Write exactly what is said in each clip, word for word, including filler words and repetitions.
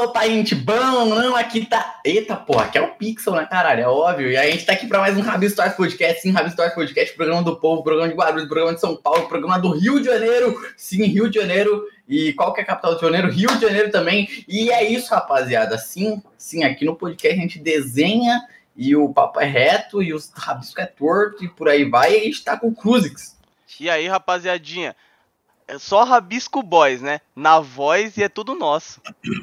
Opa, gente, bom, não, aqui tá... Eita, porra, aqui é o Pixel, né, caralho, é óbvio. E aí a gente tá aqui pra mais um Rabisco Stories Podcast, sim, Rabisco Stories Podcast, programa do povo, programa de Guarulhos, programa de São Paulo, programa do Rio de Janeiro, sim, Rio de Janeiro. E qual que é a capital do Rio de Janeiro? Rio de Janeiro também. E é isso, rapaziada, sim, sim, aqui no podcast a gente desenha e o papo é reto e o rabisco é torto e por aí vai. E a gente tá com o Cruzix. E aí, rapaziadinha, é só Rabisco Boys, né? Na voz e é tudo nosso.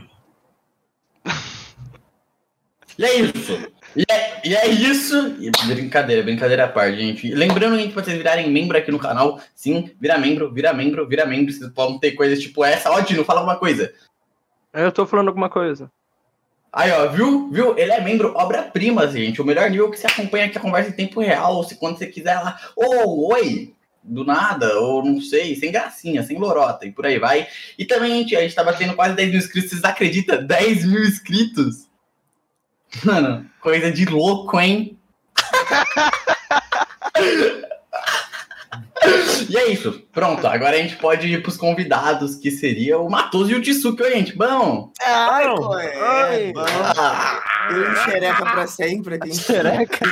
E é isso. E é, e é isso. E brincadeira, brincadeira à parte, gente. Lembrando, gente, pra vocês virarem membro aqui no canal. Sim, vira membro, vira membro, vira membro. Vocês podem ter coisas tipo essa. Ó, Dino, fala alguma coisa. Eu tô falando alguma coisa. Aí, ó, viu? Viu? Ele é membro obra-prima, gente. O melhor nível que você acompanha aqui a conversa em tempo real. Ou se quando você quiser lá. Ô, oh, oi! Do nada, ou não sei, sem gracinha, sem lorota, e por aí vai. E também, gente, a gente tá batendo quase dez mil inscritos. Vocês acreditam? dez mil inscritos? Mano, coisa de louco, hein? E é isso. Pronto, agora a gente pode ir pros convidados, que seria o Matoso e o Tsuki, gente. Bom! Ai, Bom, pô, é, ai. bom. Ah, Eu xereca pra sempre aqui. Xereca.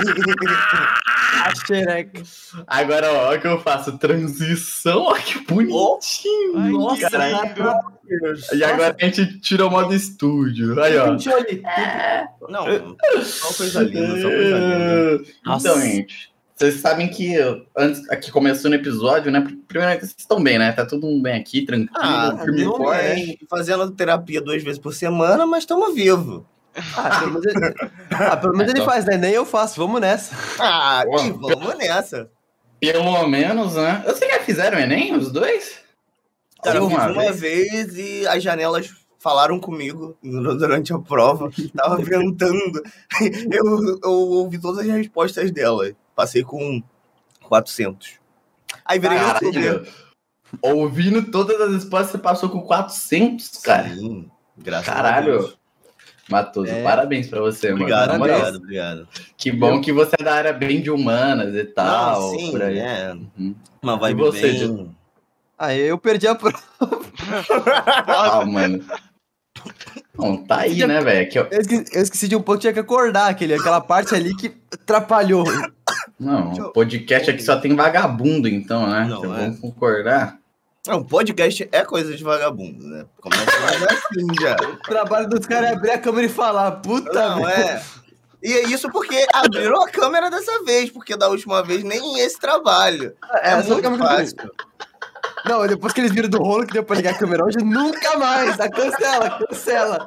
A xereca. agora, ó, o que eu faço? Transição, ó, que bonitinho! Ai, Nossa, que cara. Deus. E agora a gente tira o modo estúdio. Aí, ó. Não, só coisa linda, só coisa linda. Então, Nossa. gente, vocês sabem que antes aqui começou no episódio, né? Primeiro, vocês estão bem, né? Tá tudo bem aqui, tranquilo, Ah, firme e não forte. bem. Fazendo terapia duas vezes por semana, mas estamos vivos. Ah, pelo menos ele, ah, pelo menos ele faz, né? Nem eu faço, vamos nessa. Ah, Pô, e vamos nessa. Pelo menos, né? Vocês já fizeram o Enem, os dois? Cara, eu Sim, fiz uma uma vez e as janelas falaram comigo durante a prova. Tava ventando. Eu, eu ouvi todas as respostas dela. Passei com quatrocentos. Aí virei youtuber. Caralho. Ouvindo todas as respostas, você passou com quatrocentos, cara. Sim, graças a Caralho. Deus. Matoso, É. parabéns pra você, Obrigado, mano. Na moral, obrigado, obrigado. que bom que você é da área bem de humanas e tal. Não, sim, por aí. é. Uhum. Uma vibe E você, bem... Ah, eu perdi a prova. Ah, mano. Não, tá aí, né, velho? Aqui, ó. Eu esqueci, eu esqueci de um pouco, tinha que acordar aquele, aquela parte ali que atrapalhou. Não, o podcast aqui só tem vagabundo, então, né? Não, Vocês é. vão concordar? Não, podcast é coisa de vagabundo, né? Começa mais assim já. O trabalho dos caras é abrir a câmera e falar, puta Não, merda. é. E é isso porque abriram a câmera dessa vez, porque da última vez nem esse trabalho. É, É, só muito câmera fácil. Não, depois que eles viram do rolo que deu pra ligar a câmera hoje, nunca mais. Ah, cancela, cancela.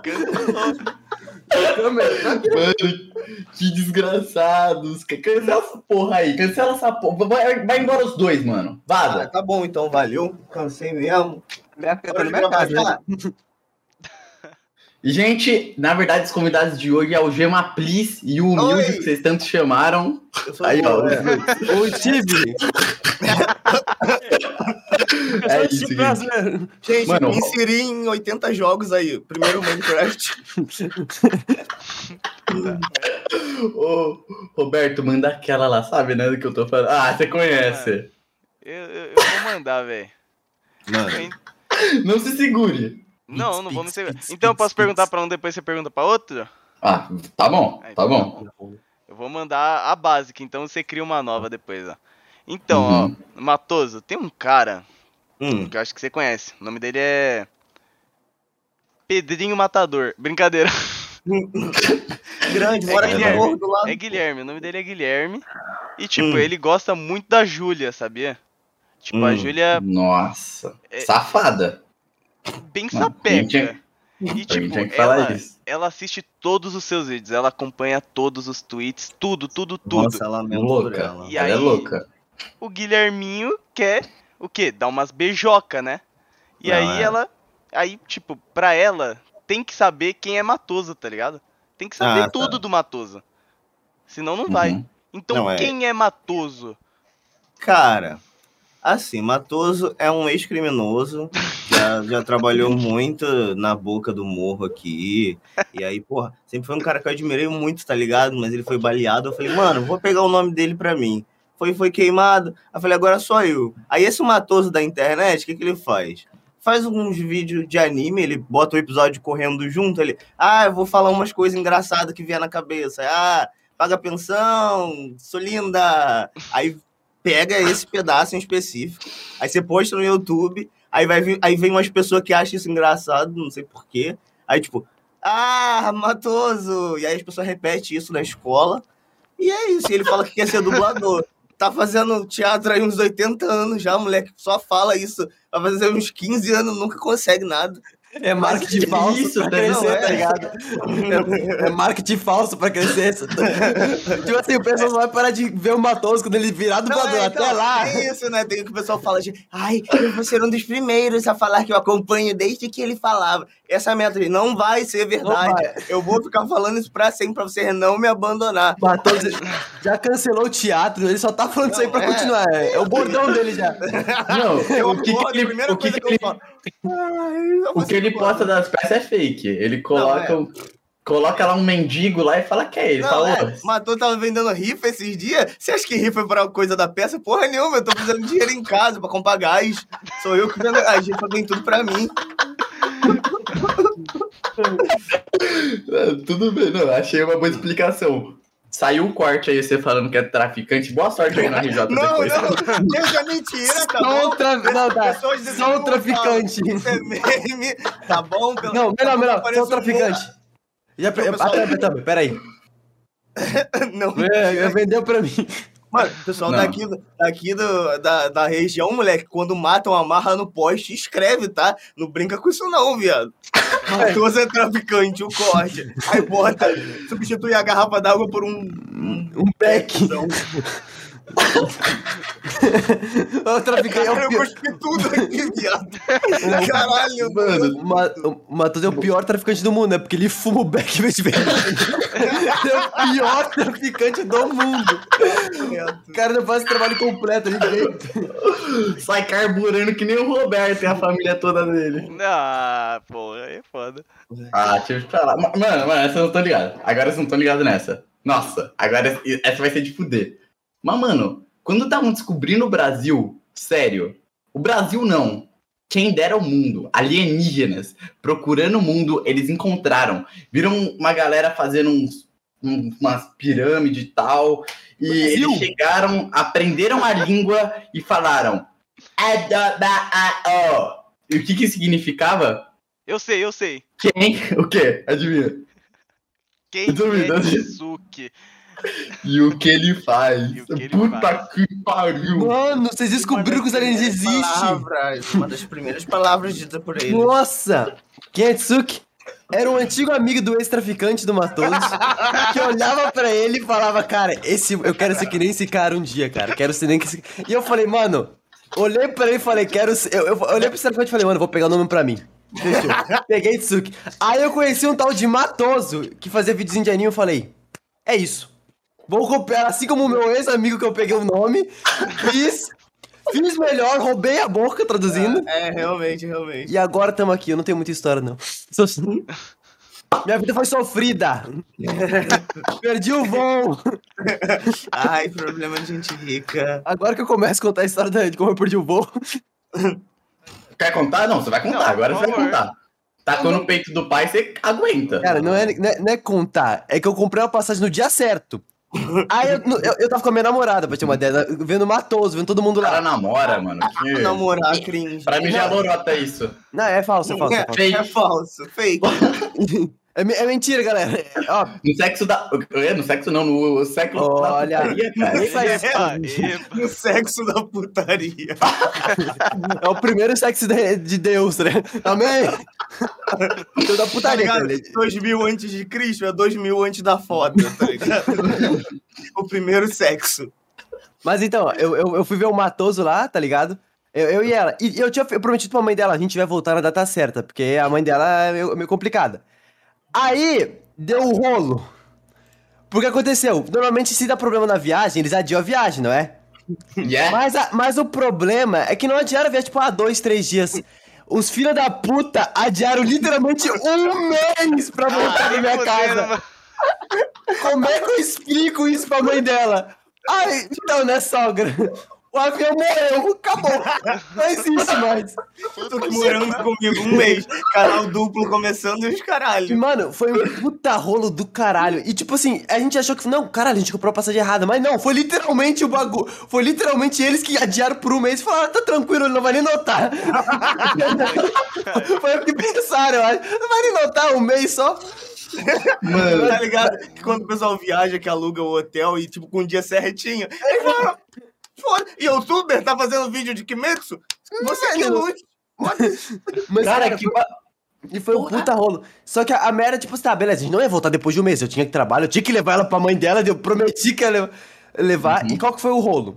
Câmera, Mano, que desgraçados. Cancela essa porra aí, cancela essa porra. Vai, vai embora os dois, mano. Ah, Vaza. tá bom, então, valeu. Cansei mesmo. minha, tá Bora na minha casa, gravar. né? E, gente, na verdade, os convidados de hoje é o Gema Plis e o Humilde, Oi. que vocês tanto chamaram. Eu sou Aí, ó. o- é. O Tibi. É isso, gente. brasileiro. Gente, Mano, me inseri em oitenta jogos aí. Primeiro Minecraft. Ô, Roberto, manda aquela lá, sabe, né, do que eu tô falando? Ah, você conhece. Eu, eu, eu vou mandar, velho. Mano, Não se segure. Não, não vou me Pix, segurar. pix, Então eu pix, posso perguntar pix. pra um, depois você pergunta pra outro? Ah, tá bom, tá bom. Eu vou mandar a básica, então você cria uma nova depois, ó. Então, Uhum. ó, Matoso, tem um cara hum. que eu acho que você conhece. O nome dele é Pedrinho Matador. Brincadeira. grande, É mora aqui Guilherme. no morro do lado. É Guilherme, o nome dele é Guilherme. E, tipo, Hum. ele gosta muito da Júlia, sabia? Tipo, a Hum. Júlia Nossa, É- safada. bem Não, sapeca. a gente- E, A gente tipo, tem que falar ela, isso. ela assiste todos os seus vídeos, ela acompanha todos os tweets, tudo, tudo, tudo. Nossa, lamento por Louca. ela. E Ela aí- é louca. O Guilherminho quer o quê? Dar umas beijoca, né? E Não, aí é. ela. Aí, tipo, pra ela, tem que saber quem é Matoso, tá ligado? Tem que saber Ah, tá. tudo do Matoso. Senão não vai. Uhum. Então, Não, é. quem é Matoso? Cara, assim, Matoso é um ex-criminoso, já, já trabalhou muito na boca do morro aqui, e aí, porra, sempre foi um cara que eu admirei muito, tá ligado? Mas ele foi baleado, eu falei, mano, vou pegar o nome dele pra mim. Foi, foi queimado, aí eu falei, agora só eu. Aí esse Matoso da internet, o que que ele faz? faz uns vídeos de anime, ele bota o episódio correndo junto, ele, ah, eu vou falar umas coisas engraçadas que vier na cabeça, ah, paga pensão, sou linda, aí pega esse pedaço em específico, aí você posta no YouTube, aí, vai vir, aí vem umas pessoas que acham isso engraçado, não sei porquê, aí tipo, ah, Matoso, e aí as pessoas repetem isso na escola, e é isso, e ele fala que quer ser dublador. Tá fazendo teatro aí uns oitenta anos já, o moleque só fala isso. Vai fazer uns quinze anos, nunca consegue nada. É marketing que falso isso, pra deve crescer, ser. tá ligado? É, é marketing falso pra crescer. Tipo assim, o pessoal só vai parar de ver o Matoso quando ele virar dublador. Não, é, até então, lá. É isso, né? Tem o que o pessoal fala de, ai, eu vou ser um dos primeiros a falar que eu acompanho desde que ele falava. Essa meta não vai ser verdade. vai. Eu vou ficar falando isso pra sempre, pra vocês não me abandonar. Matoso já cancelou o teatro, ele só tá falando isso aí pra é. continuar. É, é o bordão dele já. Não, Eu o que, que acordo, a ele, primeira o que, coisa que que eu ele, falo. Ai, eu vou o que ser ele dublador. posta das peças é fake. Ele coloca, Não, um- coloca lá um mendigo lá e fala que é ele. Não, Fala, é, "Ô, Matou tava vendendo rifa esses dias. Você acha que rifa é pra coisa da peça? Porra nenhuma, eu tô precisando de dinheiro em casa pra comprar gás. Sou eu que vendo a rifa, vem tudo pra mim. Ah, tudo bem, não, achei uma boa explicação. Saiu o corte aí, você falando que é traficante. Boa sorte aí na R J Não, depois. não, isso é mentira, tá Só bom? um, tra... não, tá. Pessoas dizendo Só um que eu traficante. falo, Isso é meme, tá bom? Pelo- Não, melhor, melhor. Parece Só um traficante. Já, Então, ah, pessoal- tá, tá, peraí. Não, É, vendeu pra mim. Mano, o pessoal Não. daqui, daqui do, da, da região, moleque, quando matam, amarra no poste, escreve, tá? Não brinca com isso não, viado. Matoso é traficante, o corte. Aí bota, substitui a garrafa d'água por um... Um pack. O traficante é Cara, o eu pior. cuspi tudo aqui, viado. Caralho, Mano, O Ma- o Matoso é o pior traficante do mundo, né? Porque ele fuma o beck em vez de vender. Ele é o pior traficante do mundo. O cara não faz trabalho completo, ele vem. sai carburando que nem o Roberto e a família toda dele. Ah, porra, aí é foda. Ah, deixa eu te falar. Ma- Mano, mano, essa eu não tô ligado. Agora vocês não estão ligados nessa. Nossa, agora essa vai ser de fuder. Mas, mano, quando estavam descobrindo o Brasil, sério, o Brasil não. Quem dera o mundo, alienígenas, procurando o mundo, eles encontraram. Viram uma galera fazendo uns, um- umas pirâmides e tal. E Brasil? eles chegaram, aprenderam a língua e falaram. "Adobao". E o que que significava? Eu sei, eu sei. Quem? O quê? Adivinha? Quem Eu tô é duvidando. Tsuki? E o que ele faz? E o que ele Puta faz? que pariu! Mano, vocês descobriram que os aliens existem. Palavras, uma das primeiras palavras ditas por ele. Nossa! Quem é Tsuki? Era um antigo amigo do ex-traficante do Matoso que olhava pra ele e falava, cara, esse, eu quero ser que nem esse cara um dia, cara. Quero ser nem que esse... E eu falei, mano, olhei pra ele e falei, quero ser... Eu, eu olhei pro ex-traficante e falei, mano, vou pegar o nome pra mim. Fechou. Peguei Tsuki. Aí eu conheci um tal de Matoso que fazia videozinho de anime e eu falei, é isso. Vou copiar, assim como o meu ex-amigo que eu peguei o nome, fiz, fiz melhor, roubei a boca traduzindo. É, realmente, realmente. E agora estamos aqui, eu não tenho muita história, não. Sou- Minha vida foi sofrida. Perdi o voo. Ai, problema de gente rica. Agora que eu começo a contar a história da- de como eu perdi o voo. Quer contar? Não, você vai contar. Não, Agora por você vai favor. contar. Tacou no peito do pai, você aguenta. Cara, não é, não, é, não é contar, é que eu comprei uma passagem no dia certo. Aí eu, eu, eu tava com a minha namorada, pra ter uma ideia, vendo Matoso, vendo todo mundo O cara lá. namora, mano. Que... Namorar, cringe. Pra mim já lorota isso. Não, é falso, é falso. É, falso. Fake. É falso, fake. É, me- é mentira, galera. Ó, No sexo da. É, no sexo não, no século Olha. da putaria, cara. Esse aí- Epa, epa. No sexo da putaria. é o primeiro sexo de, de Deus, né? Amém? Deus da Tá putaria, ligado? cara. dois mil antes de Cristo é dois mil antes da foda, tá ligado? O primeiro sexo. Mas então, eu, eu, eu fui ver o Matoso lá, tá ligado? Eu, eu e ela. E eu tinha eu prometido pra mãe dela, a gente vai voltar na data certa, porque a mãe dela é meio, meio complicada. Aí, deu um rolo. Porque aconteceu? Normalmente, se dá problema na viagem, eles adiam a viagem, não é? Yeah. Mas, a- mas o problema é que não adiaram a viagem, tipo, há dois, três dias. Os filhos da puta adiaram literalmente um mês pra voltar pra minha Fudendo, casa. mano. Como é que eu explico isso pra mãe dela? Ai, então, né, sogra? O avião morreu, acabou. Não existe mais. Tô aqui morando comigo um mês. Canal duplo começando e os E, caralho. mano, foi um puta rolo do caralho. E tipo assim, a gente achou que, não, caralho, a gente comprou a passagem errada. Mas não, foi literalmente o bagulho. Foi literalmente eles que adiaram por um mês e falaram, tá tranquilo, ele não vai nem notar. Foi o que pensaram, eu acho. Não vai nem notar um mês só. Mano, Tá ligado? Que quando o pessoal viaja, que aluga o hotel e tipo com um dia certinho, ele fala, foda, e o youtuber tá fazendo vídeo de Kimetsu? Você que lute. Mas, cara, cara, que... ba- E foi um puta rolo. Só que a, a Mera, tipo, tá, beleza, a gente não ia voltar depois de um mês. Eu tinha que trabalhar, eu tinha que levar ela pra mãe dela, eu prometi que ia levar. levar. Uhum. E qual que foi o rolo?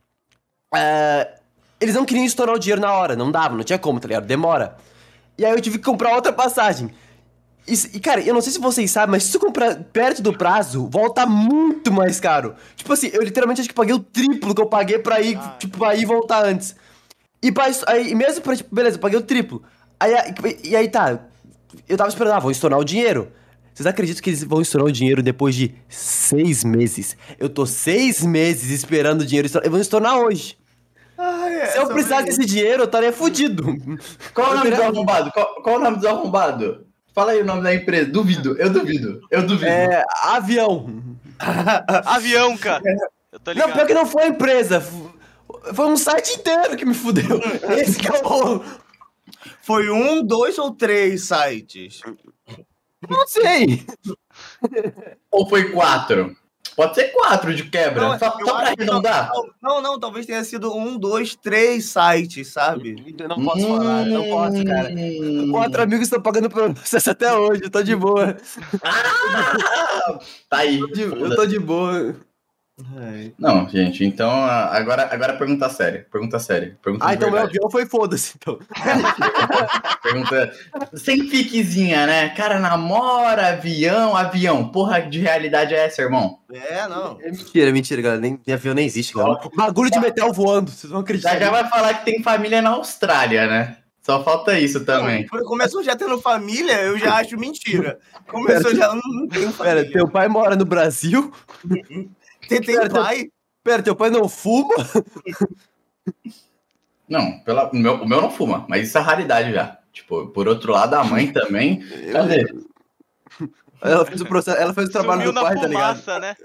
É, eles não queriam estourar o dinheiro na hora, não dava, não tinha como, tá ligado? Demora. E aí eu tive que comprar outra passagem. E, e, cara, eu não sei se vocês sabem, mas se você comprar perto do prazo, volta muito mais caro. Tipo assim, eu literalmente acho que paguei o triplo que eu paguei pra ir, Ah, tipo, pra ir e voltar antes. E pra, aí, mesmo pra, tipo, beleza, eu paguei o triplo. Aí, e, e aí tá, eu tava esperando, ah, vão estourar o dinheiro. Vocês acreditam que eles vão estourar o dinheiro depois de seis meses? Eu tô seis meses esperando o dinheiro estourar. Eles vão estourar hoje. Ah, é, Se eu precisasse desse dinheiro, eu estaria fudido. Qual é o Eu nome do teria- arrombado? Qual, qual é o nome do arrombado? Fala aí o nome da empresa. Duvido, eu duvido, eu duvido. É, avião. Avião, cara. Eu tô Não, pior ligado. que não foi a empresa. Foi um site inteiro que me fudeu. Esse que é o rolo. Foi um, dois ou três sites? Não sei. Ou foi quatro? Pode ser quatro de quebra. Não, só eu só pra acho que arredondar. Não, não, talvez tenha sido um, dois, três sites, sabe? Eu não posso falar, eu não posso, cara. Hum. Quatro amigos estão pagando pelo processo até hoje, eu tô de boa. Ah! Tá aí. Eu tô de- Eu tô de boa. Não, gente, então a- agora, agora pergunta séria. Pergunta séria. Pergunta Ah, de então meu verdade. avião foi foda-se, então. Pergunta sem fiquezinha, né? Cara, namora, avião, avião. Porra de realidade é essa, irmão? É, não. É mentira, é mentira, galera. Nem, nem avião nem existe, galera. Bagulho de metal voando, vocês vão acreditar. Já já vai falar que tem família na Austrália, né? Só falta isso também. Não, começou já tendo família, eu já acho mentira. Começou já, não, não tenho Pera, família. teu pai mora no Brasil? Você tem Pera, teu- pai? Pera, teu pai não fuma? Não, pela, o, meu, o meu não fuma, mas isso é raridade já. Tipo, por outro lado, a mãe também. Cadê? Ela fez o processo, ela fez o trabalho Sumiu do pai, na tá ligado? fumaça, né?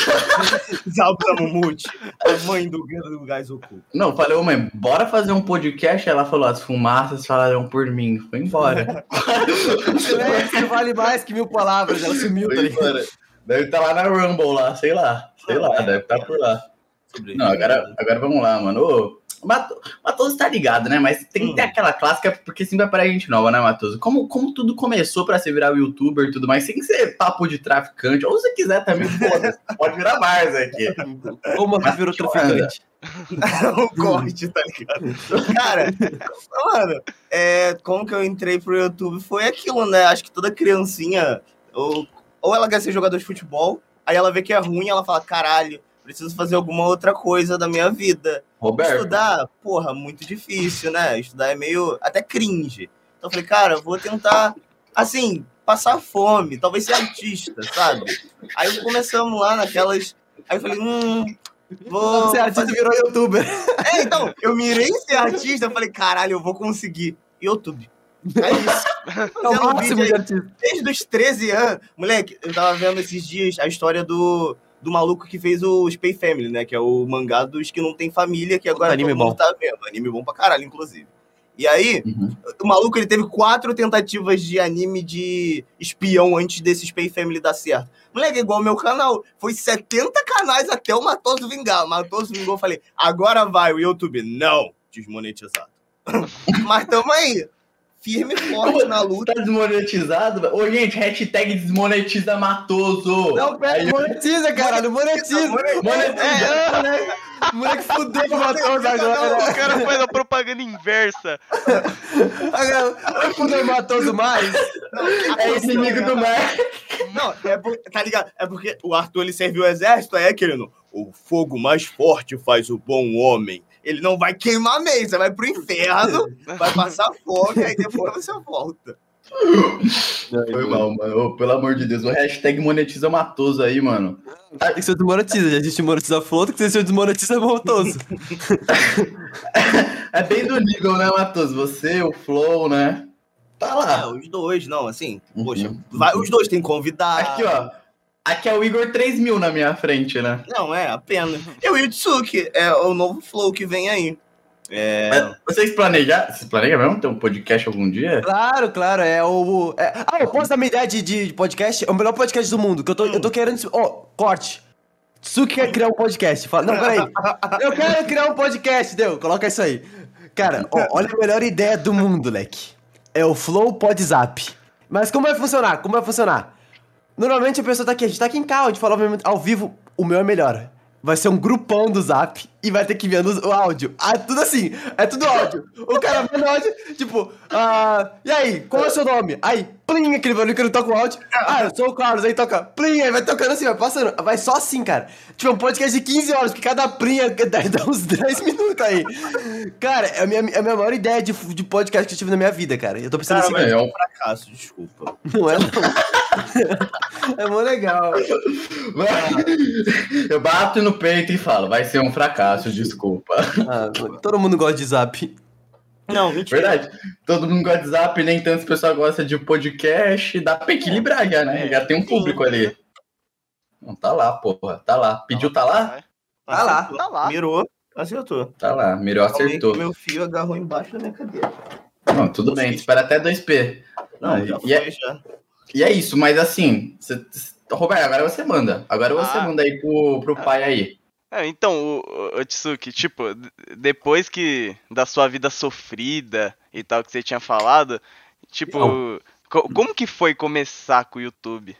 Zalta Mumute, a mãe do, do gás oculto. Não, falei, ô mãe, bora fazer um podcast? Ela falou, as fumaças falaram por mim. Foi embora. Silêncio vale mais que mil palavras, ela sumiu, tá Foi ligado? embora. Deve estar lá na Rumble lá, sei lá. Sei lá, deve estar por lá. Não, agora, agora vamos lá, mano. Ô, Mato- Matoso tá ligado, né? Mas tem que ter Hum. aquela clássica, porque sempre aparece gente nova, né, Matoso? Como, como tudo começou pra você virar youtuber e tudo mais, sem ser papo de traficante, ou se quiser também, foda-se, pode virar Varsa aqui. Como você virou traficante? O corte, tá ligado? Cara, mano, é, como que eu entrei pro YouTube foi aquilo, né? Acho que toda criancinha, ou, ou ela quer ser jogador de futebol, aí ela vê que é ruim, ela fala, caralho, preciso fazer alguma outra coisa da minha vida. Roberto. Estudar, porra, muito difícil, né? Estudar é meio até cringe. Então eu falei, cara, eu vou tentar, assim, passar fome, talvez ser artista, sabe? Aí começamos lá naquelas. Aí eu falei, hum, vou. Você é artista fazer- virou youtuber. É, então, eu mirei em ser artista, eu falei, caralho, eu vou conseguir. YouTube. É isso. É o Fazendo um máximo vídeo de aí artista. desde os treze anos. Moleque, eu tava vendo esses dias a história do, do maluco que fez o Spy Family, né? Que é o mangá dos que não tem família, que agora Anime todo mundo bom. tá vendo. Anime bom pra caralho, inclusive. E aí, Uhum. o maluco, ele teve quatro tentativas de anime de espião antes desse Spy Family dar certo. Moleque, é igual ao meu canal. Foi setenta canais até o Matoso vingar. Matoso vingou, eu falei, agora vai o YouTube. Não, desmonetizado. Mas tamo aí. Firme e forte na luta. Tá desmonetizado? velho? Ô, gente, hashtag desmonetiza Matoso. Não, pera, Aí, monetiza, caralho, monetiza. monetiza. O moleque fudeu com o Matoso agora. O cara faz a propaganda inversa. Agora, fudeu o Matoso mais. É inimigo do mar. Não, é por, tá ligado? É porque o Arthur, ele serviu o exército, aí é querendo, o fogo mais forte faz o bom homem. Ele não vai queimar mesmo, você vai pro inferno, vai passar fome, aí depois você volta. Foi mal, mano. Ô, pelo amor de Deus, o hashtag monetiza Matoso aí, mano. Tem que ser desmonetiza. Já existe monetiza Flow, tem que ser desmonetiza Matoso. É bem do nível, né, Matoso? Você, o Flow, né? Tá É, lá. os dois, não, assim, Uhum. poxa, vai, os dois tem convidado. Aqui, ó. Aqui é o Igor três mil na minha frente, né? Não, é, apenas. E o Yutsuki é o novo Flow que vem aí. É... Mas vocês planejam? Vocês planejam mesmo ter um podcast algum dia? Claro, claro, é o... é- Ah, eu posso dar minha ideia de, de podcast? É o melhor podcast do mundo, que eu tô, eu tô querendo... Ó, corte. Tsuki quer criar um podcast. Fala, não, peraí. Eu quero criar um podcast, deu, coloca isso aí. Cara, ó, olha a melhor ideia do mundo, leque. É o Flow Podzap. Mas como vai funcionar? Como vai funcionar? Normalmente a pessoa tá aqui, a gente tá aqui em casa, a gente fala ao vivo, o meu é melhor. Vai ser um grupão do Zap e vai ter que ver o áudio. Ah, é tudo assim, é tudo áudio. O cara manda áudio, tipo, ah, e aí, qual é o seu nome? Aí, plim, aquele barulho que ele toca o áudio. Ah, eu sou o Carlos, aí toca, plim, aí vai tocando assim, vai passando. Vai só assim, cara. Tipo, é um podcast de quinze horas, porque cada plim dá, dá uns dez minutos aí. Cara, é a minha, é a minha maior ideia de, de podcast que eu tive na minha vida, cara. Eu tô pensando Cara, assim, mas é é um- um fracasso, desculpa. não é não. É mó legal. Eu bato no peito e falo, vai ser um fracasso, desculpa. Ah, todo mundo gosta de Zap. Não, mentira. Verdade. Todo mundo gosta de WhatsApp, nem tantas pessoas gostam de podcast. Dá pra equilibrar já, né? Já tem um público ali. Não, tá lá, porra. Tá lá. Pediu, tá lá? Tá lá. Acertou. Tá lá. Mirou, acertou. Tá lá. Mirou, acertou. Meu fio agarrou embaixo da minha cadeira. Não, tudo bem. Espera até dois P. Não, Ah, já e, é, foi, já. e é isso, mas assim... Cê, Roberto, agora você manda. Agora você Ah. manda aí pro, pro pai aí. É, então, o, o, o Tsuki, tipo, d- depois que da sua vida sofrida e tal que você tinha falado, tipo, Não. co- como que foi começar com o YouTube?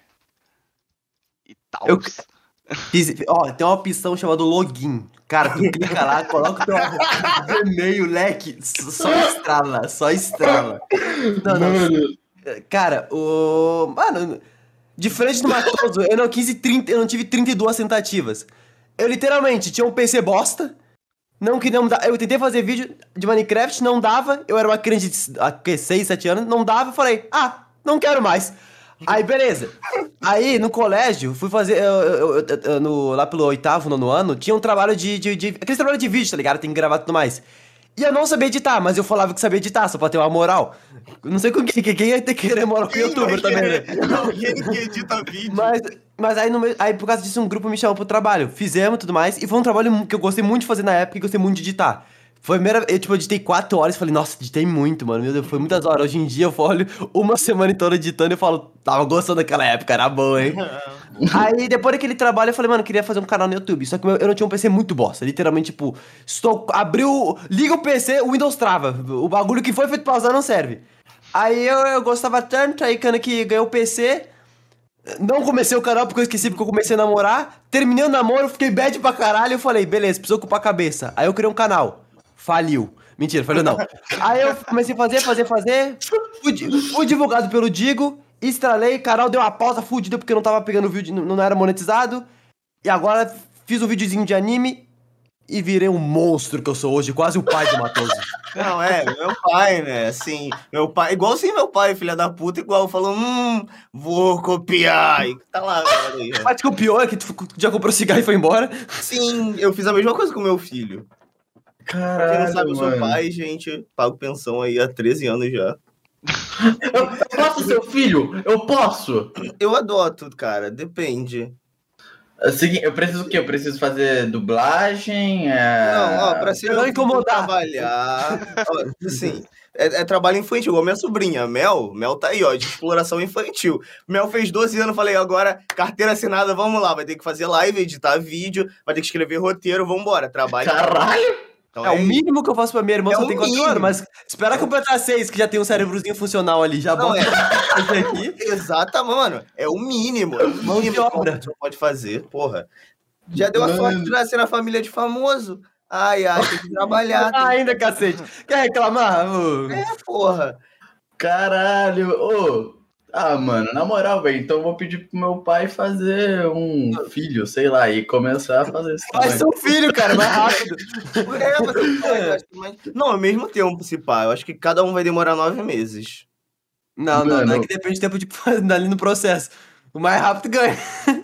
E tal. Eu- Fiz- Ó, tem uma opção chamada login. Cara, tu clica lá, coloca o teu e-mail, leque, só estrala, só estrala. Não, não. Cara, o... Mano, diferente do Matoso, eu não quis trinta, eu não tive trinta e duas tentativas. Eu literalmente tinha um P C bosta, não que não dá, eu tentei fazer vídeo de Minecraft, não dava, eu era uma criança de ah, que, seis, sete anos, não dava, eu falei, ah, não quero mais. Aí, beleza. Aí, no colégio, fui fazer, eu, eu- eu- eu- no, lá pelo oitavo, nono ano, tinha um trabalho de, de, de aquele trabalho de vídeo, tá ligado? Tem que gravar e tudo mais. E eu não sabia editar, mas eu falava que sabia editar, só pra ter uma moral. Não sei com quem, quem ia ter que querer moral com o youtuber também, né? Alguém que edita vídeo. Mas, mas aí, no meio- aí, por causa disso, um grupo me chamou pro trabalho. Fizemos e tudo mais. E foi um trabalho mu- que eu gostei muito de fazer na época e gostei muito de editar. Foi a primeira. Eu, tipo, eu editei quatro horas e falei, nossa, editei muito, mano. Meu Deus, foi muitas horas. Hoje em dia eu olho uma semana toda editando e eu falo, tava gostando daquela época, era bom, hein? Aí, depois daquele trabalho, eu falei, mano, eu queria fazer um canal no YouTube. Só que eu eu não tinha um P C muito bosta. Literalmente, tipo, estou. Abriu. Liga o P C, o Windows trava. O bagulho que foi feito pra usar não serve. Aí eu, eu gostava tanto, aí quando que ganhou o P C. Não comecei o canal porque eu esqueci porque eu comecei a namorar. Terminei o namoro, fiquei bad pra caralho. Eu falei, beleza, preciso ocupar a cabeça. Aí eu criei um canal. Faliu. Mentira, faliu não. Aí eu comecei a fazer, fazer, fazer. Fui, di- fui divulgado pelo Digo. Estralei, canal deu uma pausa fudida porque não tava pegando vídeo, não, não era monetizado. E agora fiz um videozinho de anime e virei um monstro que eu sou hoje, quase o pai do Matoso. Não, é, meu pai, né? Assim, meu pai, igual assim meu pai, filha da puta, igual, falou, hum, vou copiar. E tá lá, cara. Aí, Mas que o pior é que tu já comprou cigarro e foi embora. Sim, eu fiz a mesma coisa com meu filho. Pra quem Caralho, não sabe, eu sou mano. pai, gente, pago pensão aí há treze anos já. Eu, eu posso ser o filho? Eu posso? Eu adoto, cara, depende. É o seguinte, eu preciso o quê? Eu preciso fazer dublagem? É... Não, ó, pra ser pra não eu incomodar. trabalhar, ó, assim, é, é trabalho infantil, igual minha sobrinha, Mel, Mel tá aí, ó, de exploração infantil. Mel fez doze anos, falei, agora, carteira assinada, vamos lá, vai ter que fazer live, editar vídeo, vai ter que escrever roteiro, vambora, trabalho. Caralho! Então, É o mínimo que eu faço pra minha irmã, É só o tem quatro mínimo. anos, mas espera completar seis, que já tem um cérebrozinho funcional ali, já Não, bota é. isso aqui. Exata, mano, é o mínimo, é o Mão de mínimo que obra. uma pessoa pode fazer, porra. Já deu a Mano. sorte de nascer na família de famoso. Ai, ai, tem que trabalhar, Ah, tem ainda, cacete. Quer reclamar? Ô, que... É, porra. Caralho! Ô! Ah, mano, na moral, velho, então eu vou pedir pro meu pai fazer um filho, sei lá, e começar a fazer isso Faz também. seu filho, cara, mais rápido. É, mas, pô, eu acho que mais- Não, ao mesmo tempo, se pá, eu acho que cada um vai demorar nove meses. Não, não, não é Mano. que depende do tempo de ali no processo. O mais rápido ganha.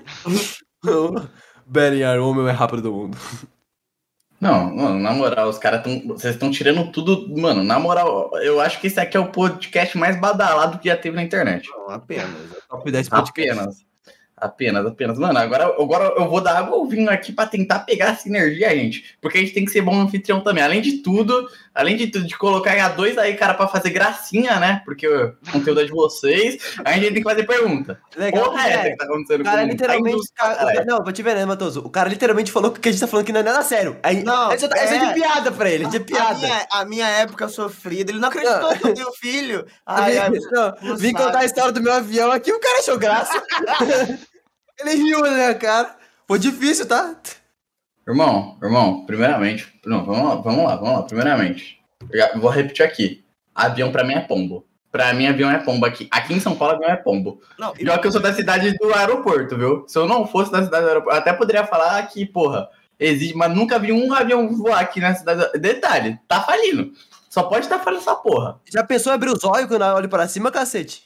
Beren, o homem mais rápido do mundo. Não, mano, na moral, os caras estão. Vocês estão tirando tudo. Mano, na moral, eu acho que esse aqui é o podcast mais badalado que já teve na internet. Não, apenas. Top dez podcast. Apenas. Apenas, apenas. Mano, agora, agora eu vou dar água ao vinho aqui pra tentar pegar a sinergia, gente. Porque a gente tem que ser bom anfitrião também. Além de tudo, além de tudo, de colocar a dois aí, cara, pra fazer gracinha, né? Porque o conteúdo é de vocês. A gente tem que fazer pergunta. Legal, Porra, é essa é. que tá acontecendo O cara com literalmente. indústria, cara- caralho. não, vou te ver, né, Matoso? O cara literalmente falou que a gente tá falando que não é nada sério. Aí, Não, isso, é, isso é é. de piada pra ele, é de A piada. minha, a minha época sofrida, ele não acreditou que eu tenho filho. Ai, ai, Não, não vim sabe. contar a história do meu avião aqui, o cara achou graça. Ele riu, né, cara? Foi difícil, tá? Irmão, irmão, primeiramente. Não, vamos lá, vamos lá, vamos lá. Primeiramente, eu já vou repetir aqui. Avião pra mim é pombo. Pra mim, avião é pombo aqui. Aqui em São Paulo, avião é pombo. Não, e- Pior que eu sou da cidade do aeroporto, viu? Se eu não fosse da cidade do aeroporto, eu até poderia falar que, porra, existe, mas nunca vi um avião voar aqui na cidade. do- Detalhe, tá falindo. Só pode estar falindo essa porra. Já pensou em abrir os olhos quando eu olho pra cima, cacete?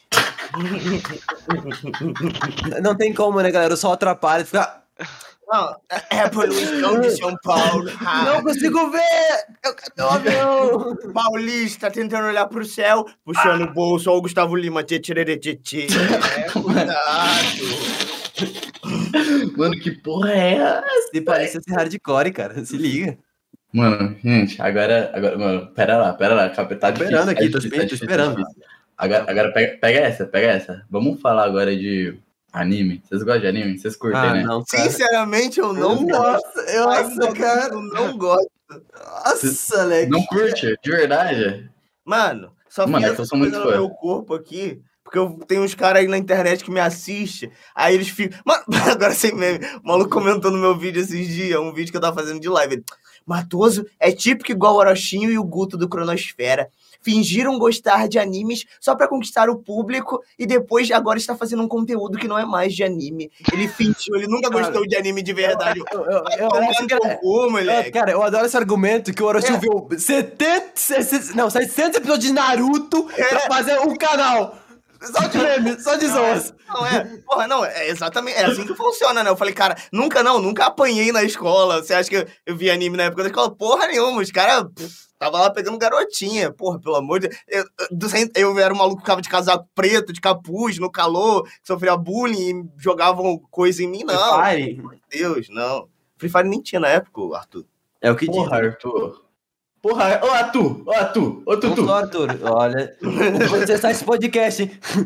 Não tem como, né, galera? O sol atrapalha. Fica... não, é a poluição de São Paulo. Ah, Não consigo ver! Eu cadê o avião? Paulista tentando olhar pro céu, puxando o bolso, ó o Gustavo Lima, tchê, tchê, tchê, tchê. É, cuidado. Mano, que porra é essa? Se parece ser hardcore, cara. Se liga. Mano, gente, agora, agora, mano, pera lá, pera lá, tá Tô difícil, esperando aqui, tá tô difícil, espe- tá tô difícil, esperando. tá difícil. Agora, agora pega, pega essa, pega essa. Vamos falar agora de anime. Vocês gostam de anime? Vocês curtem, Ah, né? não, cara. Sinceramente, eu não gosto. Nossa, eu, Ainda nossa, cara. Eu não gosto. Nossa, Alex. Não curte? De verdade? Mano, só Mano, fiz eu essa sou muito coisa no fã. meu corpo aqui, porque eu tenho uns caras aí na internet que me assistem, aí eles ficam... Mano, agora sem meme, o maluco comentou no meu vídeo esses dias, um vídeo que eu tava fazendo de live, ele, Matoso é típico igual o Orochinho e o Guto do Cronosfera. Fingiram gostar de animes só pra conquistar o público e depois agora está fazendo um conteúdo que não é mais de anime. Ele fingiu, ele nunca Cara, gostou de anime de verdade. Eu, eu, Vai eu, tomar acho no que era- cu, moleque. eu- cara, eu adoro esse argumento que o Orochi É. viu setenta, sessenta, não, setecentos episódios de Naruto pra fazer um canal. Só de meme, só de zoas. Não, é, porra, não, é exatamente, é assim que funciona, né? Eu falei, cara, nunca não, nunca apanhei na escola. Você acha que eu, eu vi anime na época da escola? Porra nenhuma, os caras tava lá pegando garotinha, porra, pelo amor de Deus. Eu, eu, eu era um maluco que ficava de casaco preto, de capuz, no calor, que sofria bullying e jogavam coisa em mim, não. Pare. Meu Deus, não. Free Fire nem tinha na época, Arthur. É o que diz. Porra, Arthur. Porra, ô Atu, ô Atu, ô Tutu. Não, Arthur, olha. Vou testar esse podcast, hein?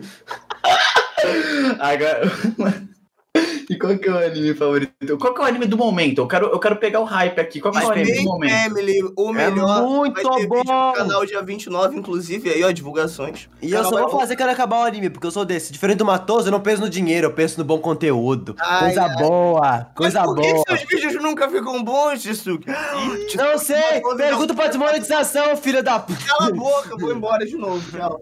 Agora. E qual que é o anime favorito? Qual que é o anime do momento? Eu quero, eu quero pegar o hype aqui. Qual que é o anime do Spy momento? Family, o É melhor. muito vai ter bom. vídeo no canal dia vinte e nove, inclusive, aí, ó, divulgações. E eu Canal só vai- vou fazer quando acabar o anime, porque eu sou desse. Diferente do Matoso, eu não penso no dinheiro, eu penso no bom conteúdo. Ai, coisa ai. boa, coisa Mas por que boa. que seus vídeos nunca ficam bons, Tsuki? Não sei, pergunta pra desmonetização, filha da puta. Cala a boca, eu vou embora de novo, tchau.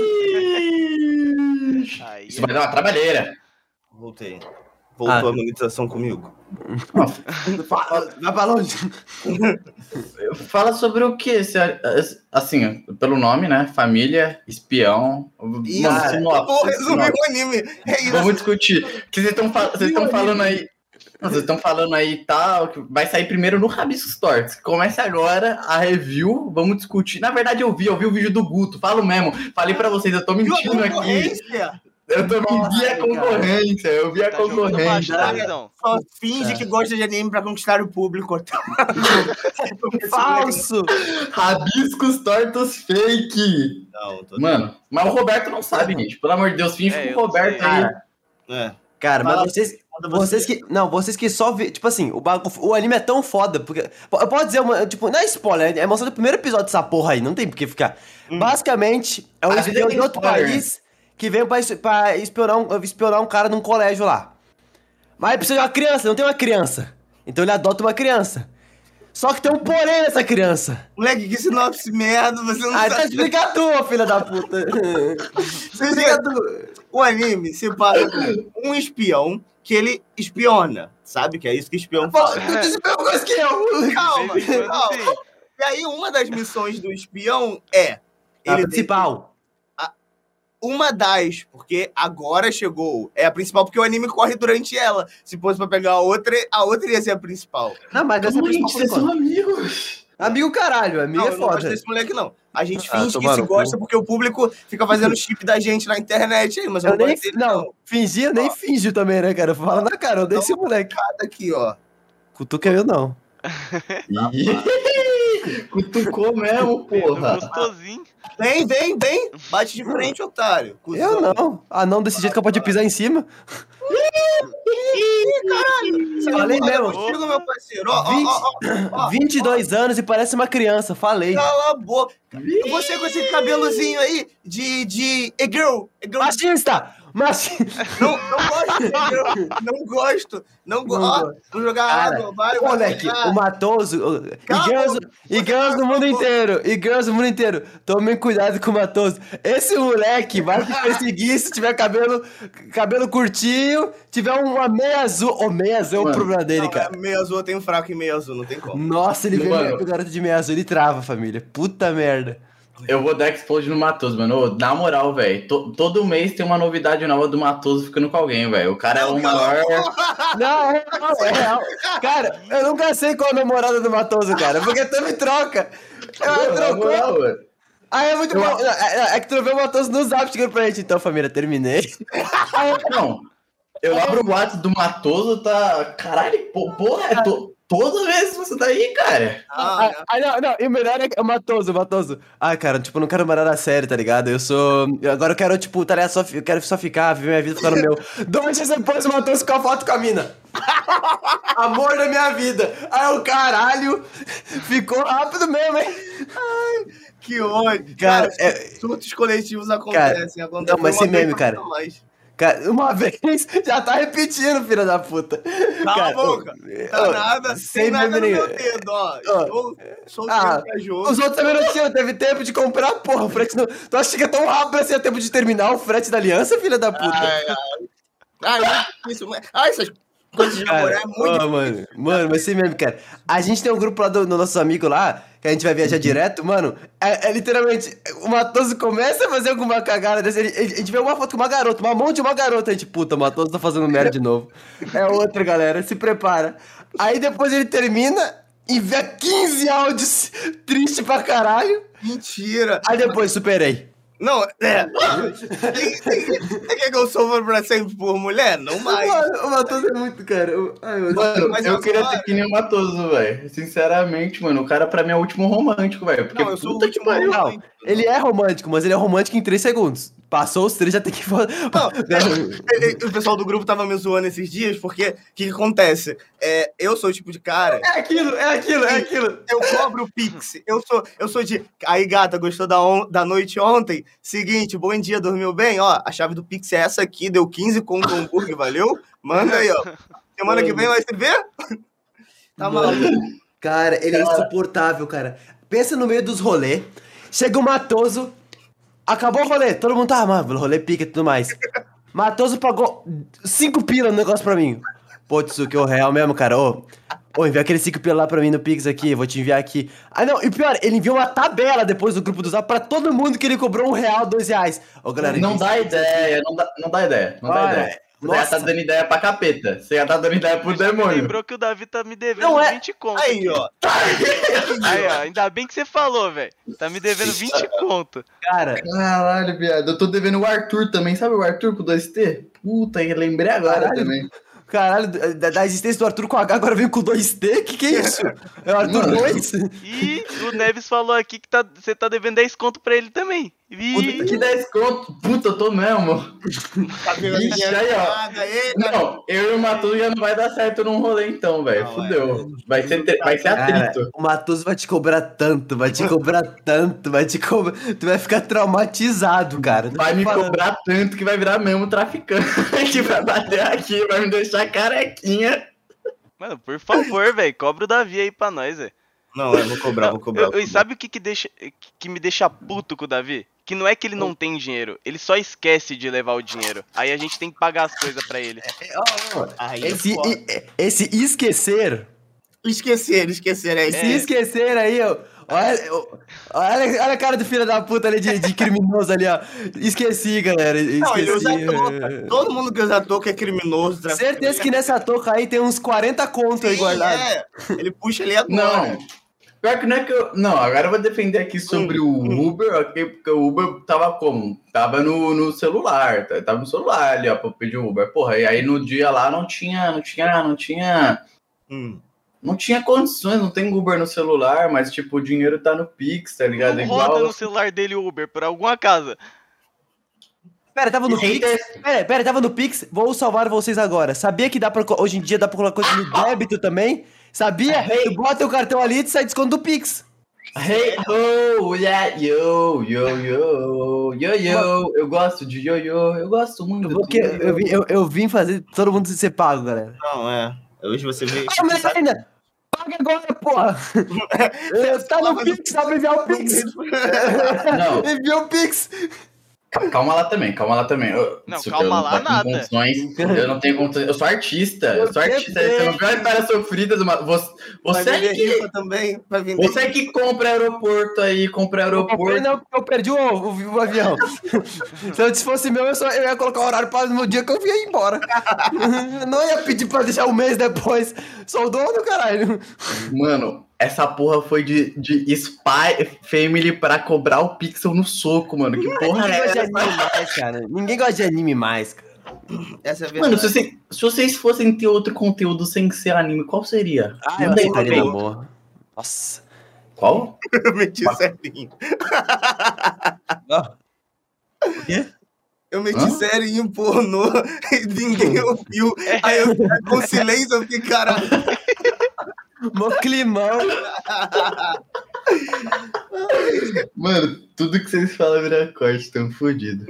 Vixe. Aí, Isso vai dar uma trabalheira. Voltei. Voltou Ah. a monetização comigo. Fala, vai pra longe. Fala sobre o que? Assim, pelo nome, né? Família, espião. Isso, Mano, eu sinopse, vou resumir sinopse. o anime. É isso. Vamos discutir. Porque vocês estão fa vocês estão falando aí. Não, Vocês estão falando aí e tal, que vai sair primeiro no Rabiscos Tortos. Comece agora a review, vamos discutir. Na verdade, eu vi, eu vi o vídeo do Guto, falo mesmo. Falei pra vocês, eu tô mentindo aqui. Concorrência. Eu tô Nossa, vi a cara. concorrência, eu vi a tá jogando baixo, concorrência. tá, visão? Só finge que gosta de anime pra conquistar o público. Falso. Rabiscos Tortos fake. Não, tô... Mano, mas o Roberto não sabe, gente. Pelo amor de Deus, finge É, com eu o Roberto sei. aí. É. Cara, Fala- mas vocês, Manda você. vocês que. Não, vocês que só vê. Tipo assim, o, bagu- o anime é tão foda. Porque. Eu posso dizer uma. Tipo, não é spoiler, é emoção do primeiro episódio dessa porra aí. Não tem por que ficar. Basicamente, é um A vida espião tem de outro spoiler. país que veio pra, es- pra espionar, um, espionar um cara num colégio lá. Mas ele precisa de uma criança, não tem uma criança. Então ele adota uma criança. Só que tem um porém nessa criança. Moleque, que sinopse merda, você não Ah, então sabe. explica tu, filha da puta. Explica tu. O anime se passa com um espião que ele espiona. Sabe que é isso que espião Pô, faz? tu disse a mesma coisa que eu. Calma, De vez em quando, calma. sim. E aí, uma das missões do espião é... A Ele principal. uma das, porque agora chegou. É a principal, porque o anime corre durante ela. Se fosse pra pegar a outra, a outra ia ser a principal. Não, mas essa é a Calma, principal gente, vocês por são enquanto. amigos. Amigo caralho, amigo Não, é eu não gosto foda. desse moleque, não. A gente Ah, finge que tomar se no cu. gosta porque o público fica fazendo chip da gente na internet aí, mas eu Eu não nem, gosto dele, não, fingir eu nem Ó. finjo também, né, cara? Fala na cara, eu dei esse moleque. Nada aqui, ó. Cutuca eu não. Ih, cutucou mesmo, porra. Gostosinho. Vem, vem, vem. Bate de frente, otário. Eu não. Ah, não, desse jeito que eu posso pisar em cima. Você Falei não mesmo. contigo, meu parceiro. Ó, ó, ó, ó, ó. vinte e dois anos e parece uma criança, falei. Cala a boca. Você com esse cabelozinho aí de, de e-girl. E-girl. Machista! Machista! Não, não gosto de e-girl. Não gosto. Não gosto. Não Ó, gosto. vou jogar Cara, água. Vai, moleque, vai. o Matoso. o- E Cala a girls, boca. e girls do mundo inteiro. E girls do mundo inteiro. Tomem cuidado com o Matoso. Esse moleque vai te perseguir se tiver cabelo, cabelo curtinho, tiver uma meia azul. Ô, meia azul é o Mano, problema dele, Não, cara. é meio azul, eu tenho fraco em meio azul, não tem como. Nossa, ele vê Mano. o garoto de meia azul, ele trava, família. Puta merda. Eu vou dar explode no Matoso, mano. Ô, na moral, velho. to- todo mês tem uma novidade nova do Matoso ficando com alguém, velho. O cara é o maior. Não, é real, é real. Cara, eu nunca sei qual é a namorada do Matoso, cara, porque tu me troca. Ela Na trocou. moral, velho. Ah, é muito Eu- bom. É, é- é que tu vê o Matoso no zap chegando pra gente. Então, família, terminei. Não. Eu abro o WhatsApp do Matoso, tá. Caralho, pô, porra, é to... toda vez você tá aí, cara. Ah, ah, não, não, e o melhor é que- o Matoso, o Matoso. Ah, cara, tipo, eu não quero morar na série, tá ligado? Eu sou. eu- Agora eu quero, tipo, tá ligado? Só, fi- eu quero só ficar, viver minha vida, ficar no meu. Dois dias depois o Matoso com a foto com a mina. Amor da minha vida. Aí o caralho. Ficou rápido mesmo, hein? Que ódio. Cara, Cara, é- surtos coletivos acontecem. acontecem não, mas uma sem vez meme, pra cara. nunca mais. Cara, uma vez já tá repetindo, filha da puta. Cala Cara, a boca. ô, Tá ô, nada, sem sem nada no meme meu nenhum. dedo, ó. Ó. Sou, sou Ah, corajoso. os outros também não tinham, teve tempo de comprar, porra. O frete não. Tu acha que é tão rápido assim o tempo de terminar o frete da aliança, filha da puta? Ai, ai. Ai, isso, ai, essas coisas de namorar Cara, é muito ó, mano, mano, mas sem mesmo, cara. A gente tem um grupo lá do, do nossos amigos lá, que a gente vai viajar direto, mano. É, é literalmente, o Matoso começa a fazer alguma cagada desse. Ele, ele- a gente vê uma foto com uma garota, uma mão de uma garota. A gente, puta, o Matoso tá fazendo merda de novo. É outra, galera, se prepara. Aí depois ele termina e vê quinze áudios tristes pra caralho. mentira. Aí depois, superei. Não, é. Você quer que eu sofra pra sempre por mulher? Não mais. Mano, o Matoso é muito, cara. eu- Ai, meu Deus. Mano, Mas eu eu queria sou- ter que nem o Matoso, velho. Sinceramente, mano, o cara pra mim é o último romântico, velho. Porque Não, eu sou o puta que último pariu. Não, romântico. ele é romântico, mas ele é romântico em três segundos. Passou os três, já tem que. Não, é, o pessoal do grupo tava me zoando esses dias, porque o que, que acontece? É, eu sou o tipo de cara, É aquilo, é aquilo, é aquilo. eu cobro o Pix. Eu sou, eu sou de. Aí, gata, gostou da, on- da noite ontem? Seguinte, bom dia, dormiu bem? Ó, a chave do Pix é essa aqui, deu quinze conto o hambúrguer, valeu? Manda aí, ó. Semana que vem vai se ver? Tá maluco? Cara, ele é insuportável, cara. Pensa no meio dos rolê. Chega o Matoso. Acabou o rolê. Todo mundo tá, mano, rolê pica e tudo mais. Matoso pagou cinco pila no negócio pra mim. Pô, Tsuki, o real mesmo, cara. Ô, ô, envia aquele cinco pila lá pra mim no Pix aqui. Vou te enviar aqui. Ah, não, e pior, ele enviou uma tabela depois do grupo do Zap pra todo mundo que ele cobrou um real, dois reais. Ô, galera, Não envia dá esse Pix aqui. ideia, não dá, não dá ideia. Não dá Olha, ideia. Você já tá nossa. dando ideia pra capeta. Você já tá dando ideia pro Já me demônio. lembrou que o Davi tá me devendo Não é- vinte conto. Aí, ó. Aí, ó, ainda bem que você falou, velho. Tá me devendo vinte conto. Cara, Caralho, viado. Eu tô devendo o Arthur também. Sabe o Arthur com dois T? Puta, eu lembrei agora Caralho. também. caralho, da, da existência do Arthur com H, agora vem com dois T? Que que é isso? É o Arthur Mano. dois? E o Neves falou aqui que tá, você tá devendo dez conto pra ele também. Puta, Ih, que dez conto. Puta, eu tô mesmo. Cabelinho Ixi, aí, ó. armado, aí, Não, eu e o Matoso já não vai dar certo num rolê então, velho. Não, Fudeu. Vai ser, tre- vai ser Cara, atrito. o Matoso vai te cobrar tanto, vai te cobrar tanto, vai te cobrar. Tu vai ficar traumatizado, cara. Vai me Falando. cobrar tanto que vai virar mesmo traficante. Vai bater aqui, vai me deixar carequinha. mano, por favor, velho, cobra o Davi aí pra nós, velho. Não, eu vou cobrar, vou cobrar. Eu- eu- E sabe o que, que, deixa, que me deixa puto com o Davi? Que não é que ele não tem dinheiro, ele só esquece de levar o dinheiro. Aí a gente tem que pagar as coisas pra ele. Aí é Esse, foda. e- esse esquecer, Esquecer, esquecer, é esse isso. esquecer aí, ó. Olha, olha, olha a cara do filho da puta ali de, de criminoso ali, ó. Esqueci, galera. Esqueci. Não, ele usa touca. Todo mundo que usa touca é criminoso. Traficante. Certeza que nessa touca aí tem uns quarenta contos aí guardados. É. Ele puxa ali agora. Não. Pior que não é que eu... Não, agora eu vou defender aqui sobre hum, o hum. Uber, okay, porque o Uber tava como? Tava no, no celular, tava no celular ali, ó, pra pedir o Uber. Porra, e aí no dia lá não tinha, não tinha, não tinha... Hum. Não tinha condições, não tem Uber no celular, mas tipo, o dinheiro tá no Pix, tá ligado? Não Igual... roda no celular dele o Uber, por alguma casa. Pera, tava no Pix? Pera, pera, tava no Pix? Vou salvar vocês agora. Sabia que dá pra, hoje em dia dá pra colocar coisa no débito também? Sabia? Hey. Tu bota o cartão ali e tu sai desconto do Pix. Hey, oh, yeah, yo, yo, yo, yo, yo. Eu gosto de yo, yo, eu gosto muito. Porque eu, eu, eu, eu vim fazer todo mundo ser pago, galera. Não, é. Hoje você veio... Ah, mas ainda... Paga agora, porra! Tá no Pix, dá pra enviar o Pix! Não. Enviou o Pix! Calma lá também, calma lá também. Eu, não, calma lá nada. Condições, eu não tenho condições. Eu sou artista. Eu sou artista. Você não viu a história sofrida do uma. Você, você é que. Também, você é que compra aeroporto aí, compra aeroporto. Eu, não, eu perdi o, o, o avião. Se eu fosse meu, eu, só, eu ia colocar o horário para no dia que eu ia embora. Não ia pedir pra deixar um mês depois. Sou o dono, caralho. Mano. Essa porra foi de, de Spy Family pra cobrar o Pixel no soco, mano. Que porra é essa? Ninguém gosta de anime mais, cara. Ninguém gosta de anime mais, cara. Essa é a mano, se, você, se vocês fossem ter outro conteúdo sem ser anime, qual seria? Ah, eu aceitaria no amor. Nossa. Qual? Eu meti certinho. O quê? Eu meti Hã? serinho pornô e ninguém ouviu. Aí eu com silêncio, eu fiquei, caralho. Mó climão. Mano, tudo que vocês falam vira corte, tão fodido.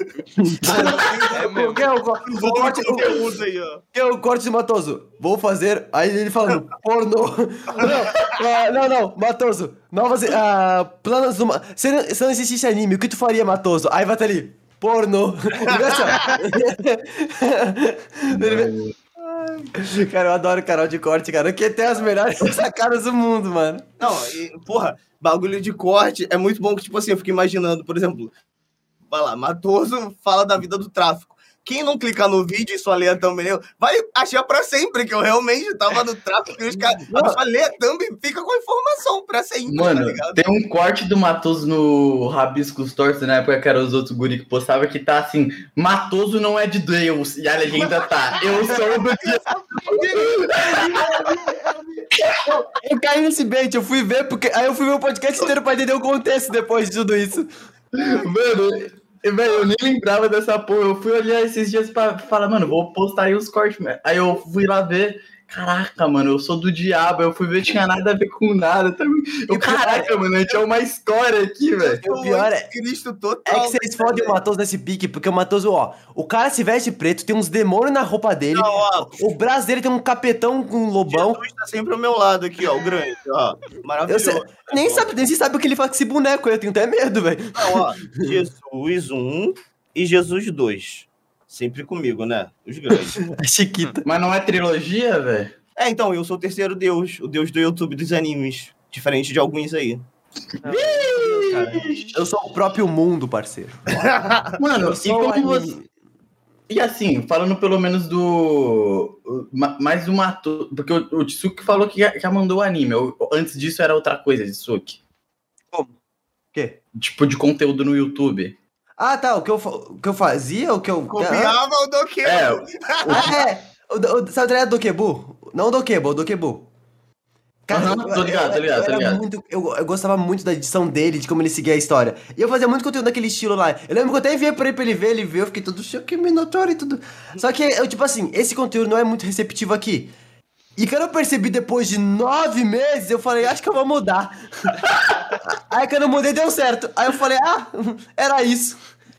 É mesmo. Que é o corte conteúdo aí, ó. Que é o corte do Matoso? Vou fazer. Aí ele falando, pornô. Não, não, não, Matoso. Novas. Uh, planos do. Se, se não existisse anime, o que tu faria, Matoso? Aí vai estar ali, pornô. Cara, eu adoro o canal de corte, cara. Que tem as melhores sacadas do mundo, mano. Não, e, porra, bagulho de corte é muito bom que, tipo assim, eu fico imaginando, por exemplo, vai lá, Matoso fala da vida do tráfico. Quem não clicar no vídeo e só ler a thumbnail, vai achar pra sempre que eu realmente tava no tráfico e os caras... Só ler a thumb e fica com a informação pra sempre, mano, tá ligado? Tem um corte do Matoso no Rabiscos Tortos, na época que era os outros guri que postavam, que tá assim, Matoso não é de Deus, e a legenda tá, eu sou do dia. Eu caí nesse bait, eu fui ver, porque aí eu fui ver o podcast inteiro pra entender o contexto depois de tudo isso. Mano... Velho, eu nem lembrava dessa porra. Eu fui olhar esses dias pra falar, mano, vou postar aí os cortes. Aí eu fui lá ver. Caraca, mano, eu sou do diabo. Eu fui ver, tinha nada a ver com nada também. Eu, caraca, mano, a gente é uma história aqui, velho. O pior é, Cristo total, é que vocês fodem o Matoso nesse pique, porque o Matoso, ó, o cara se veste preto, tem uns demônios na roupa dele. Não, ó, o braço dele tem um capetão com um lobão. Jesus tá sempre ao meu lado aqui, ó, o grande, ó. Maravilhoso. Sei, nem, sabe, nem se sabe o que ele faz com esse boneco, eu tenho até medo, velho. Não, ó, Jesus um e Jesus dois. Sempre comigo, né? Os grandes. Chiquita. Mas não é trilogia, velho? É, então, eu sou o terceiro deus, o deus do YouTube dos animes. Diferente de alguns aí. Não, cara, eu sou o próprio mundo, parceiro. Mano, e como você... E assim, falando pelo menos do... Mais do Matoso... Porque o, o Tsuki falou que já, já mandou o anime. Eu, antes disso era outra coisa, Tsuki. Como? O quê? Tipo, de conteúdo no YouTube. Ah, tá. O que eu, o que eu fazia, o que eu... Copiava ah, o Dokebu. É, o... ah, é. O, o, sabe o Dokebu? Não o Dokebu, o Dokebu. Cara, uhum, tô ligado, tô ligado, tô ligado. Muito, eu, eu gostava muito da edição dele, de como ele seguia a história. E eu fazia muito conteúdo daquele estilo lá. Eu lembro que eu até enviei pra ele pra ele ver, ele viu, eu fiquei todo choque, Minotauro e tudo. Só que, eu, tipo assim, esse conteúdo não é muito receptivo aqui. E quando eu percebi depois de nove meses, eu falei, acho que eu vou mudar. Aí quando eu mudei, deu certo. Aí eu falei, ah, era isso.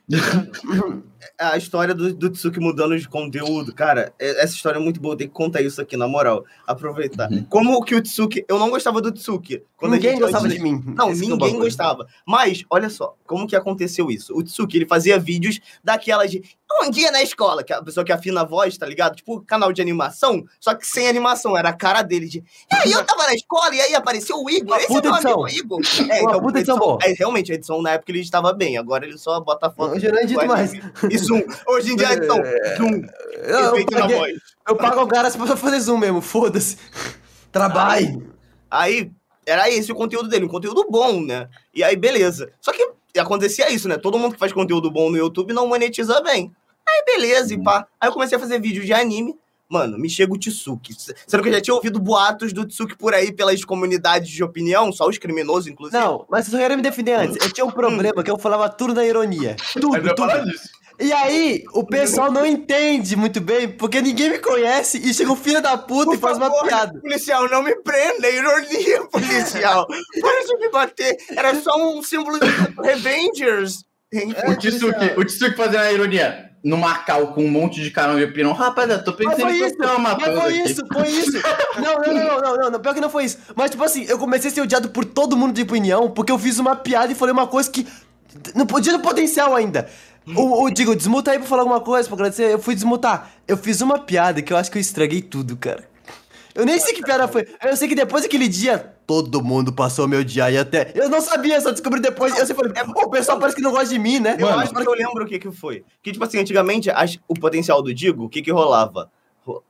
A história do, do Tsuki mudando de conteúdo, cara, essa história é muito boa, tem que contar isso aqui, na moral, aproveitar. Uhum. Como que o Tsuki, eu não gostava do Tsuki. Quando ninguém a gente, gostava de mim. Não, ninguém gostava. Mas, olha só, como que aconteceu isso? O Tsuki, ele fazia vídeos daquelas de, Um dia na escola, que é a pessoa que afina a voz, tá ligado? Tipo, canal de animação, só que sem animação, era a cara dele de... E aí eu tava na escola e aí apareceu o Igor, esse é meu amigo Igor. É, então, puta edição boa. É, realmente, a edição na época ele estava bem, agora ele só bota a foto... Hoje eu não edito mais. E zoom. Hoje em dia, então, zoom. Eu, eu, na paguei, voz. eu pago o cara pra fazer zoom mesmo, foda-se. Trabalhe. Aí, era esse o conteúdo dele, um conteúdo bom, né? E aí, beleza. Só que acontecia isso, né? Todo mundo que faz conteúdo bom no YouTube não monetiza bem. Aí, beleza, e pá. Aí eu comecei a fazer vídeo de anime. Mano, me chega o Tsuki. Sendo que eu já tinha ouvido boatos do Tsuki por aí pelas comunidades de opinião, só os criminosos, inclusive. Não, mas eu só queria me defender antes. Eu tinha um problema que eu falava tudo na ironia. Tudo, Mas eu ia tudo. falar disso. E aí, o pessoal não entende muito bem, porque ninguém me conhece e chega um filho da puta Por e faz favor, uma piada. Policial, não me prenda, é ironia, policial. Para de me bater. Era só um símbolo de Revengers. O Tsuki, o Tsuki fazendo a ironia no Macau com um monte de canal de opinião. Rapaz, eu tô Mas pensando foi em isso, fazer uma mas foi aqui. isso, foi isso. Não, não, não, não, não, não, pior que não foi isso. Mas, tipo assim, eu comecei a ser odiado por todo mundo de opinião, porque eu fiz uma piada e falei uma coisa que não podia no potencial ainda. O, o digo, desmuta aí pra falar alguma coisa, pra agradecer. Eu fui desmutar. Eu fiz uma piada que eu acho que eu estraguei tudo, cara. Eu nem sei que piada foi. Eu sei que depois daquele dia, todo mundo passou a me odiar e até... Eu não sabia, só descobri depois. Eu sempre falei, oh, o pessoal parece que não gosta de mim, né? Eu Mano, acho que eu lembro o que que foi. Que, tipo assim, antigamente, as- o potencial do Digo, o que que rolava? Ro-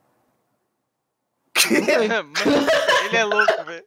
Mano, ele é louco, velho.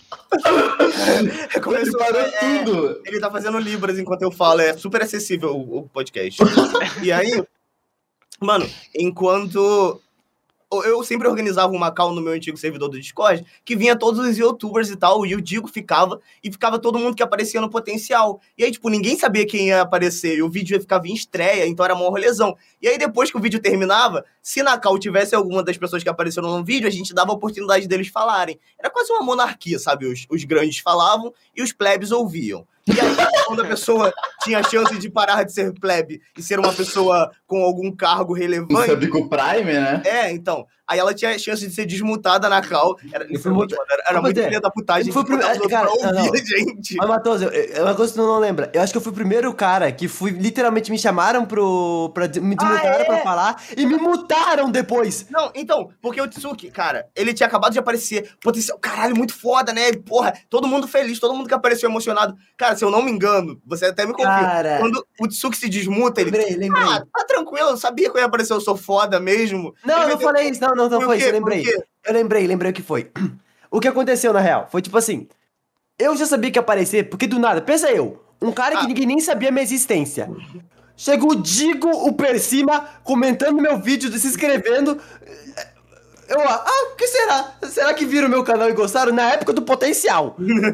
Ele Começou, parou é, tudo. ele tá fazendo Libras enquanto eu falo, é super acessível o, o podcast. E aí, mano, enquanto... Eu sempre organizava uma call no meu antigo servidor do Discord, que vinha todos os youtubers e tal, e o Digo ficava, e ficava todo mundo que aparecia no potencial. E aí, tipo, ninguém sabia quem ia aparecer, e o vídeo ficava em estreia, então era mó rolezão. E aí, depois que o vídeo terminava, se na call tivesse alguma das pessoas que apareceram no vídeo, a gente dava a oportunidade deles falarem. Era quase uma monarquia, sabe? Os, os grandes falavam e os plebes ouviam. E aí, quando a pessoa tinha a chance de parar de ser plebe e ser uma pessoa com algum cargo relevante... Sabe com o Prime, né? É, então. Aí ela tinha a chance de ser desmutada na cal. Era, literalmente, mano, era, era Mas muito é, filha da putagem. eu fui o primeiro- pra cara, ouvir não, não. a gente. Mas, Matoso, eu- eu- é uma coisa que tu não lembra. Eu acho que eu fui o primeiro cara que fui, literalmente me chamaram pro. Pra, me desmutaram é? pra falar e me mutaram depois. Não, então, porque o Tsuki, cara, ele tinha acabado de aparecer. Potencial, caralho, muito foda, né? Porra, todo mundo feliz, todo mundo que apareceu emocionado. Cara, se eu não me engano, você até me confirma. Cara. Quando o Tsuki se desmuta, ele. Lembrei, lembrei. Ah, tá tranquilo, eu sabia que eu ia aparecer, eu sou foda mesmo. Não, Ele eu não meteu- falei isso. Não, não, não Por foi quê? isso. Eu lembrei. Por quê? Eu lembrei, lembrei o que foi. O que aconteceu, na real, foi tipo assim. Eu já sabia que ia aparecer, porque do nada, pensa eu, um cara que Ah. ninguém nem sabia a minha existência. Chega o Digo, o Persima, comentando meu vídeo, se inscrevendo. Eu, ah, o que será? Será que viram meu canal e gostaram? Na época do Potencial.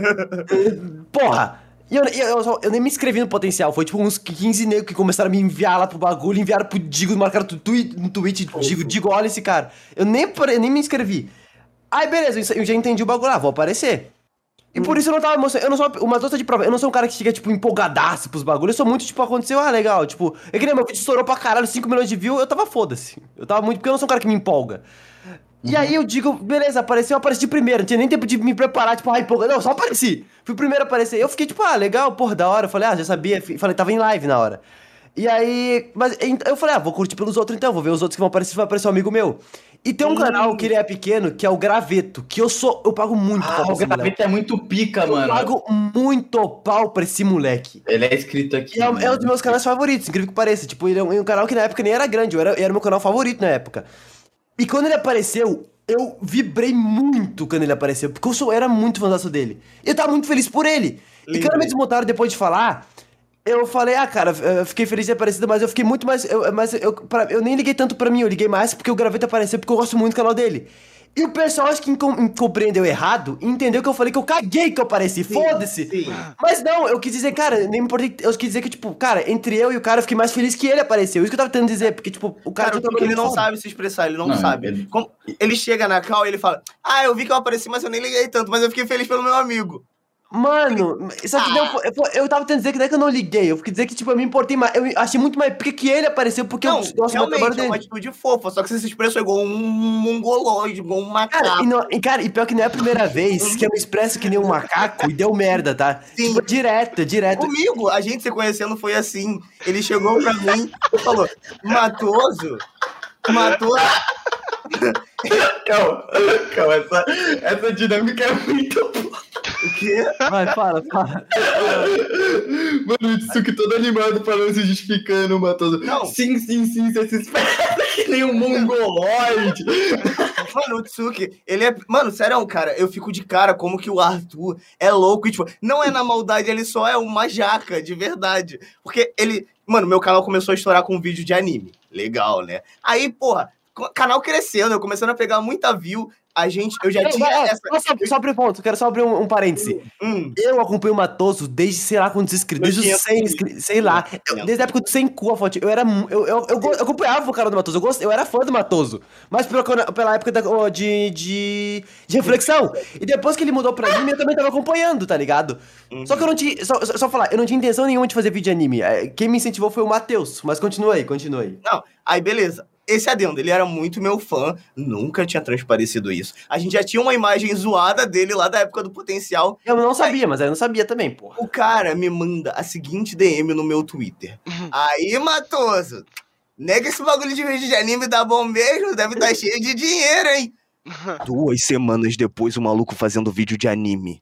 Porra. E eu, eu, eu, só- eu nem me inscrevi no Potencial. Foi tipo uns quinze negros que começaram a me enviar lá pro bagulho, enviaram pro Digo, marcaram no tweet, no tweet Digo, Digo, olha esse cara. Eu nem, eu nem me inscrevi. Aí, beleza, eu já entendi o bagulho. Ah, vou aparecer. E por isso eu não tava emocionado. Eu não sou uma doce de prova. Eu não sou um cara que chega, tipo, empolgadaço pros bagulhos. Eu sou muito, tipo, aconteceu, ah, legal. Tipo, eu queria, meu vídeo estourou pra caralho, cinco milhões de views. Eu tava foda-se. Eu tava muito, porque eu não sou um cara que me empolga. E aí eu digo, beleza, apareceu, eu apareci de primeiro. Não tinha nem tempo de me preparar, tipo, ah, empolga. Não, só apareci. Fui o primeiro a aparecer. Eu fiquei, tipo, ah, legal, porra, da hora. Eu falei, ah, já sabia. Fi- Falei, tava em live na hora. E aí, mas ent- eu falei, ah, vou curtir pelos outros então, vou ver os outros que vão aparecer, vai aparecer um amigo meu. E tem um canal que ele é pequeno, que é o Graveto, que eu sou, eu pago muito Ah, pau pra o esse moleque. Graveta é muito pica, Eu mano. pago muito pau pra esse moleque. Ele é escrito aqui. E é, um- é um dos mano. meus canais favoritos, incrível que pareça. Tipo, ele é um, é um canal que na época nem era grande, eu era, era meu canal favorito na época. E quando ele apareceu, eu vibrei muito quando ele apareceu, porque eu sou, era muito fãzaço dele. E eu tava muito feliz por ele. E quando me desmontaram depois de falar, eu falei, ah, cara, eu fiquei feliz de ter aparecido, mas eu fiquei muito mais. Eu, mas eu, pra- eu nem liguei tanto pra mim, eu liguei mais porque o Graveta apareceu, porque eu gosto muito do canal dele. E o pessoal acho que incom- compreendeu errado e entendeu que eu falei que eu caguei que eu apareci, foda-se. sim. Mas não, eu quis dizer, cara, nem me importei. Eu quis dizer que, tipo, cara, entre eu e o cara eu fiquei mais feliz que ele apareceu. Isso que eu tava tentando dizer, porque, tipo, o cara. Cara, tinha um porque ele trabalho não foda. sabe se expressar, ele não, Não, sabe. ele- Como- ele chega na call e ele fala, ah, eu vi que eu apareci, mas eu nem liguei tanto, mas eu fiquei feliz pelo meu amigo. Mano, só que não, eu, eu tava tentando dizer que não é que eu não liguei. Eu quis dizer que, tipo, eu me importei mais. Eu achei muito mais pica que ele apareceu, porque Não, eu gosto do trabalho realmente, é dele. uma atitude fofa, só que você se expressou igual um mongoloide, igual um macaco. Cara, e, não, e, cara, e pior que não é a primeira vez que eu me expresso que nem um macaco e deu merda, tá? Sim. Tipo, direto, direto. Comigo, a gente se conhecendo foi assim. Ele chegou pra mim e falou, Matoso, Matoso... Calma, calma, essa, essa dinâmica é muito boa. O quê? Vai, fala, fala. Mano, o Tsuki todo animado falando, se justificando, Matoso. Não. Sim, sim, sim, você se expressa que nem um mongoloide. Mano, o Tsuki, ele é... Mano, sério, cara, eu fico de cara como que o Arthur é louco e, tipo, não é na maldade, ele só é uma jaca, de verdade. Porque ele... Mano, meu canal começou a estourar com um vídeo de anime. Legal, né? Aí, porra, o canal crescendo, eu começando a pegar muita view, a gente... Eu já Não, tinha vai, essa... Só, só abrir ponto, quero só abrir um, um parêntese. Hum, Eu acompanho o Matoso desde sei lá quantos inscritos, desde os cem inscritos, sei lá. Eu, desde a época do cem cu, a foto. Eu era. mu- Eu, eu, eu, go- eu acompanhava o cara do Matoso, eu, gost, eu era fã do Matoso. Mas pela, pela época da, ó, de, de, de reflexão. E depois que ele mudou pra anime, eu também tava acompanhando, tá ligado? Só que eu não tinha. Só, só, só falar, eu não tinha intenção nenhuma de fazer vídeo de anime. É, Quem me incentivou foi o Matheus. Mas continua aí, continua aí. Não, aí beleza. Esse adendo, ele era muito meu fã, nunca tinha transparecido isso. A gente já tinha uma imagem zoada dele lá da época do Potencial. Eu não sabia, mas eu não sabia também, porra. O cara me manda a seguinte D M no meu Twitter. Aí, Matoso, nega esse bagulho de vídeo de anime dá bom mesmo, deve estar cheio de dinheiro, hein? Duas semanas depois, o maluco fazendo vídeo de anime.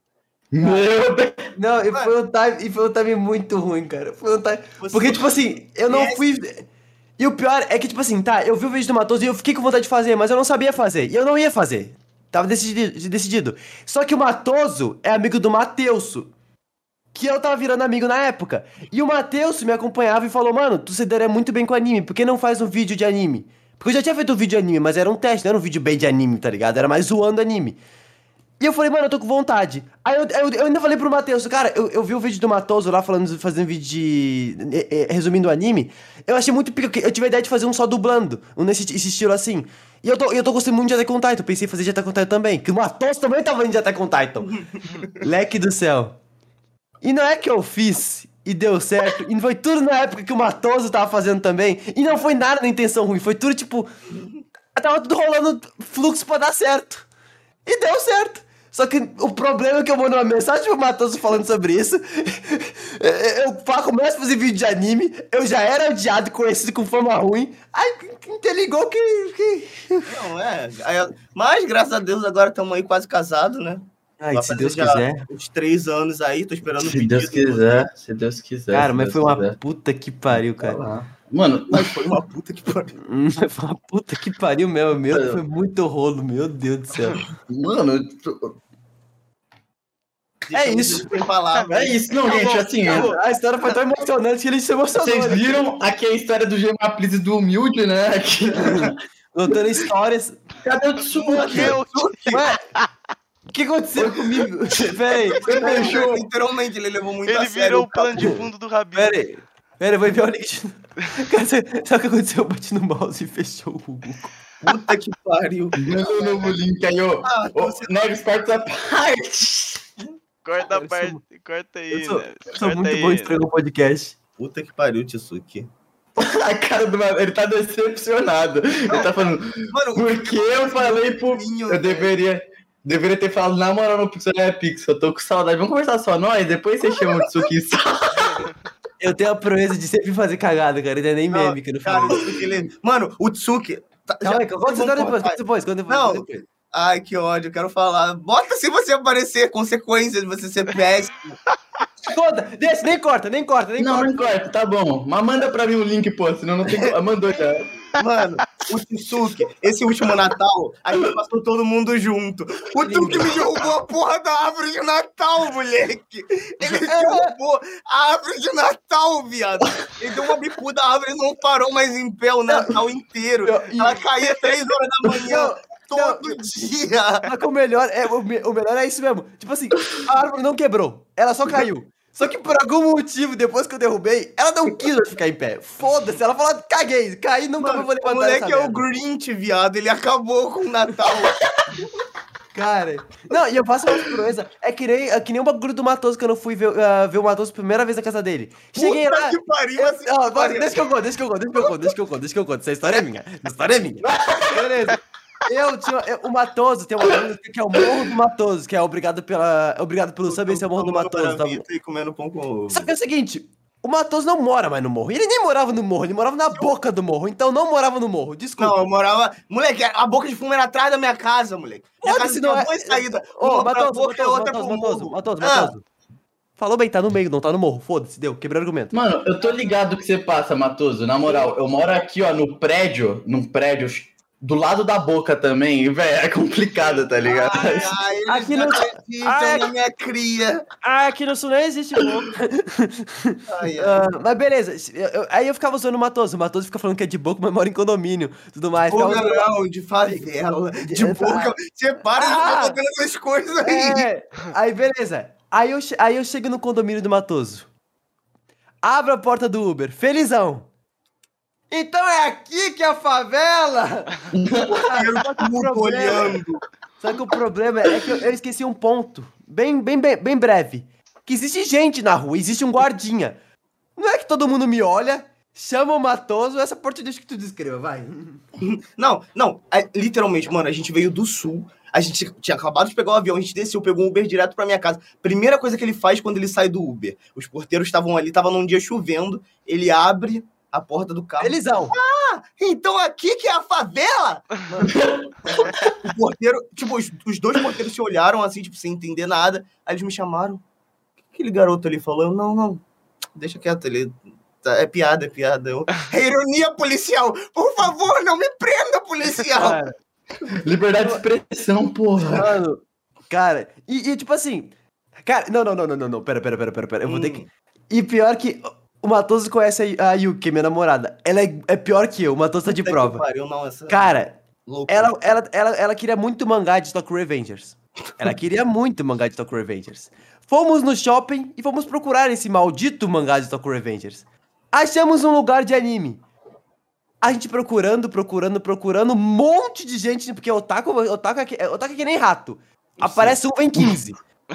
Meu Deus. Não, e foi um time, e foi um time muito ruim, cara. Foi um time. Você- Porque, tipo assim, eu não Yes. fui. E o pior é que, tipo assim, tá, eu vi o vídeo do Matoso e eu fiquei com vontade de fazer, mas eu não sabia fazer. E eu não ia fazer. Tava decidido. decidido. Só que o Matoso é amigo do Mateuso, que eu tava virando amigo na época. E o Mateuso me acompanhava e falou, mano, tu se daria muito bem com anime, por que não faz um vídeo de anime? Porque eu já tinha feito um vídeo de anime, mas era um teste, não era um vídeo bem de anime, tá ligado? Era mais zoando anime. E eu falei, mano, eu tô com vontade. Aí eu, eu, eu ainda falei pro Matheus, cara, eu, eu vi o vídeo do Matoso lá falando, fazendo vídeo de. eh, eh, resumindo o anime. Eu achei muito pica, porque eu tive a ideia de fazer um só dublando, um nesse esse estilo assim. E eu tô, eu tô gostando muito de Attack on Titan, pensei em fazer de Attack on Titan também, que o Matoso também tava indo de Attack on Titan. Leque do céu. E não é que eu fiz e deu certo, e foi tudo na época que o Matoso tava fazendo também, e não foi nada na intenção ruim, foi tudo tipo. Tava tudo rolando fluxo pra dar certo. E deu certo. Só que o problema é que eu mando uma mensagem pro Matoso falando sobre isso. Eu fa- começo a fazer vídeo de anime. Eu já era odiado e conhecido com fama ruim. Aí interligou que. que... Não, é. Aí, mas, graças a Deus, agora estamos aí quase casados, né? Ai, Vai se fazer Deus já quiser. Uns três anos aí, tô esperando o Se Deus pedido. quiser, se Deus quiser. Cara, se mas Deus foi uma quiser. puta que pariu, cara. Vai lá. Mano, Mas foi uma puta que pariu. Hum, Foi uma puta que pariu mesmo. Meu, foi muito rolo, meu Deus do céu. mano, tu- É isso. Sem palavras. é isso, não, gente, assim, Acabou. A história foi tão emocionante que ele se emocionou. vocês né? viram aqui a história do Gema Please do Humilde, né? Aqui. Contando histórias. Cadê o Tsuki? Morreu. Ué, o que aconteceu comigo? Pera aí, pera aí. Ele, literalmente, ele levou muito a Ele sério. virou o plano de fundo do Rabino. Pera aí. Pera aí, eu vou enviar o link. de- Cara, sabe sabe o que aconteceu? Eu bati no mouse e fechou o Google. Puta que pariu. Manda o novo link aí, ó. Ah, Ô, você- Neves, corta essa parte. Corta a Eu parte. sou- Corta aí, Eu sou, né? eu sou Corta muito aí, bom em né? estragar o podcast. Puta que pariu, Tsuki. A cara do mano, ele tá decepcionado. Ele tá falando, Mano, porque eu falei pro. Vinho, Eu velho. deveria. Deveria ter falado na moral no Pixel, não é Pixel. Eu tô com saudade. Vamos conversar só nós? Depois você chama o Tsuki. Eu tenho a proeza de sempre fazer cagada, cara. Ainda é nem Não, meme que eu não cara, falo. o Tsuki, ele... Mano, o Tsuki... tá- Calma aí, já- conta essa história depois, Vai. conta depois, conta depois. Não. conta depois. Ai, que ódio, eu quero falar. Bota se você aparecer, consequências de você ser péssimo. Conta, deixa, nem corta, nem corta, nem Não, corta. não importa, tá bom. Mas manda pra mim o link, pô, senão não tem como. Mandou já. Mano, o Tsuki, esse último Natal, a gente passou todo mundo junto. O Tsuki me derrubou a porra da árvore de Natal, moleque. Ele derrubou a árvore de Natal, viado. Ele deu uma bicuda, a árvore não parou mais em pé o Natal inteiro. Ela caía três horas da manhã. Não, Todo dia. Só que o melhor, é, o, me- o melhor é isso mesmo. Tipo assim, a árvore não quebrou, ela só caiu. Só que por algum motivo, depois que eu derrubei, ela não quis ficar em pé. Foda-se, ela falou, caguei, caí, nunca Mano, vou o levantar moleque essa é o merda. Grinch, viado. Ele acabou com o Natal. Cara, não, e eu faço uma proeza. É que nem, é que nem o bagulho do Matoso que eu não fui ver, uh, ver o Matoso pela primeira vez na casa dele. Cheguei Puta lá. que pariu, eu- essa ó, história. deixa que eu conto, deixa que eu conto, deixa que eu conto, deixa que eu conto, deixa que eu conto, deixa que eu conto. Essa história é minha. Essa história é minha. Beleza. Eu tinha. eu- o Matoso tem uma música que é o Morro do Matoso, que é obrigado, pela, obrigado pelo sub, esse é o Morro do Matoso. Tá? E comendo pão com ovo. Só que é o seguinte. O Matoso não mora mais no morro. Ele nem morava no morro, ele morava na boca do morro. Então não morava no morro. Desculpa. Não, eu morava... Moleque, a boca de fumo era atrás da minha casa, moleque. Minha Foda-se, casa não tinha é- duas saídas. Ô, Uma pra Matoso, boca e a Matoso, outra Matoso, pro Matoso, morro. Matoso, Ah, Matoso. Falou bem, tá no meio, não tá no morro. Foda-se, deu. Quebrou o argumento. Mano, eu tô ligado que você passa, Matoso. Na moral, eu moro aqui, ó, no prédio, num prédio do lado da boca também, e, velho, é complicado, tá ligado? Ai, ai, eles Aqui não não- acreditam Ai, na minha cria. Ah, aqui no sul não existe morro. Ai, ai. Ah, mas beleza, eu- eu- aí eu ficava usando o Matoso. O Matoso fica falando que é de boca, mas mora em condomínio. Tudo mais. Ficava Boca usando- não, de favela, de É, boca. Você para de Ah! ficar botando essas coisas aí. É, aí beleza. Aí eu, che- aí eu chego no condomínio do Matoso. Abro a porta do Uber, felizão. Então é aqui que é a favela? Só que o Tudo problema- olhando. Só que o problema é que eu, eu esqueci um ponto, bem, bem, bem, bem breve. Que existe gente na rua, existe um guardinha. Não é que todo mundo me olha, chama o Matoso, essa parte deixa que tu descreva, vai. Não, não, é, literalmente, mano, a gente veio do sul, a gente tinha acabado de pegar o avião, a gente desceu, pegou um Uber direto pra minha casa. Primeira coisa que ele faz quando ele sai do Uber, os porteiros estavam ali, tava num dia chovendo, ele abre a porta do carro. Felizão. Então aqui que é a favela? Mano, o porteiro, tipo, os, os dois porteiros se olharam assim, tipo, sem entender nada, aí eles me chamaram. O que aquele garoto ali falou? Eu, não, não, deixa quieto, ele... tá- É piada, é piada. Eu, é ironia policial. Por favor, não me prenda, policial. Cara, Liberdade de expressão, porra. mano, cara, e, e tipo assim, cara, não, não, não, não, não, não, pera, pera, pera, pera, pera, eu vou ter Hum. que... E pior que o Matoso conhece a, a Yuki, que é minha namorada, ela é, é pior que eu, o Matoso tá de Puta que prova. pariu, não, essa... Cara, loucura. ela, ela, ela, ela queria muito mangá de Tokyo Revengers. Ela queria muito mangá de Tokyo Revengers. Fomos no shopping e fomos procurar esse maldito mangá de Tokyo Revengers. Achamos um lugar de anime. A gente procurando, procurando, procurando, um monte de gente, porque otaku, otaku, é, que- otaku é que nem rato. Aparece um, vem quinze.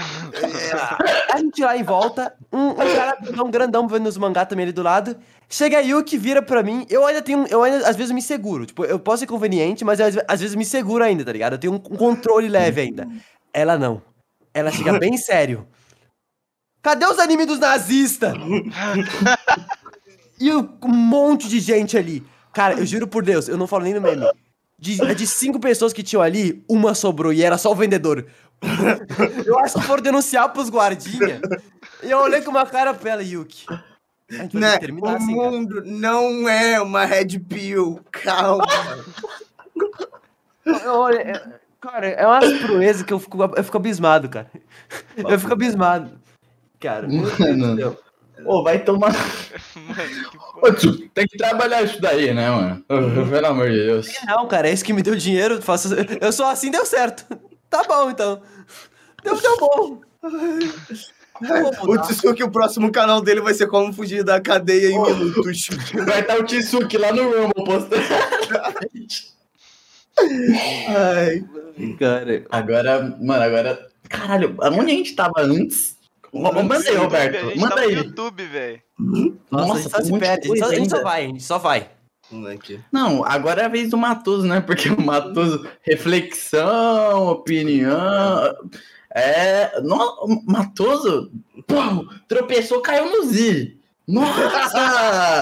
É, a gente lá em volta, um, um cara um grandão vendo os mangá também ali do lado. Chega a Yuki, vira pra mim. Eu ainda tenho. Eu ainda, às vezes, me seguro. Tipo, eu posso ser conveniente, mas eu, às, ve- às vezes me seguro ainda, tá ligado? Eu tenho um, um controle leve ainda. Ela não. Ela chega bem sério. Cadê os animes dos nazistas? E um um monte de gente ali. Cara, eu juro por Deus, eu não falo nem no meme. De, de cinco pessoas que tinham ali, uma sobrou e era só o vendedor. Eu acho que foram denunciar pros guardinha. E eu olhei com uma cara pra ela, Yuki. A gente vai ter Né? que terminar O assim, cara. mundo não é uma Red Pill. Calma. Eu olhei- é- Cara, é umas proezas que eu fico, eu fico abismado, cara. Eu fico abismado. Cara, meu Deus do Mano. céu. Ô, vai tomar. Mano, que Ô, porra. tio, tem que trabalhar isso daí, né, mano? Ô, Pelo amor de Deus. Não, cara, é isso que me deu dinheiro. eu Faço... Eu sou assim, deu certo. Tá bom, então. Deu, deu bom. Eu vou O mudar. Tsuki, o próximo canal dele vai ser como fugir da cadeia em minutos. Vai estar o Tisuki lá no Rumble postando. Ai. Cara, Agora, mano, agora. Caralho, onde a gente tava antes? Manda aí, A Roberto. gente Manda tá no aí. YouTube, velho. nossa, Nossa, a gente só tem se um monte de perde. A gente só, a coisa gente só ainda. vai, a gente só vai. Moleque. Não, agora é a vez do Matoso, né? Porque o Matoso, reflexão, opinião. É. No, Matoso, pô, tropeçou, caiu no Z. Nossa!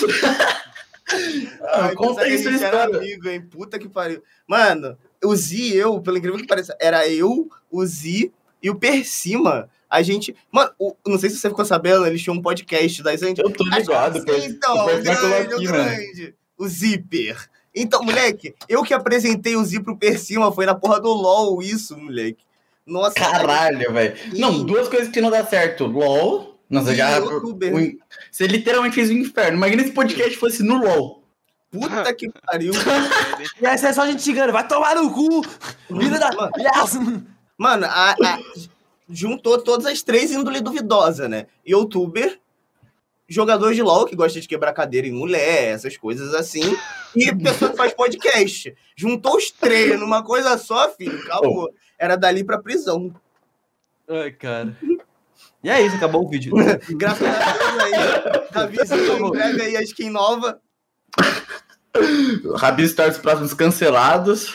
Ai, Conta aí sua a gente era história. amigo, hein? Puta que pariu. Mano, o Z e eu, pelo incrível que pareça, era eu, o Z e o Persima. A gente. Mano, o- não sei se você ficou sabendo, eles tinham um podcast. Daí a gente. Eu tô ligado, pô. Então, O o Persima colocou grande, aqui, o mano. grande. O Zipper. Então, moleque, eu que apresentei o Z pro Persima, foi na porra do LOL isso, moleque. Nossa. Caralho, velho. Não, duas coisas que não dá certo. LOL. Nossa, E já. youtuber. o in- Você literalmente fez o inferno. Imagina se esse podcast fosse no LOL. Puta que pariu. E essa é só a gente xingando. Vai tomar no cu! Vida da. Mano. Yes! Mano, a, a- juntou todas as três índole duvidosa, né? Youtuber, jogador de LOL que gosta de quebrar cadeira em mulher, essas coisas assim, e pessoa que faz podcast. Juntou os três numa coisa só, filho, acabou. Era dali pra prisão. Ai, cara. E é isso, acabou o vídeo. Graças a Deus aí, Davizinho, em breve aí a skin nova. Rabis Stories próximos cancelados.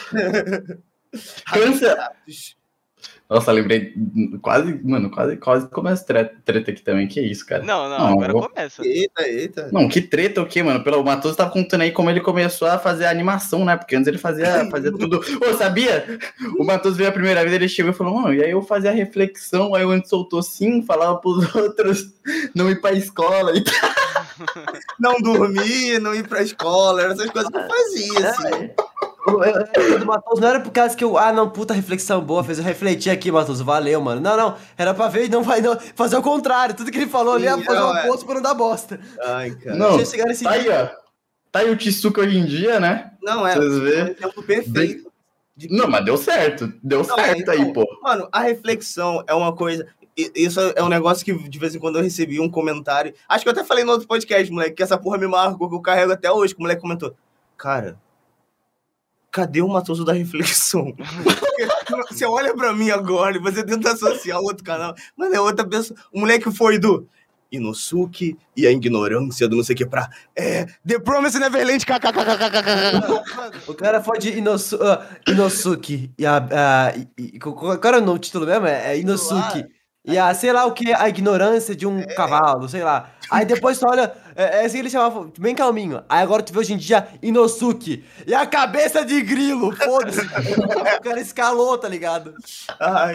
Cancelados. Nossa, lembrei. Quase, mano, quase, quase começa treta, treta aqui também. Que isso, cara? Não, não, não agora vou... começa. Eita, eita. Não, que treta o quê, mano? Pelo Matoso tava contando aí como ele começou a fazer a animação, né? Porque antes ele fazia, fazia tudo. Ô, sabia? O Matoso veio a primeira vez, ele chegou e falou, mano, e aí eu fazia a reflexão, aí o Andy soltou sim, falava pros outros não ir pra escola e tal. Não dormir, não ir pra escola, essas coisas que eu fazia, assim. O do Matoso não era por causa que eu. Ah, não, puta reflexão boa, fez eu refletir aqui, Matoso. Valeu, mano. Não, não. Era pra ver e não vai não, fazer o contrário. Tudo que ele falou ali era fazer o oposto pra não dar bosta. Ai, cara. Não, nesse tá aí, ó. Tá aí o Tsuka hoje em dia, né? Não, é. Vocês vê? É um exemplo perfeito. De... Não, mas deu certo. Deu não, certo então, aí, pô. Mano, a reflexão é uma coisa. Isso é um negócio que de vez em quando eu recebi um comentário. Acho que eu até falei no outro podcast, moleque, que essa porra me marcou, que eu carrego até hoje, que o moleque comentou. Cara. Cadê o Matoso da reflexão? Você olha pra mim agora e você tenta associar outro canal, mas é outra pessoa. O moleque foi do Inosuke e a ignorância do não sei o que pra é, The Promised Neverland, kkkkkk. O cara foi de Inosu, uh, Inosuke e a... Uh, e, e, qual era o título mesmo? É Inosuke. E a, sei lá o que, a ignorância de um é. cavalo, sei lá. Aí depois tu olha, é, é assim que ele chamava, bem calminho. Aí agora tu vê hoje em dia Inosuke. E a cabeça de grilo, foda-se. O cara escalou, tá ligado? Ai.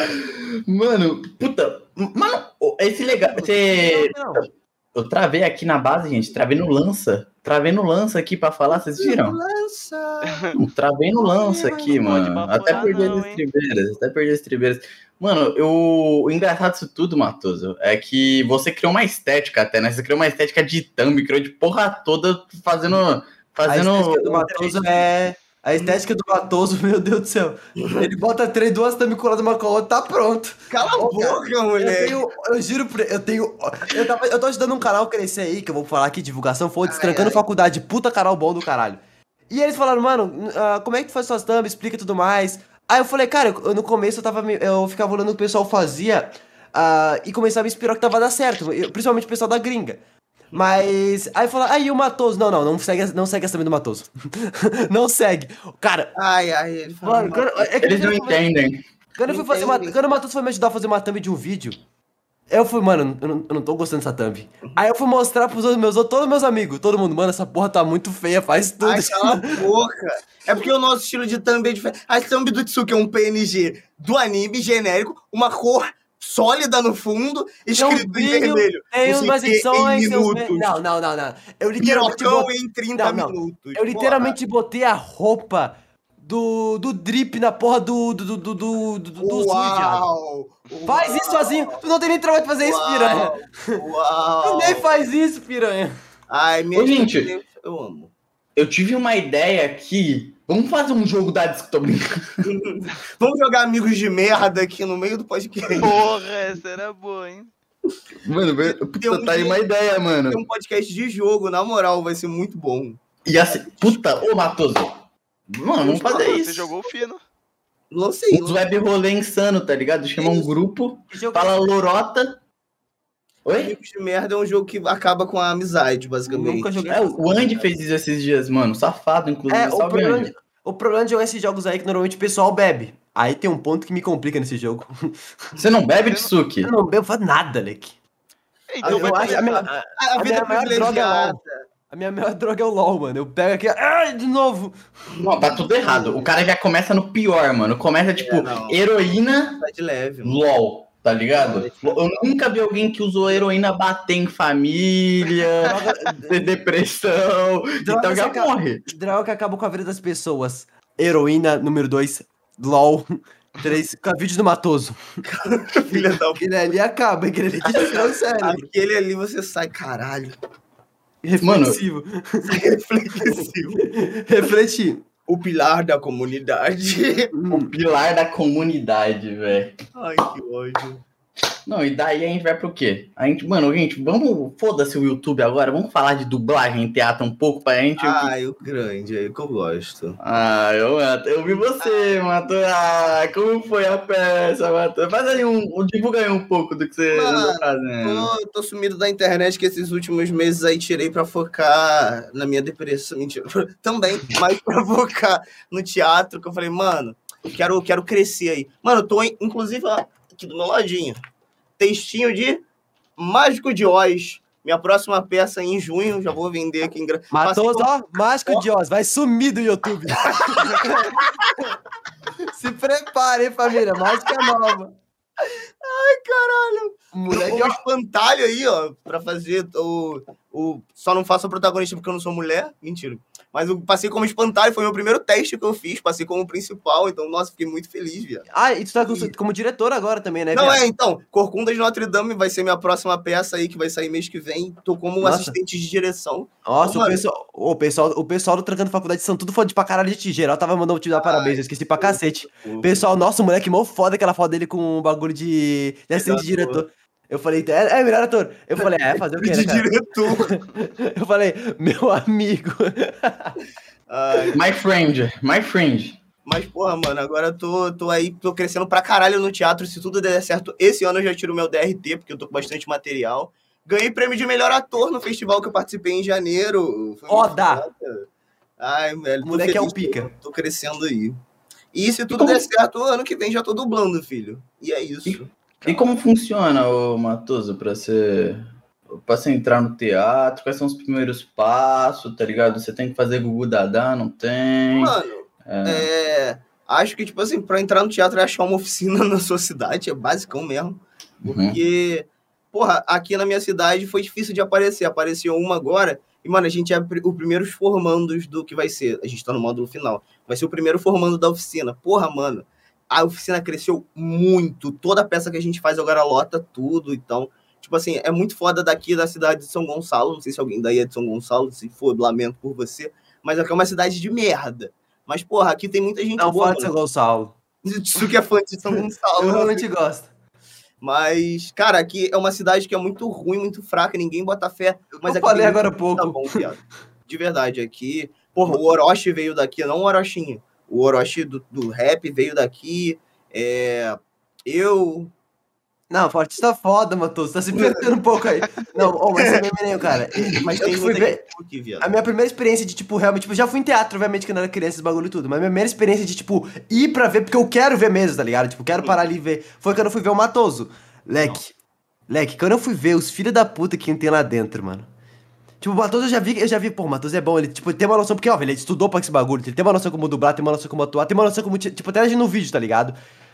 Mano, puta. Mano, esse legal. Você... Não, não. Eu travei aqui na base, gente. Travei no lança. Travei no lança aqui pra falar, vocês viram? Lança. Travei no lança aqui, mano. Até perdi as estribeiras. Até perdi as estribeiras. Mano, eu... o engraçado disso tudo, Matoso, é que você criou uma estética até, né? Você criou uma estética de thumb, criou de porra toda fazendo... fazendo... A estética do Matoso é... A estética do Matoso, meu Deus do céu. Ele bota três, duas thumb coladas uma com a outra, tá pronto. Cala a boca, moleque. Eu, tenho, eu juro por eu tenho... Eu, tava, eu tô ajudando um canal a crescer aí, que eu vou falar aqui, divulgação, foi Destrancando Faculdade, puta canal bom do caralho. E eles falaram, mano, uh, como é que tu faz suas thumb, explica tudo mais... Aí eu falei, cara, eu, no começo eu, tava, eu ficava olhando o que o pessoal fazia uh, e começava a me inspirar que tava dando certo, eu, principalmente o pessoal da gringa. Mas, aí fala, aí o Matoso, não, não, não segue, não segue essa também do Matoso. Não segue. Cara, ai, ai, ele fala, mano, quando, é que eles não entendem. Quando, eu fui fazer uma, quando o Matoso foi me ajudar a fazer uma thumb de um vídeo, eu fui, mano, eu não, eu não tô gostando dessa thumb. Aí eu fui mostrar pros meus, todos meus amigos, todo mundo, mano, essa porra tá muito feia, faz tudo. Ai, cala a boca. É porque o nosso estilo de thumb é diferente. A thumb do Tsuki é um P N G do anime genérico, uma cor sólida no fundo, escrito um brilho, em vermelho. Tem umas edições... Em minutos. Não, não, não, não. Eu literalmente botei... em trinta não, não. minutos. Eu literalmente porra. botei a roupa do, do drip na porra do do do do do, do, do Uau! Faz isso sozinho. Tu não tem nem trabalho de fazer isso, piranha. Uau! Tu nem faz isso, piranha. Ai, minha Ô, gente, Deus, eu amo. Eu tive uma ideia aqui. Vamos fazer um jogo da disco, tô brincando. Vamos jogar amigos de merda aqui no meio do podcast. Porra, essa era boa, hein? Mano, puta, um tá aí uma ideia, mano. Tem um podcast de jogo, na moral, vai ser muito bom. E assim, puta, ô Matoso. Mano, vamos fazer Você isso. Você jogou fino. Não sei. Uns web rolê insano, tá ligado? Chama um grupo, fala lorota. Oi? Amigos de merda é um jogo que acaba com a amizade, basicamente. Nunca joguei. É, o Andy fez isso esses dias, mano. Safado, inclusive. É, o problema, de, o problema de jogar esses jogos aí é que normalmente o pessoal bebe. Aí tem um ponto que me complica nesse jogo. Você não bebe, Tsuki? Eu não bebo, faz nada, Leque. Então, eu acho, a minha, a, a, a minha maior droga é o LOL. A minha maior droga é o LOL, mano. Eu pego aqui, ai, de novo. Não, tá tudo errado. O cara já começa no pior, mano. Começa, tipo, é, heroína, tá de leve, mano. LOL. Tá ligado? Eu nunca vi alguém que usou heroína bater em família, ter depressão, droga, então já acaba, morre. Droga que acabou com a vida das pessoas. Heroína, número dois, LOL, três, com a vídeo do Matoso. Filha da... Aquele ali acaba, aquele ali te destroça, sério. Aquele ali você sai, caralho. Reflexivo. Mano, reflexivo. Refletir. O pilar da comunidade. O pilar da comunidade, velho. Ai, que ódio. Não, e daí a gente vai pro quê? A gente, mano, gente, vamos. Foda-se o YouTube agora, vamos falar de dublagem em teatro um pouco pra gente. Ai, o grande, é o que eu gosto. Ah, eu, eu vi você, Mato. Ah, como foi a peça, Mato? Faz aí um, um. Divulga aí um pouco do que você Mano, tá fazendo. Tô, tô sumido da internet que esses últimos meses aí tirei pra focar na minha depressão. Mentira, também, mas pra focar no teatro, que eu falei, mano, quero, quero crescer aí. Mano, eu tô, em- inclusive, ó, aqui do meu ladinho. Textinho de Mágico de Oz. Minha próxima peça em junho, já vou vender aqui em gra- Passei Matou, com- ó, Mágico de Oz, vai sumir do YouTube. Se prepare, hein, família, Mágica nova. Caralho! Moleque, Tem um ó, espantalho aí, ó, pra fazer o, o... Só não faço o protagonista porque eu não sou mulher. Mentira. Mas eu passei como espantalho, foi o meu primeiro teste que eu fiz. Passei como principal, então, nossa, fiquei muito feliz, viado. Ah, e tu tá como, como diretor agora também, né, Não, viado? é, então, Corcundas de Notre Dame vai ser minha próxima peça aí, que vai sair mês que vem. Tô como um Nossa. assistente de direção. Nossa, Ô, o mano. pessoal, o, pessoal, o pessoal do Trancando Faculdade são tudo fã de pra caralho de ti. Geral tava mandando te dar parabéns, eu esqueci pra cacete. Pessoal, nossa, o moleque mó foda aquela foto dele com um bagulho de, de assistente de Melhor diretor. Eu falei, é, é melhor ator. Eu falei, é, fazer o quê, né, De cara? diretor. Eu falei, meu amigo. Ai, My friend, my friend. mas, porra, mano, agora eu tô, tô aí, tô crescendo pra caralho no teatro. Se tudo der certo, esse ano eu já tiro meu D R T, porque eu tô com bastante material. Ganhei prêmio de melhor ator no festival que eu participei em janeiro. Foi muito Foda! foda. Ai, velho, O tô moleque é um feliz, pica. Tô crescendo aí. E se tudo como- der certo, ano que vem já tô dublando, filho. E é isso. E como funciona, ô Matoso, pra você, pra você entrar no teatro? Quais são os primeiros passos, tá ligado? Você tem que fazer Gugu Dadá, não tem? Mano, é, acho que, tipo assim, pra entrar no teatro é achar uma oficina na sua cidade, é basicão mesmo. Uhum. Porque, porra, aqui na minha cidade foi difícil de aparecer. Apareceu uma agora. E, mano, a gente é o primeiro formandos do que vai ser. A gente tá no módulo final. Vai ser o primeiro formando da oficina. Porra, mano, a oficina cresceu muito. Toda peça que a gente faz agora lota tudo. Então, tipo assim, é muito foda daqui da cidade de São Gonçalo. Não sei se alguém daí é de São Gonçalo. Se for, lamento por você. Mas aqui é uma cidade de merda. Mas, porra, aqui tem muita gente Não, boa, fala de São mano. Gonçalo. Isso que é fã de São Gonçalo. Eu né? realmente gosto. Mas, cara, aqui é uma cidade que é muito ruim, muito fraca, ninguém bota fé. Mas Eu aqui falei tem agora há muito pouco. tá bom, viado. De verdade, aqui... Porra, o Orochi veio daqui, não o Orochinho. O Orochi do, do rap veio daqui. É... Eu... Não, o artista foda, Matheus. Tá se perdendo um pouco aí. Não, oh, mas você é meio, cara. Mas Eu tem que fui muita ver- gente aqui, viado. A minha primeira experiência de, tipo, realmente, tipo, já fui em teatro, obviamente, quando eu era criança, esse bagulho e tudo, mas a minha primeira experiência de, tipo, ir pra ver, porque eu quero ver mesmo, tá ligado? Tipo, quero parar ali e ver. Foi quando eu fui ver o Matoso. Leque. Leque, quando eu fui ver os filhos da puta que tem lá dentro, mano. Tipo, o Matoso eu já vi, eu já vi, pô, o Matoso é bom, ele, tipo, tem uma noção, porque, ó, ele estudou pra esse bagulho, ele tem uma noção como dublar, tem uma noção como atuar, tem uma noção como, tipo, até no vídeo, tá ligado?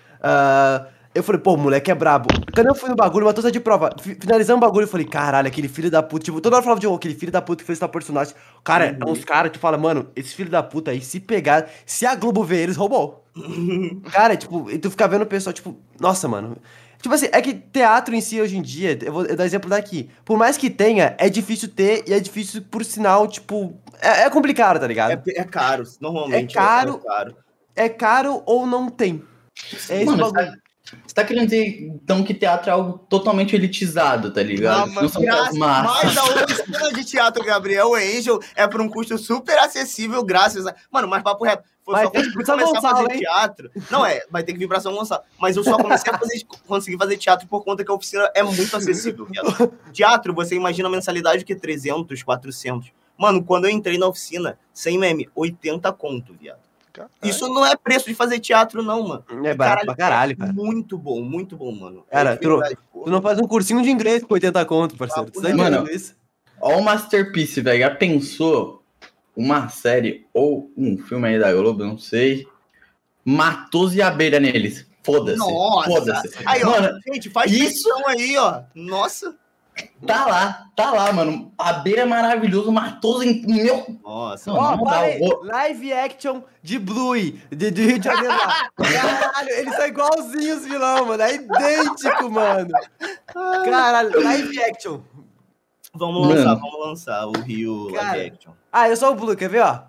Ah, eu falei, pô, o moleque é brabo. Quando eu fui no bagulho, o Matoso é de prova. Fi- Finalizando o bagulho, eu falei, caralho, aquele filho da puta. Tipo, toda hora eu falava de oh, aquele filho da puta que fez essa personagem. Cara, é uns caras, tu fala, mano, esse filho da puta aí, se pegar, se a Globo ver eles, roubou. Cara, tipo, e tu fica vendo o pessoal, tipo, nossa, mano. Tipo assim, é que teatro em si hoje em dia, eu vou eu dar exemplo daqui. Por mais que tenha, é difícil ter e é difícil, por sinal, tipo, é, é complicado, tá ligado? É, é caro, normalmente. É caro. É caro. É caro ou não tem. É esse Mano, o bagulho. você tá, você tá querendo dizer, então, que teatro é algo totalmente elitizado, tá ligado? Não, Não são as Graças, massas. mas a oficina de teatro Gabriel Angel é por um custo super acessível, graças a... Mano, mas papo reto. Foi Mas só tem quando que eu vir pra começar a Gonçalo, fazer hein? teatro. Não é, vai ter que vir pra São Gonçalo. Mas eu só comecei a fazer, conseguir fazer teatro por conta que a oficina é muito acessível, viado. Teatro, você imagina a mensalidade que é trezentos, quatrocentos. Mano, quando eu entrei na oficina, sem meme, oitenta conto, viado. Isso não é preço de fazer teatro, não, mano. É barato pra caralho, cara. Muito bom, muito bom, mano. Cara, É de tu não- verdade, pô. Tu não faz um cursinho de inglês com oitenta conto, parceiro. Tu tá Mano, entendendo isso? Ó o Masterpiece, velho. Já pensou uma série ou um filme aí da Globo, não sei. Matoso e abelha neles. Foda-se. Nossa! Foda-se. Aí, ó, Mano, gente, faz isso- pressão aí, ó. Nossa! tá lá, tá lá, mano. Abelha é maravilhoso, Matoso em meu. Nossa, Não, Ó, não dá, parei. eu vou- Live action de Bluey, de, de Rio de Janeiro lá. Caralho, eles são igualzinhos os vilão, mano. É idêntico, mano. Caralho, live action. vamos lançar, Mano. vamos lançar o Rio Cara. Live Action. Ah, eu sou o Blue, quer ver, ó?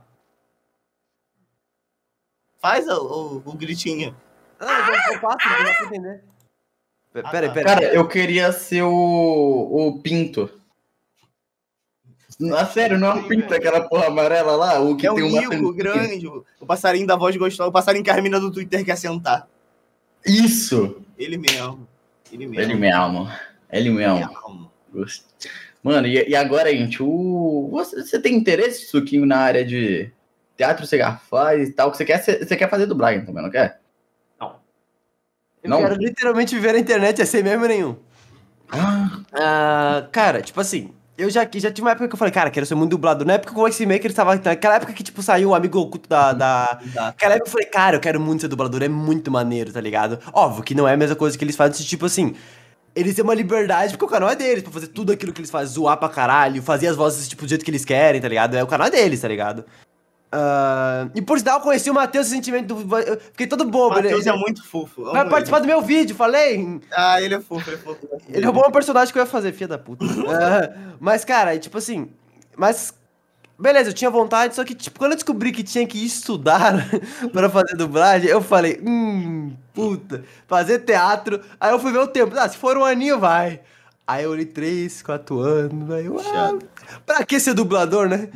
Faz o, o, o gritinho. Ah, eu, eu faço, não dá pra entender. P- Ah, Peraí, tá. peraí. Cara, eu queria ser o, o Pinto. Na sério, não é um Sim, Pinto, velho. aquela porra amarela lá, o que É o tem uma Nico, anteninha. grande, o o passarinho da voz gostosa, o passarinho que a mina do Twitter quer sentar. Isso! Ele mesmo. Ele mesmo. Ele mesmo. Ele mesmo. mesmo. Gost- Mano, e, e agora, gente, o... você, você tem interesse, Suquinho, na área de teatro, você já faz e tal? Que você quer, ser- você quer fazer dublagem também, não quer? Eu Não? quero literalmente viver na internet, é sem meme nenhum. Ah, Ah, cara, tipo assim, eu já, já tive uma época que eu falei, cara, quero ser muito dublador. Na época que o Voice Maker tava. Naquela época que, tipo, saiu o amigo oculto da. da... Exato. Naquela época eu falei, cara, eu quero muito ser dublador, é muito maneiro, tá ligado? Óbvio que não é a mesma coisa que eles fazem, tipo assim. Eles têm uma liberdade, porque o canal é deles, pra fazer tudo aquilo que eles fazem, zoar pra caralho, fazer as vozes, tipo, do jeito que eles querem, tá ligado? É o canal é deles, tá ligado? Ah, e por sinal, eu conheci o Matheus, sentimento do. Eu fiquei todo O bobo. Ele, Matheus é ele muito fofo. amo vai ele. participar do meu vídeo, falei? Ah, ele é fofo, ele é fofo. Ele roubou um personagem que eu ia fazer, filha da puta. Ah, mas, cara, tipo assim. Mas. Beleza, eu tinha vontade, só que, tipo, quando eu descobri que tinha que estudar pra fazer dublagem, eu falei, hum, puta, fazer teatro. Aí eu fui ver o tempo. Ah, se for um aninho, vai. Aí eu olhei três, quatro anos, aí eu, ah, Chato. pra que ser dublador, né?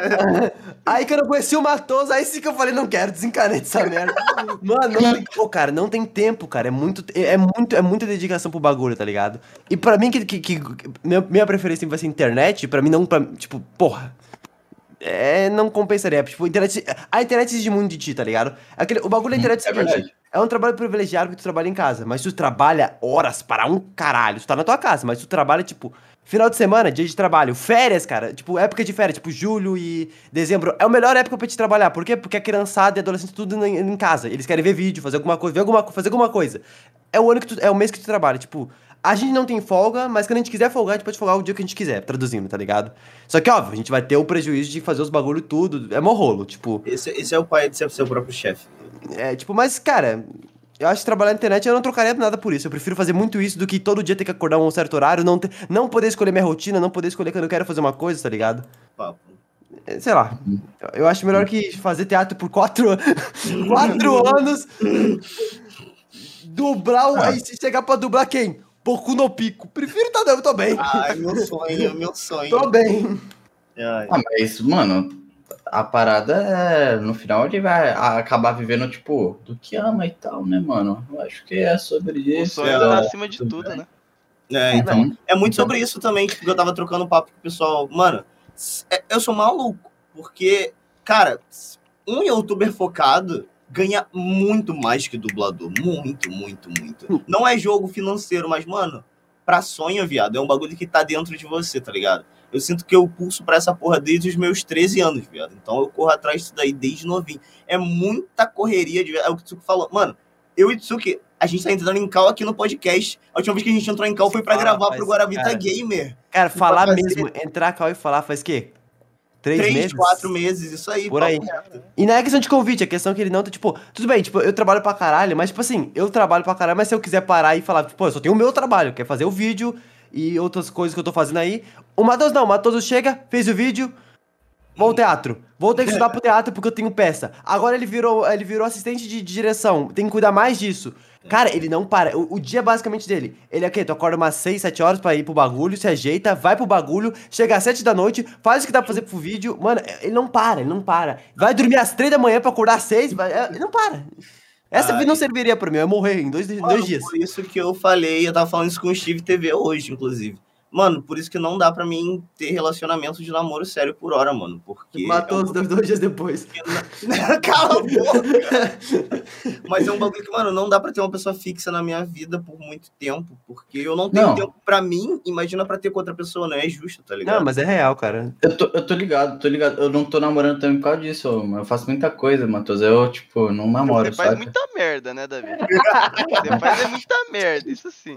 Aí quando eu conheci o Matoso, aí sim que eu falei, não quero, desencanei dessa merda. Mano, não tem, pô, cara, não tem tempo, cara, é muito, é muito, é muita dedicação pro bagulho, tá ligado? E pra mim, que, que, que minha, minha preferência vai ser internet, pra mim não, pra, tipo, porra, é, não compensaria, tipo, a internet, a internet exige muito de ti, tá ligado? Aquele, o bagulho da internet é o é seguinte, verdade. é um trabalho privilegiado porque tu trabalha em casa, mas tu trabalha horas para um caralho. Tu tá na tua casa, mas tu trabalha, tipo, final de semana, dia de trabalho, férias, cara, tipo, época de férias, tipo, julho e dezembro. É a melhor época pra te trabalhar. Por quê? Porque a criançada e adolescente tudo em, em casa. Eles querem ver vídeo, fazer alguma coisa, ver alguma, fazer alguma coisa. É o ano que tu, é o mês que tu trabalha, tipo, a gente não tem folga, mas quando a gente quiser folgar, a gente pode folgar o dia que a gente quiser, traduzindo, tá ligado? Só que, óbvio, a gente vai ter o prejuízo de fazer os bagulho tudo, é mó rolo, tipo, Esse, esse é o pai de ser seu próprio chefe. é, tipo, mas, cara, eu acho que trabalhar na internet eu não trocaria nada por isso. Eu prefiro fazer muito isso do que todo dia ter que acordar um certo horário, não, ter, não poder escolher minha rotina, não poder escolher quando eu quero fazer uma coisa, tá ligado? Papo. É, sei lá. Eu acho melhor que fazer teatro por quatro, quatro anos, dublar, o- Ah. aí se chegar pra dublar quem? Boku no Pico. Prefiro tá, eu tô bem. Ai, meu sonho, meu sonho. Tô bem. Ai. Ah, mas, mano, a parada é. No final ele vai acabar vivendo, tipo, do que ama e tal, né, mano? Eu acho que é sobre O isso. sonho é, tá acima de tudo, né? É, então. Então, É muito sobre isso também, tipo, que eu tava trocando papo com o pessoal. Mano, é- eu sou maluco, porque, cara, um youtuber focado ganha muito mais que dublador. Muito, muito, muito. Não é jogo financeiro, mas, mano, pra sonho, viado, é um bagulho que tá dentro de você, tá ligado? Eu sinto que eu pulso pra essa porra desde os meus treze anos, viado. Então eu corro atrás disso daí desde novinho. É muita correria de... É o que o Tsuki falou. Mano, eu e o Tsuki, a gente tá entrando em call aqui no podcast. A última vez que a gente entrou em call foi pra Fala, gravar faz, pro Guaravita cara. Gamer. Cara, falar fazer- mesmo, entrar cá e falar faz o quê? Três, Três, meses? quatro meses, isso aí. Por papo aí. reto. E não é questão de convite, é questão que ele não tá, tipo, tudo bem, tipo, eu trabalho pra caralho, mas, tipo assim, eu trabalho pra caralho, mas se eu quiser parar e falar, tipo, pô, eu só tenho o meu trabalho, que é fazer o vídeo e outras coisas que eu tô fazendo aí. O Matheus não, o Matheus chega, fez o vídeo, vou ao teatro. Vou ter que estudar pro teatro porque eu tenho peça. Agora ele virou, ele virou assistente de, de direção, tem que cuidar mais disso. Cara, ele não para. O, o dia basicamente dele. Ele é o quê? Tu acorda umas seis, sete horas pra ir pro bagulho, se ajeita, vai pro bagulho, chega às sete da noite, faz o que dá pra fazer pro vídeo. Mano, ele não para, ele não para. Vai dormir às três da manhã pra acordar às seis, vai, é, ele não para. Essa vida não serviria pra mim, eu ia morrer em dois, Mano, dois dias. por isso que eu falei, eu tava falando isso com o Steve T V hoje, inclusive. Mano, por isso que não dá pra mim ter relacionamento de namoro sério por hora, mano. Porque. Matou os dois, dois dias depois. Cala a boca! Mas é um bagulho que, mano, não dá pra ter uma pessoa fixa na minha vida por muito tempo. Porque eu não tenho Não. tempo pra mim, imagina pra ter com outra pessoa, não é justo, tá ligado? Não, mas é real, cara. eu tô, eu tô ligado, tô ligado. Eu não tô namorando também por causa disso, eu, eu faço muita coisa, Matheus. Eu, tipo, não namoro, Você faz sabe? muita merda, né, Davi? Você faz é muita merda, isso sim.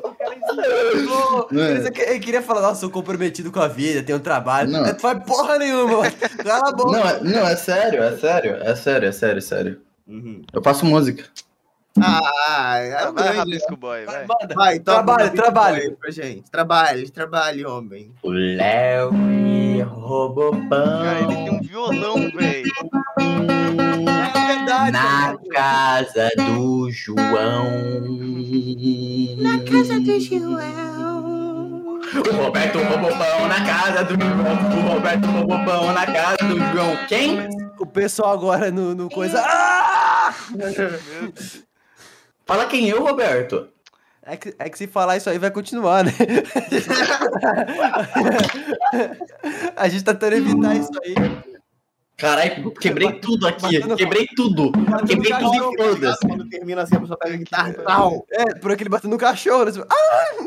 Ele, ele queria falar, nossa, sou comprometido com a vida, tenho um trabalho. Não. Não faz porra nenhuma, mano. Cala a boca. Não, é, não, é sério, é sério, é sério, é sério, é sério. Uhum. Eu faço música. Ah, é o Vai, grande, Rabisco Boy, vai. Manda. Vai, toca Trabalho, um beat trabalho. boy pra gente. Trabalhe, trabalhe, homem. O Léo e roubou pão. Cara, ele tem um violão, velho. É verdade. Na Na casa do João. Na casa do João. O Roberto Robopão na casa do João. O Roberto Robopão na casa do João. Quem? O pessoal agora no, no coisa. Ah! Fala quem eu, Roberto. É que, é que se falar isso aí vai continuar, né? A gente tá tentando evitar isso aí. Caralho, quebrei tudo aqui. Quebrei tudo. Quebrei tudo e foda-se. Quando termina assim, a pessoa pega a guitarra e tal. É, por aquele batendo no cachorro. Né? Ah!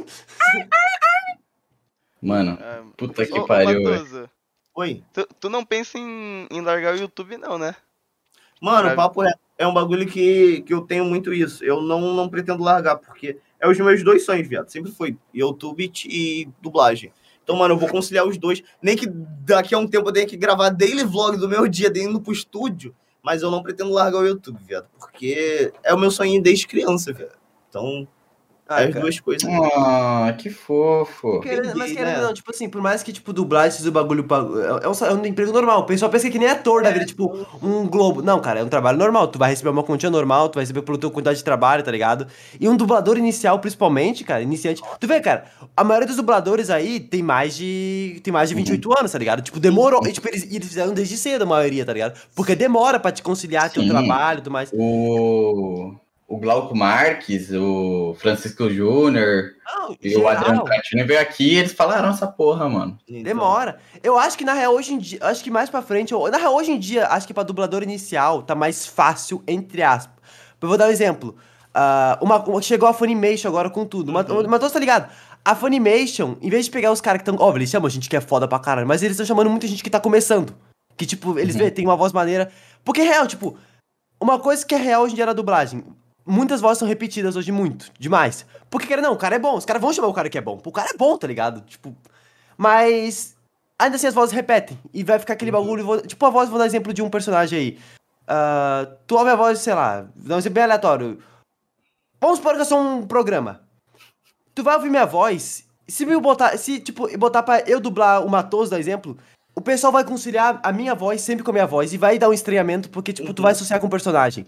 Mano, Ah, puta que ô, ô, pariu, velho. Matoso, Oi. tu, tu não pensa em, em largar o YouTube, não, né? Mano, Pra- o papo é, é um bagulho que, que eu tenho muito isso. Eu não, não pretendo largar, porque é os meus dois sonhos, viado. Sempre foi YouTube e dublagem. Então, mano, eu vou conciliar os dois. Nem que daqui a um tempo eu tenha que gravar daily vlog do meu dia indo pro estúdio, mas eu não pretendo largar o YouTube, viado. Porque é o meu sonho desde criança, viado. Então, Ah, é as cara. duas coisas. Ah, que fofo. Querendo- mas Entendi, querendo né? não, tipo assim, por mais que, tipo, dublar esses bagulho pra- é, um, é um emprego normal. O pessoal pensa que nem ator da vida, tipo, um Globo. Não, cara, é um trabalho normal. Tu vai receber uma quantia normal, tu vai receber pela tua quantidade de trabalho, tá ligado? E um dublador inicial, principalmente, cara, iniciante. Tu vê, cara, a maioria dos dubladores aí tem mais de. Tem mais de vinte e oito anos, tá ligado? Tipo, demorou. E, tipo, eles, eles fizeram desde cedo a maioria, tá ligado? Porque demora pra te conciliar teu Sim. trabalho e tudo mais. O, o Glauco Marques, o Francisco Júnior Não, e o Adriano geral. Catini veio aqui e eles falaram essa porra, mano. Então, Demora. Eu acho que na real hoje em dia, acho que mais pra frente, eu- na real hoje em dia, acho que pra dublador inicial tá mais fácil, entre aspas. Eu vou dar um exemplo. Ah, uma, uma- chegou a Funimation agora com tudo. Mas Uhum. mas tá ligado? A Funimation, em vez de pegar os caras que estão. Óbvio, eles chamam gente que é foda pra caralho, mas eles estão chamando muita gente que tá começando. Que, tipo, eles Uhum. vê, tem uma voz maneira. Porque, real, tipo, uma coisa que é real hoje em dia na dublagem. Muitas vozes são repetidas hoje muito, demais. Porque, cara, não, o cara é bom, os caras vão chamar o cara que é bom. O cara é bom, tá ligado? Tipo. Mas. Ainda assim as vozes repetem. E vai ficar aquele bagulho. vou- Tipo, a voz, vou dar exemplo de um personagem aí. Ah, tu ouve a voz, sei lá, vou dar um exemplo bem aleatório. Vamos supor que eu sou um programa. Tu vai ouvir minha voz. Se me botar, se, tipo, botar pra eu dublar o Matoso, dar exemplo, o pessoal vai conciliar a minha voz sempre com a minha voz e vai dar um estranhamento porque, tipo, tu vai associar com o personagem.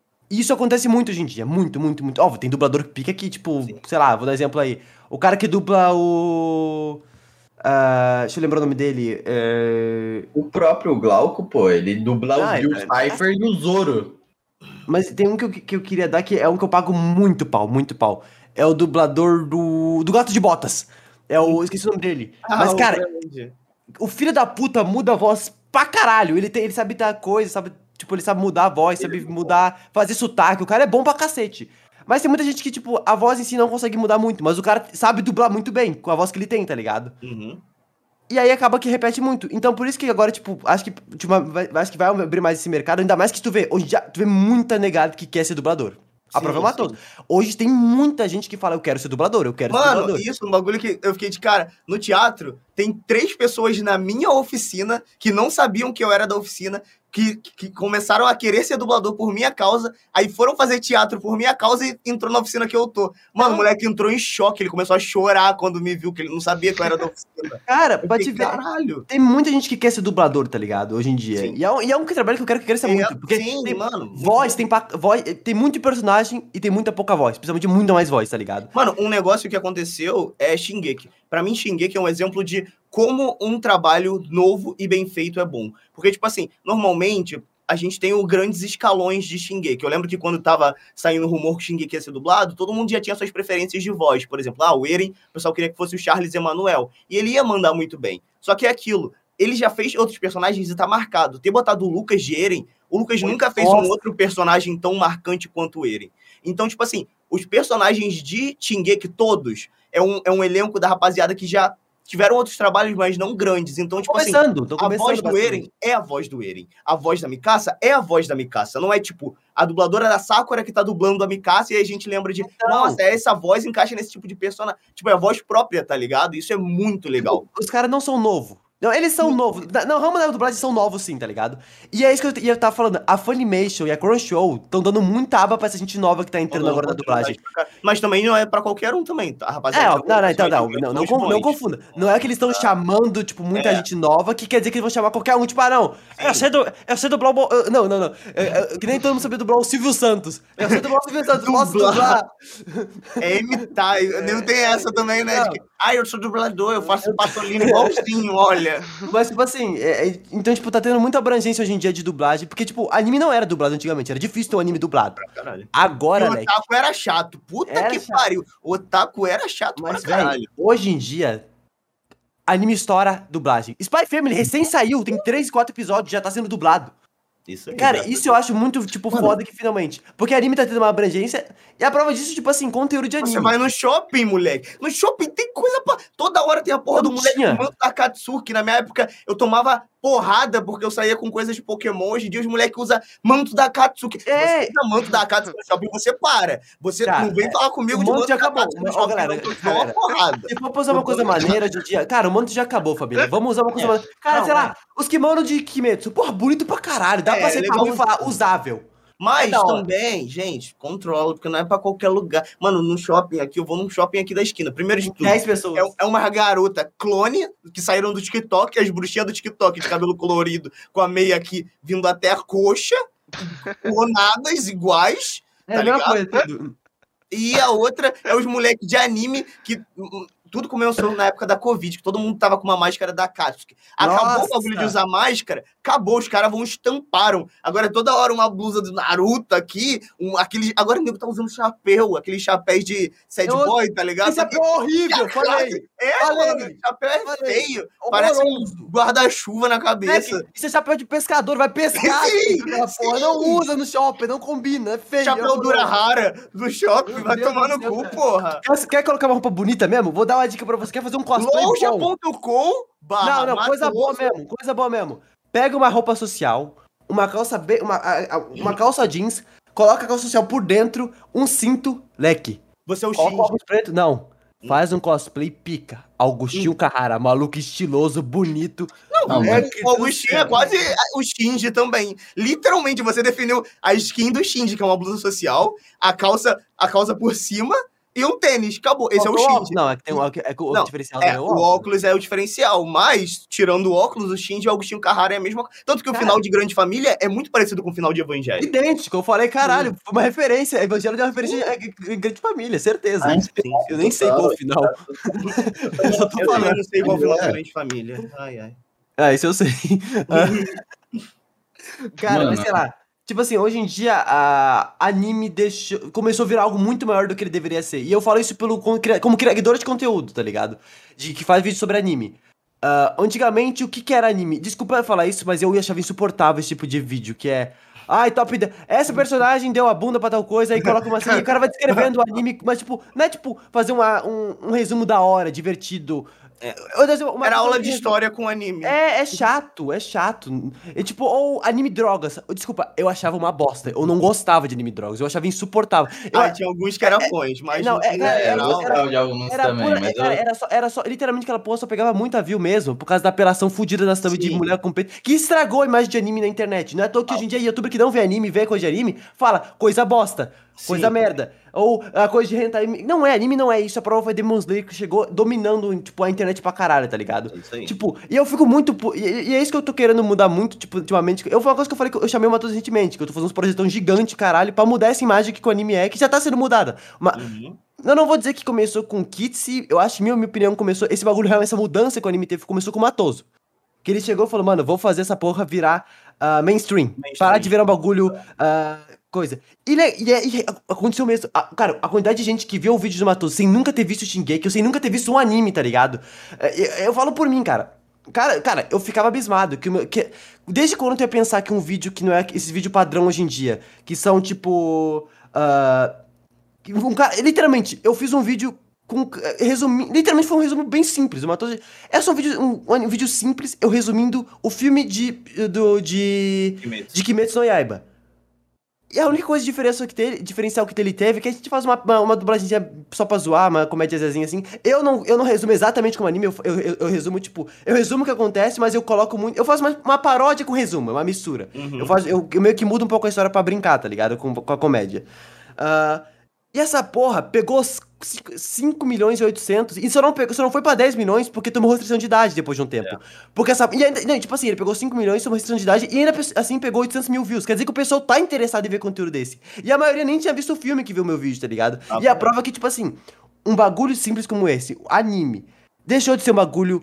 E isso acontece muito hoje em dia. Muito, muito, muito. Óbvio, tem dublador que pica aqui, tipo, sei lá, vou dar exemplo aí. O cara que dubla o. ah, deixa eu lembrar o nome dele. É... O próprio Glauco, pô, ele dubla Ah, o Bill é- Cipher e o Zoro. Mas tem um que eu, que eu queria dar que é um que eu pago muito pau, muito pau. É o dublador do. Do Gato de Botas. É o. Esqueci o nome dele. Mas, Ah, o cara, grande. o filho da puta muda a voz pra caralho. Ele, tem, ele sabe dar coisa, sabe. Tipo, ele sabe mudar a voz, sabe mudar, fazer sotaque. O cara é bom pra cacete. Mas tem muita gente que, tipo, a voz em si não consegue mudar muito. Mas o cara sabe dublar muito bem com a voz que ele tem, tá ligado? Uhum. E aí acaba que repete muito. Então por isso que agora, tipo, acho que, tipo, vai, acho que vai abrir mais esse mercado. Ainda mais que tu vê, hoje em dia, tu vê muita negada que quer ser dublador. A Sim, prova é uma sim. toda. Hoje tem muita gente que fala, eu quero ser dublador, eu quero ser Mano, dublador. isso é um bagulho que eu fiquei de cara. No teatro, tem três pessoas na minha oficina que não sabiam que eu era da oficina, que, que começaram a querer ser dublador por minha causa, aí foram fazer teatro por minha causa e entrou na oficina que eu tô. Mano, o moleque entrou em choque, ele começou a chorar quando me viu, que ele não sabia que eu era da oficina. Cara, Eu pra te fiquei, ver, caralho. tem muita gente que quer ser dublador, tá ligado? Hoje em dia. Sim. E é, um, e é um que trabalho que eu quero que cresça É, muito. Porque sim, tem mano. voz, tem, pa- voz, tem muito personagem e tem muita pouca voz. Principalmente muita mais voz, tá ligado? Mano, um negócio que aconteceu é Shingeki. Pra mim, Shingeki é um exemplo de como um trabalho novo e bem feito é bom. Porque, tipo assim, normalmente a gente tem os grandes escalões de Shingeki. Eu lembro que quando tava saindo o rumor que Shingeki ia ser dublado, todo mundo já tinha suas preferências de voz. Por exemplo, ah, o Eren, o pessoal queria que fosse o Charles Emanuel. E ele ia mandar muito bem. Só que é aquilo, ele já fez outros personagens e tá marcado. Ter botado o Lucas de Eren, o Lucas nunca fez Nossa. um outro personagem tão marcante quanto o Eren. Então, tipo assim, os personagens de Shingeki, todos, é um, é um elenco da rapaziada que já tiveram outros trabalhos, mas não grandes. Então, tipo assim, Começando, tô a começando. voz do bastante. Eren é a voz do Eren. A voz da Mikasa é a voz da Mikasa. Não é tipo a dubladora da Sakura que tá dublando a Mikasa e aí a gente lembra de, Então. nossa, essa voz encaixa nesse tipo de personagem. Tipo, é a voz própria, tá ligado? Isso é muito legal. Os caras não são novos. Não, eles são novos. Na- Não, ramo da dublagem são novos sim, tá ligado? E é isso que eu, e eu tava falando. A Funimation e a Crunchyroll estão dando muita aba pra essa gente nova que tá entrando agora na dublagem. Mas também não é pra qualquer um também, tá, É, rapaziada? ó, não, não, então, não, São não, não, os con- não bons. confunda. Não é que eles estão chamando, tipo, muita É. gente nova, que quer dizer que eles vão chamar qualquer um. Tipo, ah, não, eu sei, du- eu sei dublar o... Bo- eu- Não, não, não. Eu- eu- que nem todo mundo sabia dublar o Silvio Santos. Eu sei dublar o Silvio Santos, posso Dublar. dublar. É imitar, não tem essa também, né? Não. De que, ah, eu sou dublador, eu faço patolino igualzinho, olha. Mas, tipo assim, é- é- então, tipo, tá tendo muita abrangência hoje em dia de dublagem, porque, tipo, anime não era dublado antigamente, era difícil ter um anime dublado. Caralho. E Agora, o Leque, otaku era chato, puta Era que chato. pariu. O otaku era chato mas, pra caralho. velho, hoje em dia, anime estoura dublagem. Spy Family recém saiu, tem três, quatro episódios, já tá sendo dublado. Isso aí. Cara, graças isso eu acho muito, tipo, foda que finalmente. Porque anime tá tendo uma abrangência, e a prova disso, tipo assim, conteúdo de anime. Você vai no shopping, moleque. No shopping tem coisa pra. Toda hora tem a porra Não do moleque tinha. do manto da Katsuki. Na minha época, eu tomava porrada porque eu saía com coisas de Pokémon. Hoje em dia, os moleques usam manto da Katsuki. É. Você usa manto da Katsuki no shopping, você para. Você Cara, não vem falar comigo o de manto manto já da acabou. Katsuki no Ó, shopping, galera, não, que eu te dou uma galera. porrada. Se for pra usar uma coisa maneira hoje em dia. Cara, o manto já acabou, família. Vamos usar uma coisa É. maneira. Cara, Não, sei é. lá, os kimono de Kimetsu. Porra, bonito pra caralho. Dá É, pra ser legal. pra e falar usável. Mas É da hora. também, gente, controla, porque não é pra qualquer lugar. Mano, no shopping aqui, eu vou num shopping aqui da esquina. Primeiro de tudo, dez pessoas. é, é uma garota clone que saíram do TikTok, as bruxinhas do TikTok de cabelo colorido, com a meia aqui vindo até a coxa, clonadas iguais, É tá a mesma ligado? coisa, tudo. E a outra é os moleques de anime que hum, tudo começou na época da Covid, que todo mundo tava com uma máscara da Katsuki. Acabou Nossa. o bagulho de usar máscara, acabou, os caras vão estamparam. Agora é toda hora uma blusa do Naruto aqui, um, aquele, agora o nego tá usando chapéu, aqueles chapéus de sad Eu- boy, tá ligado? Esse é horrível, falei. É, Falei. mano, chapéu é Falei. feio, parece um Horroroso. guarda-chuva na É cabeça. que isso é chapéu de pescador, vai pescar. Sim, aquela porra. sim. Não usa no shopping, não combina, é feio. Chapéu é dura horroroso. rara do shopping, Meu vai Deus tomar do no céu, cu, cara. porra. Quer, quer colocar uma roupa bonita mesmo? Vou dar uma dica pra você. Quer fazer um cosplay bom? loja ponto com barra Não, não, coisa boa Matoso. mesmo, coisa boa mesmo. Pega uma roupa social, uma calça be... uma, a- a- uma calça jeans, coloca a calça social por dentro, um cinto, leque. Você é o Coloca Shinji. óculos preto, não. Faz um cosplay pica. Augustinho Carrara, maluco estiloso, bonito. Não, É mano. que O Agostinho é tudo quase o Shinji também. Literalmente, você definiu a skin do Shinji, que é uma blusa social, a calça, a calça por cima e um tênis. Acabou. Esse é o Faltou óculos. Shinji. Não, é que tem um, é que o Não, diferencial É, do o óculos é o diferencial, mas, tirando o óculos, o Shinji e o Agostinho Carrara é a mesma coisa. Tanto que o Cara. final de Grande Família é muito parecido com o final de Evangelho. Idêntico, eu falei, caralho, foi uma referência. Evangelho de uma referência em em grande família, certeza. Ah, inspirado, Eu nem sei total. qual o final. Eu só tô Eu falando. também não sei qual o final É. de Grande Família. Ai, ai. Ah, isso eu sei. Cara, Mano. mas sei lá. Tipo assim, hoje em dia, a anime deixou, começou a virar algo muito maior do que ele deveria ser. E eu falo isso pelo, como, cria- como criador de conteúdo, tá ligado? De que faz vídeo sobre anime. Ah, antigamente, o que, que era anime? Desculpa eu falar isso, mas eu achava insuportável esse tipo de vídeo, que é... Ai, top... de- Essa personagem deu a bunda pra tal coisa, aí coloca uma cena e o cara vai descrevendo o anime, mas tipo, não é tipo fazer uma, um, um resumo da hora, divertido. É, eu- eu- uma- Era aula de um- história com anime. é, é chato, é chato. É tipo, ou anime drogas. Desculpa, eu achava uma bosta. Eu não gostava de anime drogas, eu achava insuportável. Eu, Ah, tinha alguns que eram bons, mas não, no é, cara, É, eu era- gostava de alguns era também, pura- mas cara, eu... era só, era só, literalmente aquela porra só pegava muita view mesmo, por causa da apelação fudida das thumb de Sim. mulher com peito, que estragou a imagem de anime na internet. Não é à toa que hoje em dia youtuber que não vê anime, vê coisa de anime, fala coisa bosta, coisa Sim. merda, ou a coisa de hentai. Não é, anime não é isso, a prova foi Demon Slayer que chegou dominando, tipo, a internet pra caralho, tá ligado? É isso aí. Tipo, e eu fico muito. pu- E, e é isso que eu tô querendo mudar muito, tipo, ultimamente. Eu foi uma coisa que eu falei que eu chamei o Matheus recentemente, que eu tô fazendo uns projetão gigante, caralho, pra mudar essa imagem que o anime é, que já tá sendo mudada. Uma, Uhum. eu não vou dizer que começou com Kitsy, eu acho, minha, minha opinião, começou. Esse bagulho, realmente, essa mudança que o anime teve, começou com o Matoso. Que ele chegou e falou, mano, vou fazer essa porra virar ah, mainstream. Mainstream. Parar de virar um bagulho. ah, coisa. E, né, e, é- e é- aconteceu mesmo. Ah, cara, a quantidade de gente que viu o vídeo do Matoso sem nunca ter visto Shingeki, sem nunca ter visto um anime, tá ligado? É, Eu, eu falo por mim, cara. Cara, cara, eu ficava abismado. Que, o meu- que, desde quando eu ia pensar que um vídeo que não é esse vídeo padrão hoje em dia, que são tipo. ah, um cara, literalmente, eu fiz um vídeo com. Resumi, literalmente foi um resumo bem simples. Uma toda, é só um vídeo, um, um vídeo simples, eu resumindo o filme de. Do, de. Kimetsu. De Kimetsu no Yaiba. E a única coisa de diferença que teve, diferencial que ele teve é que a gente faz uma, uma, uma dublagemzinha só pra zoar, uma comédiazinha assim. Eu não, eu não resumo exatamente como anime, eu, eu, eu, eu resumo, tipo, eu resumo o que acontece, mas eu coloco muito. Eu faço uma, uma paródia com resumo, uma mistura. Uhum. Eu, faço, eu, eu meio que mudo um pouco a história pra brincar, tá ligado? Com, com a comédia. Ah, e essa porra pegou cinco milhões e oitocentos, e só não, pegou, só não foi pra dez milhões porque tomou restrição de idade depois de um tempo. É. Porque essa. E ainda, não, tipo assim, ele pegou cinco milhões, tomou restrição de idade e ainda assim pegou oitocentos mil views. Quer dizer que o pessoal tá interessado em ver conteúdo desse. E a maioria nem tinha visto o filme que viu meu vídeo, tá ligado? Ah, e a pô. prova é que, tipo assim, um bagulho simples como esse, anime, deixou de ser um bagulho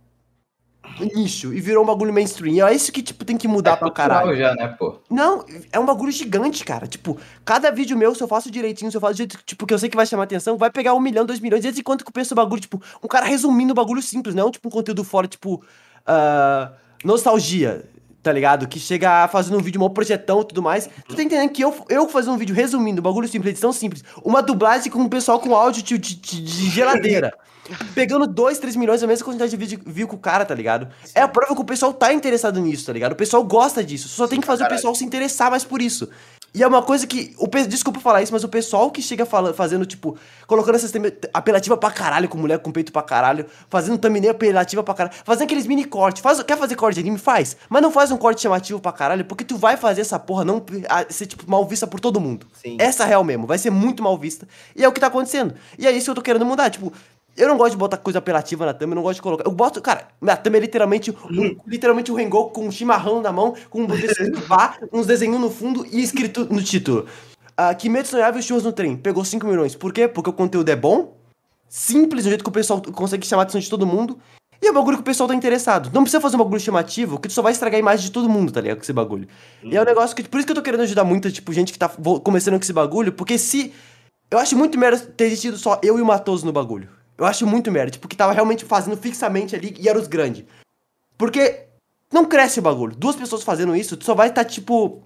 nicho e virou um bagulho mainstream. E é isso que, tipo, tem que mudar É pra cultural caralho. já, né, pô? Não, é um bagulho gigante, cara. Tipo, cada vídeo meu, se eu faço direitinho, se eu faço do jeito, tipo, que eu sei que vai chamar atenção, vai pegar um milhão, dois milhões. E desde quanto que eu penso o bagulho, tipo, um cara resumindo o bagulho simples, não tipo um conteúdo fora, tipo, ah, nostalgia, tá ligado? Que chega fazendo um vídeo, um projetão e tudo mais. Tu tá entendendo que eu, eu fazendo um vídeo resumindo, bagulho simples, edição simples, uma dublagem com o pessoal com áudio de, de, de- de geladeira. Pegando dois, três milhões, a mesma quantidade de vídeo viu com o cara, tá ligado? É a prova que o pessoal tá interessado nisso, tá ligado? O pessoal gosta disso. Só tem que fazer o caralho. pessoal se interessar mais por isso. E é uma coisa que. O, pe- desculpa falar isso, mas o pessoal que chega fala, fazendo, tipo, colocando essa sistema apelativa pra caralho, com mulher com peito pra caralho, fazendo thumbnail apelativa pra caralho, fazendo aqueles mini cortes. Faz, quer fazer corte de anime? Faz. Mas não faz um corte chamativo pra caralho, porque tu vai fazer essa porra não a- ser, tipo, mal vista por todo mundo. Sim. Essa é real mesmo, vai ser muito mal vista. E é o que tá acontecendo. E é isso que eu tô querendo mudar, tipo. Eu não gosto de botar coisa apelativa na thumb, eu não gosto de colocar. Eu boto, cara, minha thumb é literalmente um, literalmente um Rengoku com um chimarrão na mão, com um escrito vá, uns desenhos no fundo e escrito no título. Uh, Kimetsu no Yaiba e os Churros no Trem. Pegou cinco milhões. Por quê? Porque o conteúdo é bom, simples, do jeito que o pessoal consegue chamar a atenção de todo mundo, e é um bagulho que o pessoal tá interessado. Não precisa fazer um bagulho chamativo, que tu só vai estragar a imagem de todo mundo, tá ligado? Com esse bagulho. E é um negócio que. Por isso que eu tô querendo ajudar muito, tipo, gente que tá vo- começando com esse bagulho, porque se. Eu acho muito merda ter existido só eu e o Matoso no bagulho. Eu acho muito merda, tipo, que tava realmente fazendo fixamente ali e era os grandes. Porque não cresce o bagulho. Duas pessoas fazendo isso, tu só vai estar, tá, tipo.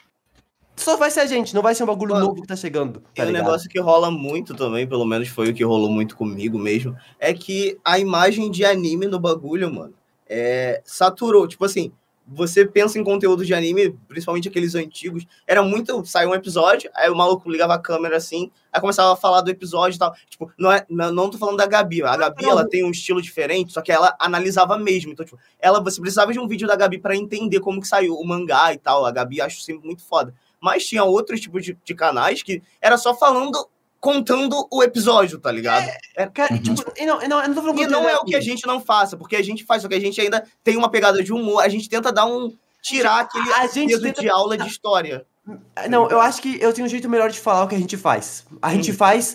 Só vai ser a gente, não vai ser um bagulho Mano, novo que tá chegando. Tá E um ligado? negócio que rola muito também, pelo menos foi o que rolou muito comigo mesmo, é que a imagem de anime no bagulho, mano, é, saturou. Tipo assim, você pensa em conteúdo de anime, principalmente aqueles antigos, era muito, saiu um episódio, aí o maluco ligava a câmera assim, aí começava a falar do episódio e tal. Tipo, não, é, não, não tô falando da Gabi, a Gabi, ela tem um estilo diferente, só que ela analisava mesmo. Então, tipo, ela, você precisava de um vídeo da Gabi pra entender como que saiu o mangá e tal. A Gabi acho sempre muito foda. Mas tinha outros tipos de, de canais que era só falando, contando o episódio, tá ligado? É, cara, Uhum. tipo, e não, e não, eu não tô falando E que não é o assim. que a gente não faça, porque a gente faz, só que a gente ainda tem uma pegada de humor, a gente tenta dar um... tirar aquele A gente peso tenta- de aula de história. Não, eu acho que eu tenho um jeito melhor de falar o que a gente faz. A gente faz.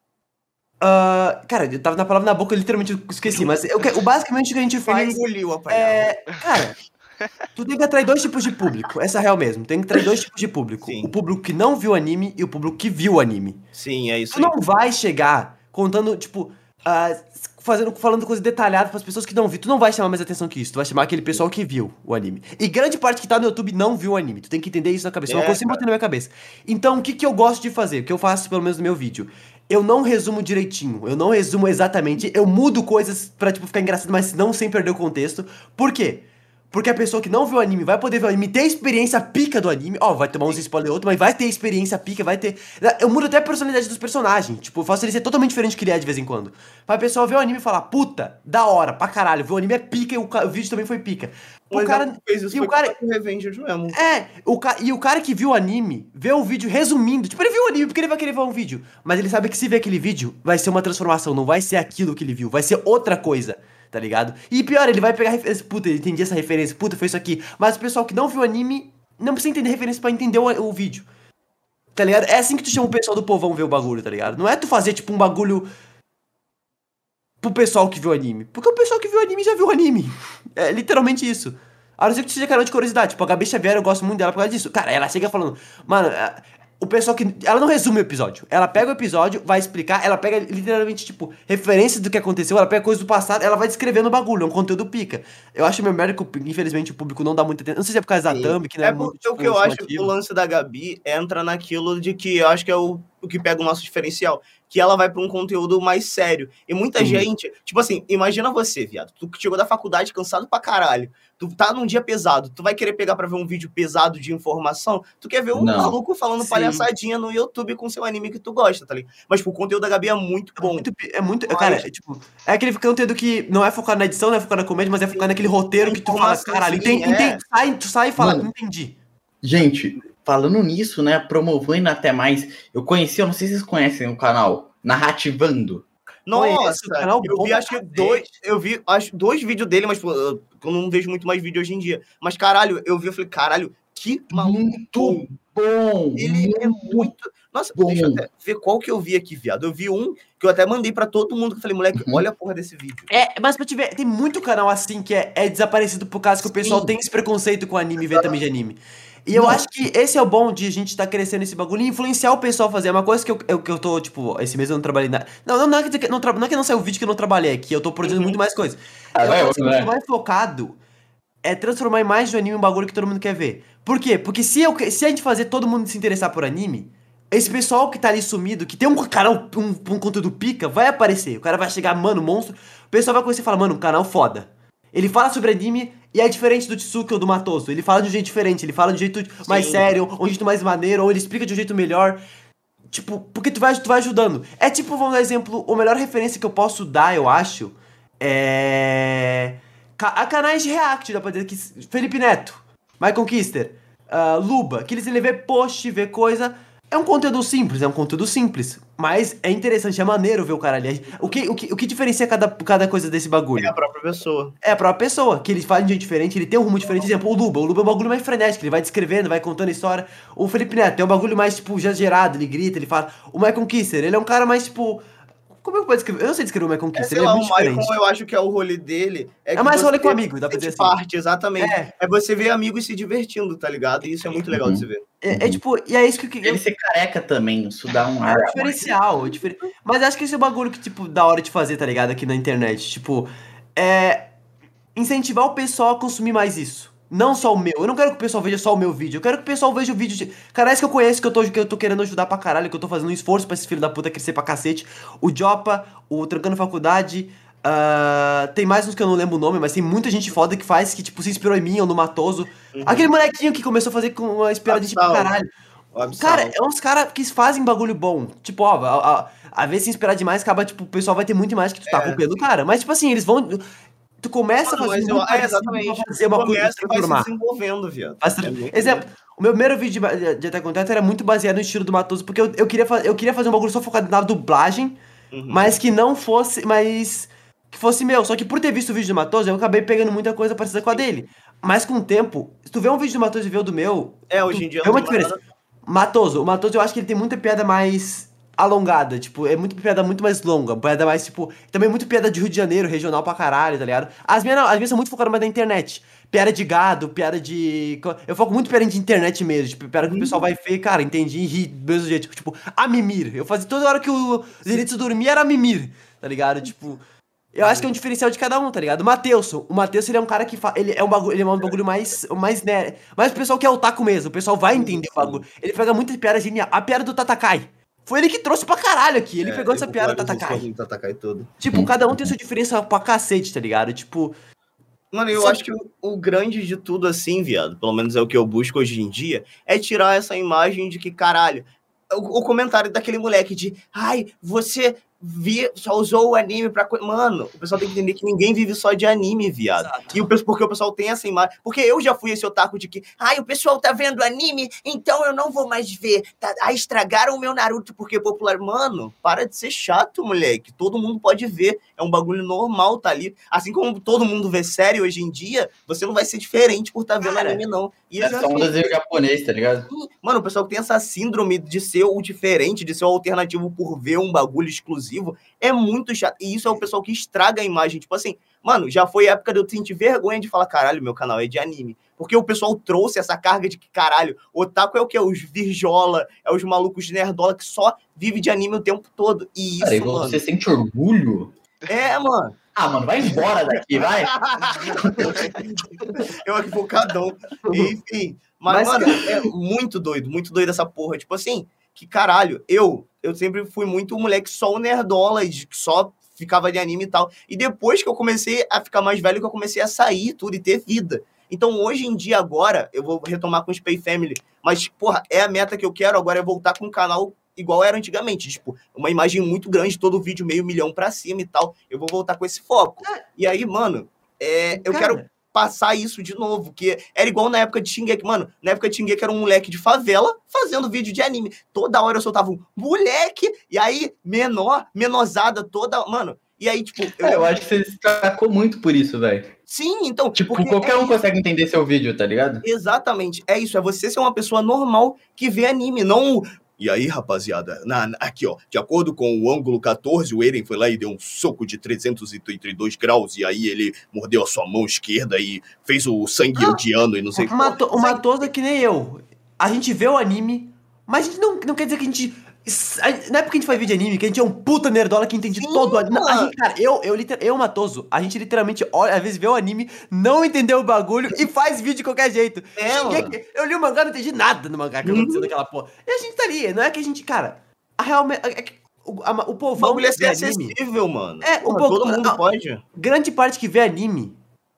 ah, cara, eu tava na palavra na boca, eu literalmente esqueci, mas eu, que- o basicamente o que a gente Ele faz. engoliu a palhaça. É, cara, tu tem que atrair dois tipos de público. Essa é a real mesmo. Tem que atrair dois tipos de público. Sim. O público que não viu anime e o público que viu o anime. Sim, é isso Tu aí. não vai chegar contando, tipo, ah, fazendo, falando coisa detalhada pras pessoas que não viram. Tu não vai chamar mais atenção que isso. Tu vai chamar aquele pessoal que viu o anime. E grande parte que tá no YouTube não viu o anime. Tu tem que entender isso na cabeça. É uma É, coisa que eu sempre botei na minha cabeça. Então, o que, que eu gosto de fazer? O que eu faço, pelo menos no meu vídeo? Eu não resumo direitinho. Eu não resumo exatamente. Eu mudo coisas pra, tipo, ficar engraçado, mas não sem perder o contexto. Por quê? Porque a pessoa que não viu o anime vai poder ver o anime, ter a experiência pica do anime. Ó, vai tomar uns spoiler outro, mas vai ter experiência pica, vai ter... Eu mudo até a personalidade dos personagens. Tipo, eu faço ele ser totalmente diferente do que ele é de vez em quando. Pra pessoa ver o anime e falar, puta, da hora, pra caralho, ver o anime é pica e o, ca- o vídeo também foi pica. O Mas cara... não fez isso e o foi cara... com o Revengers mesmo. É, o ca... e o cara que viu o anime, vê o vídeo resumindo. Tipo, ele viu o anime porque ele vai querer ver um vídeo. Mas ele sabe que se ver aquele vídeo, vai ser uma transformação, não vai ser aquilo que ele viu, vai ser outra coisa, tá ligado? E pior, ele vai pegar referência, puta, ele entendi essa referência, puta, foi isso aqui. Mas o pessoal que não viu o anime, não precisa entender referência pra entender o, o vídeo. Tá ligado? É assim que tu chama o pessoal do povão ver o bagulho, tá ligado? Não é tu fazer, tipo, um bagulho pro pessoal que viu o anime. Porque o pessoal que viu o anime já viu o anime. É literalmente isso. A não ser que tu seja canal de curiosidade. Tipo, a Gabi Xavier, eu gosto muito dela por causa disso. Cara, ela chega falando, mano, é, o pessoal que... Ela não resume o episódio. Ela pega o episódio, vai explicar, ela pega literalmente, tipo, referências do que aconteceu, ela pega coisas do passado, ela vai descrevendo o bagulho, é um conteúdo pica. Eu acho meio merda que, infelizmente, o público não dá muita atenção. Não sei se é por causa da Sim. thumb, que não É é muito, porque o tipo, que eu acho que chamativo. o lance da Gabi entra naquilo de que eu acho que é o o que pega o nosso diferencial, que ela vai pra um conteúdo mais sério. E muita Sim. gente, tipo assim, imagina você, viado, tu que chegou da faculdade cansado pra caralho, tu tá num dia pesado, tu vai querer pegar pra ver um vídeo pesado de informação, tu quer ver um Não. maluco falando Sim. palhaçadinha no YouTube com seu anime que tu gosta, tá ligado? Mas, tipo, o conteúdo da Gabi é muito É bom. muito, é muito, Mas- cara, é tipo, é aquele conteúdo que não é focado na edição, não é focado na comédia, mas é focado naquele roteiro que tu fala, Informação, caralho, sim, entendi, é. entendi, sai, tu sai e fala, Mano. entendi. Gente, falando nisso, né, promovendo até mais, eu conheci, eu não sei se vocês conhecem o canal, Narrativando. Nossa, Conheço, o canal eu bom vi pra acho que cacete. dois, eu vi acho dois vídeos dele, mas pô, eu eu não vejo muito mais vídeo hoje em dia. Mas caralho, eu vi, eu falei, caralho, que maluco bom. bom, Ele é muito. Nossa, bom. deixa eu até ver qual que eu vi aqui, viado. Eu vi um que eu até mandei pra todo mundo, que eu falei, moleque, Uhum. olha a porra desse vídeo. É, mas pra te ver, tem muito canal assim que é, é desaparecido por causa que o pessoal Sim. tem esse preconceito com anime e vê também de anime. E eu Não. acho que esse é o bom de a gente tá crescendo esse bagulho e influenciar o pessoal a fazer. É uma coisa que eu, eu, que eu tô, tipo, esse mês eu não trabalhei na. Não, não, não, é que, não, tra- não é que não saiu o vídeo que eu não trabalhei aqui, eu tô produzindo Uhum. muito mais coisa. Ah, eu vai, tô sendo vai. mais focado é transformar a imagem do anime em um bagulho que todo mundo quer ver. Por quê? Porque se, eu, se a gente fazer todo mundo se interessar por anime, esse pessoal que tá ali sumido, que tem um canal, um, um conteúdo pica, vai aparecer. O cara vai chegar, mano, monstro. O pessoal vai conhecer e falar, mano, um canal foda. Ele fala sobre anime e é diferente do Tsuki ou do Matoso. Ele fala de um jeito diferente, ele fala de um jeito mais Sim. sério, um jeito mais maneiro, ou ele explica de um jeito melhor. Tipo, porque tu vai, tu vai ajudando. É tipo, vamos dar exemplo, a melhor referência que eu posso dar, eu acho, é... ca- a canais de react, dá pra dizer que Felipe Neto, Michael Kister, ah, Luba, que eles ele vê post, vê coisa. É um conteúdo simples, é um conteúdo simples. Mas é interessante, é maneiro ver o cara ali. O que, o que, o que diferencia cada, cada coisa desse bagulho? É a própria pessoa. É a própria pessoa, que ele fala de um jeito diferente, ele tem um rumo diferente. Por exemplo, o Luba. O Luba é um bagulho mais frenético, ele vai descrevendo, vai contando a história. O Felipe Neto é um bagulho mais, tipo, já gerado, ele grita, ele fala. O Michael Kisser, ele é um cara mais, tipo... Como é que pode descrever? Eu não sei descrever o Michael É, Kisser, sei ele é lá, o muito diferente. Michael, eu acho que é o rolê dele. É, É que mais você rolê com amigo, dá pra sente dizer assim. parte, exatamente. É. É. você ver amigos se divertindo, tá ligado? E isso é muito legal de se ver. É, é tipo, e é isso que... Ele ser careca também, isso dá um É ar. um diferencial, é diferen... mas acho que esse é o bagulho que, tipo, da hora de fazer, tá ligado? Aqui na internet. Tipo, é. Incentivar o pessoal a consumir mais isso. Não só o meu. Eu não quero que o pessoal veja só o meu vídeo. Eu quero que o pessoal veja o vídeo de canais que eu conheço, que eu tô, que eu tô querendo ajudar pra caralho, que eu tô fazendo um esforço pra esse filho da puta crescer pra cacete. O Jopa, o Trancando Faculdade. ah, tem mais uns que eu não lembro o nome, mas tem muita gente foda que faz, que, tipo, se inspirou em mim ou no Matoso. Uhum. Aquele molequinho que começou a fazer com uma inspirada de tipo, Absal. caralho. O Absal. Cara, é uns caras que fazem bagulho bom. Tipo, ó, a, a, a vez se inspirar demais, acaba, tipo, o pessoal vai ter muito mais que tu tá É. copiando, cara. Mas, tipo assim, eles vão. Tu começa Mano, a fazer mas eu- muito é, parecido exatamente. pra fazer uma coisa Começa e vai se transformar. desenvolvendo, viado. Faz É tra- muito Exemplo, o meu primeiro vídeo de, ba- de Attack on Titan era muito baseado no estilo do Matoso, porque eu, eu, queria, fa- eu queria fazer um bagulho só focado na dublagem, Uhum. mas que não fosse. Mas. Que fosse meu. Só que por ter visto o vídeo do Matoso, eu acabei pegando muita coisa parecida com a dele. Mas com o tempo, se tu vê um vídeo do Matoso e vê o do meu. É, hoje em dia É uma não tem mais diferença. Matoso, o Matoso eu acho que ele tem muita piada mais alongada, tipo, é muito piada muito mais longa, piada mais, tipo, também muito piada de Rio de Janeiro, regional pra caralho, tá ligado? As minhas, não, as minhas são muito focadas mais na internet, piada de gado, piada de... Eu foco muito piada de internet mesmo, tipo, piada que o pessoal vai ver, cara, entendi, e ri do mesmo jeito, tipo, a mimir, eu fazia toda hora que o Zenitsu dormia era mimir, tá ligado? Tipo... Eu acho que é um diferencial de cada um, tá ligado? O Matheus, o Matheus, ele é um cara que fa... ele é um bagulho, ele é um bagulho mais mais né, mais o pessoal que é otaku mesmo, o pessoal vai entender o bagulho. Ele pega muitas piadas geniais. A piada do Tatakai. Foi ele que trouxe pra caralho aqui. Ele É, pegou essa eu piada do popularizei Tatakai. sozinho o Tatakai todo. Tipo, cada um tem sua diferença pra cacete, tá ligado? Tipo, Mano, eu Sabe- acho que o, o grande de tudo, assim, viado, pelo menos é o que eu busco hoje em dia, é tirar essa imagem de que, caralho, o, o comentário daquele moleque de, ai, você vi, só usou o anime pra... co-" Mano, o pessoal tem que entender que ninguém vive só de anime, viado. Exato. E o, pe- porque o pessoal tem essa imagem... Porque eu já fui esse otaku de que, ai, o pessoal tá vendo anime, então eu não vou mais ver. Tá, ai, estragaram o meu Naruto porque é popular. Mano, para de ser chato, moleque. Todo mundo pode ver. É um bagulho normal, tá ali. Assim como todo mundo vê série hoje em dia, você não vai ser diferente por tá vendo Cara, anime, não. E É eu só um acho que- desenho japonês, tá ligado? Mano, o pessoal que tem essa síndrome de ser o diferente, de ser o alternativo por ver um bagulho exclusivo, é muito chato. E isso é o pessoal que estraga a imagem. Tipo assim, mano, já foi a época de eu sentir vergonha de falar, caralho, meu canal é de anime. Porque o pessoal trouxe essa carga de que, caralho, otaku é o quê? Os virjola, é os malucos nerdola que só vive de anime o tempo todo. E isso, Cara, e mano. você sente orgulho? É, mano. Ah, mano, vai embora daqui, vai. Eu aqui focadão. Enfim. Mas, Mas, mano, é muito doido, muito doido essa porra. Tipo assim, que caralho, eu eu sempre fui muito um moleque só o nerdola, de- que só ficava de anime e tal. E depois que eu comecei a ficar mais velho, que eu comecei a sair tudo e ter vida. Então, hoje em dia, agora, eu vou retomar com o Spay Family. Mas, porra, é a meta que eu quero agora, é voltar com um canal igual era antigamente. Tipo, uma imagem muito grande, todo vídeo meio milhão pra cima e tal. Eu vou voltar com esse foco. E aí, mano, é, eu Cara. quero passar isso de novo, que era igual na época de Shingeki. Mano, na época de Shingeki era um moleque de favela fazendo vídeo de anime. Toda hora eu soltava um moleque, e aí menor, menosada toda... Mano, e aí, tipo... É, eu acho que você se destacou muito por isso, velho. Sim, então... Tipo, porque qualquer é um isso. consegue entender seu vídeo, tá ligado? Exatamente, é isso, é você ser uma pessoa normal que vê anime, não... E aí, rapaziada, na, na- aqui, ó, de acordo com o ângulo catorze, o Eren foi lá e deu um soco de trezentos e trinta e dois graus, e aí ele mordeu a sua mão esquerda e fez o sangue Ah, odiano e não sei o que. Mato, o Sangue- Matoso é que nem eu. A gente vê o anime, mas a gente não, não quer dizer que a gente. Não é porque a gente faz vídeo de anime que a gente é um puta nerdola que entende Sim, todo o anime. Não, a mano. gente, cara, eu, eu, liter- eu, Matoso, a gente literalmente olha, às vezes vê o anime, não entendeu o bagulho e faz vídeo de qualquer jeito. É, Shingeki- mano. eu li o mangá, não entendi nada no mangá que Uhum. aconteceu naquela porra. E a gente tá ali, não é que a gente, cara, a realmente. É que o, a- o O povão bagulho é que vê ser anime, acessível, mano. É, Porra, um pouco- todo mundo ah, pode. grande parte que vê anime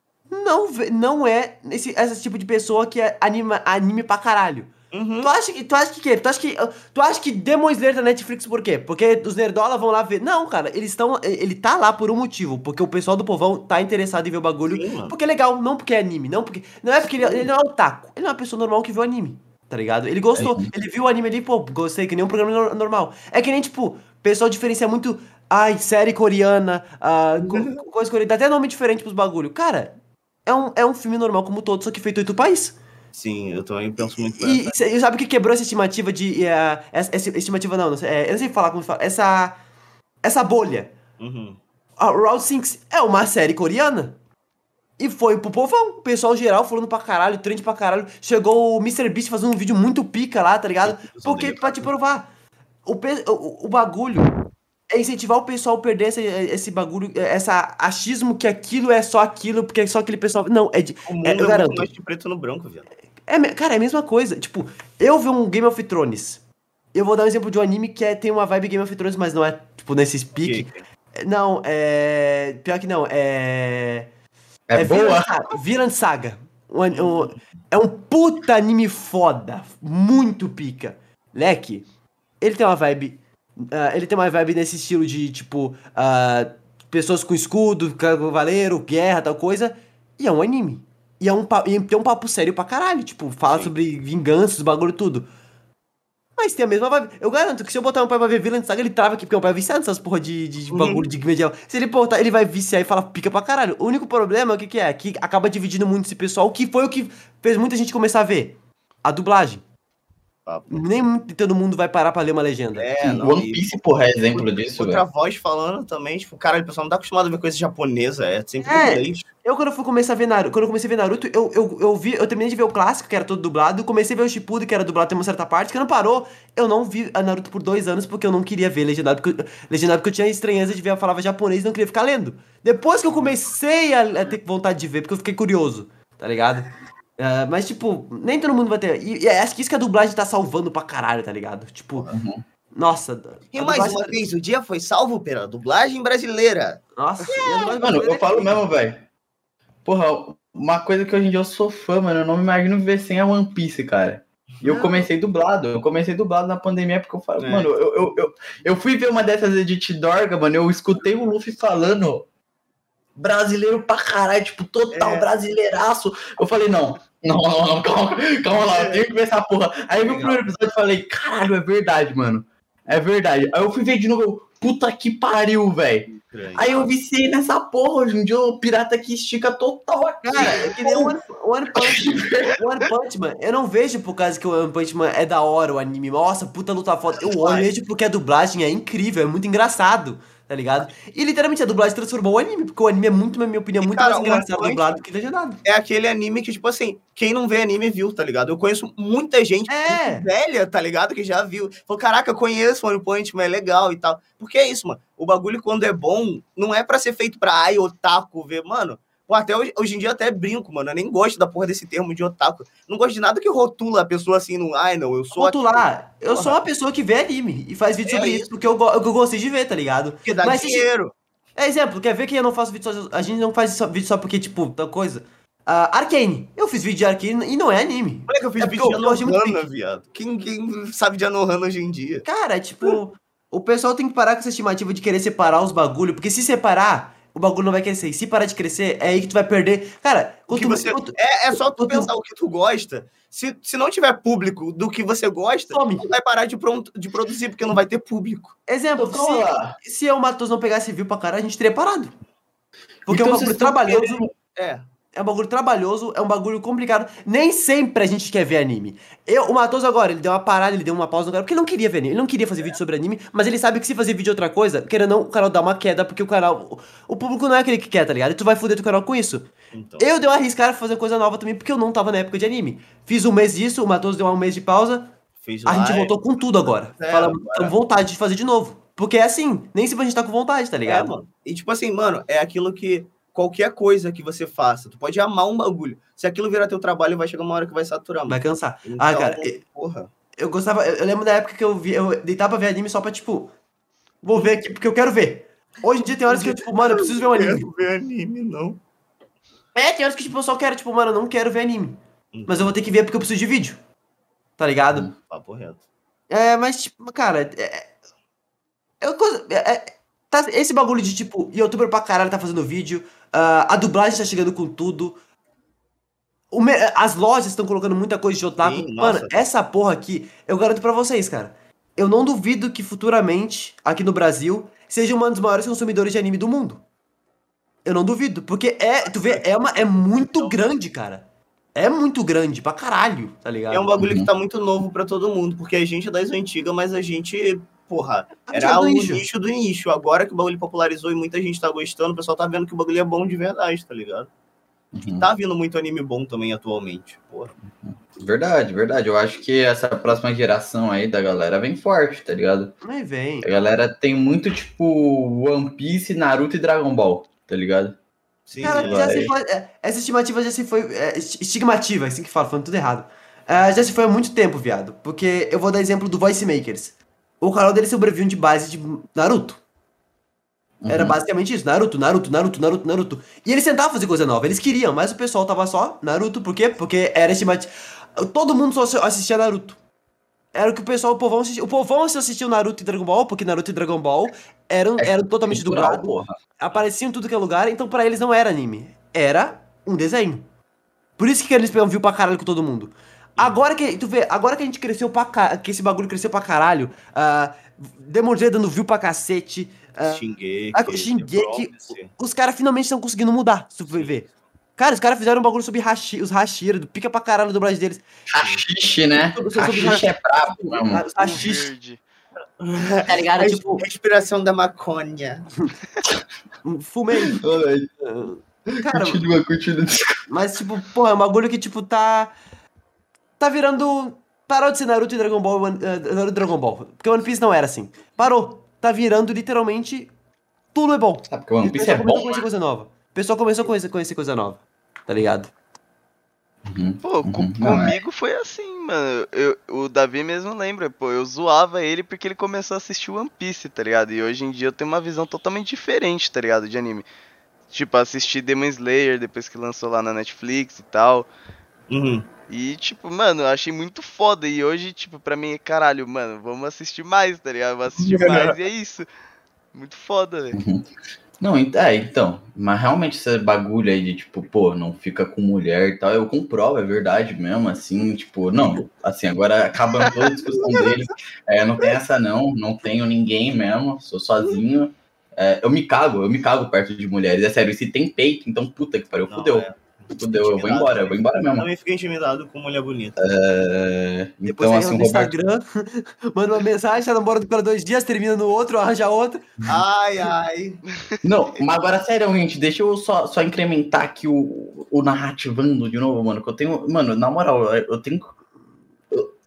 não, vê, não é esse, esse tipo de pessoa que é anima, anime pra caralho. Uhum. Tu acha que tu acha que quê? Tu acha que tu acha que Demon Slayer tá na Netflix por quê? Porque os nerdola vão lá ver. Não, cara, eles estão ele tá lá por um motivo, porque o pessoal do povão tá interessado em ver o bagulho, Sim, mano. porque é legal, não porque é anime, não porque não é porque ele, ele não é otaku, ele é uma pessoa normal que vê o anime, tá ligado? Ele gostou, ele viu o anime ali, pô, gostei, que nem um programa no- normal. É que nem tipo, o pessoal diferencia muito, ai, série coreana, ah, co- coisa coreana, dá até nome diferente pros bagulho. Cara, é um, é um filme normal como todo, só que feito em outro país. Sim, eu também penso muito E, nessa. e sabe o que quebrou essa estimativa de. eh, essa, essa estimativa não, não sei, é, eu não sei falar como fala. Essa. Essa bolha. Uhum. A Round Six é uma série coreana. E foi pro povão. O pessoal geral falando pra caralho, trend pra caralho. Chegou o mister Beast fazendo um vídeo muito pica lá, tá ligado? Porque pra te provar. O, pe- o, o bagulho é incentivar o pessoal a perder esse, esse bagulho, essa achismo que aquilo é só aquilo, porque é só aquele pessoal. Não, é de. O mundo É, é, eu muito garanto. mais de preto no branco, velho. É, me- cara, é a mesma coisa. Tipo, eu vi um Game of Thrones. Eu vou dar um exemplo de um anime que é, tem uma vibe Game of Thrones, mas não é, tipo, nesse pique. Que- É, Não, é. Pior que não, é. É, boa? Vinland Saga. Vinland Saga. Um, an- um- é um puta anime foda. Muito pica. Leque, ele tem uma vibe. ah, ele tem uma vibe nesse estilo de, tipo. ah, pessoas com escudo, cavaleiro, guerra, tal coisa. E é um anime. E, é um, pa- e tem um papo sério pra caralho. Tipo, fala Sim. sobre vinganças, bagulho tudo. Mas tem a mesma vibe. Eu garanto que se eu botar meu pai pra ver Vinland Saga, ele trava aqui, porque meu pai é viciado nessas porra de, de, de Uhum. bagulho de medieval. Se ele botar, ele vai viciar e falar pica pra caralho. O único problema, o que que é? Que acaba dividindo muito esse pessoal, que foi o que fez muita gente começar a ver. A dublagem. Papo. Nem muito- todo mundo vai parar pra ler uma legenda. É, não, One e- Piece, porra, é exemplo disso, Outra velho. voz falando também, tipo, caralho, o pessoal não tá acostumado a ver coisa japonesa, é sempre É. inglês. Eu, quando eu fui começar a ver Naruto, quando eu comecei a ver Naruto, eu, eu, eu vi, eu terminei de ver o clássico, que era todo dublado, comecei a ver o Shippuden, que era dublado até uma certa parte, que não parou. Eu não vi a Naruto por dois anos, porque eu não queria ver legendado, porque, eu- legendado, porque eu tinha estranheza de ver, eu falava japonês e não queria ficar lendo. Depois que eu comecei a, a ter vontade de ver, porque eu fiquei curioso, tá ligado? Ah, mas, tipo, nem todo mundo vai ter. E, e acho que isso que a dublagem tá salvando pra caralho, tá ligado? Tipo, Uhum. nossa. E a mais dublagem- uma vez, o dia foi salvo pela dublagem brasileira. Nossa, e a dublagem Mano, eu brasileira é falo incrível. mesmo, velho. Porra, uma coisa que hoje em dia eu sou fã, mano, eu não me imagino viver sem a One Piece, cara. E eu Não. comecei dublado, eu comecei dublado na pandemia porque eu falo, É. mano, eu, eu, eu, eu fui ver uma dessas edit dorga, mano, eu escutei o Luffy falando brasileiro pra caralho, tipo, total É. brasileiraço. Eu falei, não, não, não, não, calma, calma lá, eu tenho que ver essa porra. Aí eu vi o primeiro episódio e falei, caralho, é verdade, mano. É verdade. Aí eu fui ver de novo, eu, puta que pariu, velho. Aí eu viciei nessa porra, hoje em dia o pirata que estica total aqui. Cara, é que nem o One, One Punch Man. One Punch Man, eu não vejo por causa que o One Punch Man é da hora o anime. Nossa, puta luta foda. Eu olho vejo porque a dublagem é incrível, é muito engraçado, tá ligado? E literalmente a dublagem transformou o anime, porque o anime é muito, na minha opinião, muito cara, mais o engraçado One Punch dublado do que legendado. É aquele anime que, tipo assim, quem não vê anime viu, tá ligado? Eu conheço muita gente É. muito velha, tá ligado? Que já viu. Falou, caraca, eu conheço One Punch Man, é legal e tal. Porque é isso, mano. O bagulho, quando é bom, não é pra ser feito pra ai, otaku ver. Mano, Pô, até hoje, hoje em dia eu até brinco, mano. Eu nem gosto da porra desse termo de otaku. Não gosto de nada que rotula a pessoa assim, no, ai, não, eu sou... Rotular, eu Porra. sou uma pessoa que vê anime e faz vídeo É sobre isso. isso, porque eu, go- eu gostei de ver, tá ligado? Porque dá Mas se- dinheiro. É exemplo, quer ver que eu não faço vídeo só. A gente não faz só- vídeo só porque, tipo, tal coisa. Ah, Arcane. Eu fiz vídeo de Arcane e não é anime. Olha que eu fiz É vídeo porque de eu gosto muito de Anohana, vídeo. viado. Quem, quem sabe de Anohana hoje em dia? Cara, é tipo, o pessoal tem que parar com essa estimativa de querer separar os bagulho, porque se separar, o bagulho não vai crescer. E se parar de crescer, é aí que tu vai perder. Cara, O que quanto, você... quanto- é, é só tu quanto- pensar o que tu gosta. Se, se não tiver público do que você gosta, Some. tu vai parar de, pro- de produzir, porque não vai ter público. Exemplo, Então, calma lá. se, se eu, Matheus, não pegasse view pra caralho, a gente teria parado. Porque Então é um vocês bagulho estão trabalhoso. É. É um bagulho trabalhoso, é um bagulho complicado. Nem sempre a gente quer ver anime. Eu, o Matheus agora, ele deu uma parada, ele deu uma pausa no canal, porque ele não queria ver anime. Ele não queria fazer vídeo sobre anime, mas ele sabe que se fazer vídeo de outra coisa, querendo ou não, o canal dá uma queda, porque o canal. O, o público não é aquele que quer, tá ligado? E tu vai foder teu canal com isso. Então. Eu dei uma arriscada pra fazer coisa nova também, porque eu não tava na época de anime. Fiz um mês disso, o Matheus deu um mês de pausa. Fez A gente live. voltou com tudo agora. É, Falamos, agora- com vontade de fazer de novo. Porque é assim, nem sempre a gente tá com vontade, tá É, ligado? mano. E tipo assim, mano, é aquilo que qualquer coisa que você faça, tu pode amar um bagulho. Se aquilo virar teu trabalho, vai chegar uma hora que vai saturar, mano. Vai cansar. Então, Ah, cara, porra. eu gostava, eu, eu lembro da época que eu vi, eu deitava pra ver anime só pra, tipo, vou ver aqui, porque eu quero ver. Hoje em dia tem horas que eu, tipo, mano, eu preciso ver um anime. Quero ver anime, não. É, tem horas que, tipo, eu só quero, tipo, mano, eu não quero ver anime. Hum. Mas eu vou ter que ver porque eu preciso de vídeo. Tá ligado? Hum, papo reto. É, mas, tipo, cara, é... Eu, é, é- tá, esse bagulho de, tipo, youtuber pra caralho tá fazendo vídeo, ah, a dublagem tá chegando com tudo, o me- as lojas estão colocando muita coisa de otaku. Sim, Mano, nossa. essa porra aqui, eu garanto pra vocês, cara. Eu não duvido que futuramente, aqui no Brasil, seja um dos maiores consumidores de anime do mundo. Eu não duvido, porque é, tu vê, é, uma, é muito grande, cara. É muito grande, pra caralho, tá ligado? É um bagulho Uhum. que tá muito novo pra todo mundo, porque a gente é das antigas, mas a gente, porra, A gente é era do o nicho. nicho do nicho. Agora que o bagulho popularizou e muita gente tá gostando, o pessoal tá vendo que o bagulho é bom de verdade, tá ligado? Uhum. Tá vindo muito anime bom também atualmente, porra. Verdade, verdade. Eu acho que essa próxima geração aí da galera vem forte, tá ligado? Mas vem. A galera tem muito, tipo, One Piece, Naruto e Dragon Ball, tá ligado? Sim, Cara, sim. já vai. se foi, é, essa estimativa já se foi. É, esti- estigmativa, é assim que fala, falando tudo errado. É, já se foi há muito tempo, viado. Porque eu vou dar exemplo do Voice Makers. O canal dele sobrevive de base de Naruto. Era Uhum. basicamente isso: Naruto, Naruto, Naruto, Naruto, Naruto. E eles tentavam fazer coisa nova, eles queriam, mas o pessoal tava só Naruto, por quê? Porque era estimativa. Todo mundo só assistia Naruto. Era o que o pessoal, o povão assistia. O povão só assistia o Naruto e Dragon Ball, porque Naruto e Dragon Ball eram, É eram totalmente cultural, dublados. porra. Apareciam em tudo que é lugar, então pra eles não era anime. Era um desenho. Por isso que eles pegavam view pra caralho com todo mundo. Agora que, tu vê, agora que a gente cresceu pra caralho, que esse bagulho cresceu pra caralho, uh, Demon Slayer dando view pra cacete, uh, Shingeki, a- Shingeki, The Promise. os caras finalmente estão conseguindo mudar, se tu for ver. Cara, os caras fizeram um bagulho sobre Hashi, os Hashira, do pica pra caralho a dublagem deles. Hashish, né? Sobre- sobre- Hashish é brabo, mano. Os Hashish, Verde. tá ligado? Res- Tipo, Respiração da maconha. fumei. Cara, Continua, continua. mas, tipo, porra, é um bagulho que, tipo, tá. Tá virando. Parou de ser Naruto e Dragon Ball. One- eh, Naruto e Dragon Ball. Porque One Piece não era assim. Parou. Tá virando literalmente. Tudo é bom. Sabe que o One E o Piece pessoal é começou a bom, conhecer né? coisa nova. O pessoal começou a conhecer, conhecer coisa nova. Tá ligado? Uhum. Pô, com- Uhum. Não, é. comigo foi assim, mano. Eu, o Davi mesmo lembra, pô, eu zoava ele porque ele começou a assistir One Piece, tá ligado? E hoje em dia eu tenho uma visão totalmente diferente, tá ligado, de anime. Tipo, assisti Demon Slayer depois que lançou lá na Netflix e tal. Uhum. E, tipo, mano, eu achei muito foda. E hoje, tipo, pra mim, caralho, mano, vamos assistir mais, tá ligado? Vamos assistir mais e é isso. Muito foda, velho. Não, ent- é, então. Mas realmente esse bagulho aí de, tipo, pô, não fica com mulher e tal, eu comprovo, é verdade mesmo, assim, tipo, não, assim, agora acabando toda a discussão deles, é, não tem essa não, não tenho ninguém mesmo, sou sozinho, é, eu me cago, eu me cago perto de mulheres, é sério, e se tem peito, então puta que pariu, Não, fudeu, é. fudeu, eu vou embora, eu vou embora mesmo. Também fiquei intimidado com mulher bonita. É, Depois então, você assim, entra o no Roberto... Instagram, manda uma mensagem, tá namorando por dois dias, termina no outro, arranja outro. Ai, ai. Não, mas agora, sério, gente, deixa eu só, só incrementar aqui o, o narrativando de novo, mano, que eu tenho, mano, na moral, eu tenho, eu,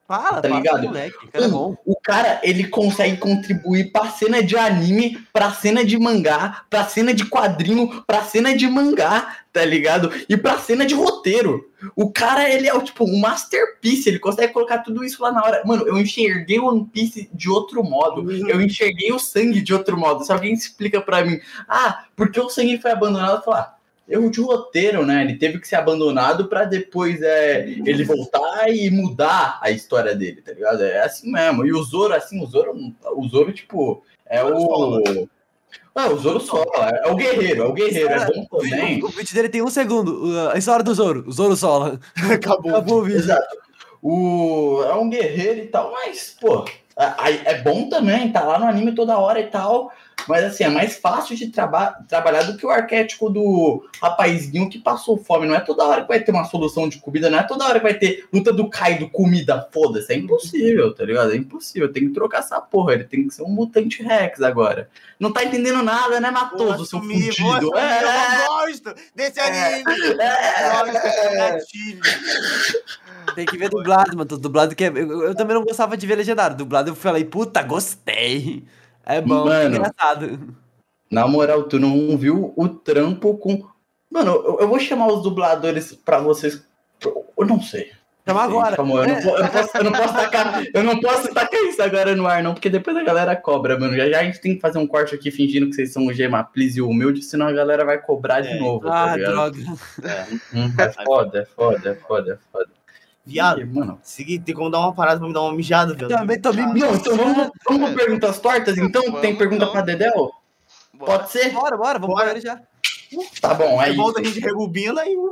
Fala, Tá fala, ligado? moleque. O cara é bom. O cara, ele consegue contribuir pra cena de anime, pra cena de mangá, pra cena de quadrinho, pra cena de mangá, tá ligado? E pra cena de roteiro. O cara, ele é, tipo, um masterpiece, ele consegue colocar tudo isso lá na hora. Mano, eu enxerguei o One Piece de outro modo, eu enxerguei o sangue de outro modo. Se alguém explica pra mim, ah, por que o sangue foi abandonado? Eu falo, ah, erro de roteiro, né? Ele teve que ser abandonado pra depois é, ele voltar e mudar a história dele, tá ligado? É assim mesmo. E o Zoro, assim, o Zoro, o Zoro tipo, é o... Ah, o Zoro Sola, é o guerreiro, é o guerreiro, é bom também. O, o vídeo dele tem um segundo. o- A história do Zoro. O Zoro Sola. Acabou. Acabou o vídeo. Exato. O... É um guerreiro e tal, mas, pô, é, é bom também, tá lá no anime toda hora e tal, mas assim, é mais fácil de traba trabalhar do que o arquétipo do rapazinho que passou fome. Não é toda hora que vai ter uma solução de comida, não é toda hora que vai ter luta do Kaido, comida, foda-se. É impossível, tá ligado? É impossível, tem que trocar essa porra, ele tem que ser um mutante Rex agora. Não tá entendendo nada, né, Matoso, seu assumir, vou fudido? assumir, É, eu gosto desse anime. é, Eu gosto, é. gatilho. Tem que ver dublado, mano. Dublado que é... eu, eu também não gostava de ver legendado. Dublado eu falei, puta, gostei. É bom, é Mano. engraçado. Na moral, tu não viu o trampo com... Mano, eu, eu vou chamar os dubladores pra vocês... Eu não sei. Chama agora. Calma, eu, não, vou- eu, não posso, eu, não posso tacar, eu não posso tacar isso agora no ar, não, porque depois a galera cobra, mano. Já já a gente tem que fazer um corte aqui fingindo que vocês são o Gema Please e o Humilde, senão a galera vai cobrar de É. novo, tá Ah, ligado? droga. Hum, é foda, é foda, é foda, é foda. Viado, Ih, mano. seguinte, tem como dar uma parada pra me dar uma mijada, viado. Também tô me Não, então vamos, vamos pra perguntas tortas, então? Vamos, Tem pergunta então. pra Dedéu? Bora. Pode ser? Bora, bora, vamos Bora. para ele já. Tá bom, Aí aí. volta, a gente rebobina e...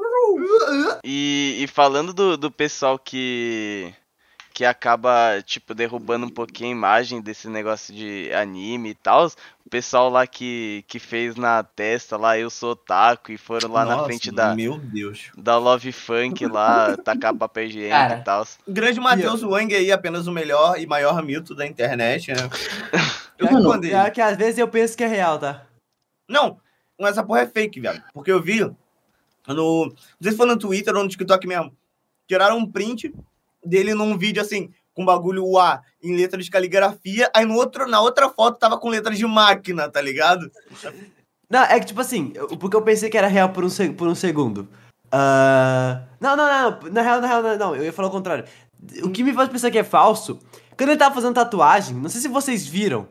E, e falando do, do pessoal que que acaba, tipo, derrubando um pouquinho a imagem desse negócio de anime e tal, o pessoal lá que, que fez na testa lá, eu sou otaku, e foram lá na Nossa, frente da, Meu Deus. da Love Funk lá, tacar papel higiênico Cara. e tal. O grande Matheus Wang aí, apenas o melhor e maior mito da internet, né? Eu Mano, respondi. É que às vezes eu penso que é real, tá? Não, essa porra é fake, viado. Porque eu vi no... Não sei se foi no Twitter ou no TikTok mesmo. Tiraram um print dele num vídeo assim, com bagulho U A em letra de caligrafia, aí no outro, na outra foto tava com letras de máquina, tá ligado? Não, é que tipo assim, eu- porque eu pensei que era real por um, seg- por um segundo. Ah, não, não, não, não, na real, na real, não, não, eu ia falar o contrário. O que me faz pensar que é falso, quando ele tava fazendo tatuagem, não sei se vocês viram,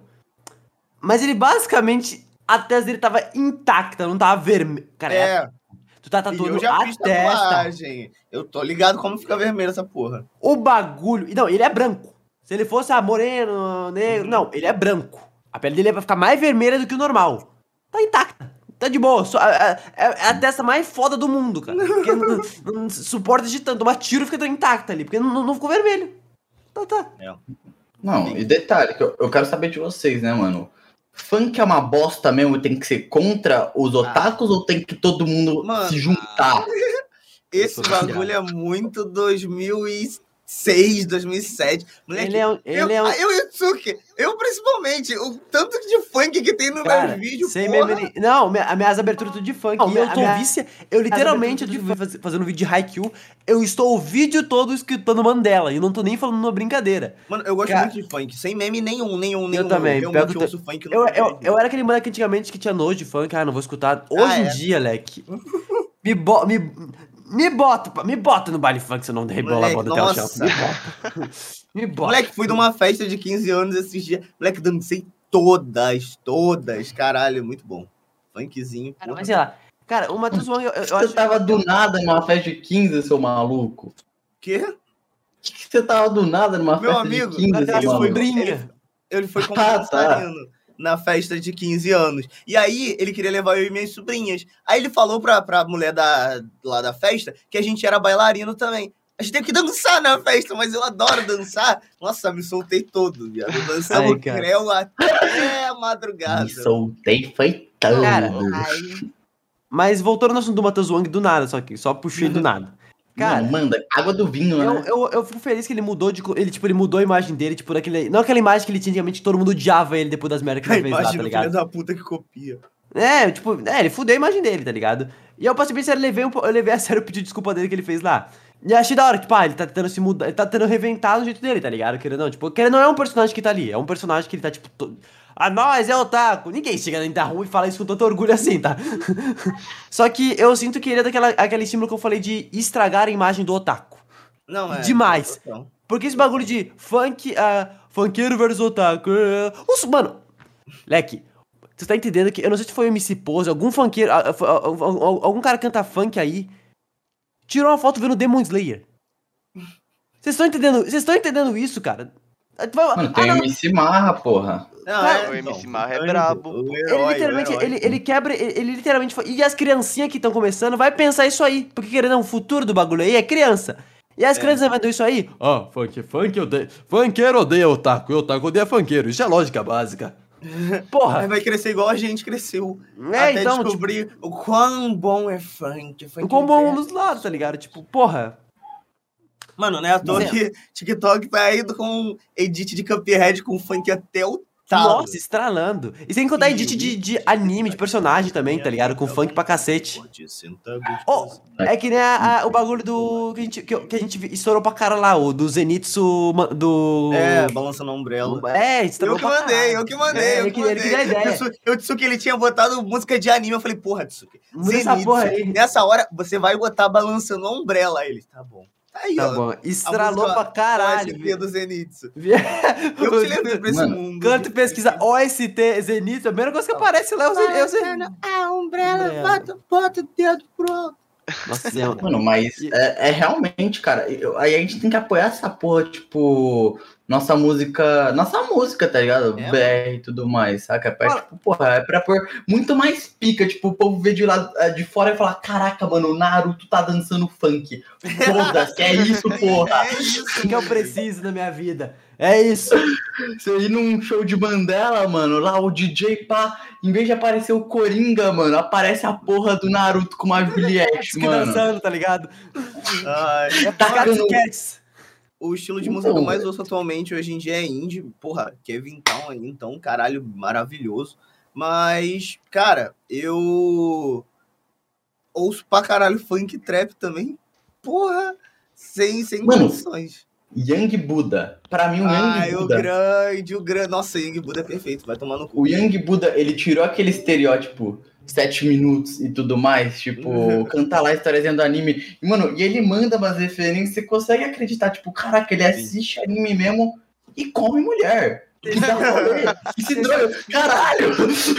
mas ele basicamente, a testa dele tava intacta, não tava vermelha. Cara, é. É, Tu tá e tatuando eu já a fiz testa. tatuagem. Eu tô ligado como fica vermelho essa porra. O bagulho. Não, ele é branco. Se ele fosse ah, moreno, negro. Não, ele é branco. A pele dele vai ficar mais vermelha do que o normal. Tá intacta. Tá de boa. Só- é, é- é a testa mais foda do mundo, cara. Porque não, não suporta de tanto. Uma tiro fica intacta ali. Porque não, não ficou vermelho. Tá, tá. Não, e detalhe, que eu, eu quero saber de vocês, né, mano? Funk é uma bosta mesmo, tem que ser contra os otakus ou tem que todo mundo Mano, se juntar? Esse sou viciado. bagulho é muito dois mil e seis, dois mil e sete. Moleque, Ele é um. eu, Ele é um. eu e o Tsuki, eu principalmente, o tanto de funk que tem no Cara, meu vídeo, sem porra. meme. Não, minha- as minhas aberturas tudo de funk. Não, e eu a tô minha- vicia. Eu literalmente, eu aberturas tô faz- fazendo um vídeo de Haikyuu. Eu estou o vídeo todo escutando Mandela. E eu não tô nem falando numa brincadeira. Mano, eu gosto Cara, muito de funk, sem meme nenhum, nenhum, nenhum. também, Eu pior realmente que eu ouço funk no Eu, meu eu, vídeo. eu era aquele moleque antigamente que tinha nojo de funk. Ah, não vou escutar. Hoje Ah, em é? dia, leque. Me, bo me, me bota, pa- me bota no baile funk se eu não rebolar a Moleque, bola até o chão. nossa. Me bota. Me bota. Moleque, fui numa festa de quinze anos esses dias. Moleque, dancei todas, todas. Caralho, muito bom. Funkzinho. Cara, porra. mas sei lá. Cara, o Matheus Wong, eu, eu Você acho. tava do nada numa festa de quinze, seu maluco? Quê? Que que você tava do nada numa Meu festa amigo, de quinze, ele seu foi maluco? sobrinho. Ele, ele foi como Ah, tá. dançarino na festa de quinze anos. E aí, ele queria levar eu e minhas sobrinhas. Aí ele falou pra, pra mulher da, lá da festa que a gente era bailarino também. A gente tem que dançar na festa, mas eu adoro dançar. Nossa, me soltei todo, viado. Dançamos Ai, cara. creu até a madrugada. Me soltei, foi tão. Cara, Ai, Mas voltando no assunto do Matheus Wong do nada, só que só puxei do nada. Cara, Não, manda, água do vinho, eu, né? eu, eu fico feliz que ele mudou de. co- Ele, tipo, ele mudou a imagem dele, tipo, daquele. Não aquela imagem que ele tinha antigamente que todo mundo odiava ele depois das merdas que ele fez lá, tá imagina o filho ligado? da puta que copia. É, tipo, é, ele fudeu a imagem dele, tá ligado? E eu, pra ser bem sério, eu levei, um, po- eu levei a sério o pedido de desculpa dele que ele fez lá. E achei da hora, tipo, ah, ele tá tentando se mudar, ele tá tentando reventar do jeito dele, tá ligado? Querendo não, tipo, querendo não é um personagem que tá ali, é um personagem que ele tá, tipo, to... ah, nós é otaku. Ninguém chega na rua e fala isso com tanto orgulho assim, tá? Só que eu sinto que ele é daquela, aquele estímulo que eu falei de estragar a imagem do otaku. Não, é. Demais. Então. Porque esse bagulho de funk, uh, funkeiro versus otaku, uh, os, mano, leque, você tá entendendo que, eu não sei se foi o M C Pose, algum funkeiro, uh, uh, uh, uh, algum cara que canta funk aí, tirou uma foto vendo Demon Slayer. Vocês estão entendendo? Vocês estão entendendo isso, cara? Mano, tem ah, o M C Marra, porra. Não, Cara, é, o então, M C Marra é o brabo. o ele herói, literalmente, o herói. ele, ele quebra, ele, ele literalmente foi. E as criancinhas que estão começando vai pensar isso aí. Porque querendo não, o futuro do bagulho aí é criança. E as É. crianças vão ver isso aí. Ó, oh, funk, funk odeia. Funkeiro odeia otaku, e otaku odeia funkeiro. Isso é lógica básica. Porra. Aí vai crescer igual a gente cresceu. É, até então, descobrir o quão bom é funk. funk Com bom é- um dos lados, tá ligado? Tipo, porra. Mano, não é à toa Mas que TikTok tá indo com edit de Cuphead com funk até o talo. Nossa, estralando. E sem contar edit de, de anime, de personagem também, tá ligado? Com funk pra cacete. Oh, é que nem a- a- o bagulho do. Que a, gente, que, que a gente estourou pra cara lá, o do Zenitsu ma- do. É, balançando a umbrella. É, Eu estourou que pra mandei, caralho. eu que mandei, É, eu ele que que- ele que deu a mandei. ideia. Tsu- Eu disse que ele tinha botado música de anime, eu falei, porra, Tsuki, Muda essa Zenitsu, porra aí. nessa hora você vai botar balançando a umbrella. Aí ele, tá bom. Tá aí, Tá ó. bom, A estralou música pra caralho. O S T do Zenitsu. Vi- Eu que te levei pra esse Mano, mundo. Canto e pesquisa O S T Zenitsu, a primeira coisa que aparece lá é o Zenitsu. É o Zen- Balançando a umbrella, Umbrella. bota, bota o dedo pro alto. Nossa, é um- Mano, mas E- é, é realmente, cara, eu- aí a gente tem que apoiar essa porra, tipo, nossa música, nossa música, tá ligado? É, B R e tudo mais, saca? É pra, Fala. tipo, porra, é pra pôr muito mais pica, tipo, o povo ver de lá é, de fora e falar, caraca, mano, o Naruto tá dançando funk. Foda-se, é isso, porra. É isso. O que eu preciso na minha vida? É isso. Você ir num show de Mandela, mano, lá o D J, pá, em vez de aparecer o Coringa, mano, aparece a porra do Naruto com uma Juliette, Que mano. dançando, tá ligado? Ai, É Tacando- Cats. o estilo de música que eu Então, mais ouço atualmente hoje em dia é indie. Porra, Kevin Town aí, então, caralho, maravilhoso. Mas, cara, eu ouço pra caralho funk e trap também. Porra, sem, sem Mano, condições. Young Buda. Pra mim, o Ah, Young o Buda. grande, o grande. Nossa, Young Buda é perfeito, vai tomar no cu. O Young Buda, ele tirou aquele estereótipo sete minutos e tudo mais, tipo, Uhum. cantar lá a historiazinha do anime. E, mano, e ele manda umas referências, você consegue acreditar, tipo, caraca, ele assiste anime mesmo e come mulher. E dá rolê, e se droga. Caralho!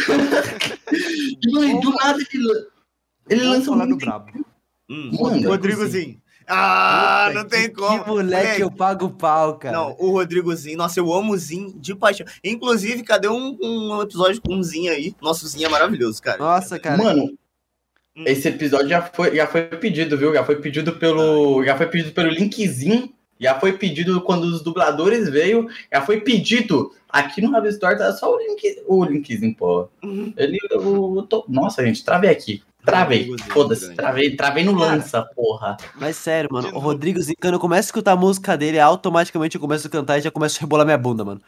E, mano, do nada ele, lan- ele Vamos lança falar um do brabo. Hum, Manda. Rodrigozinho. Ah, Puta, não tem que- como. Que moleque, Moleque, eu pago pau, cara. Não, o Rodrigozinho, nossa, eu amo o Zinho de paixão. Inclusive, cadê um, um episódio com um Zinho aí? Nosso Zinho é maravilhoso, cara. Nossa, cara. Mano, Hum. esse episódio já foi, já foi pedido, viu? Já foi pedido pelo. Já foi pedido pelo Linkzinho. Já foi pedido quando os dubladores veio. Já foi pedido aqui no Rabi Store, tá só o link. O Linkzinho, pô. Uhum. Ele. Eu, eu tô- nossa, gente, travei aqui. Travei. Rodrigozinho, Foda-se, grande. travei, travei no lança, porra. Mas sério, mano, De o novo. Rodrigo Zinho, quando eu começo a escutar a música dele, automaticamente eu começo a cantar e já começo a rebolar minha bunda, mano.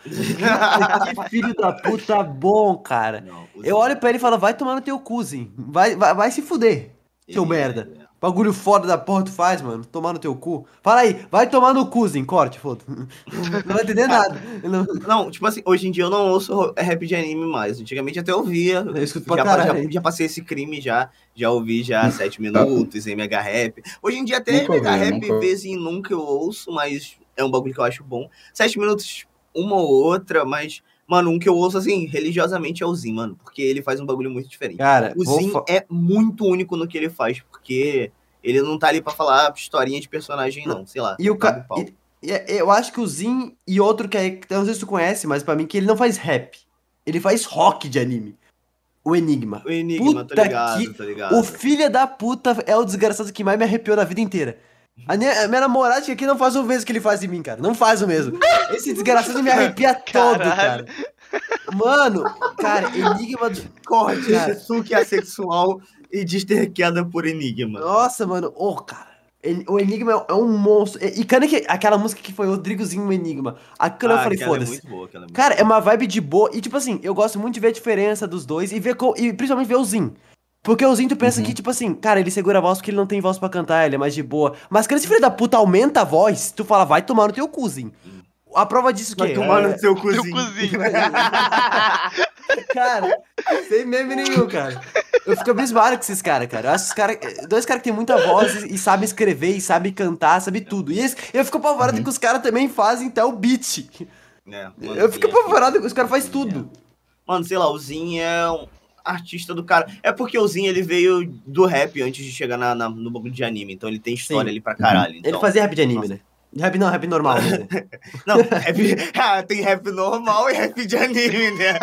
Que filho da puta bom, cara. Não, o Eu Zinho, olho pra ele e falo, vai tomar no teu cu, Zinho. Vai, vai, vai se fuder, seu ele merda. é- Bagulho foda da porra tu faz, mano. Tomar no teu cu. Fala aí, vai tomar no cu, Zinho. Corte, foda. Não vai entender nada. Eu não- Não, tipo assim, hoje em dia eu não ouço rap de anime mais. Antigamente até ouvia. Eu escuto pra Já, caralho. já, já passei esse crime já. Já ouvi já sete minutos em Mega Rap. Hoje em dia até Nunca ouvi, Mega Rap, nunca ouvi. vez em nunca eu ouço, mas é um bagulho que eu acho bom. Sete minutos, uma ou outra, mas, mano, um que eu ouço assim, religiosamente é o Zin, mano. Porque ele faz um bagulho muito diferente. Cara, O vou Zin fa- é muito único no que ele faz, porque ele não tá ali pra falar historinha de personagem, não. Sei lá. E o paga ca... pau. e- e- Eu acho que o Zin e outro que é. que eu não sei se tu conhece, mas pra mim que ele não faz rap. Ele faz rock de anime. O Enigma. O Enigma, Puta tá ligado, que- tá ligado. O filho da puta é o desgraçado que mais me arrepiou na vida inteira. A minha, a minha namorada aqui não faz o mesmo que ele faz em mim, cara. Não faz o mesmo. Esse desgraçado me arrepia todo, cara. Caralho. Mano, cara, Enigma do. Corte, Cara. Suki assexual e desterqueada por Enigma. Nossa, mano. Ô, cara. En- O Enigma é- é um monstro. E, e cara, que, aquela música que foi o Rodrigozinho Enigma. Aquilo eu falei, aquela é foda-se. muito boa, aquela é muito Cara, é uma vibe de boa. E, tipo assim, eu gosto muito de ver a diferença dos dois e ver co- e principalmente ver o Zin. Porque o Zinho tu pensa Uhum. que, tipo assim, cara, ele segura a voz porque ele não tem voz pra cantar, ele é mais de boa. Mas quando esse filho da puta aumenta a voz, tu fala, vai tomar no teu cu, Zinho. A prova disso que Vai tomar é... no seu Teu cozinho. cozinho. Cara, sem meme nenhum, cara. Eu fico abismado com esses caras, cara. Eu acho esses caras. Dois caras que tem muita voz e, e sabem escrever, e sabem cantar, sabem tudo. E esse- eu fico apavorado Uhum. que os caras também fazem até o beat. É, mano, Eu fico Zinho é apavorado que pica. os caras fazem tudo. Mano, sei lá, o Zinho é um artista do cara. É porque o Zinho, ele veio do rap antes de chegar na, na- no bagulho de anime. Então ele tem história Sim. ali pra caralho. Então... Ele fazia rap de anime, Nossa. né? Rap não, rap normal, né? Não, rap... ah, tem rap normal e rap de anime, né?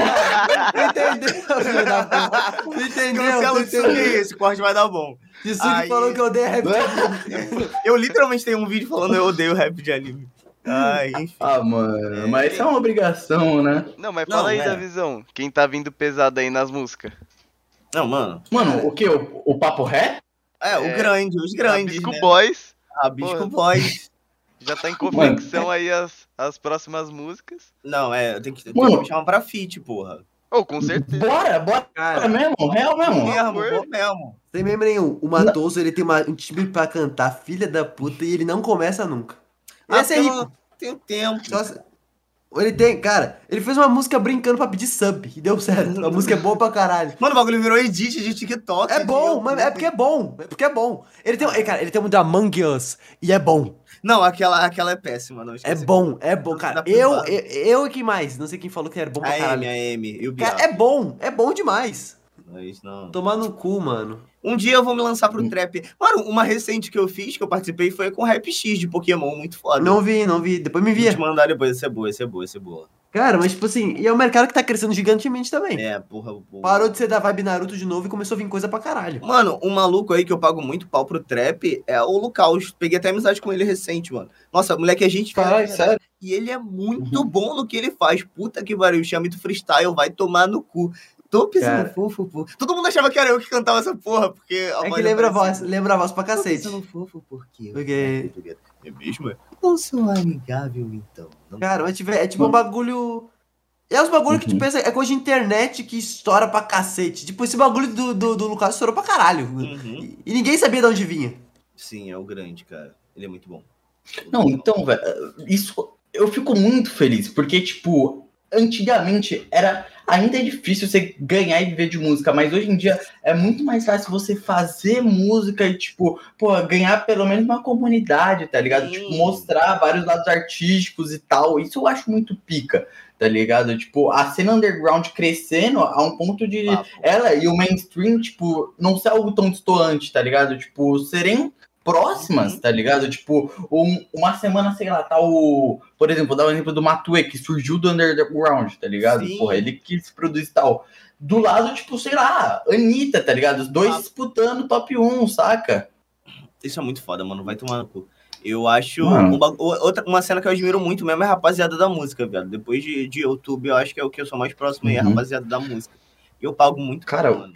Entendeu, filho da puta? Tu entendeu? Cancela Tu o Tsuki, entendeu? esse corte vai dar bom. Tsuki Aí- falou que eu odeio rap de anime. Eu literalmente tenho um vídeo falando eu odeio rap de anime. Ai, enfim. Ah, mano, mas isso é uma obrigação, né? Não, mas Não, fala aí é. da visão. Quem tá vindo pesado aí nas músicas? Não, mano. Mano, o que? O, o papo ré? É, o É, grande, os grandes, Rabisco né? Boys. Rabisco Porra. Boys. Já tá em confecção aí as, as próximas músicas. Não, é, eu tenho que, eu Mano. tenho que me chamar pra feat, porra. Oh, com certeza. Bora, bora Cara, mesmo, real mesmo. Mesmo, amor. vou mesmo. sem meme nenhum. O Matoso, ele tem uma- um time pra cantar, filha da puta, e ele não começa nunca. Ele Ah, é ser porque eu rico. não tenho tempo. Nossa, ele tem, cara, ele fez uma música brincando pra pedir sub e deu certo. A música é boa pra caralho. Mano, o bagulho virou edit de TikTok. É de bom, YouTube. mas é porque é bom. É porque é bom. Ele tem, é, cara, ele tem um de Among Us e é bom. Não, aquela, aquela é péssima, não É esqueci. bom, é bom, Não cara. dá pra Eu, usar. eu, eu e quem mais? Não sei quem falou que era bom pra A Amy, caralho. a Amy e o Cara, Bial. é bom, é bom demais. Mas não. Tomar no cu, mano. Um dia eu vou me lançar Hum. pro trap. Mano, uma recente que eu fiz, que eu participei, foi com Rap X de Pokémon, muito foda. Não vi, não vi. Depois me Vou via. te mandar depois, essa é boa, essa é boa, essa é boa. Cara, mas tipo assim, e é um mercado que tá crescendo gigantemente também. É, porra, porra. Parou de ser da vibe Naruto de novo e começou a vir coisa pra caralho. Mano, um maluco aí que eu pago muito pau pro trap é o Lucaus. Peguei até amizade com ele recente, mano. Nossa, moleque, a gente... Caralho, sério? E ele é muito bom no que ele faz. Puta que pariu, chama do freestyle, vai tomar no cu. Tô pisando Cara. fofo, pô. Todo mundo achava que era eu que cantava essa porra, porque a É voz que lembra a parecida. voz, lembra a voz pra Tô cacete. pisando fofo porque... Porque- É mesmo? Não sou amigável, então. Não... Cara, mas tiver, é tipo um bagulho. É os bagulho que tu Uhum. pensa, é coisa de internet que estoura pra cacete. Tipo, esse bagulho do, do, do Lucas estourou pra caralho. Uhum. E, e ninguém sabia de onde vinha. Sim, é o grande, cara. Ele é muito bom. Não, então, velho, isso eu fico muito feliz, porque, tipo, antigamente era ainda é difícil você ganhar e viver de música, mas hoje em dia é muito mais fácil você fazer música e, tipo, pô, ganhar pelo menos uma comunidade, tá ligado? Sim. Tipo, mostrar vários lados artísticos e tal. Isso eu acho muito pica, tá ligado? Tipo, a cena underground crescendo a um ponto de Papo. ela e o mainstream, tipo, não ser algo tão distoante, tá ligado? Tipo, serem próximas, Uhum. tá ligado? Tipo, um- uma semana, sei lá, tá o... Por exemplo, vou dar o exemplo do Matue, que surgiu do underground, tá ligado? Sim. Porra, ele que se produz e tal. Do lado, tipo, sei lá, Anitta, tá ligado? Os dois Ah. disputando top um, saca? Isso é muito foda, mano. Vai tomar no cu. Eu acho. Mano. Um ba- outra, uma cena que eu admiro muito mesmo é a rapaziada da música, viado. Depois de, de YouTube, eu acho que é o que eu sou mais próximo aí, a Uhum. rapaziada da música. Eu pago muito. Cara, mano.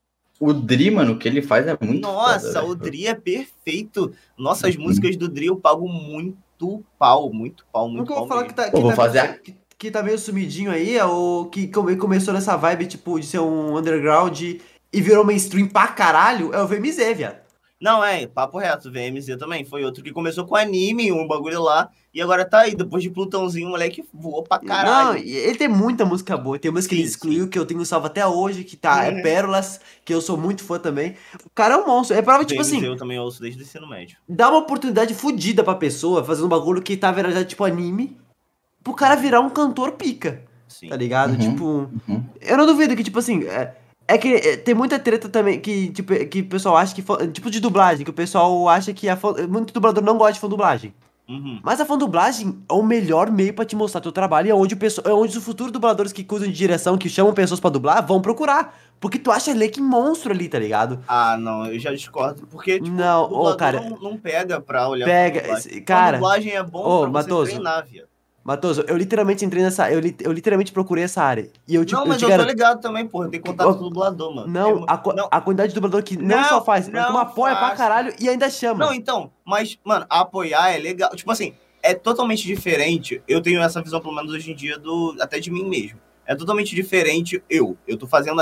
O Dri, mano, o que ele faz é muito Nossa, foda, o velho. Dri é perfeito. Nossa, as Uhum. músicas do Dri eu pago muito pau, muito pau, muito Nunca pau. vou falar que mesmo. tá, Pô, que vou tá, fazer a- que, que tá meio sumidinho aí, é o que come- começou nessa vibe, tipo, de ser um underground e virou mainstream pra caralho, é o V M Z, viado. Não, é, papo reto, V M Z também. Foi outro que começou com anime, um bagulho lá. E agora tá aí, depois de Plutãozinho, o moleque voou pra Não, caralho. e ele tem muita música boa. Tem música que ele Sim, excluiu, que eu tenho salvo até hoje, que tá, é Uhum. Pérolas, que eu sou muito fã também. O cara é um monstro. É prova, tipo V M Z assim, eu também ouço desde o ensino médio. dá uma oportunidade fodida pra pessoa fazer um bagulho que tá virado tipo anime, pro cara virar um cantor pica, Sim. tá ligado? Uhum. Tipo, Uhum. eu não duvido que, tipo assim, é, é que é, tem muita treta também que, tipo, que o pessoal acha que, fã- tipo de dublagem, que o pessoal acha que a fã, muito dublador não gosta de fã dublagem. Uhum. Mas a fã dublagem é o melhor meio pra te mostrar teu trabalho e é onde, o pessoal, é onde os futuros dubladores que cuidam de direção, que chamam pessoas pra dublar, vão procurar. Porque tu acha ele que monstro ali, tá ligado? Ah, não, eu já discordo. Porque, tipo, Não, o dublador ô, cara, não, não pega pra olhar pega, pra dublagem. esse- cara, A dublagem é bom ô, pra Matoso, você treinar, viado. Matoso, eu literalmente entrei nessa. Eu, li- eu literalmente procurei essa área. E eu, tipo, Não, eu mas te eu tô garanto. ligado também, porra. Tem contato Ô, com o dublador, mano. Não, É, a, co- não, a quantidade de dublador que não, Não, só faz, mas como não apoia pra faz. caralho e ainda chama. não, então, mas, mano, apoiar é legal. Tipo assim, é totalmente diferente. Eu tenho essa visão, pelo menos hoje em dia, do até de mim mesmo. É totalmente diferente eu. Eu tô fazendo ali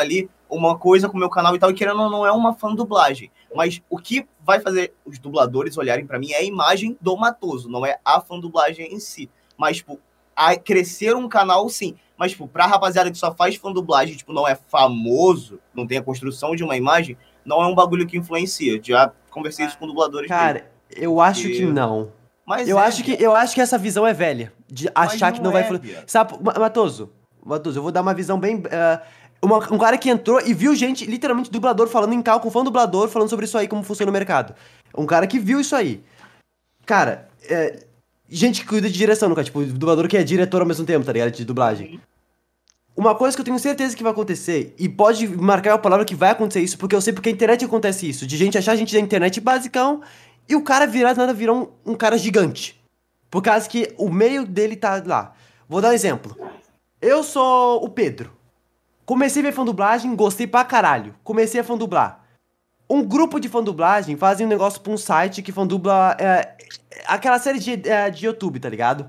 uma coisa com o meu canal e tal, e querendo ou não é uma fã dublagem. Mas o que vai fazer os dubladores olharem pra mim é a imagem do Matoso, não é a fã dublagem em si. Mas, tipo, a crescer um canal, sim. Mas, tipo, pra rapaziada que só faz fã dublagem, tipo, não é famoso, não tem a construção de uma imagem, não é um bagulho que influencia. Já conversei isso com dubladores dele. Cara, eu acho que não. Mas Eu é, acho que, viado. eu acho que essa visão é velha. De Mas achar que não não vai. é, flu- viado. Sabe, Ma- Matoso, Matoso, eu vou dar uma visão bem. eh, uma- um cara que entrou e viu gente, literalmente, dublador falando em cal com fã dublador, falando sobre isso aí, como funciona o mercado. Um cara que viu isso aí. Cara, é, gente que cuida de direção, no caso, tipo, dublador que é diretor ao mesmo tempo, tá ligado? De dublagem. Uma coisa que eu tenho certeza que vai acontecer, e pode marcar a palavra que vai acontecer isso, porque eu sei porque a internet acontece isso, de gente achar a gente da internet basicão, e o cara virar nada virar um, um cara gigante. Por causa que o meio dele tá lá. Vou dar um exemplo. Eu sou o Pedro. Comecei a ver fã dublagem, gostei pra caralho. Comecei a fã dublar. Um grupo de fã dublagem fazem um negócio pra um site que fã dubla é, aquela série de, é, de YouTube, tá ligado?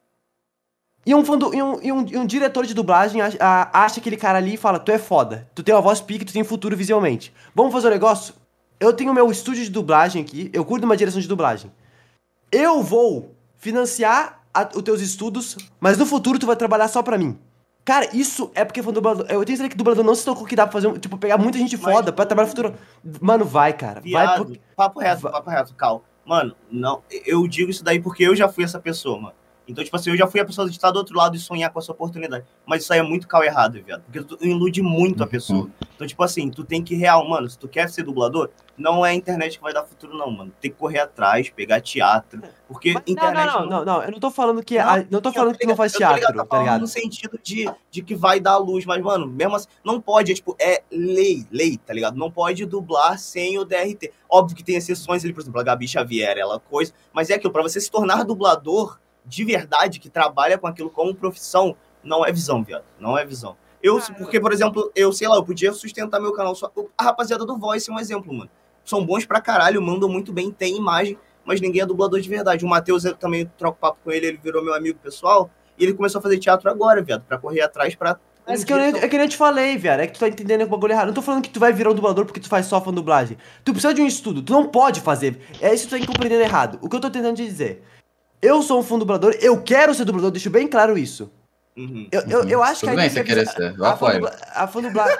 E um, fã du- e, um, e, um, e um diretor de dublagem acha, a- acha aquele cara ali e fala: Tu é foda, tu tem uma voz pique, tu tem futuro visualmente. Vamos fazer um negócio? Eu tenho meu estúdio de dublagem aqui, eu curto uma direção de dublagem. Eu vou financiar a- os teus estudos, mas no futuro tu vai trabalhar só pra mim. Cara, isso é porque fã dublador. Eu tenho certeza que dublador não se tocou que dá pra fazer, um- tipo, pegar muita gente Mas foda pra não- trabalhar no futuro. Mano, vai, cara. Vai Viado, por... papo reto, Va- papo reto, Cal. Mano, não, eu digo isso daí porque eu já fui essa pessoa, mano. Então, tipo assim, eu já fui a pessoa de estar do outro lado e sonhar com essa oportunidade. Mas isso aí é muito cal errado, viado. Porque tu ilude muito a pessoa. Então, tipo assim, tu tem que real, mano, se tu quer ser dublador, não é a internet que vai dar futuro, não, mano. Tem que correr atrás, pegar teatro. Porque Mas não, internet não, não, não, não. Eu não tô falando que. a- Não, tô eu falando que tu não ligado, faz eu tô ligado, teatro, tá tá falando ligado? no sentido de, de que vai dar luz, mas, mano, mesmo assim, não pode, é tipo, é lei, lei, tá ligado? Não pode dublar sem o D R T. Óbvio que tem exceções ali, por exemplo, a Gabi Xavier, ela coisa, mas é aquilo, pra você se tornar dublador de verdade, que trabalha com aquilo como profissão, não é visão, viado, não é visão. Eu, porque, por exemplo, eu, sei lá, eu podia sustentar meu canal só. A rapaziada do Voice é um exemplo, mano. São bons pra caralho, mandam muito bem, tem imagem, mas ninguém é dublador de verdade. O Matheus, eu também troco papo com ele, ele virou meu amigo pessoal, e ele começou a fazer teatro agora, viado, pra correr atrás pra... Mas um que eu, dia nem- é que nem eu te falei, velho. É que tu tá entendendo o bagulho errado. Não tô falando que tu vai virar um dublador porque tu faz só fã dublagem. Tu precisa de um estudo, tu não pode fazer. É isso que tu tá compreendendo errado. O que eu tô tentando te dizer. Eu sou um fã dublador, eu quero ser dublador, deixo bem claro isso. Uhum. Eu, eu, eu acho que Tudo a bem gente você querer precisa- ser, eu a fã apoio. dubla- A fã dublagem.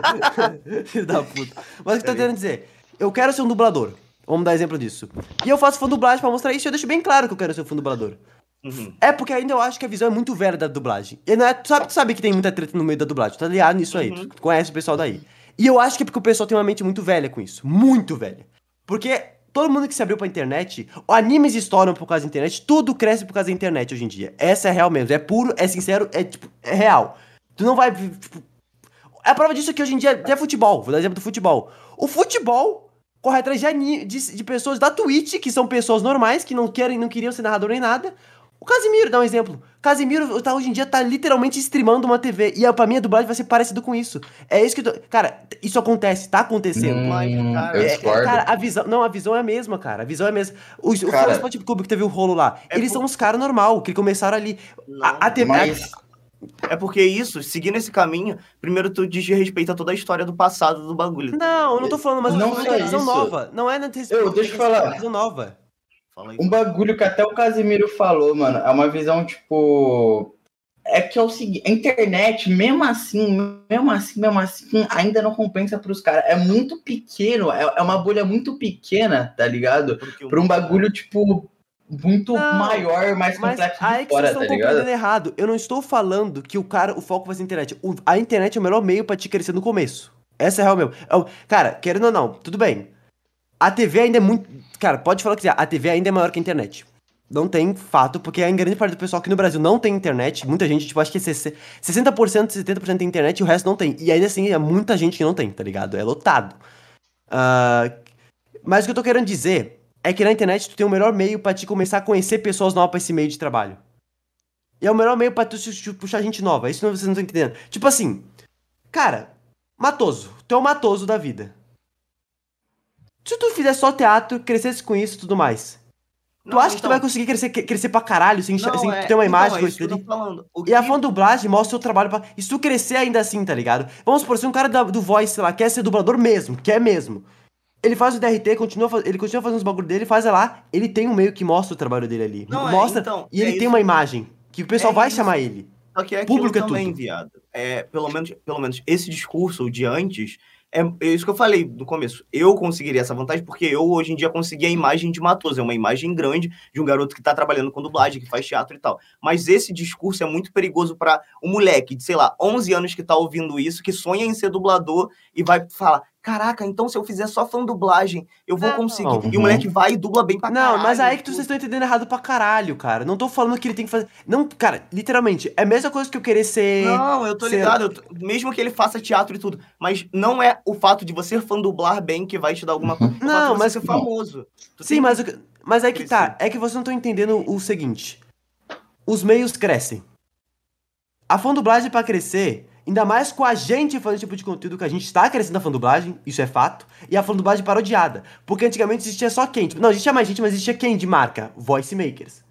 Filho da puta. Mas o que eu tô tentando dizer? Eu quero ser um dublador. Vamos dar exemplo disso. E eu faço fã dublagem pra mostrar isso e eu deixo bem claro que eu quero ser um fã dublador. Uhum. É porque ainda eu acho que a visão é muito velha da dublagem. E não é, tu, sabe, tu sabe que tem muita treta no meio da dublagem, tu tá ligado nisso aí, Uhum. tu conhece o pessoal daí. E eu acho que é porque o pessoal tem uma mente muito velha com isso. Muito velha. Porque todo mundo que se abriu pra internet, animes estouram por causa da internet, tudo cresce por causa da internet hoje em dia. Essa é real mesmo. É puro, é sincero, é tipo, é real. Tu não vai. Tipo, a prova disso é que hoje em dia até futebol. Vou dar exemplo do futebol. O futebol corre atrás de, ani- de, de pessoas da Twitch, que são pessoas normais, que não querem, não queriam ser narrador nem nada. O Casimiro, dá um exemplo. Casimiro tá, hoje em dia tá literalmente streamando uma T V. E pra mim a dublagem vai ser parecido com isso. É isso que eu tô... Cara, isso acontece, tá acontecendo. Mas, Hum, cara, eu É, é, discordo. cara, a visão. Não, a visão é a mesma, cara. A visão é a mesma. O, o Cara- Sport Club que teve o rolo lá, É eles por- são uns caras normal, que começaram ali. Não, A, a T V. Mas, É porque isso, seguindo esse caminho, primeiro tu desrespeita toda a história do passado do bagulho. Não, eu não tô falando, mas eu Não tô falando só que é visão isso. nova. Não é na Eu, deixa eu falar. visão nova. Fala aí. um bagulho que até o Casimiro falou, mano, é uma visão, tipo... É que é o seguinte, a internet, mesmo assim, mesmo assim, mesmo assim, ainda não compensa pros caras. É muito pequeno, é, é uma bolha muito pequena, tá ligado? Porque o- Pra um bagulho, tipo, muito Não, maior, mais Mas complexo aí de que vocês fora, estão tá compreendendo ligado? errado. Eu não estou falando que o cara, o foco vai ser a internet. O- a internet é o melhor meio pra te crescer no começo. Essa é a real mesmo. É o- Cara, querendo ou não, tudo bem. A T V ainda é muito. Cara, pode falar o que quiser. A T V ainda é maior que a internet. Não tem fato, porque a grande parte do pessoal aqui no Brasil não tem internet. Muita gente, tipo, acho que é sessenta por cento, setenta por cento tem internet e o resto não tem. E ainda assim, é muita gente que não tem, tá ligado? É lotado. Ah, mas o que eu tô querendo dizer é que na internet tu tem o melhor meio pra te começar a conhecer pessoas novas pra esse meio de trabalho. E é o melhor meio pra tu se- te puxar gente nova. Isso não, vocês não estão entendendo. Tipo assim, cara, Matoso, tu é o Matoso da vida. Se tu fizer só teatro, crescesse com isso e tudo mais. Tu Não, acha que tu então- vai conseguir crescer, crescer pra caralho sem, Não, sem é- tu ter uma então, imagem é com isso isso que eu ali? tô falando. O E a que- fandublagem mostra o seu trabalho pra... E se tu crescer ainda assim, tá ligado? Vamos supor, se um cara da- do Voice, sei lá, quer ser dublador mesmo, quer mesmo. Ele faz o D R T, continua, fa- ele continua fazendo os bagulho dele, faz lá, ele tem um meio que mostra o trabalho dele ali. Não, é, mostra, então, e ele é tem isso- uma imagem, que o pessoal é vai isso. chamar ele. Só que é aquilo Público é também, tudo. viado. É, pelo menos, pelo menos esse discurso de antes, é, é isso que eu falei no começo. Eu conseguiria essa vantagem porque eu, hoje em dia, consegui a imagem de Matoso. É uma imagem grande de um garoto que tá trabalhando com dublagem, que faz teatro e tal. Mas esse discurso é muito perigoso para um moleque de, sei lá, onze anos que tá ouvindo isso, que sonha em ser dublador e vai falar, caraca, então se eu fizer só fã dublagem, eu vou Não. conseguir. E o Uhum. moleque vai e dubla bem pra Não, caralho. mas aí que tu- tudo. vocês estão entendendo errado pra caralho, cara. Não tô falando que ele tem que fazer... Não, cara, literalmente, é a mesma coisa que eu querer ser... Não, eu tô ser- ligado, eu tô- mesmo que ele faça teatro e tudo, mas não é o fato de você fã dublar bem que vai te dar alguma coisa. É o fato Não, de você mas- ser famoso. Tu Sim, tem mas, que- o que- mas aí que tá. crescer. É que vocês não estão entendendo o seguinte. Os meios crescem. A fandublagem pra crescer, ainda mais com a gente fazendo esse tipo de conteúdo que a gente tá crescendo a fandublagem, isso é fato, e a fandublagem parodiada. Porque antigamente existia só quem? Tipo, não, existia mais gente, mas existia quem de marca? Voice makers.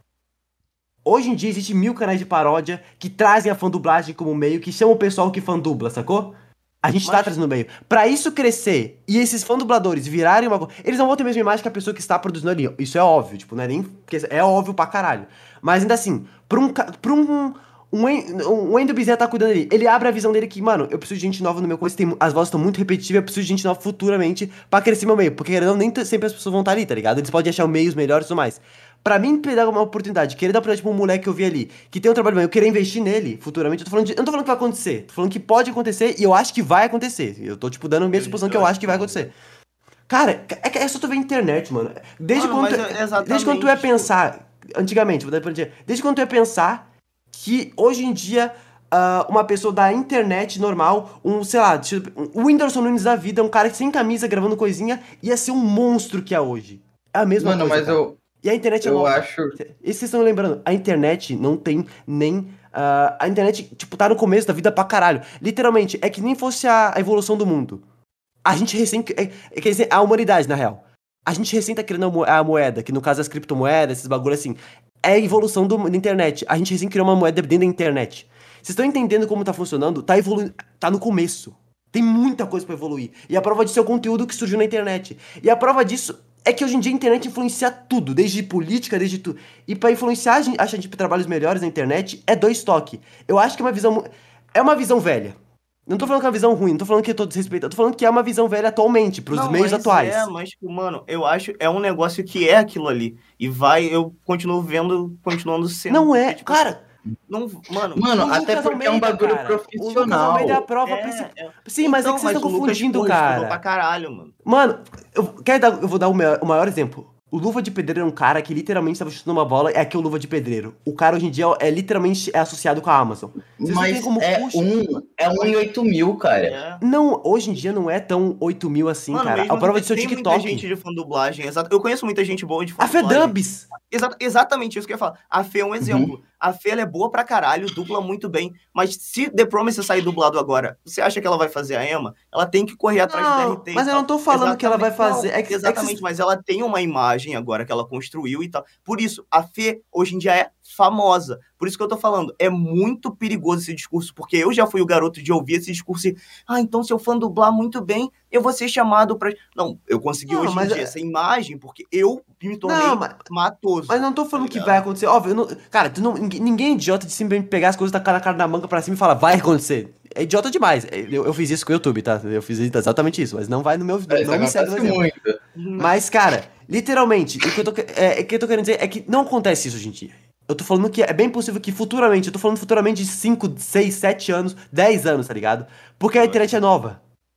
Hoje em dia existe mil canais de paródia que trazem a fandublagem como meio, que chamam o pessoal que fandubla, sacou? A gente tá Mas- trazendo no meio. Pra isso crescer e esses fandubladores virarem uma coisa. Eles não vão ter a mesma imagem que a pessoa que está produzindo ali. Isso é óbvio, tipo, não é nem. É óbvio pra caralho. Mas ainda assim, pra um. ca- Pra um um, En- um Wendel Bezerra tá cuidando ali. Ele abre a visão dele que, mano, eu preciso de gente nova no meu começo. Tem, as vozes estão muito repetitivas, eu preciso de gente nova futuramente pra crescer meu meio. Porque querendo ou não, nem t- sempre as pessoas vão estar ali, tá ligado? Eles podem achar meios melhores e tudo mais. Pra mim, pegar uma oportunidade, querer dar oportunidade pra um moleque que eu vi ali, que tem um trabalho bem, eu querer investir nele futuramente, eu tô falando de, eu não tô falando que vai acontecer, tô falando que pode acontecer e eu acho que vai acontecer. Eu tô, tipo, dando a minha suposição que eu acho que vai acontecer. Cara, é, que- é só tu ver a internet, mano. Desde Mano, quando, mas tu, é exatamente, desde quando tu ia tipo- pensar, antigamente, vou dar pra dizer, desde quando tu ia pensar que hoje em dia ah, uma pessoa da internet normal, um, sei lá, tipo, o Whindersson Nunes da vida, um cara sem camisa gravando coisinha, ia ser um monstro que é hoje. É a mesma Mano, coisa. mas cara. eu, E a internet é eu nova. acho. E vocês estão lembrando, a internet não tem nem. ah, a internet, tipo, tá no começo da vida pra caralho. Literalmente, é que nem fosse a, a evolução do mundo. A gente recém. É, é, quer dizer, a humanidade, na real. A gente recém tá criando a mo- a moeda, que no caso as criptomoedas, esses bagulho assim. É a evolução do, da internet. A gente recém criou uma moeda dentro da internet. Vocês estão entendendo como tá funcionando? Tá evoluindo. Tá no começo. Tem muita coisa pra evoluir. E a prova disso é o conteúdo que surgiu na internet. E a prova disso é que hoje em dia a internet influencia tudo, desde política, desde tudo. E pra influenciar a gente, a gente pra trabalhos melhores na internet, é dois toques. Eu acho que é uma visão. mu- É uma visão velha. Não tô falando que é uma visão ruim, não tô falando que eu tô desrespeitando, tô falando que é uma visão velha atualmente, pros Não, meios mas atuais. É, mas, tipo, mano, eu acho é um negócio que é aquilo ali. E vai, eu continuo vendo, continuando sendo. Não é, porque, tipo, cara. Não, mano, Mano, O até Lucas porque é um Almeida, bagulho cara. O Lucas profissional. Almeida é a prova é, principal. é. Sim, mas é Então, que vocês estão o Lucas, confundindo, porra, estudou cara. pra caralho, mano. Mano, eu, quer dar, eu vou dar o maior, o maior exemplo. O Luva de Pedreiro é um cara que literalmente estava chutando uma bola, é aqui o Luva de Pedreiro. O cara hoje em dia é literalmente é associado com a Amazon. Vocês não Mas têm como é puxa- um, é um em oito mil, cara. É. Não, hoje em dia não é tão oito mil assim, Mano, cara. mesmo A prova que disso é o tem TikTok. muita gente de fã dublagem, exato. Eu conheço muita gente boa de fã A dublagem. Fedubs. Exa exatamente isso que eu ia falar. A Fê é um exemplo. A Fê, ela é boa pra caralho, dubla muito bem. Mas se The Promise sair dublado agora, você acha que ela vai fazer a Emma? Ela tem que correr atrás Não, do D R T e mas eu tal. não tô falando que ela vai Exatamente. fazer. Não, É que- é que exatamente, vocês- mas ela tem uma imagem agora que ela construiu e tal. Por isso, a Fê, hoje em dia, é famosa. Por isso que eu tô falando, é muito perigoso esse discurso, porque eu já fui o garoto de ouvir esse discurso e, ah, então se eu fã dublar muito bem, eu vou ser chamado pra... Não, eu consegui Não, hoje em mas dia é- essa imagem, porque eu me tornei Não, mas- matoso. Mas não tô falando Tá que ligado? vai acontecer. Óbvio, eu não- cara, tu não, ninguém, ninguém é idiota de simplesmente pegar as coisas, tacar na cara da manga pra cima e falar, vai acontecer. É idiota demais. Eu, eu fiz isso com o YouTube, tá? Eu fiz exatamente isso, mas não vai no meu vídeo. Isso Não me segue no acontece exemplo. muito. Mas, cara, literalmente, o que eu tô, que- é, é que eu tô querendo dizer é que não acontece isso hoje em dia. Eu tô falando que é bem possível que futuramente, eu tô falando futuramente de cinco, seis, sete anos, dez anos, tá ligado? Porque a internet é nova.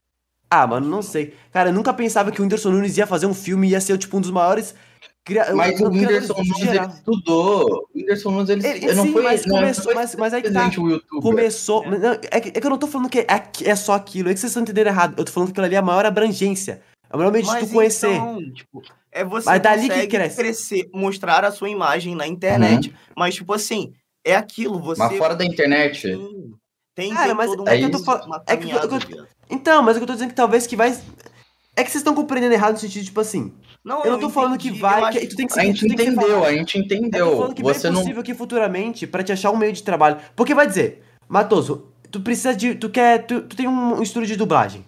Ah, mano, não sei. Cara, eu nunca pensava que o Whindersson Nunes ia fazer um filme e ia ser, tipo, um dos maiores... Cria... Mas não, o Whindersson criadores Nunes, ele geral. estudou. O Whindersson Nunes, ele, Ele- ele não sim, foi... mas não, começou- não foi mas- mas aí que tá. simplesmente um youtuber. Começou. É. Não, é, que, é que eu não tô falando que é, é só aquilo, é que vocês estão entendendo errado. Eu tô falando que aquilo ali é a maior abrangência. É o maior meio de Mas tu conhecer. então, tipo, é você Mas dali que consegue cresce. crescer, mostrar a sua imagem na internet, mas, tipo assim, é aquilo, você... Mas fora da internet... Sim, tem, Cara, tem mas todo é que eu tô uma, fal- uma é que eu- caminhada, eu- viado. Então, mas o que eu tô dizendo é que talvez que vai. É que vocês estão compreendendo errado no sentido, tipo assim. Não, Eu não tô falando entendi, que vai, eu acho que tu tem que A ser, gente tu tem que ser entendeu, falado. a gente Eu tô entendeu. falando que bem Você não. possível que futuramente, pra te achar um meio de trabalho. Porque vai dizer, Matoso, tu precisa de. Tu quer. Tu, tu tem um, um estúdio de dublagem.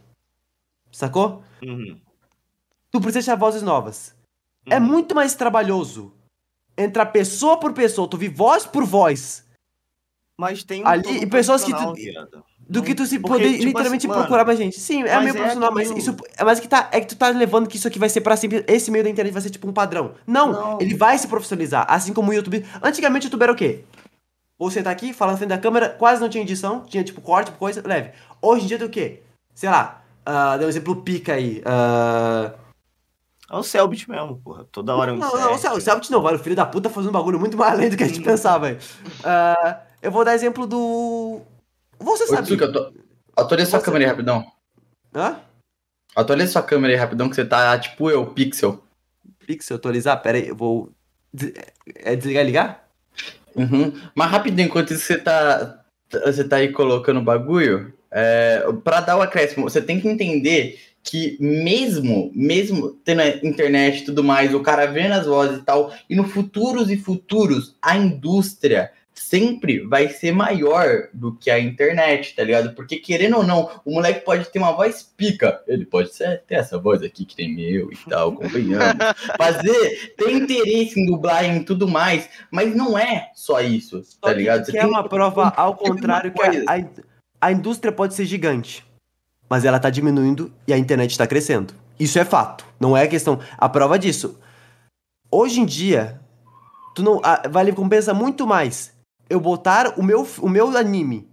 Sacou? Uhum, Tu precisa achar vozes novas. É uhum. muito mais trabalhoso entrar pessoa por pessoa, tu ouvir voz por voz, Mas tem um, ali, todo um e pessoas que tu- profissional, viado. do que Não- tu se porque, poder tipo literalmente assim, mano, procurar mais gente. Sim, é mas meio é profissional, mas aquilo. isso. É mais que tá. É que tu tá levando que isso aqui vai ser pra sempre. Esse meio da internet vai ser tipo um padrão. Não, Não. ele vai se profissionalizar. Assim como o YouTube. Antigamente o YouTube era o quê? Vou sentar aqui, falar na frente da câmera, quase não tinha edição, tinha tipo corte, coisa leve. Hoje em dia tem o quê? Sei lá, ah, dá um exemplo pica aí. ah, É o Selbit mesmo, porra. Toda hora é um Não, não, o set. Cel- o Selbit não, vale. O filho da puta fazendo um bagulho muito mais além do que a gente pensava, velho. Ah, eu vou dar exemplo do. Você Ô, sabe. Tsuki, atu- atualiza sua Você- câmera aí rapidão. Hã? Atualiza sua câmera aí rapidão, que você tá tipo eu, pixel. Pixel, atualizar? Pera aí, eu vou. des- É desligar e ligar? Uhum. Mas rapidinho, enquanto isso você tá, você tá aí colocando o bagulho, é, pra dar o acréscimo, você tem que entender que mesmo, mesmo tendo a internet e tudo mais, o cara vendo as vozes e tal, e no futuros e futuros, a indústria sempre vai ser maior do que a internet, tá ligado? Porque querendo ou não, o moleque pode ter uma voz pica, ele pode ser, ter essa voz aqui que tem meu e tal, convenhamos. Fazer, ter interesse em dublar e em tudo mais, mas não é só isso, tá Só que ligado? tu quer uma prova ao tem uma contrário, que coisa. a, a, a indústria pode ser gigante, mas ela tá diminuindo e a internet tá crescendo. Isso é fato, não é questão. A prova disso. Hoje em dia, tu não a, vale compensa muito mais eu botar o meu, o meu anime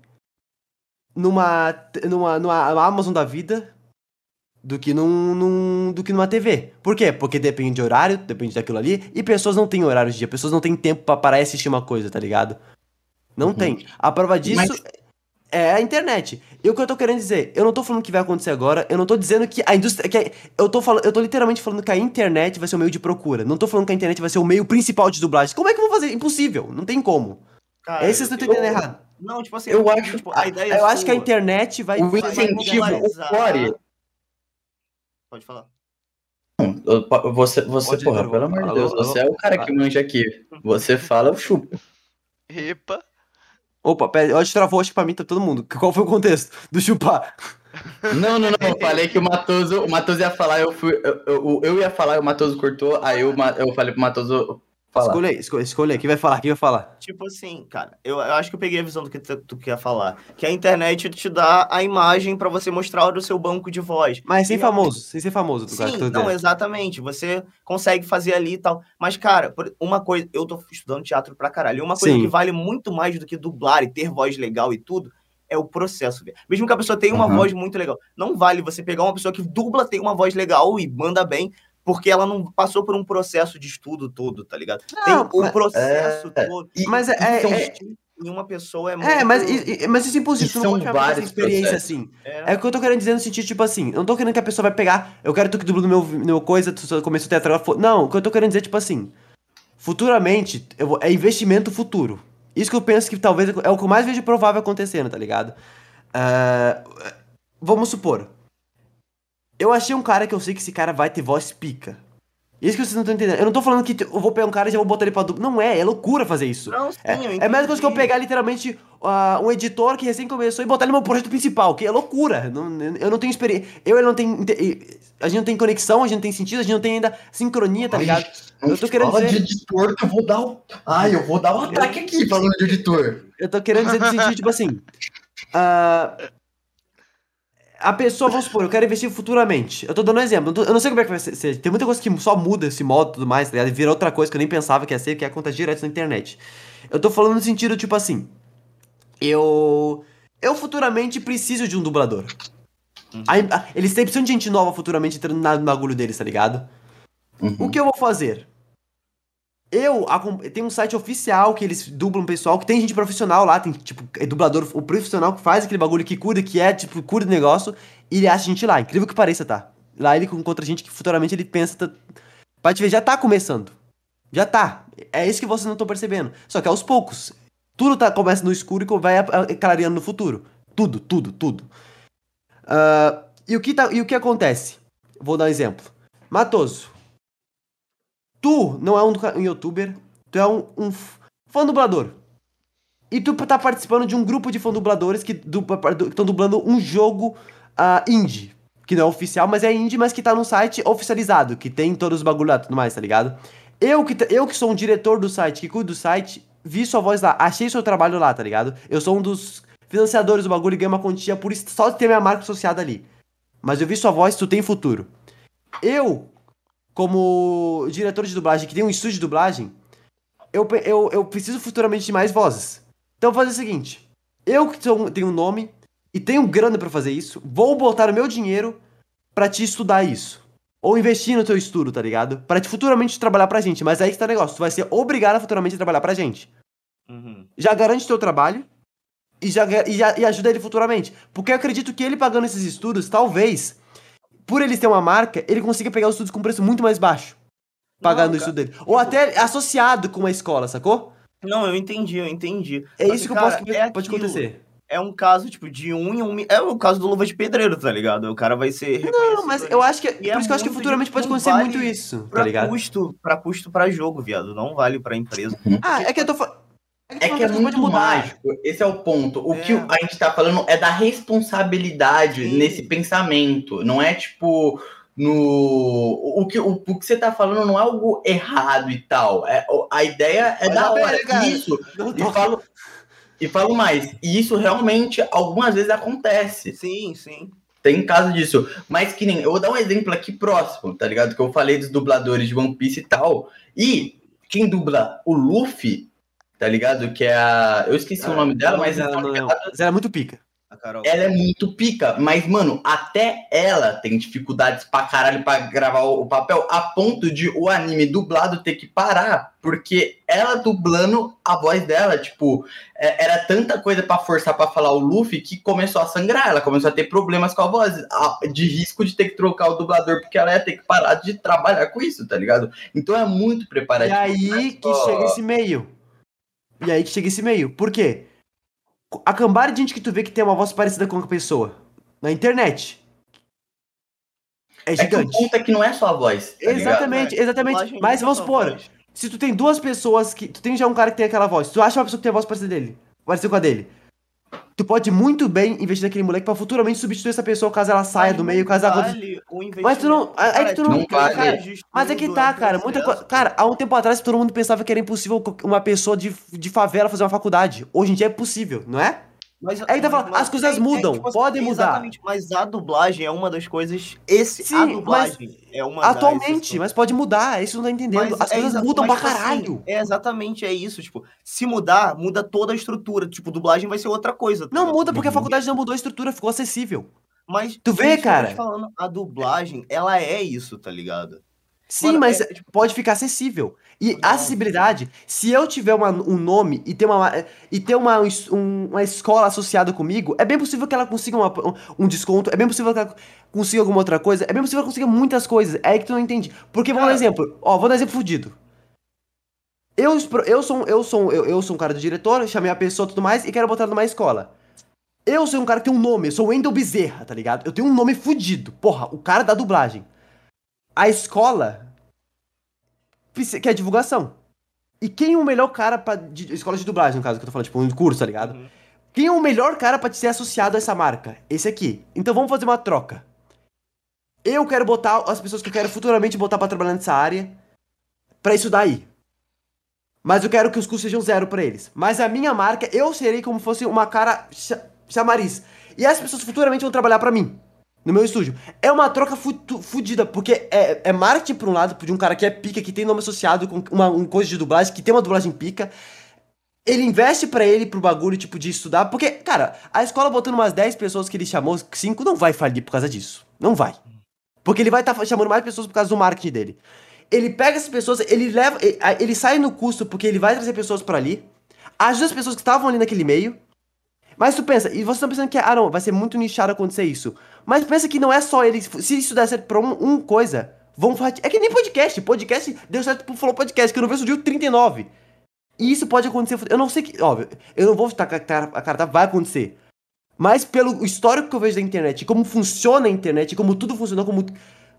numa, numa, numa Amazon da vida do que num, num, do que numa T V. Por quê? Porque depende de horário, depende daquilo ali, e pessoas não têm horário de dia, pessoas não têm tempo pra parar e assistir uma coisa, tá ligado? Não Uhum. tem. A prova disso Mas- é a internet. E o que eu tô querendo dizer, eu não tô falando que vai acontecer agora, eu não tô dizendo que a indústria. Que a- eu, tô falando, eu tô literalmente falando que a internet vai ser o meio de procura. Não tô falando que a internet vai ser o meio principal de dublagem. Como é que eu vou fazer? Impossível, não tem como. Cara, É isso que vocês estão entendendo errado. Não, tipo assim, Eu porque, acho- tipo, a ideia Eu acho que a sua- internet vai O ser mais incentivo, o popularizar- core. Pode falar. Eu- Você, você Pode ir, porra, Carol. pelo amor de Alô, Deus, alô? você é o cara que manja aqui. Você fala, eu chupo. Epa. Opa, pera, eu acho que travou, acho que pra mim tá todo mundo. Qual foi o contexto do chupar? Não, não, não. Eu falei que o Matoso, o Matoso ia falar, eu fui. Eu, eu, eu ia falar, o Matoso cortou, aí eu, ma- eu falei pro Matoso falar. Escolha aí, escolha, escolha aí. Quem vai falar? Quem vai falar? Tipo assim, cara, eu, eu acho que eu peguei a visão do que tu, tu quer falar. Que a internet te dá a imagem pra você mostrar o seu banco de voz. Mas sem E famoso, sem ser famoso. Do cara que Sim, eu tô não, dizendo. exatamente. Você consegue fazer ali e tal. Mas, cara, por- uma coisa, eu tô estudando teatro pra caralho. E uma coisa Sim. que vale muito mais do que dublar e ter voz legal e tudo é o processo. velho. Mesmo que a pessoa tenha uma Uhum. voz muito legal. Não vale você pegar uma pessoa que dubla, tem uma voz legal e manda bem, porque ela não passou por um processo de estudo todo, tá ligado? Não, tem o mas- processo é, todo. E- Mas é- e são- é- Em uma pessoa é muito. É, mas, e- e- mas isso é impossível. E Tu não são pode chamar essa vários experiência processos. assim. É. É o que eu tô querendo dizer no sentido, tipo assim, eu não tô querendo que a pessoa vai pegar, eu quero tu que dubla no meu, no meu coisa, tu só começou teatro, ela for- não, o que eu tô querendo dizer, tipo assim, futuramente, eu vou- é investimento futuro. Isso que eu penso que talvez é o que eu mais vejo provável acontecendo, tá ligado? Ah, vamos supor, eu achei um cara que eu sei que esse cara vai ter voz pica. Isso que vocês não estão entendendo. Eu não tô falando que eu vou pegar um cara e já vou botar ele pra dubla. Não é, é loucura fazer isso. Não, sim, É, eu é a mesma coisa que eu entendi. pegar literalmente ah, um editor que recém começou e botar ele no meu projeto principal, que é loucura. Não- eu não tenho experiência. Eu ele não tenho. inte- A gente não tem conexão, a gente não tem sentido, a gente não tem ainda sincronia, tá ligado? Não Eu tô querendo fala dizer- de editor que eu vou dar o. Ai, eu vou dar um ataque aqui falando de editor. Eu tô querendo dizer no sentido, tipo assim. ah, a pessoa, vamos supor, eu quero investir futuramente. Eu tô dando um exemplo. Eu, tô- eu não sei como é que vai ser- ser. Tem muita coisa que só muda esse modo e tudo mais, tá ligado? E vira outra coisa que eu nem pensava que ia ser, que acontece direto na internet. Eu tô falando no sentido, tipo assim. Eu. Eu futuramente preciso de um dublador. Aí, ah, eles têm precisam de gente nova futuramente entrando na- no bagulho deles, tá ligado? Uhum. O que eu vou fazer? Eu acom- tem um site oficial que eles dublam pessoal, que tem gente profissional lá, tem tipo, é dublador, o profissional que faz aquele bagulho que cuida, que é tipo, cuida do negócio, e ele acha gente lá, incrível que pareça, tá? Lá ele encontra gente que futuramente ele pensa, tá, pra te ver, já tá começando. Já tá. É isso que vocês não estão percebendo. Só que aos poucos. Tudo tá, começa no escuro e vai a- a- clareando no futuro. Tudo, tudo, tudo. Ah, e, o que tá, e o que acontece? Vou dar um exemplo. Matoso. tu não é um, um youtuber, tu é um, um fã dublador. E tu tá participando de um grupo de fã dubladores que estão dublando um jogo uh, indie. Que não é oficial, mas é indie, mas que tá num site oficializado, que tem todos os bagulho lá e tudo mais, tá ligado? Eu que, eu que sou um diretor do site, que cuido do site, vi sua voz lá, achei seu trabalho lá, tá ligado? Eu sou um dos financiadores do bagulho e ganho uma quantia por só ter minha marca associada ali. Mas eu vi sua voz, tu tem futuro. Eu, como diretor de dublagem, que tem um estúdio de dublagem, eu, eu, eu preciso futuramente de mais vozes. Então eu vou fazer o seguinte, eu que tenho um nome e tenho grana pra fazer isso, vou botar o meu dinheiro pra te estudar isso. Ou investir no teu estudo, tá ligado? Pra te futuramente trabalhar pra gente. Mas aí que tá o negócio, tu vai ser obrigado a futuramente trabalhar pra gente. Uhum. Já garante teu trabalho e, já, e, já, e ajuda ele futuramente. Porque eu acredito que ele pagando esses estudos, talvez, por ele ter uma marca, ele consiga pegar os estudos com preço muito mais baixo. Pagando Não, o estudo cara, dele. Ou até associado com uma escola, sacou? Não, eu entendi, eu entendi. É Só isso que, eu cara, posso que é pode aquilo. acontecer. É um caso, tipo, de um em um... mi- É o caso do Luva de Pedreiro, tá ligado? O cara vai ser reconhecido. Não, mas eu acho que. Por E é isso que eu acho que muito futuramente de- pode não acontecer vale muito isso, tá pra ligado? custo, pra custo pra jogo, viado. Não vale pra empresa. Ah, é que eu tô falando. É que é muito mágico, esse é o ponto. O É. que a gente tá falando é da responsabilidade Sim. nesse pensamento. Não é tipo no. O que, o, o que você tá falando não é algo errado e tal. É, a ideia é Mas da a hora. pera, cara. Isso. Não E tô- falo, e falo mais. E isso realmente algumas vezes acontece. Sim, sim. Tem caso disso. Mas que nem. Eu vou dar um exemplo aqui próximo, tá ligado? Que eu falei dos dubladores de One Piece e tal. E quem dubla o Luffy, tá ligado? Que é a. Eu esqueci o nome dela, mas ela, não é, mas ela é muito pica. A Carol. ela é muito pica. Mas, mano, até ela tem dificuldades pra caralho pra gravar o, o papel, a ponto de o anime dublado ter que parar, porque ela dublando a voz dela, tipo, é- era tanta coisa pra forçar pra falar o Luffy que começou a sangrar. Ela começou a ter problemas com a voz, a- de risco de ter que trocar o dublador, porque ela ia ter que parar de trabalhar com isso, tá ligado? Então é muito E preparativo. aí que só- chega esse e-mail. E aí que chega esse e-mail. Por quê? A cambada de gente que tu vê que tem uma voz parecida com a pessoa na internet é É que o gigante. ponto é que não é só a voz, tá ligado? Exatamente, exatamente. Dublagem Mas nunca vamos só supor, voz. se tu tem duas pessoas que. Tu tem já um cara que tem aquela voz, tu acha uma pessoa que tem a voz parecida dele, parecida com a dele. Tu pode muito bem investir naquele moleque pra futuramente substituir essa pessoa caso ela saia Mas do não meio, caso ela. vale o Mas tu não- investimento. é- é que tu não- Não vale. cara, Mas é que tá, cara. Muita coisa. Cara, há um tempo atrás todo mundo pensava que era impossível uma pessoa de, de favela fazer uma faculdade. Hoje em dia é possível, não é? Mas, Aí tá mas- falando, mas as coisas é- é, mudam, tipo assim, podem mudar. Exatamente, mas a dublagem é uma das coisas. Esse, a Sim, dublagem é uma das Atualmente, exceções. mas pode mudar, isso não tá entendendo. Mas As é coisas exa- mudam mas, pra tipo assim, caralho. é exatamente, é isso. Tipo, se mudar, muda toda a estrutura. Tipo, dublagem vai ser outra coisa. tá Não ligado? muda porque a Uhum. faculdade não mudou a estrutura, ficou acessível. Mas Tu vê, é isso que eu tô cara? te falando, a dublagem, ela é isso, tá ligado? Sim, Mano, mas é, tipo- pode ficar acessível. E Não. acessibilidade, se eu tiver uma- um nome e ter, uma, e ter uma, um- uma escola associada comigo, é bem possível que ela consiga uma- um, um desconto, é bem possível que ela consiga alguma outra coisa, é bem possível que ela consiga muitas coisas. É aí que tu não entende. Porque, vamos dar um Cara. exemplo. Ó, vou dar um exemplo fudido. Eu, espro- eu, sou, um- eu, sou, um- eu, eu sou um cara do diretor, chamei a pessoa e tudo mais e quero botar numa escola. Eu sou um cara que tem um nome, eu sou o Wendel Bezerra, tá ligado? Eu tenho um nome fudido. Porra, o cara da dublagem. A escola precisa- quer divulgação. E quem é o melhor cara pra. De, escola de dublagem, no caso, que eu tô falando, tipo, um curso, tá ligado? Uhum. Quem é o melhor cara pra te ser associado a essa marca? Esse aqui. Então vamos fazer uma troca. Eu quero botar as pessoas que eu quero futuramente botar pra trabalhar nessa área pra isso daí. Mas eu quero que os custos sejam zero pra eles. Mas a minha marca, eu serei como fosse uma cara cha- chamariz. E as pessoas futuramente vão trabalhar pra mim. No meu estúdio. É uma troca futu- fudida, porque é, é marketing por um lado, de um cara que é pica, que tem nome associado com uma um coisa de dublagem, que tem uma dublagem pica. Ele investe pra ele pro bagulho, tipo, de estudar. Porque, cara, a escola botando umas dez pessoas que ele chamou, cinco não vai falir por causa disso. Não vai. Porque ele vai estar chamando mais pessoas por causa do marketing dele. Ele pega essas pessoas, ele leva. Ele, ele sai no custo porque ele vai trazer pessoas pra ali. Ajuda as pessoas que estavam ali naquele meio. Mas tu pensa, e vocês estão pensando que, ah não, vai ser muito nichado acontecer isso. Mas pensa que não é só ele. Se isso der certo pra um, um coisa, vão falar. É que nem podcast. Podcast deu certo pro Flow Podcast, que eu não vejo o dia trinta e nove. E isso pode acontecer. Eu não sei que. Óbvio, eu não vou estar com a cara, a cara tá, vai acontecer. Mas pelo histórico que eu vejo da internet, como funciona a internet, como tudo funciona, como,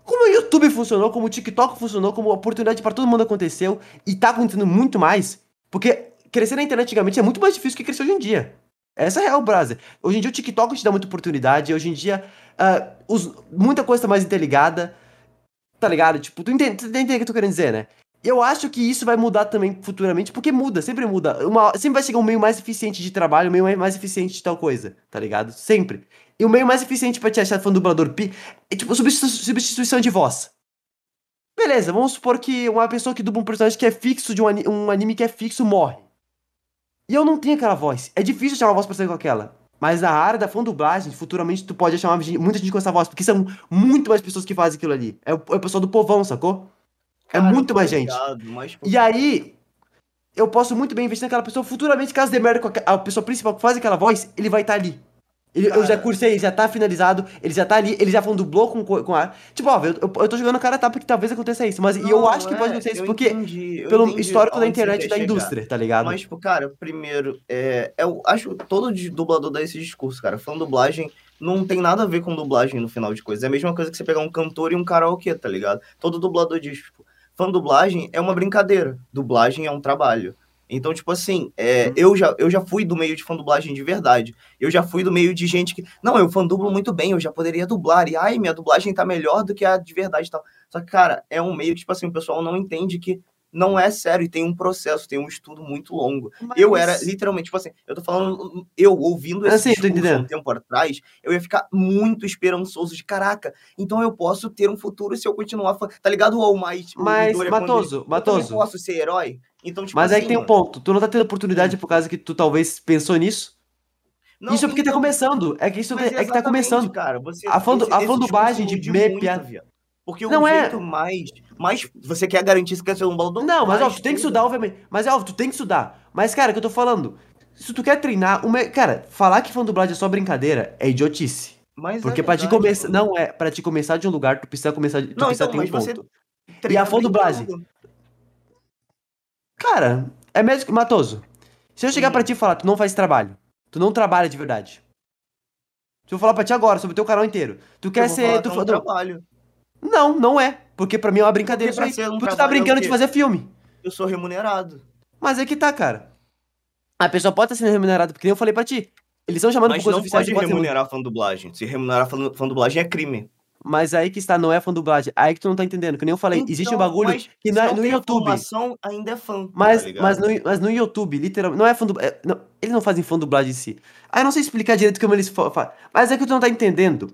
Como o YouTube funcionou, como o TikTok funcionou, como a oportunidade pra todo mundo aconteceu, e tá acontecendo muito mais, porque crescer na internet antigamente é muito mais difícil que crescer hoje em dia. Essa é a real, brasa. Hoje em dia o TikTok te dá muita oportunidade, hoje em dia ah, os- muita coisa tá mais interligada, tá ligado? Tipo, tu entende, tu entende o que eu tô querendo dizer, né? Eu acho que isso vai mudar também futuramente, porque muda, sempre muda. Uma, sempre vai chegar um meio mais eficiente de trabalho, um meio mais- mais eficiente de tal coisa, tá ligado? Sempre. E o meio mais eficiente pra te achar fã do dublador pi é tipo substitu- substituição de voz. Beleza, vamos supor que uma pessoa que dubla um personagem que é fixo de um, ani- um anime que é fixo morre. E eu não tenho aquela voz. É difícil achar uma voz parecida com aquela. Mas na área da fã-dublagem, futuramente tu pode achar uma, gente- muita gente com essa voz, porque são muito mais pessoas que fazem aquilo ali. É o, é o pessoal do povão, sacou? É Cara, eu muito tô mais gente. ligado, mas, pô, E aí, eu posso muito bem investir naquela pessoa. Futuramente, caso dê merda com a, a pessoa principal que faz aquela voz, ele vai estar ali. Ele- eu já Cara. cursei, ele já tá finalizado, ele já tá ali, ele já falou dublou com, co- com a. Tipo, ó, eu, eu, eu tô jogando cara tá porque talvez aconteça isso. Mas e eu Não, acho que pode é, acontecer isso eu porque. entendi, eu Pelo entendi histórico da aonde você internet quer e da chegar. indústria, tá ligado? Mas, tipo, cara, primeiro, é, eu acho que todo de- dublador dá esse discurso, cara. Fã dublagem não tem nada a ver com dublagem no final de coisas. É a mesma coisa que você pegar um cantor e um karaokê, tá ligado? Todo dublador diz, tipo, fã dublagem é uma brincadeira, dublagem é um trabalho. Então, tipo assim, é, Hum. eu, já, eu já fui do meio de fã dublagem de verdade. Eu já fui do meio de gente que, não, eu fã dublo muito bem, eu já poderia dublar. E, ai, minha dublagem tá melhor do que a de verdade e tal. Só que, cara, é um meio que, tipo assim, o pessoal não entende que não é sério e tem um processo, tem um estudo muito longo. Eu era, Mas- literalmente, tipo assim, eu tô falando, eu ouvindo Ah, esse sim, tô discurso há um entendendo. tempo atrás, eu ia ficar muito esperançoso de, caraca, então eu posso ter um futuro se eu continuar, fa- tá ligado o All Might, o Mas, Midoriya, quando ele- Matoso, eu também Matoso. posso ser herói? Então, tipo Mas aí assim, que tem um mano, ponto. Tu não tá tendo oportunidade Hum. por causa que tu talvez pensou nisso? não, Isso é porque tá então, começando. É que isso mas é que tá exatamente, começando. cara, você, A fã, esse, a esse fã dublagem discurso de ilude me muito, piada. viado. Porque Não o é. jeito mais, mais, você quer garantir que você quer ser um dublador? Não, mas mais óbvio, tu tem que tudo. estudar, obviamente. Mas é óbvio, tu tem que estudar. Mas, cara, o que eu tô falando? Se tu quer treinar, uma... cara, falar que fã dublagem é só brincadeira é idiotice. Mas Porque é pra te verdade, começar. pô. Não é. Pra te começar de um lugar, tu precisa começar. de- Tu Não, precisa então, ter um mas você ponto. E a treina fã dublagem? brincando. Cara, é mesmo que. Matoso. Se eu chegar Hum. pra ti e falar, tu não faz trabalho. Tu não trabalha de verdade. Se eu falar pra ti agora sobre o teu canal inteiro. Tu Eu quer vou ser. falar Tu que é fa- um não, trabalho. não, não é. Porque pra mim é uma brincadeira Porque isso pra aí. ser um Porque tu tá trabalho é o brincando de quê? fazer filme. Eu sou remunerado. Mas é que tá, cara. A pessoa pode estar sendo remunerada, porque nem eu falei pra ti. Eles estão chamando por Mas coisas não oficiais pode e pode ser muito. remunerar fã dublagem. Se remunerar fã fã dublagem é crime. Mas aí que está, não é fã dublagem. Aí que tu não tá entendendo, que nem eu falei. Existe um Então, bagulho mas que se na- não no tem a YouTube. formação, ainda é fã, tá Mas, ligado? mas, no, mas no YouTube, literalmente, não é fã dublagem. Eles não fazem fã dublagem em si. Aí eu não sei explicar direito como eles fazem. Mas é que tu não tá entendendo.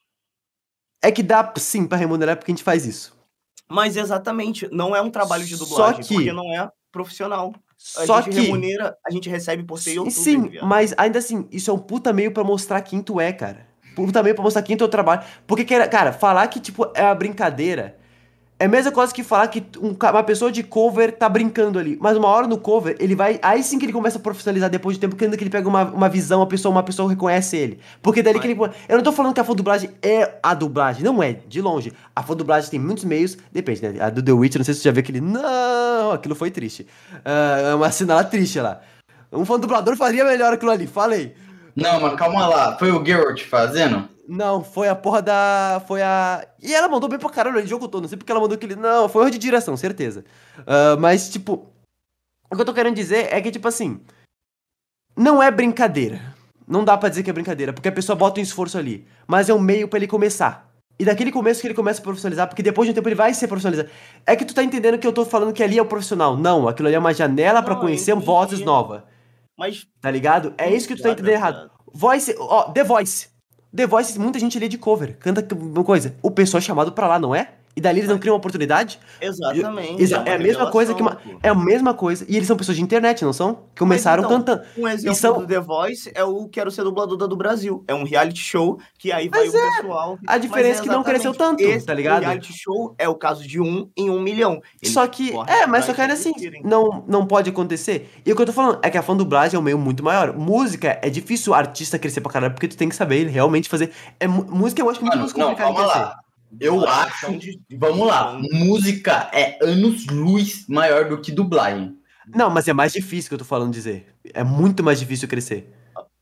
É que dá sim pra remunerar porque a gente faz isso. Mas exatamente, não é um trabalho de Só dublagem, que- porque não é profissional. A Só gente que. remunera, a gente recebe por ser Sim, youtuber, sim, viado. mas ainda assim, isso é um puta meio pra mostrar quem tu é, cara. Puta meio pra mostrar quem tu é o trabalho. Porque, cara, falar que, tipo, é uma brincadeira é a mesma coisa que falar que um ca- uma pessoa de cover tá brincando ali. Mas uma hora no cover, ele vai. Aí sim que ele começa a profissionalizar depois de tempo, porque ele pega uma, uma visão, uma pessoa, uma pessoa reconhece ele. Porque daí que ele. Eu não tô falando que a fã-dublagem é a dublagem. Não é, de longe. A fã-dublagem tem muitos meios. Depende, né? A do The Witch, não sei se você já viu aquele. Não, aquilo foi triste. Ah, é uma sinala triste lá. Um fã-dublador faria melhor aquilo ali, falei. Não, mas calma lá. Foi o Geralt fazendo? Não, foi a porra da. Foi a. E ela mandou bem pra caralho no jogo todo. Não sei porque ela mandou aquele. Não, foi erro de direção, certeza. Ah, mas, tipo. O que eu tô querendo dizer é que, tipo assim. Não é brincadeira. Não dá pra dizer que é brincadeira, porque a pessoa bota um esforço ali. Mas é um meio pra ele começar. E daquele começo que ele começa a profissionalizar, porque depois de um tempo ele vai ser profissionalizado. É que tu tá entendendo que eu tô falando que ali é o profissional. Não, aquilo ali é uma janela pra Não, conhecer eu entendi. vozes novas. Mas Tá ligado? É isso que tu tá entendendo errado. Voice, ó, The Voice. The Voice, muita gente ali é de cover, canta uma coisa. O pessoal é chamado pra lá, não é? E dali eles não criam uma oportunidade? exatamente. Exa- uma é a mesma coisa que uma, revelação, pô. é a mesma coisa. E eles são pessoas de internet, não são? Que começaram então, cantando. Um exemplo E são- do The Voice é o Quero Ser Dublador da do Brasil. É um reality show que aí vai Mas o pessoal. A diferença é que não cresceu tanto, esse, tá ligado? O reality show é o caso de um em um milhão. Eles Só que, correm é, mas só atrás que ainda de assim, assistirem. não, não pode acontecer. E o que eu tô falando é que a fã-dublagem é um meio muito maior. Música, é difícil o artista crescer pra caralho, porque tu tem que saber ele realmente fazer. É, mu- música eu acho muito Mano, mais não, complicado de calma crescer. lá. Eu Nossa, acho. então de- Vamos lá. Música é anos-luz maior do que dublagem. Não, mas é mais difícil que eu tô falando dizer. É muito mais difícil crescer.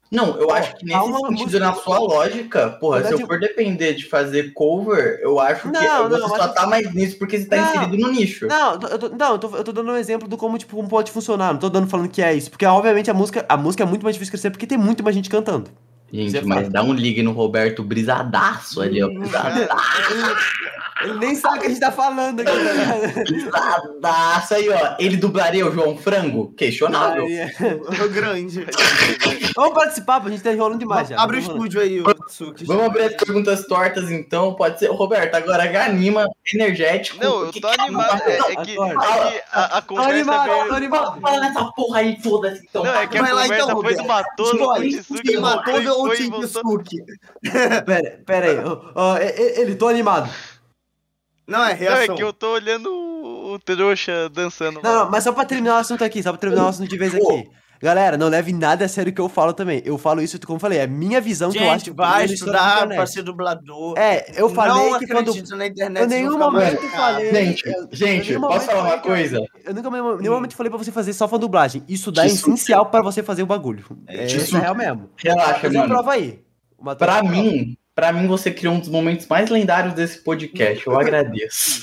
Não, eu Pô, acho que nesse calma, sentido, música- na sua lógica, porra, se eu Verdade- for depender de fazer cover, eu acho que Não, você não, só mas- tá mais nisso porque você tá Não. inserido no nicho. Não, eu tô, eu tô- não eu, tô, eu tô dando um exemplo do como, tipo, como pode funcionar. Não tô dando falando que é isso. Porque, obviamente, a música, a música é muito mais difícil de crescer porque tem muito mais gente cantando. Isso Gente, é mas fato. dá um ligue no Roberto Brisadaço ali, ó. Hum, Brisadaço, Ele nem sabe o que a gente tá falando aqui, tá ligado? brisadaço aí, ó. Ele dublaria o João Frango? Questionável. O grande. Vamos participar, pô, a gente tá enrolando demais já. Abre o Vamos lá. estúdio aí, o Tsuki. Vamos abrir as perguntas tortas, então. Pode ser. Roberto, agora anima, energético. Não, eu Que tô que- animado. É, é que, Agora. é que a, a Tô conversa animado, tô veio. animado. Fala nessa porra aí, foda-se, então. Não, é que a Vai lá, conversa então, foi do Roberto. Matoso com o Escolhe Tsuki, se voltou e Matoso ou foi e voltou. Tsuki. Pera, pera aí. Ó, ó, e- e- ele, tô animado. Não, é Não, é reação. que eu tô olhando o, o trouxa dançando. Não, lá. não, mas só pra terminar o assunto aqui, só pra terminar o assunto de vez aqui. Galera, não leve nada a sério que eu falo também. Eu falo isso, como eu falei, é minha visão que eu acho Gente, que vai eu estou na estudar internet. pra ser dublador. É, eu falei não que quando. acredito na internet. Eu em nenhum você vai ficar momento marcado. falei. Gente, eu- gente, eu em nenhum posso momento falar uma falei que- coisa? Eu nunca, em nenhum momento falei pra você fazer só fandublagem. Isso daí é Isso- essencial pra você fazer o bagulho. É, Isso- isso é real mesmo. Relaxa, Fazer a mano. prova aí. Uma Pra prova. mim, pra mim, você criou um dos momentos mais lendários desse podcast. Eu agradeço.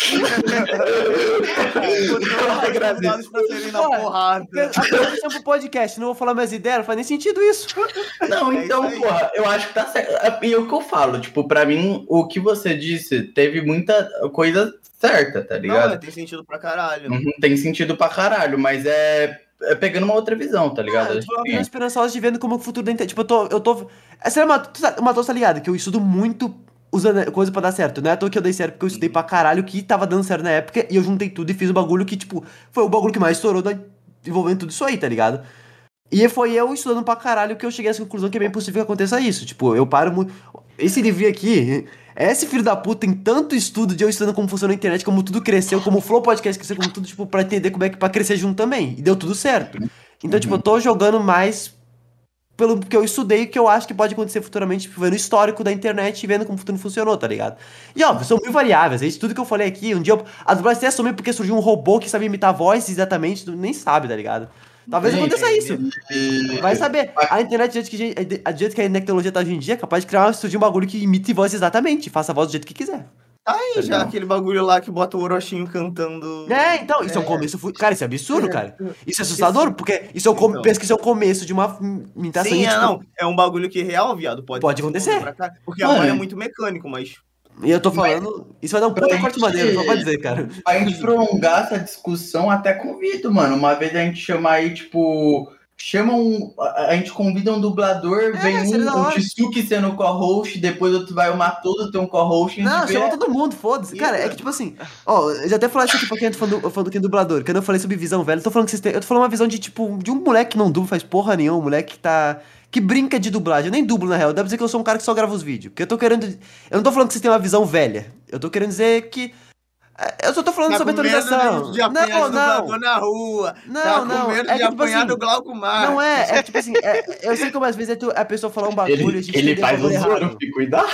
Botou os convidados pra serem na Olha, porrada. Apresentação pro podcast, não vou falar minhas ideias, não faz nem sentido isso. Não, É então, isso aí. porra, eu acho que tá certo. E é o que eu falo, tipo, pra mim, o que você disse teve muita coisa certa, tá Não, ligado? é, tem sentido pra caralho. Uhum, tem sentido pra caralho, mas é, é pegando uma outra visão, tá ligado? Ah, tipo, uma visão esperançosa de vendo como o futuro da internet. Tipo, eu tô. Eu tô... É sério, o Matheus tá ligado? Que eu estudo muito usando coisa pra dar certo. Não é à toa que eu dei certo, porque eu estudei pra caralho que tava dando certo na época e eu juntei tudo e fiz um bagulho que, tipo, foi o bagulho que mais estourou da- envolvendo tudo isso aí, tá ligado? E foi eu estudando pra caralho que eu cheguei a essa conclusão que é bem possível que aconteça isso. Tipo, eu paro muito. Esse livro aqui, esse filho da puta tem tanto estudo de eu estudando como funciona a internet, como tudo cresceu, como o Flow Podcast cresceu, como tudo, tipo, pra entender como é que pra crescer junto também. E deu tudo certo. Então, tipo, eu tô jogando mais pelo que eu estudei e que eu acho que pode acontecer futuramente, tipo, vendo o histórico da internet e vendo como o futuro funcionou, tá ligado? E óbvio, são mil variáveis. Isso tudo que eu falei aqui, um dia eu, a dublagem até assumir porque surgiu um robô que sabia imitar a voz exatamente, tu nem sabe, tá ligado? Talvez Gente, aconteça isso. Vai saber. A internet, do jeito que, do jeito que a tecnologia tá hoje em dia, é capaz de criar surgir um bagulho que imite voz exatamente, faça a voz do jeito que quiser. Aí já aquele bagulho lá que bota o Orochinho cantando. É, então, isso é, um começo. fu- Cara, isso é absurdo, cara. Isso é assustador, porque isso é o com... Então. penso que isso é o começo de uma imitação. Sim, e, é, tipo, não. É um bagulho que real, viado. Pode, Pode desenvolver acontecer. pra cá, porque Mano. agora é muito mecânico, mas. E eu tô falando. Isso vai dar um puta pra corte gente- maneiro, só pra dizer, cara. A gente prolongar essa discussão, até convido, mano. Uma vez a gente chama aí, tipo. Chama um. A, a gente convida um dublador, vem seria da um, o hora. Tsuki sendo co-host, depois outro vai o Matoso ter um co-host. e a gente Não, vê- chama todo mundo, foda-se. Cara, é que tipo assim, ó, eu já até falei isso aqui pra quem é fã do, fã do quem é dublador, quando eu falei sobre visão, velho, eu tô falando que vocês têm, eu tô falando uma visão de, tipo, de um moleque que não dubla, faz porra nenhuma, um moleque que tá, que brinca de dublagem, eu nem dublo na real, dá pra dizer que eu sou um cara que só grava os vídeos, porque eu tô querendo, eu não tô falando que vocês têm uma visão velha, eu tô querendo dizer que, é, eu só tô falando Tá sobre com medo atualização. de apanhar Não, de dublador não, na rua. Não, tá com não, medo é de que, tipo apanhar assim, do Glauco Mar. não é, é que tipo assim, é, eu sei como às vezes é tu- a pessoa falar um bagulho e a Ele, gente ele entender o faz bagulho um errado. surf, cuidado.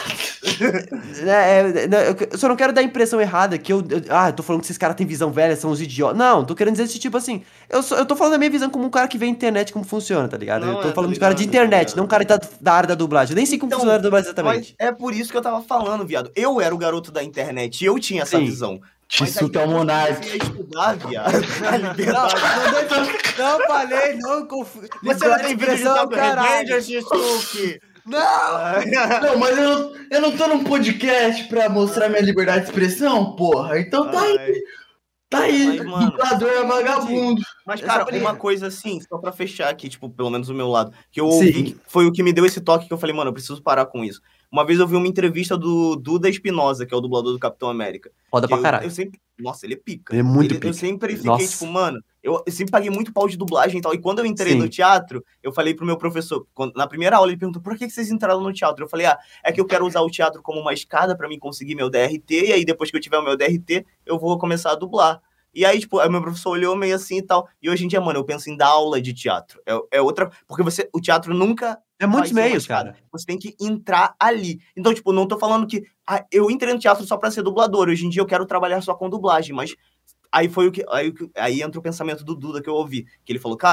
É, é, não, eu eu só não quero dar a impressão errada que eu, eu- Ah, eu tô falando que esses caras têm visão velha, são os idiotas. Não, tô querendo dizer esse tipo assim. Eu, só, eu tô falando da minha visão como um cara que vê a internet como funciona, tá ligado? Não, eu tô é, falando tá de cara de ligado, internet, tá não um cara da, da área da dublagem. Eu nem sei como Então, funciona a área da dublagem exatamente. Mas é por isso que eu tava falando, viado. Eu era o garoto da internet e eu tinha essa Sim. visão. Mas aí Tsuki é o depois que eu monarca. comecei a estudar, viado. A Não, liberdade. não, não falei, não confundo. Você não tem vídeo de Top Revenge, Tsuki? Não! Não, mas eu, não- eu não tô num podcast pra mostrar minha liberdade de expressão, porra. Então tá aí, Ai, tá aí. Mas, mano, Dublador é vagabundo. Mas, Eu cara, só falei- uma coisa assim, só pra fechar aqui, tipo, pelo menos do meu lado, que eu ouvi, Sim. que foi o que me deu esse toque que eu falei, mano, eu preciso parar com isso. Uma vez eu vi uma entrevista do Duda Espinosa, que é o dublador do Capitão América. Foda que pra eu, caralho. eu sempre... Nossa, ele é pica. Ele é muito Ele- Eu pica. sempre fiquei, Nossa. tipo, mano, eu, eu sempre paguei muito pau de dublagem e tal. E quando eu entrei Sim. no teatro, eu falei pro meu professor, quando- na primeira aula ele perguntou, por que que vocês entraram no teatro? Eu falei, ah, é que eu quero usar o teatro como uma escada pra mim conseguir meu D R T, e aí depois que eu tiver o meu D R T, eu vou começar a dublar. E aí, tipo, aí meu professor olhou meio assim e tal. E hoje em dia, mano, eu penso em dar aula de teatro. É, é outra... Porque você, o teatro nunca É muitos vai ser uma meios, escada. cara. Você tem que entrar ali. Então, tipo, não tô falando que ah, eu entrei no teatro só pra ser dublador. Hoje em dia eu quero trabalhar só com dublagem, mas aí foi o que aí, o que- aí entra o pensamento do Duda que eu ouvi, que ele falou, cara,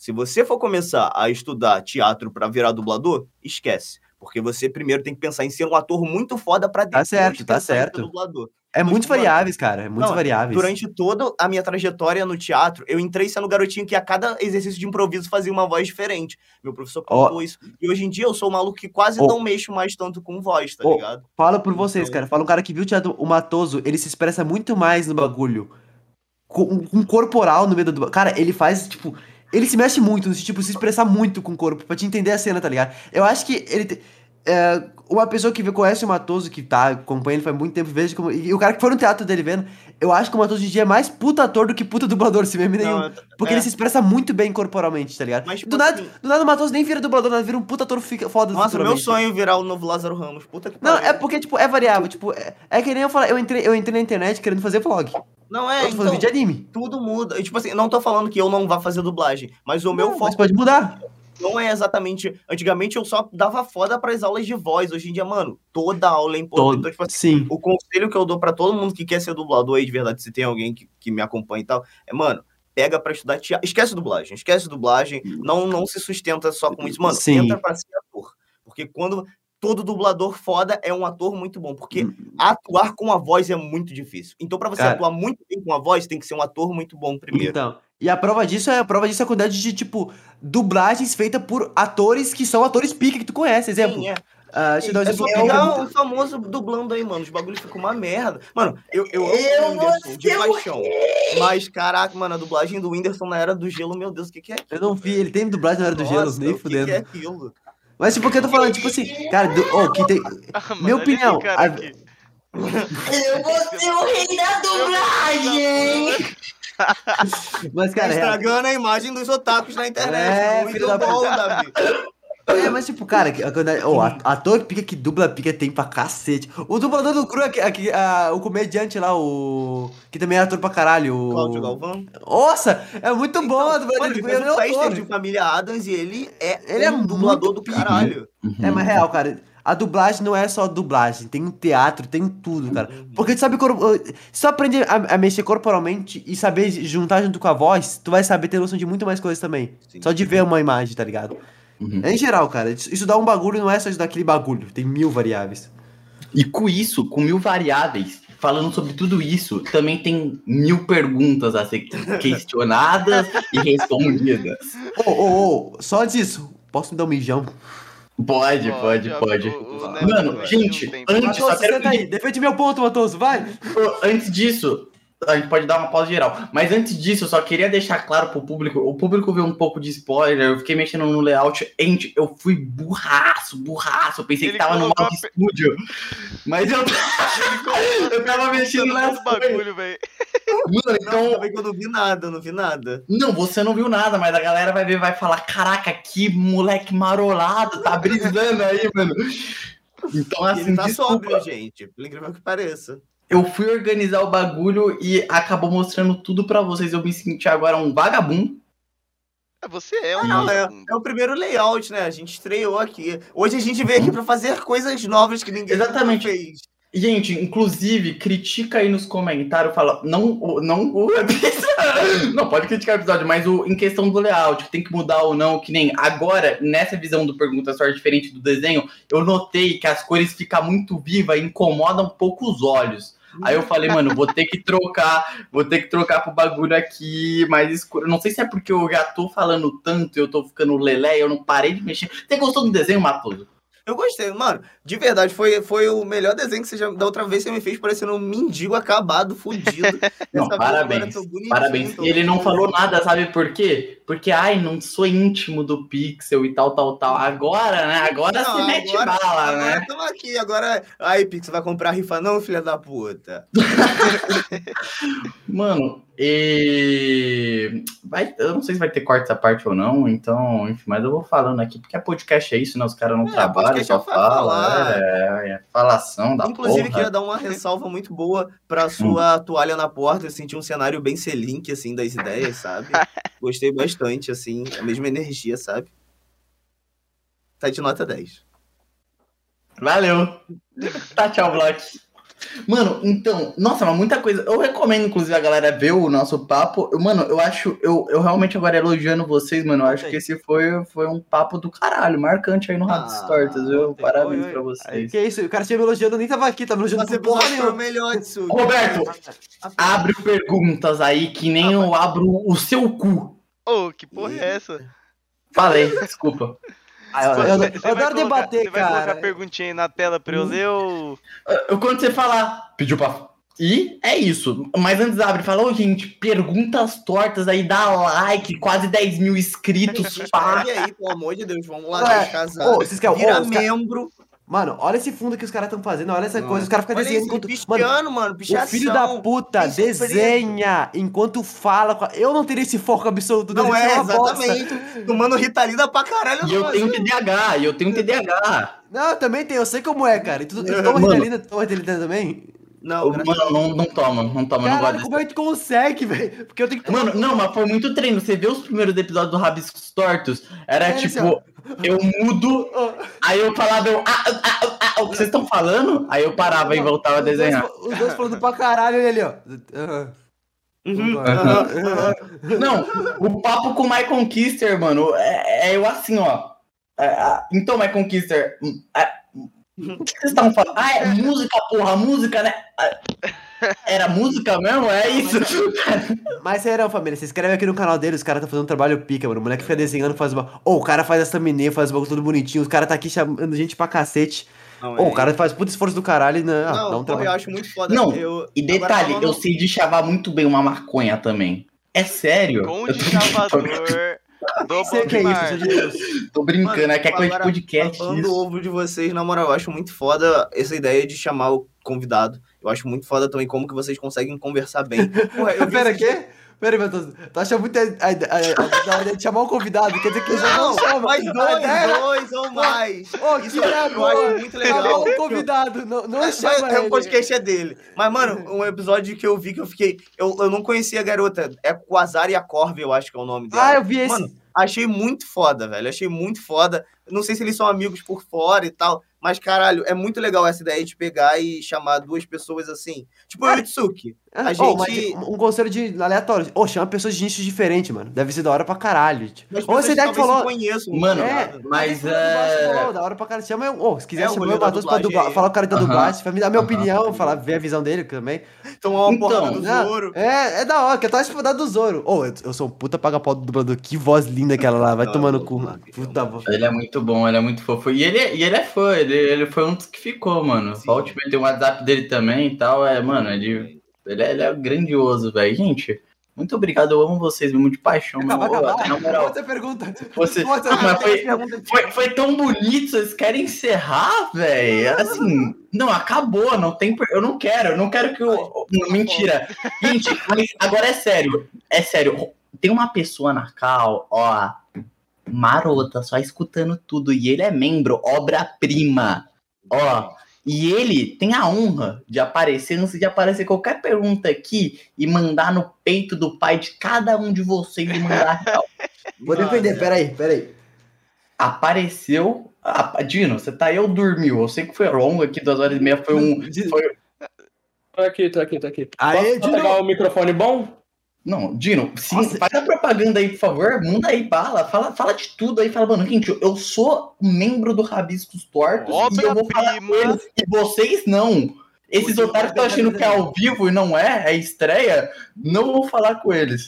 Se você for começar a estudar teatro pra virar dublador, esquece. Porque você primeiro tem que pensar em ser um ator muito foda pra depois Tá certo, tá pensar em ser certo. dublador. É Então, muito tipo, mano, variáveis, cara. É muito não, variáveis. durante toda a minha trajetória no teatro, eu entrei sendo garotinho que a cada exercício de improviso fazia uma voz diferente. Meu professor Ó. pontuou isso. E hoje em dia eu sou um maluco que quase Ó. não mexo mais tanto com voz, tá Ô, ligado? fala por vocês, Então- cara. Fala um cara que viu o teatro, o Matoso, ele se expressa muito mais no bagulho. Com um corporal no meio do. Cara, ele faz, tipo. Ele se mexe muito, tipo, se expressar muito com o corpo, pra te entender a cena, tá ligado? Eu acho que ele. te- é, uma pessoa que vê- conhece o Matoso, que tá, acompanha ele faz muito tempo, veja como. E o cara que foi no teatro dele vendo, eu acho que o Matoso hoje em dia é mais puta ator do que puta dublador, sem meme nenhum. Não, eu- Porque é. ele se expressa muito bem corporalmente, tá ligado? Mas, do, tipo nada, assim- do nada o Matoso nem vira dublador, nada, vira um puta ator fica foda Nossa, meu futuramente. sonho é virar o novo Lázaro Ramos. Puta que Não, pariu. é porque, tipo, é variável. Tipo, é, é que nem eu falei, eu entrei, eu entrei na internet querendo fazer vlog. Não é, eu tô fazendo então, vídeo de anime. tudo muda. E, tipo assim, não tô falando que eu não vá fazer dublagem, mas o meu Não, foco mas pode mudar. não é exatamente... Antigamente eu só dava foda pras aulas de voz. Hoje em dia, mano, toda aula é importante. Todo. Então, tipo assim, Sim. o conselho que eu dou pra todo mundo que quer ser dublador aí, de verdade, se tem alguém que, que me acompanha e tal, é, mano, pega pra estudar teatro. Esquece dublagem, esquece dublagem. Não, não se sustenta só com isso. Mano, Sim. entra pra ser ator. Porque quando... Todo dublador foda é um ator muito bom, porque atuar com a voz é muito difícil. Então, pra você Cara. atuar muito bem com a voz, tem que ser um ator muito bom primeiro. Então, e a prova disso é a prova disso é a quantidade de, tipo, dublagens feitas por atores que são atores pica que tu conhece. Exemplo. Sim, é. ah, deixa eu dar um É exemplo. só pegar o famoso dublando aí, mano. Os bagulhos ficam uma merda. Mano, eu, eu amo Eu o Whindersson vou de ser o paixão. Mas, caraca, mano, a dublagem do Whindersson na Era do Gelo, meu Deus, o que, que é aquilo? Eu não vi, ele tem dublagem na Era do Gelo, Nossa, nem o que, fudendo. que é aquilo? Mas, tipo, o que eu tô falando, tipo assim, cara, do, oh, que tem. Ah, mano, Minha olha opinião, esse cara a- aqui. Eu vou ser o rei da dublagem! Mas, Tá cara, é, estragando a imagem dos otakus na internet. É, muito filho da bom, Davi. é, mas tipo, cara, que- quando é- oh, a- ator pica que dubla pica tem pra cacete. O dublador do Cru, aqui, aqui, ah, o comediante lá, o. Que também é ator pra caralho. O... Cláudio Galvão. Nossa, é muito bom a Então, dublagem mano, do ele Cru. fez Ele é o Fester autor. de Família Adams e ele é Ele é um dublador muito do pica. caralho. É, mas real, cara. A dublagem não é só dublagem, tem um teatro, tem tudo, cara. Porque tu sabe, cor- se tu aprender a, a mexer corporalmente e saber juntar junto com a voz, tu vai saber ter noção de muito mais coisas também. Sim. Só de ver uma imagem, tá ligado? Uhum. É em geral, cara. Estudar um bagulho não é só estudar aquele bagulho, tem mil variáveis. E com isso, com mil variáveis, falando sobre tudo isso, também tem mil perguntas a ser questionadas e respondidas. Ô, ô, ô, só antes disso, posso me dar um mijão? Pode, pode, ó, pode. o- o Neto Mano, vai gente, ter um tempo. antes, só Matoso, quero senta aí, defende meu ponto, Matoso, vai! Ô, Antes disso, a gente pode dar uma pausa geral. Mas antes disso, eu só queria deixar claro pro público. O público viu um pouco de spoiler. Eu fiquei mexendo no layout. Gente, eu fui burraço, burraço. Eu pensei Ele que tava no colocou modo a pe- estúdio. Mas eu, eu tava mexendo Tá nas no coisas. bagulho, velho. Mano, Não, então. também que eu não vi nada, não vi nada. Não, você não viu nada, mas a galera vai ver, vai falar: caraca, que moleque marolado, tá brisando aí, mano. Então, E assim, ele tá desculpa. sóbrio, gente. Por incrível que pareça. Eu fui organizar o bagulho e acabou mostrando tudo pra vocês. Eu me senti agora um vagabundo. É, Você é um. Não, é, vagabundo. é o primeiro layout, né? A gente estreou aqui. Hoje a gente veio aqui pra fazer coisas novas que ninguém Exatamente. fez. Gente, inclusive, critica aí nos comentários, fala, não, o- não, o episódio- não pode criticar o episódio, mas o, em questão do layout, que tem que mudar ou não, que nem agora, nessa visão do Pergunta Sorte diferente do desenho, eu notei que as cores ficam muito vivas e incomodam um pouco os olhos. Aí eu falei, mano, vou ter que trocar, vou ter que trocar pro bagulho aqui mais escuro. Não sei se é porque eu já tô falando tanto e eu tô ficando lelé, eu não parei de mexer. Você gostou do desenho, Matoso? Eu gostei, mano. De verdade, foi, foi o melhor desenho que você já. Da outra vez você me fez parecendo um mendigo acabado, fudido. Não, Dessa vez parabéns, agora eu tô bonitinho, parabéns. tô E ele não feliz. falou nada, sabe por quê? Porque, ai, não sou íntimo do Pixel e tal, tal, tal. Agora, né? Agora Não, você mete agora- bala, Agora né? estamos aqui, agora. Aí, Pix, vai comprar rifa, não, filha da puta. Mano, e... Vai, eu não sei se vai ter corte essa parte ou não, então, enfim, mas eu vou falando aqui, porque a podcast é isso, né? Os caras não É, trabalham, podcast só é pra falam. falar. É, é falação da Inclusive, porra. queria dar uma ressalva muito boa pra sua toalha na porta. Eu senti um cenário bem Selink, assim, das ideias, sabe? Gostei bastante, assim, a mesma energia, sabe? Tá de nota dez. Valeu. Tá, tchau, Block. Mano, então, nossa, mas muita coisa. Eu recomendo, inclusive, a galera ver o nosso papo. Eu, mano, eu acho, eu, eu realmente agora elogiando vocês, mano. Eu acho que esse foi, foi um papo do caralho, marcante aí no Rabos Ah, Tortas, viu? ontem. Parabéns Oi, oi. pra Aí, vocês. que isso? O cara tinha me elogiando, eu nem tava aqui, tava me elogiando Nossa, por porra episódio foi o nenhuma. melhor disso. Roberto, abre perguntas aí que nem eu abro o seu cu. Ô, que porra é essa? Falei, desculpa. Ah, eu, eu, Você- eu você vai adoro colocar- debater, Você vai colocar cara. perguntinha aí na tela pra eu ler ou... Eu, quando você falar, pediu pra. E é isso. Mas antes abre, fala, ô gente, perguntas tortas aí, dá like, quase dez mil inscritos, pá. E aí, pelo amor de Deus, vamos lá, É. dois casados. Ô, vocês querem- Vira ô, os ca- membro. Mano, olha esse fundo que os caras estão fazendo, olha essa Não. coisa, os caras ficam Olha desenhando isso, enquanto. pisteando, mano, O pichação. filho da puta tem sofrido. desenha enquanto fala. com a- Eu não teria esse foco absoluto. Não desenho, é, isso uma bosta. exatamente. Tomando Ritalina pra caralho. E eu não, tenho assim. T D A H, e eu tenho T D A H. Não, eu também tenho, eu sei como é, cara. E tu, tu toma Mano. Ritalina, tu toma Ritalina também? Não, graças a Mano, não, não toma, não toma, não Caralho, gosto como é que tu consegue, velho? Porque eu tenho que tomar. Mano, não, mas foi muito treino. Você vê os primeiros episódios do Rabiscos Tortos? Era É, tipo, assim, ó. eu mudo, aí eu falava, eu, ah, ah, ah, ah, o que vocês estão falando? Aí eu parava e voltava a Os dois- desenhar. Os dois falando pra caralho, ele ali, ó. Aham. Uhum, Vambora. aham. Não, o papo com o My Conquister, mano, é, é eu assim, ó. É, ah, então, My Conquister, hum, é, o que vocês estavam falando? Ah, é música, porra, música, né? Ah, era música mesmo? É isso. Mas sério, família, se inscreve aqui no canal dele, os caras tá fazendo um trabalho pica, mano. O moleque fica desenhando, faz uma. Ô, o cara faz essa thumbnail, faz um bagulho todo bonitinho, os caras tá aqui chamando gente pra cacete. Não, Ô, é- o cara faz puto esforço do caralho e não, Não, dá um porra, eu trabalho. acho muito foda. Não, eu... E Agora detalhe, falando- eu sei de chavar muito bem uma maconha também. É sério. Com Eu de tô- chavador do Sei que é isso, Bob senhor de Deus. Tô brincando, Mano, é que é coisa de agora, podcast. falando do Isso. ovo de vocês, na moral, eu acho muito foda essa ideia de chamar o convidado. Eu acho muito foda também como que vocês conseguem conversar bem. Porra, eu vi Pera, esses- quê? Pera aí, Matheus. Tu acha muito a, a, a, a, a ideia de chamar um convidado? Quer dizer que já não Não, chama. mas A dois, ideia- dois ou mais. Ô, que Isso ideia eu boa. acho muito legal. Chamar um convidado, não, não Mas chama é, ele. o podcast é dele. Mas, mano, um episódio que eu vi que eu fiquei. Eu, eu não conhecia a garota. É o Azar e a Corve, eu acho que é o nome dela. Ah, eu vi esse. Mano, achei muito foda, velho. Achei muito foda. Não sei se eles são amigos por fora e tal. Mas, caralho, é muito legal essa ideia de pegar e chamar duas pessoas assim. Tipo o Yutsuki. A Ô, gente. mas um conselho de aleatório. Ô, chama pessoas de nichos diferentes, mano. Deve ser da hora pra caralho. Mas Ô, essa ideia que falou. Conheço, Mano, É, mas é. é. Da hora pra caralho. Chama eu. Ô, se quiser É, o chamar rolê o da Matheus pra dublagem dublar, aí. falar o cara da Aham. dublagem, pra me dar minha Aham. opinião, falar, ver a visão dele também. Tomar uma Então, porrada do Não, Zoro. é, é da hora, que eu tô esperando do Zoro. Ô, eu, eu sou um puta paga-pau do dublador. Que voz linda aquela lá. Vai Não, tomar no não, cu. não, Puta não. voz. Ele é muito bom, ele é muito fofo. E ele, e ele é fã, ele, ele foi um dos que ficou, mano. Sim. O Ultimate tem o WhatsApp dele também e tal. É, mano, ele, ele, é, ele é grandioso, velho. Gente, muito obrigado, eu amo vocês mesmo de paixão. Acaba, meu. Ô, acabar. na moral, Outra pergunta. você, Outra mas foi, pergunta. foi, foi tão bonito, vocês querem encerrar, velho? Assim, não, acabou, não tem. per- Eu não quero, eu não quero que o. Não, mentira. Gente, mas agora é sério. É sério. Tem uma pessoa na Cal, ó, marota, só escutando tudo. E ele é membro, obra-prima. Ó. E ele tem a honra de aparecer, antes de aparecer qualquer pergunta aqui, e mandar no peito do pai de cada um de vocês e mandar real. Vou defender, peraí, peraí. Apareceu. a- Dino, você tá aí ou dormiu? Eu sei que foi longo aqui, duas horas e meia. Foi um. Foi... Tô aqui, tô aqui, tô aqui. Aê, Posso pegar o microfone bom? Não, Dino, sim, Nossa. faz a propaganda aí, por favor. Manda aí bala. Fala, fala de tudo aí. Fala, mano, gente, eu sou membro do Rabiscos Tortos e eu vou falar com Obra-prima. eles. E vocês não. Esses Hoje otários que vai estão ter achando que é verdade. ao vivo e não é, é estreia, não vou falar com eles.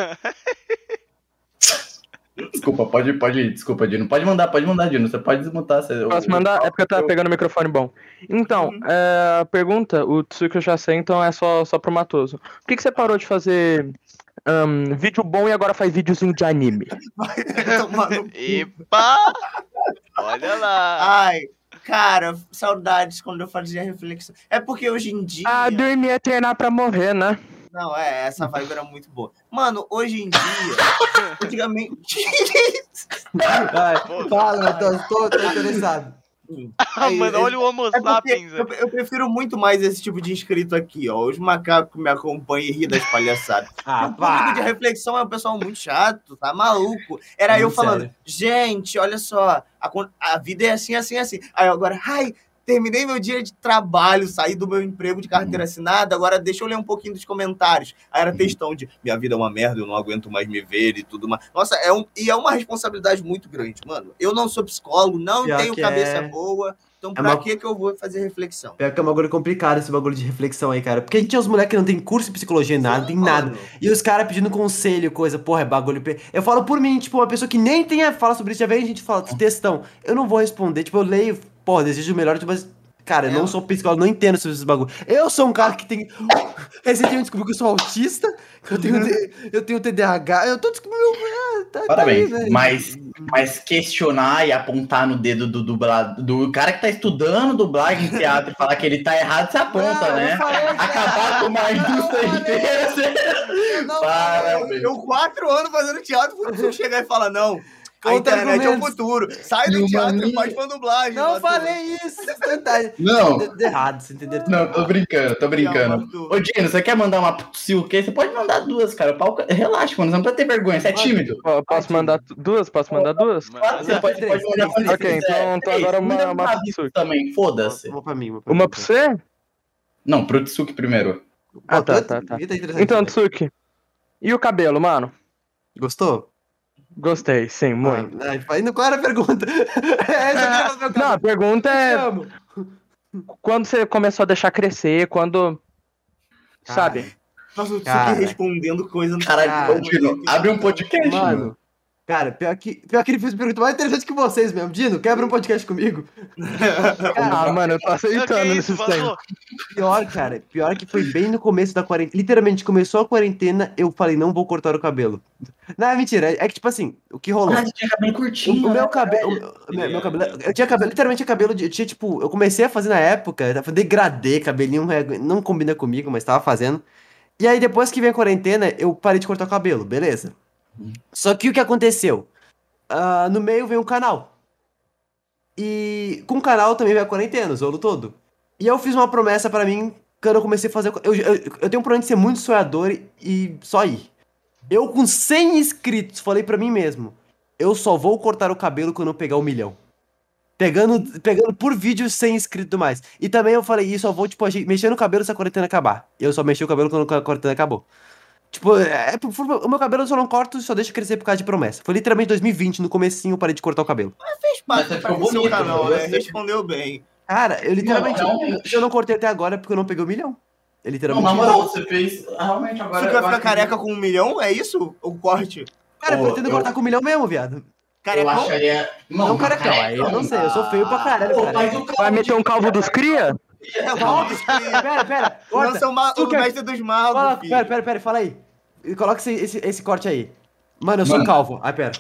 Desculpa, pode, pode ir. Desculpa, Dino. Pode mandar, pode mandar, Dino. Você pode desmutar. Você, Posso mandar? É porque eu tava pegando o microfone bom. Então, é, a pergunta, o Tsuki eu já sei, então é só, só pro Matoso. Por que, que você parou de fazer ahn, vídeo bom e agora faz videozinho de anime? Tomar no cu. Epa! Olha lá! Ai, cara, saudades quando eu fazia reflexão. É porque hoje em dia. Ah, dormir é treinar pra morrer, né? Não, é, essa vibe era muito boa. Mano, hoje em dia. Antigamente. Vai, fala, Matheus, tô, tô interessado. Ah, mano, olha o Homo É porque sapiens. eu, eu prefiro muito mais esse tipo de inscrito aqui, ó. Os macacos que me acompanham e ri das palhaçadas. Ah, O público de reflexão é um pessoal muito chato, tá maluco. Era eu Muito falando, sério. gente, olha só, a, con- a vida é assim, assim, assim. Aí agora, ai, terminei meu dia de trabalho, saí do meu emprego de carteira assinada, agora deixa eu ler um pouquinho dos comentários. Aí era textão de minha vida é uma merda, eu não aguento mais me ver e tudo mais. Nossa, é um, e é uma responsabilidade muito grande, mano. Eu não sou psicólogo, não Pior tenho que cabeça é. boa, então É pra uma- que que eu vou fazer reflexão? Pior que é um bagulho complicado esse bagulho de reflexão aí, cara. Porque a gente tinha uns moleques que não tem curso de psicologia, nada, não tem nada. Mano, E os caras pedindo conselho, coisa, porra, é bagulho. pe- Eu falo por mim, tipo, uma pessoa que nem tem a fala sobre isso, já vem a gente fala, textão. Eu não vou responder, tipo, eu leio, porra, desejo o melhor, tipo, mas, cara, eu não sou psicólogo, não entendo sobre esses bagulho. Eu sou um cara que tem. Recentemente descobri que eu sou autista, que eu tenho, eu tenho T D A H, eu tô descobrindo. Ah, tá, tá aí, Parabéns. velho. Mas, mas questionar e apontar no dedo do dublado, do cara que tá estudando dublagem em teatro e falar que ele tá errado, você aponta, Não, né? eu falei, Acabar com uma indústria inteira. Você... Eu não Parabéns. eu quatro anos fazendo teatro, pra você chegar e falar, não, a Contra internet é o argumentos. futuro. Sai E do uma teatro e minha- faz fandublagem. Não Matheus. falei isso, verdade. Não. Deu errado, você entendeu? Não, tô brincando, tô brincando. Arthur. Ô, Dino, você quer mandar uma silque? Você pode mandar duas, cara. O pau... Relaxa, mano. Você não precisa ter vergonha. Você é tímido. Ó, Posso mandar tu- duas? Posso mandar duas? Claro que você Manda. pode, Três, pode mandar três, quando Ok, você quiser. então- então Três. agora uma- Manda uma pra Tsuki. Vitor também, foda-se. Uma pra mim, uma pra Uma mim. pra você? Não, pro Tsuki primeiro. Ah, tá, Pô, tá, tá. interessante, Então, né? Tsuki. E o cabelo, mano? Gostou? Gostei, sim, muito. Ah, aí, não, qual era a pergunta? Essa aqui é Não, a pergunta é Amo. quando você começou a deixar crescer, quando. Sabe? Nossa, o Tsuki Cara. respondendo coisa no Caralho, Cara, ô, Dino, abre um podcast, mano. Mano, cara, pior que, pior que ele fez pergunta mais interessante que vocês mesmo. Dino, quebra um podcast comigo. Ah, mano, eu tô Não, que aceitando isso, nesses vazou. tempos. Pior, cara, pior que foi bem no começo da quarentena. Literalmente, começou a quarentena, eu falei, não vou cortar o cabelo. Não, é mentira, é que tipo assim, o que rolou? Ah, você tinha cabelo O, curtinho, o né? meu cabelo. O meu, meu- meu cabelo. Eu tinha cabelo, literalmente cabelo de. Eu tinha, tipo, eu comecei a fazer na época, eu degradê, cabelinho é, não combina comigo, mas tava fazendo. E aí, depois que veio a quarentena, eu parei de cortar o cabelo, beleza. Só que o que aconteceu? Ah, no meio veio um canal. E com o canal também veio a quarentena, o Zolo todo. E eu fiz uma promessa pra mim quando eu comecei a fazer. Eu, eu, eu tenho um problema de ser muito sonhador e, e só ir. Eu, com cem inscritos, falei pra mim mesmo: eu só vou cortar o cabelo quando eu pegar um milhão. Pegando, pegando por vídeo cem inscritos mais. E também eu falei: isso, só vou, tipo, mexer no cabelo se a quarentena acabar. E eu só mexi o cabelo quando a quarentena acabou. Tipo, é, o meu cabelo eu só não corto e só deixo crescer por causa de promessa. Foi literalmente dois mil e vinte, no comecinho eu parei de cortar o cabelo. Fez Mas parte você pra ficou seu bonito, canal, né? né? Respondeu bem. Cara, eu literalmente. Não, eu, realmente. eu não cortei até agora porque eu não peguei o milhão. Eu Não, literalmente. na moral, você fez. Realmente agora. Você eu quer ficar acho que- careca com um milhão? É isso? O corte? Cara, eu Pô, pretendo eu- cortar com um milhão mesmo, viado. Eu Carecão? acharia. Não, carecão, aí eu não sei, eu sou feio pra caralho, Pô, cara. mas o Vai meter um calvo dos cria? Volta! Pera, pera, corta. Lança o, ma- Tu o quer- mestre dos magos, Fala, filho. pera, pera, pera, fala aí. E coloca esse, esse, esse corte aí. Mano, eu sou Mano. calvo. Ai, pera.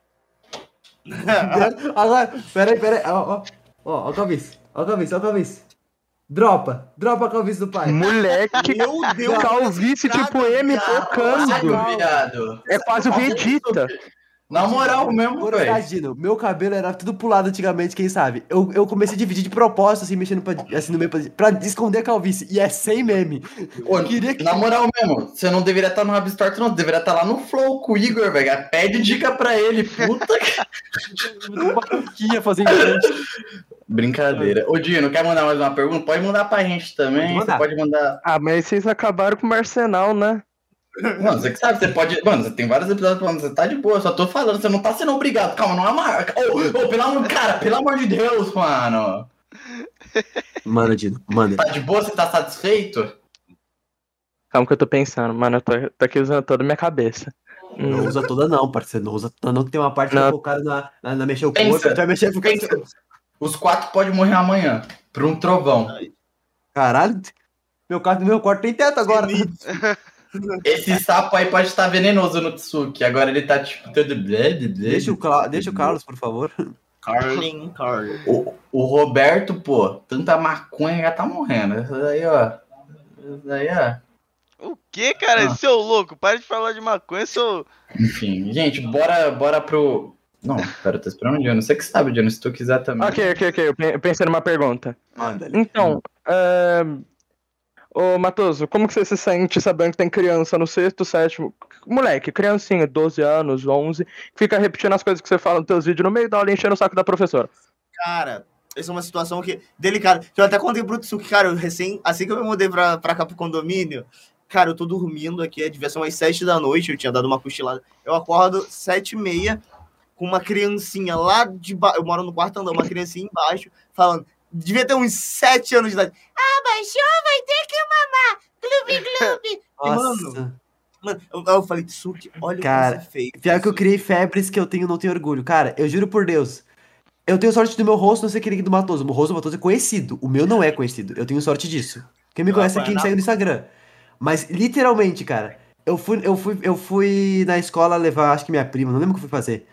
Agora, pera aí, pera aí. Ó, ó, ó, ó, calvície. Ó, calvície, ó, calvície. Dropa, dropa a calvície do pai. Moleque, Meu Deus. calvície tipo M tocando. Caralho, viado. É quase o Vegeta. Na moral mesmo, velho. Imagina, meu cabelo era tudo pro lado antigamente, quem sabe? Eu, eu comecei a dividir de propósito, assim, mexendo pra, assim, no meio pra, pra esconder a calvície. E é sem meme. Ô, queria que- Na moral mesmo, você não deveria estar no Rabis Torto, não. Você deveria estar lá no Flow com o Igor, velho. Pede dica pra ele. Puta que. Uma franquia fazendo isso. Brincadeira. Ô, Dino, quer mandar mais uma pergunta? Pode mandar pra gente também. Pode mandar. Você pode mandar. Ah, mas vocês acabaram com o Arsenal, né? Mano, você que sabe, você pode. Mano, você tem vários episódios falando, você tá de boa, eu só tô falando, você não tá sendo obrigado. Calma, não é marca. Ô, ô, pelo amor, cara, pelo amor de Deus, mano. Mano, Dino, mano. Tá de boa, você tá satisfeito? Calma que eu tô pensando, mano, eu tô, tô aqui usando toda a minha cabeça. Não Hum. usa toda não, parceiro. Não usa toda não, que tem uma parte que Não. é focada na, na, na mexer o Pensa, corpo. Tu vai mexer pro pensa. Os quatro podem morrer amanhã. Por um trovão. Caralho. Meu quarto, meu quarto tem teto agora. Esse sapo aí pode estar venenoso no Tsuki. Agora ele tá tipo todo. Deixa o, Cla- deixa o Carlos, por favor. Carlin, Carlin. O, o Roberto, pô, tanta maconha já tá morrendo. Essa daí, ó. Essa daí, ó. O que, cara? Ah. Seu louco, para de falar de maconha, seu. Enfim, gente, bora, bora pro. Não, pera, eu tô esperando o Diano. Você que sabe, Diano, se tu quiser também. Ok, ok, ok. Eu pe- eu pensei numa pergunta. Manda. Então, é... ô Matoso, como que você se sente sabendo que tem criança no sexto, sétimo... Moleque, criancinha, doze anos, onze, fica repetindo as coisas que você fala nos teus vídeos no meio da aula, enchendo o saco da professora. Cara, essa é uma situação que, delicada. Que eu até contei pro Tsuki, cara, eu recém, assim que eu me mudei pra, pra cá pro condomínio, cara, eu tô dormindo aqui, devia ser umas sete da noite, eu tinha dado uma cochilada. Eu acordo sete e meia com uma criancinha lá de baixo, eu moro no quarto andar, uma criancinha embaixo, falando, devia ter uns sete anos de idade. Ah, baixou, vai ter que mamar. Gloob, gloob. Nossa. Mano, eu, eu falei, Tsuki, olha Cara, o que você fez. pior que eu criei febres que eu tenho, não tenho orgulho. Cara, eu juro por Deus. Eu tenho sorte do meu rosto não ser aquele do Matoso. O meu rosto do Matoso é conhecido. O meu não é conhecido. Eu tenho sorte disso. Quem me Eu conhece é quem me apanho segue no Instagram. Mas, literalmente, cara, eu fui, eu fui, eu fui na escola levar, acho que minha prima, não lembro o que eu fui fazer.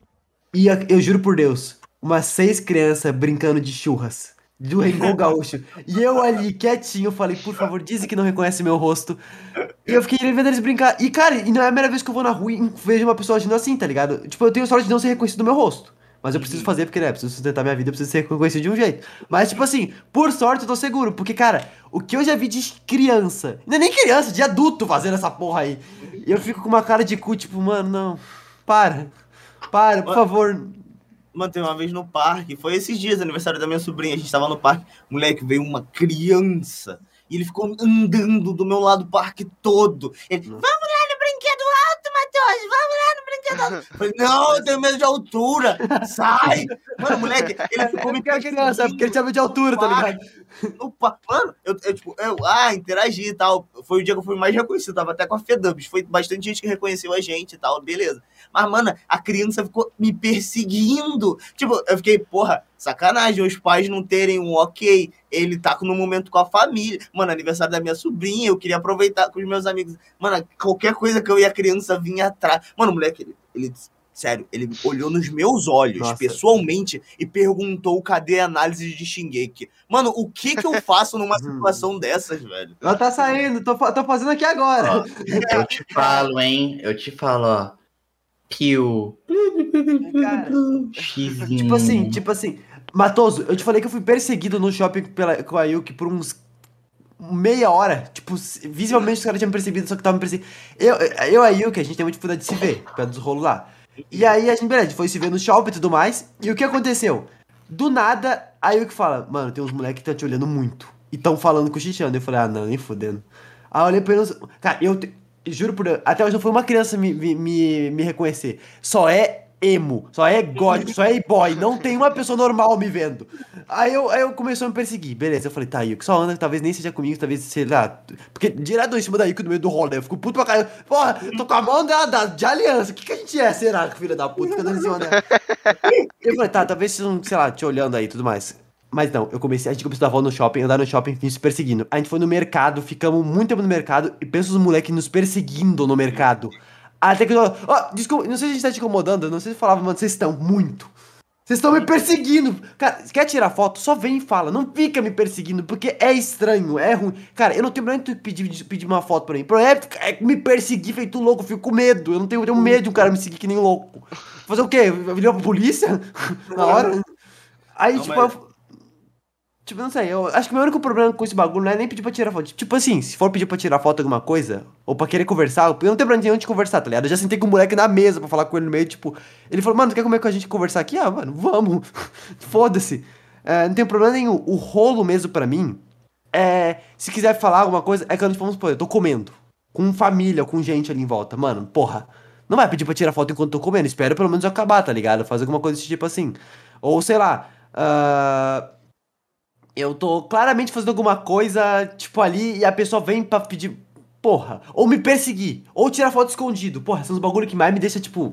E a- eu juro por Deus, umas seis crianças brincando de churras. Do Rengol Gaúcho. E eu ali, quietinho, falei, por favor, dizem que não reconhece meu rosto. E eu fiquei vendo eles brincar. E, cara, e não é a primeira vez que eu vou na rua e vejo uma pessoa agindo assim, tá ligado? Tipo, eu tenho sorte de não ser reconhecido do meu rosto. Mas eu preciso fazer porque, né, preciso sustentar minha vida, eu preciso ser reconhecido de um jeito. Mas, tipo assim, por sorte eu tô seguro. Porque, cara, o que eu já vi de criança, não é nem criança, de adulto fazendo essa porra aí. E eu fico com uma cara de cu, tipo, mano, não. Para. Para, por favor. Mano, tem uma vez no parque, foi esses dias, aniversário da minha sobrinha, a gente tava no parque, moleque, veio uma criança, e ele ficou andando do meu lado do parque todo. Ele, vamos lá no brinquedo alto, Matheus, vamos lá no brinquedo alto. Eu falei, não, eu tenho medo de altura, sai. Mano, moleque, ele ficou me Porque era criança, é porque ele tinha medo de altura, tá ligado? no pa- Mano, eu, eu, tipo, eu, ah, interagi e tal. Foi o dia que eu fui mais reconhecido, tava até com a Fedubs. Foi bastante gente que reconheceu a gente e tal, beleza. Mas, mano, a criança ficou me perseguindo. Tipo, eu fiquei, porra, sacanagem, os pais não terem um ok. Ele tá no momento com a família. Mano, aniversário da minha sobrinha, eu queria aproveitar com os meus amigos. Mano, qualquer coisa que eu e a criança vinha atrás. Mano, moleque, ele, ele sério, ele olhou nos meus olhos, Nossa. pessoalmente, e perguntou cadê a análise de Shingeki. Mano, o que que eu faço numa situação dessas, velho? Ela tá saindo, tô, fa- tô fazendo aqui agora. Ó, eu te falo, hein? Eu te falo, ó. Pio. Cara, Xizinho. tipo assim, tipo assim. Matoso, eu te falei que eu fui perseguido no shopping pela, com a Yuki por uns meia hora. Tipo, visivelmente os caras tinham me percebido, só que estavam me perseguindo. Eu, eu e a Yuki, a gente tem muita dificuldade de se ver, por causa dos rolos lá. E aí a gente, beleza, a gente foi se ver no shopping e tudo mais. E o que aconteceu? Do nada, a Yuki fala, mano, tem uns moleques que estão te olhando muito. E tão falando com o Xixando. Eu falei, ah, não, nem fudendo. Aí eu olhei pra eles. Cara, eu te- juro por Deus, até hoje não foi uma criança me, me, me, me reconhecer. Só é emo, só é gótico, só é boy. Não tem uma pessoa normal me vendo. Aí eu, aí eu começou a me perseguir. Beleza, eu falei, tá, Yuki, só anda, talvez nem seja comigo, talvez, sei lá. Porque direto em cima da Yuki no meio do rolo, eu fico puto pra caralho. Porra, tô com a mão da, da- de aliança. O que, que a gente é, será, filha da puta? Fica dando em cima dela. Eu falei, tá, talvez vocês, sei lá, te olhando aí e tudo mais. Mas não, eu comecei, a gente começou a dar volta no shopping, andar no shopping, enfim, se perseguindo. A gente foi no mercado, ficamos muito tempo no mercado e pensa os moleques nos perseguindo no mercado. Até que eu. Ó, desculpa, não sei se a gente tá te incomodando, não sei se falava, mano, vocês estão muito. Vocês estão me perseguindo. Cara, quer tirar foto? Só vem e fala. Não fica me perseguindo, porque é estranho, é ruim. Cara, eu não tenho problema em tu pedir, pedir uma foto pra mim. O problema é, é me perseguir feito louco, eu fico com medo. Eu não tenho, eu tenho medo de um cara me seguir que nem louco. Fazer o quê? Virou pra polícia? Na hora? Aí, Não, tipo, mas- eu- tipo, não sei, eu acho que o meu único problema com esse bagulho não é nem pedir pra tirar foto. Tipo assim, se for pedir pra tirar foto de alguma coisa, ou pra querer conversar, eu não tenho problema nenhum de conversar, tá ligado? Eu já sentei com o moleque na mesa pra falar com ele no meio, tipo, ele falou, mano, tu quer comer com a gente conversar aqui? Ah, mano, vamos. Foda-se. É, não tem problema nenhum. O rolo mesmo pra mim, é, se quiser falar alguma coisa, é quando, tipo, vamos supor, eu tô comendo, com família, com gente ali em volta, mano, porra. Não vai pedir pra tirar foto enquanto eu tô comendo, espera pelo menos eu acabar, tá ligado? Fazer alguma coisa desse tipo assim. Ou, sei lá, ah, eu tô claramente fazendo alguma coisa, tipo, ali, e a pessoa vem pra pedir, porra, ou me perseguir, ou tirar foto escondido. Porra, são os bagulho que mais me deixa, tipo...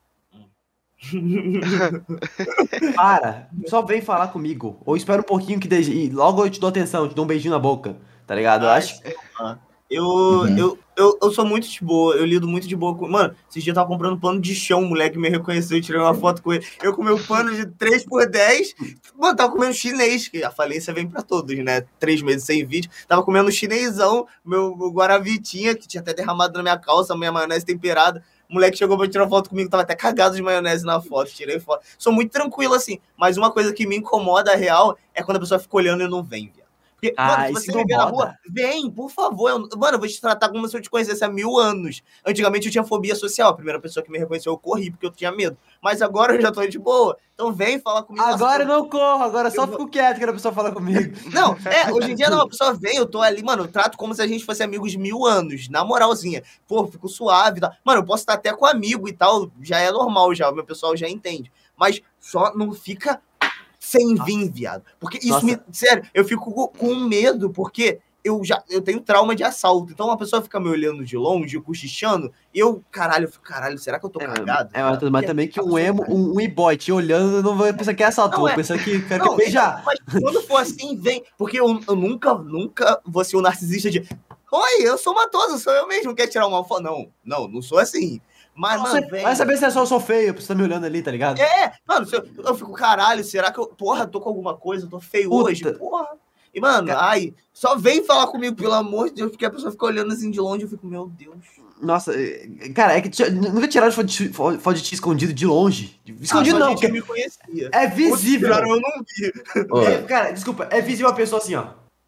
Para, só vem falar comigo. Ou espera um pouquinho que deixe, e logo eu te dou atenção, eu te dou um beijinho na boca, tá ligado? Eu Ah, acho... Eu, Uhum. eu, eu, eu sou muito de boa, eu lido muito de boa com. Mano, esses dias eu tava comprando pano de chão, o moleque me reconheceu e tirei uma foto com ele. Eu com meu pano de três por dez, mano, tava comendo chinês, que a falência vem pra todos, né? Três meses sem vídeo. Tava comendo chinesão, meu, meu guaravitinha, que tinha até derramado na minha calça, minha maionese temperada. O moleque chegou pra tirar foto comigo, tava até cagado de maionese na foto, tirei foto. Sou muito tranquilo assim, mas uma coisa que me incomoda real é quando a pessoa fica olhando e não vem, viado. Porque, Ah, mano, se isso você me ver na incomoda. rua, vem, por favor. Eu, mano, eu vou te tratar como se eu te conhecesse há mil anos. Antigamente eu tinha fobia social. A primeira pessoa que me reconheceu, eu corri porque eu tinha medo. Mas agora eu já tô de boa. Então vem falar comigo. Agora eu Nossa, não corro, agora só eu- fico quieto quando a pessoa fala comigo. Não, é, hoje em dia não, a pessoa vem, eu tô ali, mano, eu trato como se a gente fosse amigos mil anos, na moralzinha. Pô, eu fico suave e tal. Mano, eu posso estar até com amigo e tal, já é normal já, o meu pessoal já entende. Mas só não fica sem vir, viado. Porque isso Nossa. me... Sério, eu fico com- com medo, porque eu já eu tenho trauma de assalto. Então uma pessoa fica me olhando de longe, cochichando, e eu, caralho, eu fico, caralho, será que eu tô cagado? É, mas, mas também que a um pessoa- emo, um, um e-boy te olhando, não vai pensar que é assalto, Não, vou é. pensar que quer Não, beijar. mas quando for assim, vem. Porque eu, eu nunca, nunca vou ser um narcisista de. Oi, eu sou matoso, sou eu mesmo. Quer tirar uma foto? Não, não, não sou assim. Mas, Você mano, vem. vai saber se é só eu sou feio, você tá me olhando ali, tá ligado? É, mano, se eu, eu fico, caralho, será que eu. Porra, tô com alguma coisa, tô feio Puta. hoje, porra. E, mano, ai, só vem falar comigo, pelo amor de Deus, porque a pessoa fica olhando assim de longe, eu fico, meu Deus. Nossa, é, cara, é que ti- nunca tiraram foto de, foto de ti escondido de longe. Escondido Ah, só a não, gente porque me conhecia. é visível. Tiraram, eu não vi. Ô, É, cara, desculpa, é visível a pessoa assim, ó.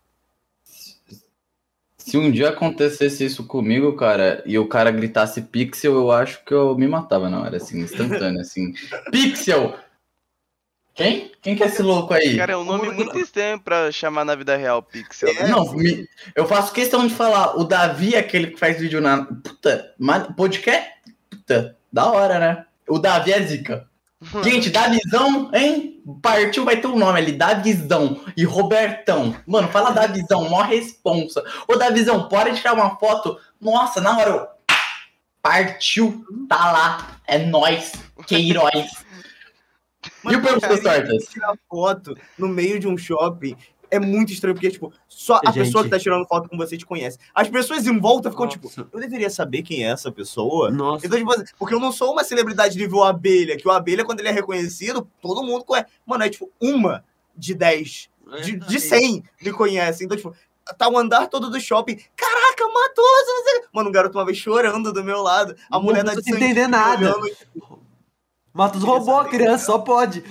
se um dia acontecesse isso comigo, cara, e o cara gritasse Pixel, eu acho que eu me matava na hora, assim, instantâneo, assim. Pixel! Quem? Quem que é esse louco aí? Cara, é um nome muito estranho pra chamar na vida real, Pixel. né? Não, me- eu faço questão de falar, o Davi é aquele que faz vídeo na... Puta, mas podcast? Puta, da hora, né? O Davi é zica. Gente, Davizão, hein? Partiu, vai ter um nome ali, Davizão e Robertão. Mano, fala Davizão, mó responsa. Ô, Davizão, pode tirar uma foto? Nossa, na hora eu... Partiu, tá lá, é nóis, Queiroz. E o Perguntas Tortas? Tirar foto no meio de um shopping é muito estranho, porque, tipo, só a Gente. pessoa que tá tirando foto com você te conhece. As pessoas em volta ficam, Nossa. tipo, eu deveria saber quem é essa pessoa. Nossa. Então, tipo, assim, porque eu não sou uma celebridade nível abelha, que o abelha, quando ele é reconhecido, todo mundo conhece. Mano, é tipo uma de dez, de, de cem me conhece. Então, tipo, tá o andar todo do shopping. Caraca, Matoso, não sei. Mano, um garoto uma vez chorando do meu lado. A Não mulher da precisa entender nada. Matos roubou a criança, só pode.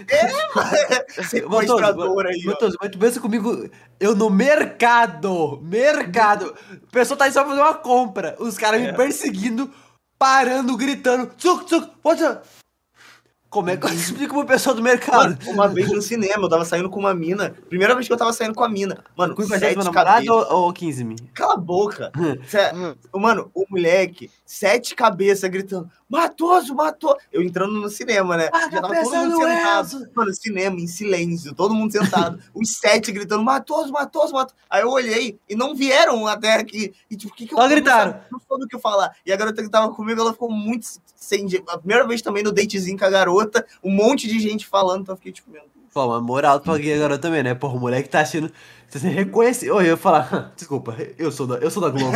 Sequestrador aí, ó. Matos, mas tu pensa comigo, eu no mercado, mercado, a pessoa tá aí só pra fazer uma compra, os caras me perseguindo, parando, gritando, tsuc, tsuc, pode... Como é que eu explico pra uma pessoa do mercado? Mano, uma vez no cinema, eu tava saindo com uma mina. Primeira vez que eu tava saindo com a mina. Mano, Com sete meu namorado cabeças. ou, ou quinze mil? Cala a boca. Cé- Mano, o moleque, sete cabeças gritando, Matoso, matou. Eu entrando no cinema, né? Ah, Já tá tava todo mundo pensando sentado. essa? Mano, cinema, em silêncio, todo mundo sentado. Os sete gritando, Matoso, Matoso, Matoso. Aí eu olhei e não vieram até aqui. E tipo, o que que eu Só eu não gritaram. sabe- Não soube o que falar. E a garota que tava comigo, ela ficou muito sem... je- A primeira vez também no datezinho com a garota, um monte de gente falando, então eu fiquei tipo, meu Deus. Pô, uma moral pra alguém agora também, né? Porra, o moleque tá achando... Você reconhece... Oi, eu ia falar... Desculpa, eu sou da, eu sou da Globo.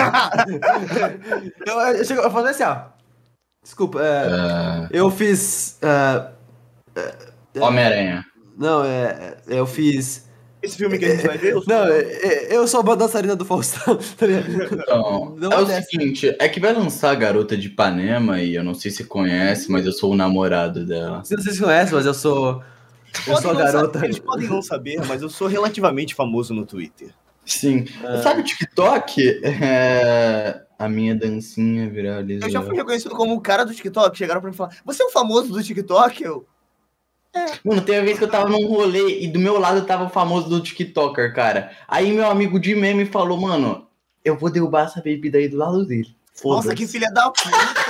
eu, eu, chego, eu falei assim, ó... Desculpa, é, Ah, eu fiz... é, Homem-Aranha. não, é, eu fiz... Esse filme que a gente vai ver, eu sou- Não, é, é, eu sou a dançarina do Faustão, tá ligado? Então, Não é o desce. seguinte, é que vai lançar a Garota de Ipanema e eu não sei se conhece, mas eu sou o namorado dela. Não sei se vocês conhecem, mas eu sou... Eu sou a Podem não garota... saber, eles podem não saber, mas eu sou relativamente famoso no Twitter. Sim. Sabe o TikTok? É... A minha dancinha viralizou. Eu já fui reconhecido como o cara do TikTok. Chegaram pra mim e falaram, você é o famoso do TikTok? Eu, Mano, teve uma vez que eu tava num rolê e do meu lado tava o famoso do TikToker, cara. Aí meu amigo de meme falou, mano, eu vou derrubar essa bebida aí do lado dele. nossa, Foda-se. que filha da puta!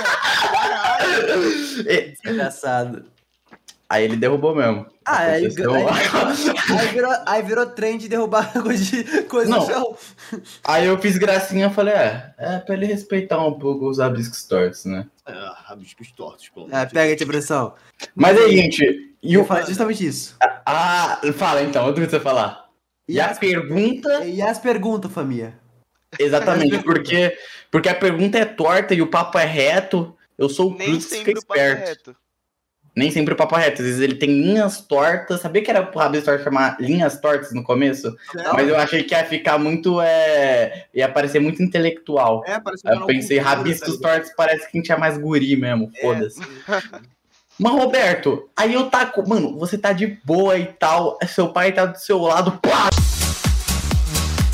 Caralho! É, Engraçado. Aí ele derrubou mesmo. Ah, aí, Aconteceu. aí, aí, virou, aí virou trem de derrubar coisa, de, coisa Não. no chão. Aí eu fiz gracinha e falei, é, é pra ele respeitar um pouco os abiscos tortos, né? Ah, rabiscos tortos, pelo É, amor de pega Deus. de pressão. Mas aí, gente, E e eu o... falei justamente isso. Ah, fala então, outro que você falar. E, a as, pergunta... e as perguntas, família? Exatamente, porque, porque a pergunta é torta e o papo é reto. Eu sou o Nem Cruz que fica sempre o papo é esperto. reto. Nem sempre o papo é reto. Às vezes ele tem linhas tortas. Sabia que era pro Rabisco Torto chamar linhas tortas no começo? Mas eu achei que ia ficar muito... É... Ia parecer muito intelectual. É, parece Aí eu pensei, rabiscos tortos parece que a gente é mais guri mesmo. Foda-se. Mas, Roberto, aí eu tá com... Mano, você tá de boa e tal. Seu pai tá do seu lado. Pá!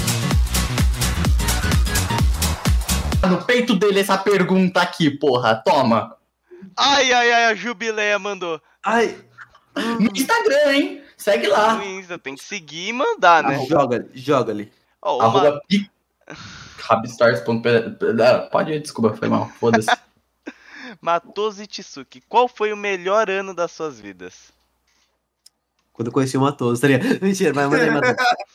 no peito dele essa pergunta aqui, porra. Toma. Ai, ai, ai, a Jubileia mandou. Ai. No Instagram, hein? Segue lá. No Insta, tem que seguir e mandar, né? Joga, joga ali. Ó, uma- Arroba pi... Rabstars ponto p- Ah, pode ir, desculpa, foi mal. Foda-se. Matoso e Tsuki, qual foi o melhor ano das suas vidas? Quando eu conheci o Matoso, tá ligado? Mentira, mas mandei Matoso.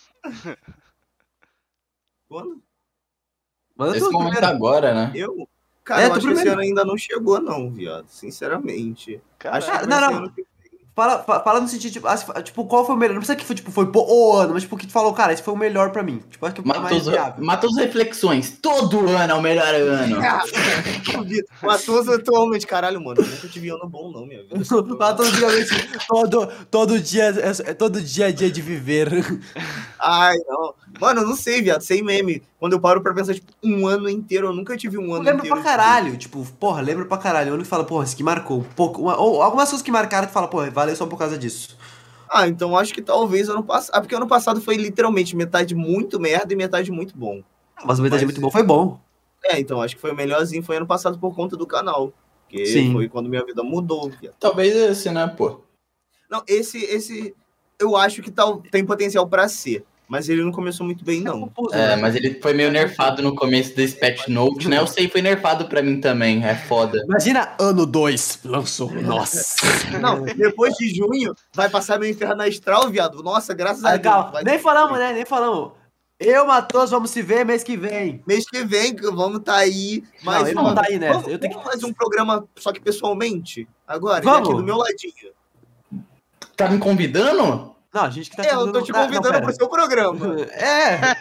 Quando? Manda Esse tu momento primeiro. agora, né? Eu? Cara, É, eu tu acho que esse primeiro. ano ainda não chegou, não, viado. Sinceramente. Acho que Caralho. vai Não, ser não. ano que Fala, fa- fala no sentido, tipo, assim, tipo, qual foi o melhor? Não precisa que foi, tipo, foi pô, o ano, mas tipo, que tu falou, cara, esse foi o melhor pra mim. Tipo, acho que é mais Matoso, viável. Matoso Reflexões. Todo ano é o melhor ano. O Matoso atualmente, caralho, mano. Eu nunca tive ano bom, não, minha vida. Matoso, antigamente, todo, todo dia, é, é- todo dia é dia de viver. Ai, não. Mano, eu não sei, viado. Sem meme. Quando eu paro pra pensar, tipo, um ano inteiro, eu nunca tive um Eu ano lembro inteiro. pra caralho, tipo, porra, lembro pra caralho. O ano que fala, porra, isso que marcou. Um pouco, uma- ou algumas coisas que marcaram, tu fala, porra, valeu só por causa disso. Ah, então acho que talvez ano passado. Ah, porque ano passado foi literalmente metade muito merda e metade muito bom. Mas o metade Mas- muito bom foi bom. É, então acho que foi o melhorzinho, foi ano passado por conta do canal. Que Sim. foi quando minha vida mudou, viado. Talvez esse, né, pô? Não, esse, esse, eu acho que tal, tem potencial pra ser. Mas ele não começou muito bem, não. É, mas ele foi meio nerfado no começo desse Patch Note, né? Eu sei, foi nerfado pra mim também, é foda. Imagina, ano dois, lançou, nossa. Não, depois de junho, vai passar meu inferno astral, viado. Nossa, graças a Ah, Deus. calma, Vai- nem falamos, né, nem falamos. Eu, Matoso, vamos se ver mês que vem. Mês que vem, que vamos tá aí. Mais Não, ele uma... não tá aí nessa, Vamos, eu tenho que- vamos fazer um programa, só que pessoalmente? Agora, ele Vamos. aqui do meu ladinho. Tá me convidando? Não, a gente que tá É, eu tô te Ah, não, convidando pera. pro seu programa. É,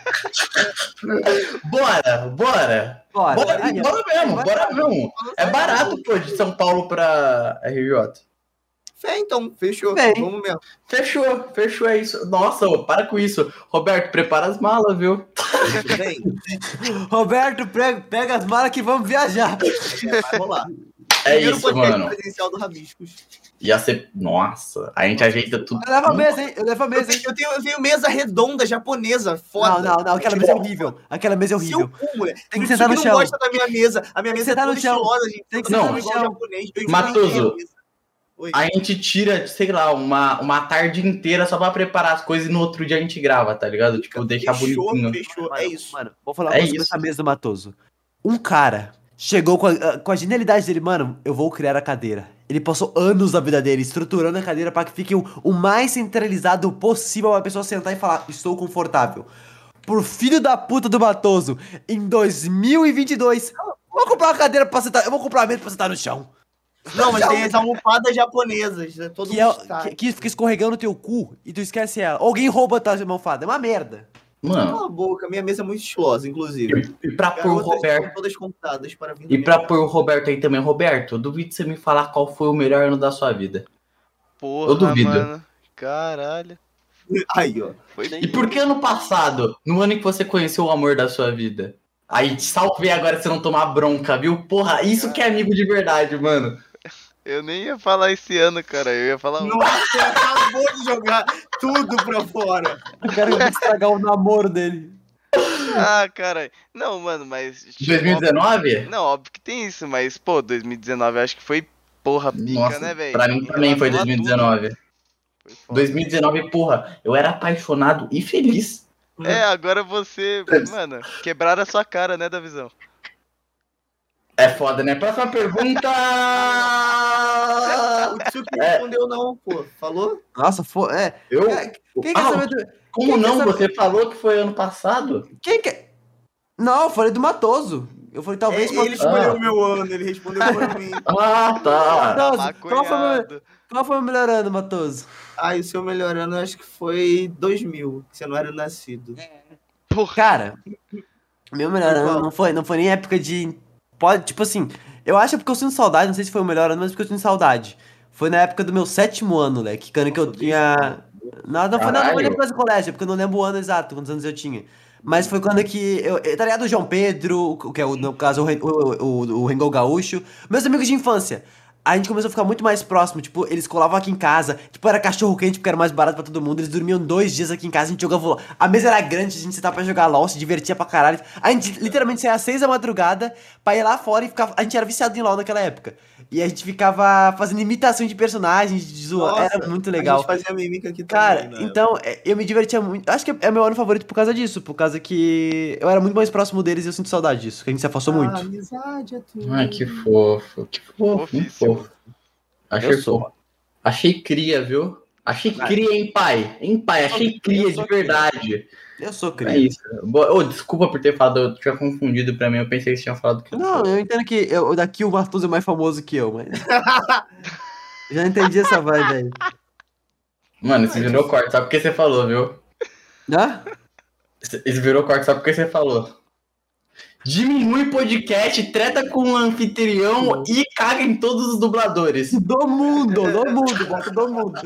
Bora, bora. bora. Bora, Aí, ó. bora mesmo, Vai bora lá. mesmo. É barato, pô, de São Paulo pra R J. Fé, então, fechou. Bem. Vamos mesmo. Fechou, fechou, é isso. Nossa, ô, para com isso. Roberto, prepara as malas, viu? Bem, Roberto, pre- pega as malas que vamos viajar. vai rolar. É Primeiro isso, podcast mano. presencial do Rabiscos. Ia ser. Nossa, a gente ajeita tudo. Eu levo a mesa, hein? Eu levo a Eu mesa, hein? tenho, eu, tenho, eu tenho mesa redonda japonesa, foda. Não, não, não, aquela mesa é horrível. Aquela mesa é Seu horrível. cu, mulher. Tem que Isso sentar no não chão. gosta da minha mesa. A minha Tem que mesa é sentar no toda chão. estilosa, gente. Tem que Eu sentar sou no igual chão. japonês. Eu Matoso. inventei a mesa. Oi. A gente tira, sei lá, uma, uma tarde inteira só pra preparar as coisas e no outro dia a gente grava, tá ligado? Tipo, deixar Fechou, bonitinho. fechou. Mano, É isso. Mano, vou falar uma É coisa sobre isso. essa mesa do Matoso. Um cara chegou com a, com a genialidade dele, mano, eu vou criar a cadeira. Ele passou anos da vida dele estruturando a cadeira pra que fique o, o mais centralizado possível pra pessoa sentar e falar, estou confortável. Por filho da puta do Matoso, em dois mil e vinte e dois, eu vou comprar uma cadeira pra sentar, eu vou comprar uma mesa pra sentar no chão. Não, mas tem as almofadas japonesas. né? Todo Que, é, mundo sabe. que, que fica escorregando no teu cu e tu esquece ela. Alguém rouba a tua almofada, é uma merda. Mano, Cala a boca, minha mesa é muito estilosa, inclusive. e pra pôr o Garotas Roberto. estão todas contadas para vir. E pra pôr o Roberto aí também, Roberto, eu duvido você me falar qual foi o melhor ano da sua vida. Porra, Eu duvido. mano. Caralho. Aí, ó. Foi E por que ano passado? No ano em que você conheceu o amor da sua vida? Aí, salve agora você não tomar bronca, viu? Porra, isso que é amigo de verdade, mano. Eu nem ia falar esse ano, cara. Eu ia falar. Nossa, você acabou de jogar tudo pra fora. O cara vai estragar o namoro dele. Ah, cara. Não, mano, mas. dois mil e dezenove? Óbvio- Não, óbvio que tem isso, mas, pô, dois mil e dezenove eu acho que foi porra pica, Nossa, né, velho? pra mim Em também foi relação a dois mil e dezenove. tudo. Foi foda. dois mil e dezenove, porra, eu era apaixonado e feliz. É, agora você. Mano, quebraram a sua cara, né, da visão. É foda, né? Próxima pergunta! O Tsuki É. respondeu não, pô. Falou? Nossa, foi. É. Eu? Quem Ah, quer saber do. Como quem quer não? saber- Você falou que foi ano passado? Quem quer. Não, eu falei do Matoso. Eu falei, talvez. Ele, ele pode- escolheu Ah. o meu ano, ele respondeu por mim. Ah, tá. Matoso, qual foi, o meu, Maconhado. qual foi o melhor ano, Matoso? Ah, e o seu melhor ano, eu acho que foi dois mil, que você não era nascido. Porra. Cara, meu melhor Foi ano qual? não foi, não foi nem época de. Pode, tipo assim, eu acho porque eu sinto saudade, não sei se foi o melhor ano, mas porque eu sinto saudade. Foi na época do meu sétimo ano, moleque. Que ano que eu Nossa, tinha. Não, não foi nada, não Caralho. lembro do colégio, porque eu não lembro o ano exato, quantos anos eu tinha. Mas foi quando que. Eu, eu- tá ligado o João Pedro, que é o, no caso o, Ren- o, o, o Rengol Gaúcho. Meus amigos de infância. a gente começou a ficar muito mais próximo, tipo, eles colavam aqui em casa, tipo, era cachorro quente porque era mais barato pra todo mundo, eles dormiam dois dias aqui em casa, a gente jogava LOL, a mesa era grande, a gente sentava pra jogar LOL, se divertia pra caralho, a gente literalmente saía às seis da madrugada pra ir lá fora e ficava, a gente era viciado em LOL naquela época, e a gente ficava fazendo imitação de personagens, de zoa, era muito legal. A gente fazia mímica aqui Cara, também, né? então, é, eu me divertia muito, acho que é meu ano favorito por causa disso, por causa que eu era muito mais próximo deles e eu sinto saudade disso, que a gente se afastou Ah, muito. amizade é tudo. Ai, que fofo, que fofo, muito Fofíssimo. fofo. Achei Eu sou. fofo. Achei cria, viu? Achei Vai. cria, hein, pai? Hein, pai? Achei Eu cria sou de verdade. Eu sou É cria. isso. Boa- Ô, desculpa por ter falado, eu tinha confundido pra mim, eu pensei que você tinha falado que Não, eu entendo que eu, daqui o Matoso é mais famoso que eu, mas. Já entendi essa vibe aí. Mano, isso virou corte, só porque você falou, viu? Hã? Isso virou corte só porque você falou. Diminui podcast, treta com o anfitrião e caga em todos os dubladores. Do mundo, do mundo, bota do mundo.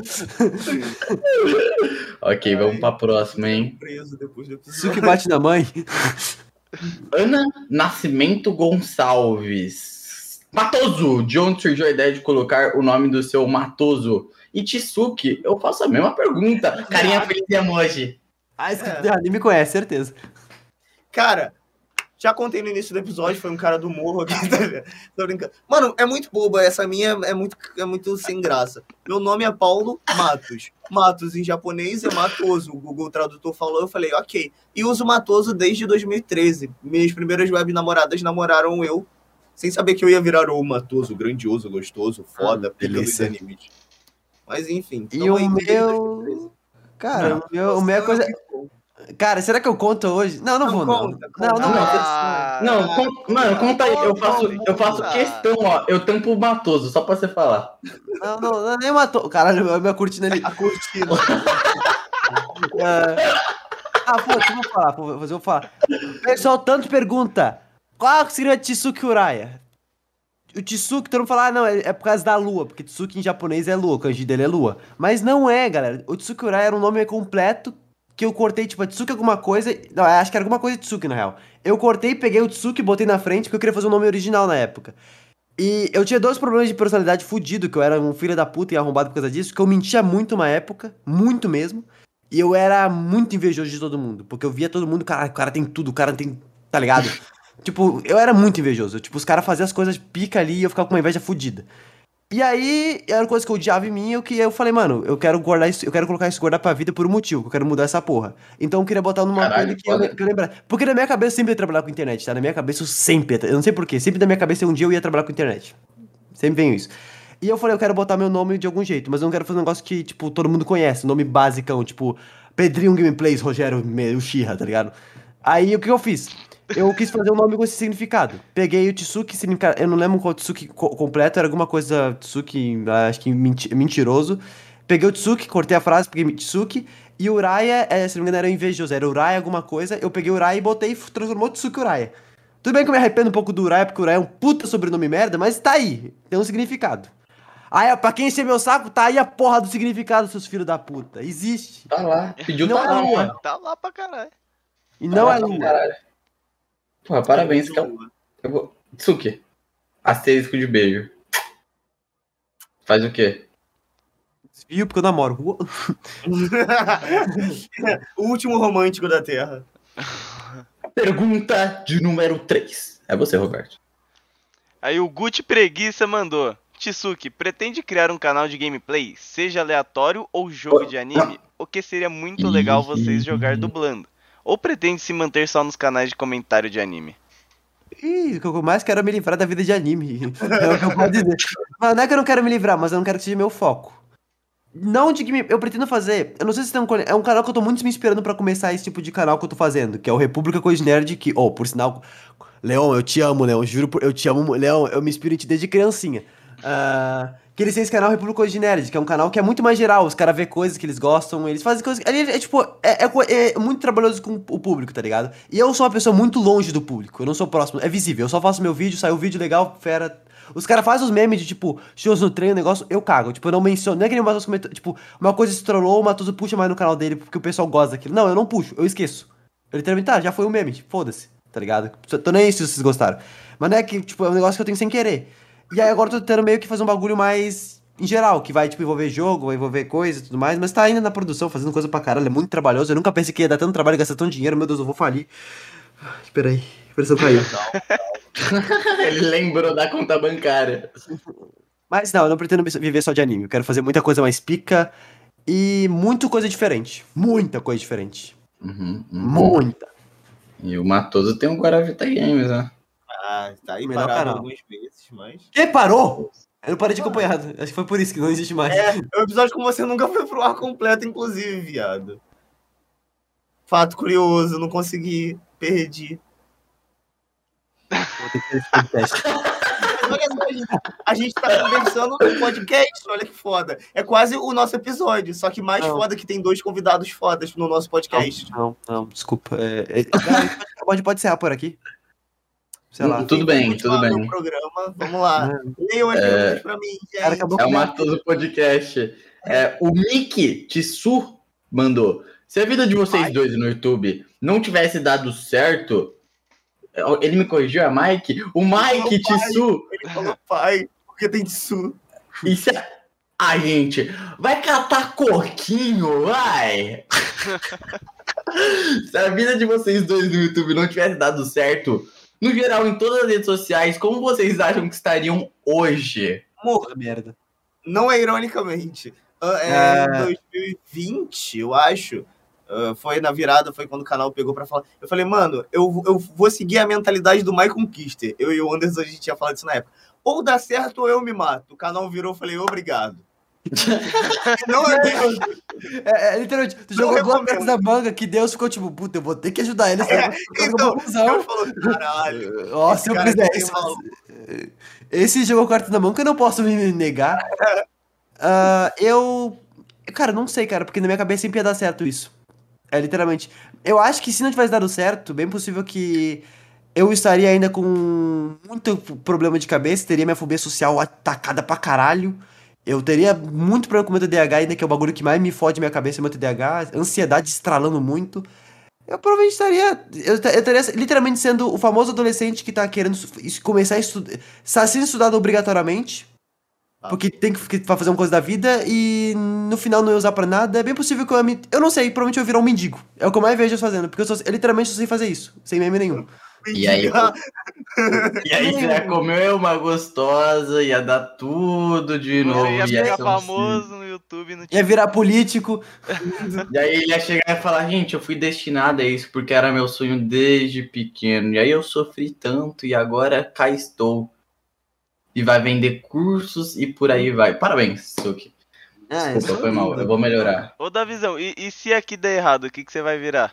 Ok, vamos pra próxima, hein? Preso depois do Isso episódio. que bate na mãe. Ana Nascimento Gonçalves. Matoso, de onde surgiu a ideia de colocar o nome do seu Matoso? E Tsuki, eu faço a mesma pergunta. Carinha feliz e emoji. Ah, esse É. que é. me conhece, certeza. Cara, já contei no início do episódio, foi um cara do morro aqui, tá ligado? Tô brincando. Mano, é muito boba, essa minha é muito, é muito sem graça. Meu nome é Paulo Matos. Matos em japonês é Matoso. O Google Tradutor falou, eu falei, ok. E uso Matoso desde dois mil e treze. Minhas primeiras web namoradas namoraram eu, sem saber que eu ia virar o Matoso, grandioso, gostoso, foda, Ah, pica dos delícia. animes. Mas enfim. E tamo o aí, desde dois mil e meu. treze. Cara, Não, o meu, o meu é coisa. Cara, será que eu conto hoje? Não, não, Não vou, não. conta, Não, conta. não, não. Ah, Não, con- mano, conta aí. Eu faço, eu faço Ah. questão, ó. Eu tampo o Matoso, só pra você falar. Não, não, não, nem matou. Caralho, a minha cortina ali. A cortina. É. Ah, pô, eu vou falar, pô, eu vou falar. O pessoal tanto pergunta: qual que seria Tsuki Uraya? O Tsuki, todo mundo fala, ah, não, é, é por causa da lua, porque Tsuki em japonês é lua, o kanji dele é lua. Mas não é, galera. O Tsuki Uraya era um nome completo que eu cortei, tipo, Tsuki alguma coisa. Não, acho que era alguma coisa de Tsuki, na real. Eu cortei, peguei o Tsuki, botei na frente, porque eu queria fazer um nome original na época. E eu tinha dois problemas de personalidade fudido, que eu era um filho da puta e arrombado por causa disso, que eu mentia muito uma época, muito mesmo. E eu era muito invejoso de todo mundo, porque eu via todo mundo, cara, o cara tem tudo, o cara tem, tá ligado? Tipo, eu era muito invejoso, tipo, os caras faziam as coisas pica ali e eu ficava com uma inveja fudida. E aí, era uma coisa que eu odiava em mim, eu, que, eu falei, mano, eu quero guardar isso, eu quero colocar isso guardar pra vida por um motivo, que eu quero mudar essa porra. Então eu queria botar numa Caralho, coisa que eu, foda. que eu lembrar. Porque na minha cabeça eu sempre ia trabalhar com internet, tá? Na minha cabeça eu sempre ia, tra- eu não sei porquê, sempre na minha cabeça um dia eu ia trabalhar com internet. Sempre vem isso. E eu falei, eu quero botar meu nome de algum jeito, mas eu não quero fazer um negócio que, tipo, todo mundo conhece, um nome basicão, tipo, Pedrinho Gameplays, Rogério Uchiha, tá ligado? Aí o que eu fiz? Eu quis fazer um nome com esse significado. Peguei o Tsuki, significado, eu não lembro qual Tsuki co- completo, era alguma coisa Tsuki, acho que menti- mentiroso. Peguei o Tsuki, cortei a frase, peguei Tsuki, e Uraya, é, se não me engano, era invejoso, era Uraya alguma coisa, eu peguei Uraya e botei e transformou Tsuki Uraya. Tudo bem que eu me arrependo um pouco do Uraya, porque Uraya é um puta sobrenome merda, mas tá aí, tem um significado. Aí, ó, pra quem encher meu saco, tá aí a porra do significado, seus filhos da puta. Existe. Tá lá. Pediu, Não tá é lá, lua. mano. Tá lá pra caralho. E não Tá é lá pra lua. caralho. Porra, parabéns, que eu, eu vou... Tsuki. Asterisco de beijo. Faz o quê? Desvio porque eu namoro. O último romântico da Terra. Pergunta de número três. É você, Roberto. Aí o Gucci Preguiça mandou: Tsuki, pretende criar um canal de gameplay, seja aleatório ou jogo de anime? O que seria muito legal vocês jogar dublando? Ou pretende se manter só nos canais de comentário de anime? Ih, o que eu mais quero é me livrar da vida de anime. É o que eu posso dizer. Mas não é que eu não quero me livrar, mas eu não quero que seja meu foco. Não de que me- eu pretendo fazer. Eu não sei se tem um. cone- É um canal que eu tô muito me inspirando pra começar esse tipo de canal que eu tô fazendo, que é o República Coisa Nerd, que, oh, por sinal. Leon, eu te amo, Leon. Juro por. Eu te amo, Leon. Eu me inspiro em ti desde criancinha. Ah, que eles têm esse canal República Coisa Nerd, que é um canal que é muito mais geral. Os caras vê coisas que eles gostam, eles fazem coisas. Ali é tipo. É, é co- é muito trabalhoso com o público, tá ligado? E eu sou uma pessoa muito longe do público. Eu não sou próximo. É visível. Eu só faço meu vídeo, sai o vídeo legal, fera. Os caras fazem os memes de, tipo, shows no treino, negócio, eu cago. Tipo, eu não menciono. Não é que nem o Matoso comentou, tipo, uma coisa estrolou, o Matoso puxa mais no canal dele porque o pessoal gosta daquilo. Não, eu não puxo, eu esqueço. Eu literalmente, tá, já foi um meme, tipo, foda-se, tá ligado? Tô nem aí se vocês gostaram. Mas não é que, tipo, é um negócio que eu tenho sem querer. E aí agora eu tô tentando meio que fazer um bagulho mais em geral, que vai, tipo, envolver jogo, vai envolver coisa e tudo mais, mas tá ainda na produção, fazendo coisa pra caralho, é muito trabalhoso. Eu nunca pensei que ia dar tanto trabalho e gastar tanto dinheiro, meu Deus, eu vou falir. Ai, espera aí, a pressão caiu. Ele lembrou da conta bancária. Mas não, eu não pretendo viver só de anime, eu quero fazer muita coisa mais pica e muita coisa diferente. Muita coisa diferente. Uhum, uhum. Muita. E o Matoso tem um Guaravita Games, né? Ah, tá aí Melhor parado canal. algumas vezes, mas... Que parou? Eu não parei de acompanhar, acho que foi por isso que não existe mais. É, o episódio com você nunca foi pro ar completo, inclusive, viado. Fato curioso, não consegui, perdi. Vou ter que fazer esse podcast. Mas olha só, a gente, a gente tá conversando no podcast, olha que foda. É quase o nosso episódio, só que mais Não. foda que tem dois convidados fodas no nosso podcast. Não, não, desculpa. É, é, galera, pode, pode encerrar por aqui. Sei lá. Tudo bem, tudo Continuar bem. meu programa, vamos lá. Leiam as perguntas pra mim, gente. Cara, acabou É o com a minha- Matoso Podcast. É, o Mickey Tissu mandou. Se a vida de vocês dois no YouTube não tivesse dado certo, ele me corrigiu, é Mike? O Mike Meu pai. Tissu. Ele falou, pai, porque tem Tsu. E se a... Ai, gente, vai catar coquinho, vai! Se a vida de vocês dois no YouTube não tivesse dado certo, no geral, em todas as redes sociais, como vocês acham que estariam hoje? Amor, merda. não é ironicamente. Ah, é, É. Em dois mil e vinte, eu acho, ah, foi na virada, foi quando o canal pegou pra falar. Eu falei, mano, eu, eu vou seguir a mentalidade do My Conquister. Eu e o Anderson, a gente tinha falado isso na época. Ou dá certo ou eu me mato. O canal virou, eu falei, obrigado. Não é Deus. É, é, literalmente, tu Não jogou duas recomendo. peças da manga que Deus ficou tipo, puta, eu vou ter que ajudar ele. É, então, Deus Deus falou, caralho. Ó, esse se eu cara fizer aqui é isso. maluco. Esse jogou carta na mão que eu não posso me negar. Ah, eu. Cara, não sei, cara, porque na minha cabeça sempre ia dar certo isso. É, literalmente. Eu acho que se não tivesse dado certo, bem possível que eu estaria ainda com muito problema de cabeça, teria minha fobia social atacada pra caralho. Eu teria muito problema com o meu T D A H ainda, que é o bagulho que mais me fode minha cabeça, é o meu T D A H, ansiedade estralando muito. Eu provavelmente estaria. Eu esta- eu estaria literalmente sendo o famoso adolescente que tá querendo su- is- começar a estudar. Está sendo estudado obrigatoriamente. Ah. Porque tem que que- pra fazer uma coisa da vida e no final não ia usar pra nada. É bem possível que eu me. Eu não sei, provavelmente eu virar um mendigo. É o que eu mais vejo eles fazendo. Porque eu, sou, eu literalmente só sei fazer isso. Sem meme nenhum. E aí, Ah, E aí você ia comer uma gostosa, ia dar tudo de novo. Você ia ia ficar ser um famoso no YouTube, no Ia virar político. E aí ele ia chegar e falar, gente, eu fui destinado a isso porque era meu sonho desde pequeno. E aí eu sofri tanto e agora cá estou. E vai vender cursos e por aí vai. Parabéns, Suki. Ah, Desculpa, foi mal. Eu vou melhorar. Ô, Davizão, e, e se aqui der errado, o que, que você vai virar?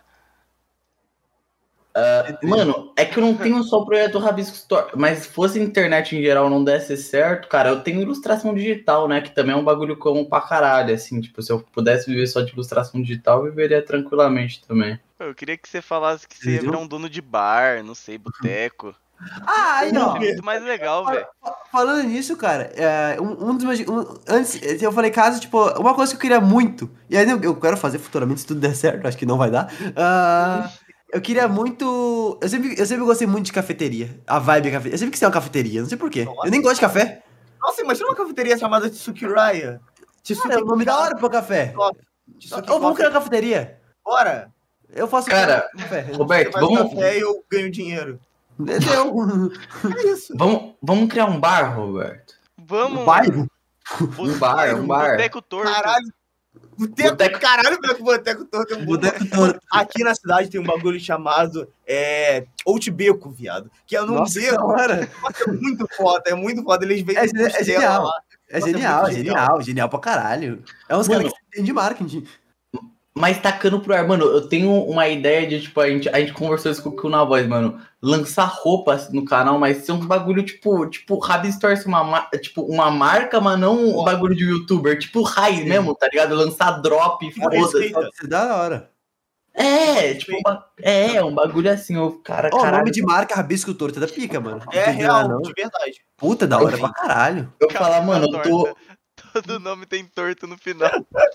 Mano, é que eu não tenho só o projeto Rabisco Store, mas se fosse internet em geral não desse certo, cara, eu tenho ilustração digital, né? Que também é um bagulho comum pra caralho, assim. Tipo, se eu pudesse viver só de ilustração digital, eu viveria tranquilamente também. Pô, eu queria que você falasse que você ia Viu? virar um dono de bar, não sei, boteco. Ah, aí, Ia ó. ser muito mais legal, velho. Falando nisso, cara, é, um, um dos meus. um- antes, eu falei caso, tipo, uma coisa que eu queria muito, e aí eu, eu quero fazer futuramente se tudo der certo, acho que não vai dar. ah, eu queria muito. Eu sempre, eu sempre gostei muito de cafeteria. A vibe cafeteria. Eu sempre quis ter uma cafeteria, não sei porquê. Eu nem gosto de café. Nossa, imagina uma cafeteria chamada Tsuki Raya. Tsuki Cara, é o nome da hora pro café. Tsuki Ou vamos criar uma Coffee. cafeteria. Bora. Eu faço Cara, café. Você Roberto, faz vamos, café e eu ganho dinheiro. Entendeu? É isso. vamos, vamos criar um bar, Roberto. Vamos. Um bairro? Um bar, um bar. Boteco torto. Caralho. Boteco, Boteco- caralho, meu, que boteco torto é um bom. Boteco torto. Aqui na cidade tem um bagulho chamado é, Outbeco, viado. Que é num Nossa, que beco. da hora. Nossa, é muito foda, é muito foda. Eles vendem É geni- é costela genial. lá. É Nossa, é genial, muito é genial. genial, genial pra caralho. É uns Mano. caras que entendem de marketing. Mas tacando pro ar, mano, eu tenho uma ideia de, tipo, a gente, a gente conversou isso com o Kill na voz, mano. Lançar roupas no canal, mas ser uns bagulho, tipo, tipo, Rabistor uma, ma- tipo, uma marca, mas não um bagulho de youtuber. Tipo, raiz mesmo, tá ligado? Lançar drop, foda-se. Respeita. Pode ser da hora. É, tipo, um ba- é, um bagulho assim, o cara, Ó, o caralho. nome de marca Rabisco Torto é da pica, mano. É Entendeu, real, não? de verdade. Puta, da hora pra caralho. Eu falar, mano, eu tô... Torta. Todo nome tem torto no final.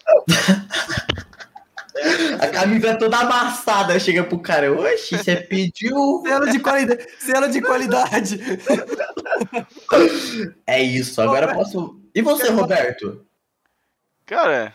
A camisa toda amassada, chega pro cara, oxi, você pediu... Selo de qualidade. Selo de qualidade. É isso, agora eu posso... E você, Roberto? Cara.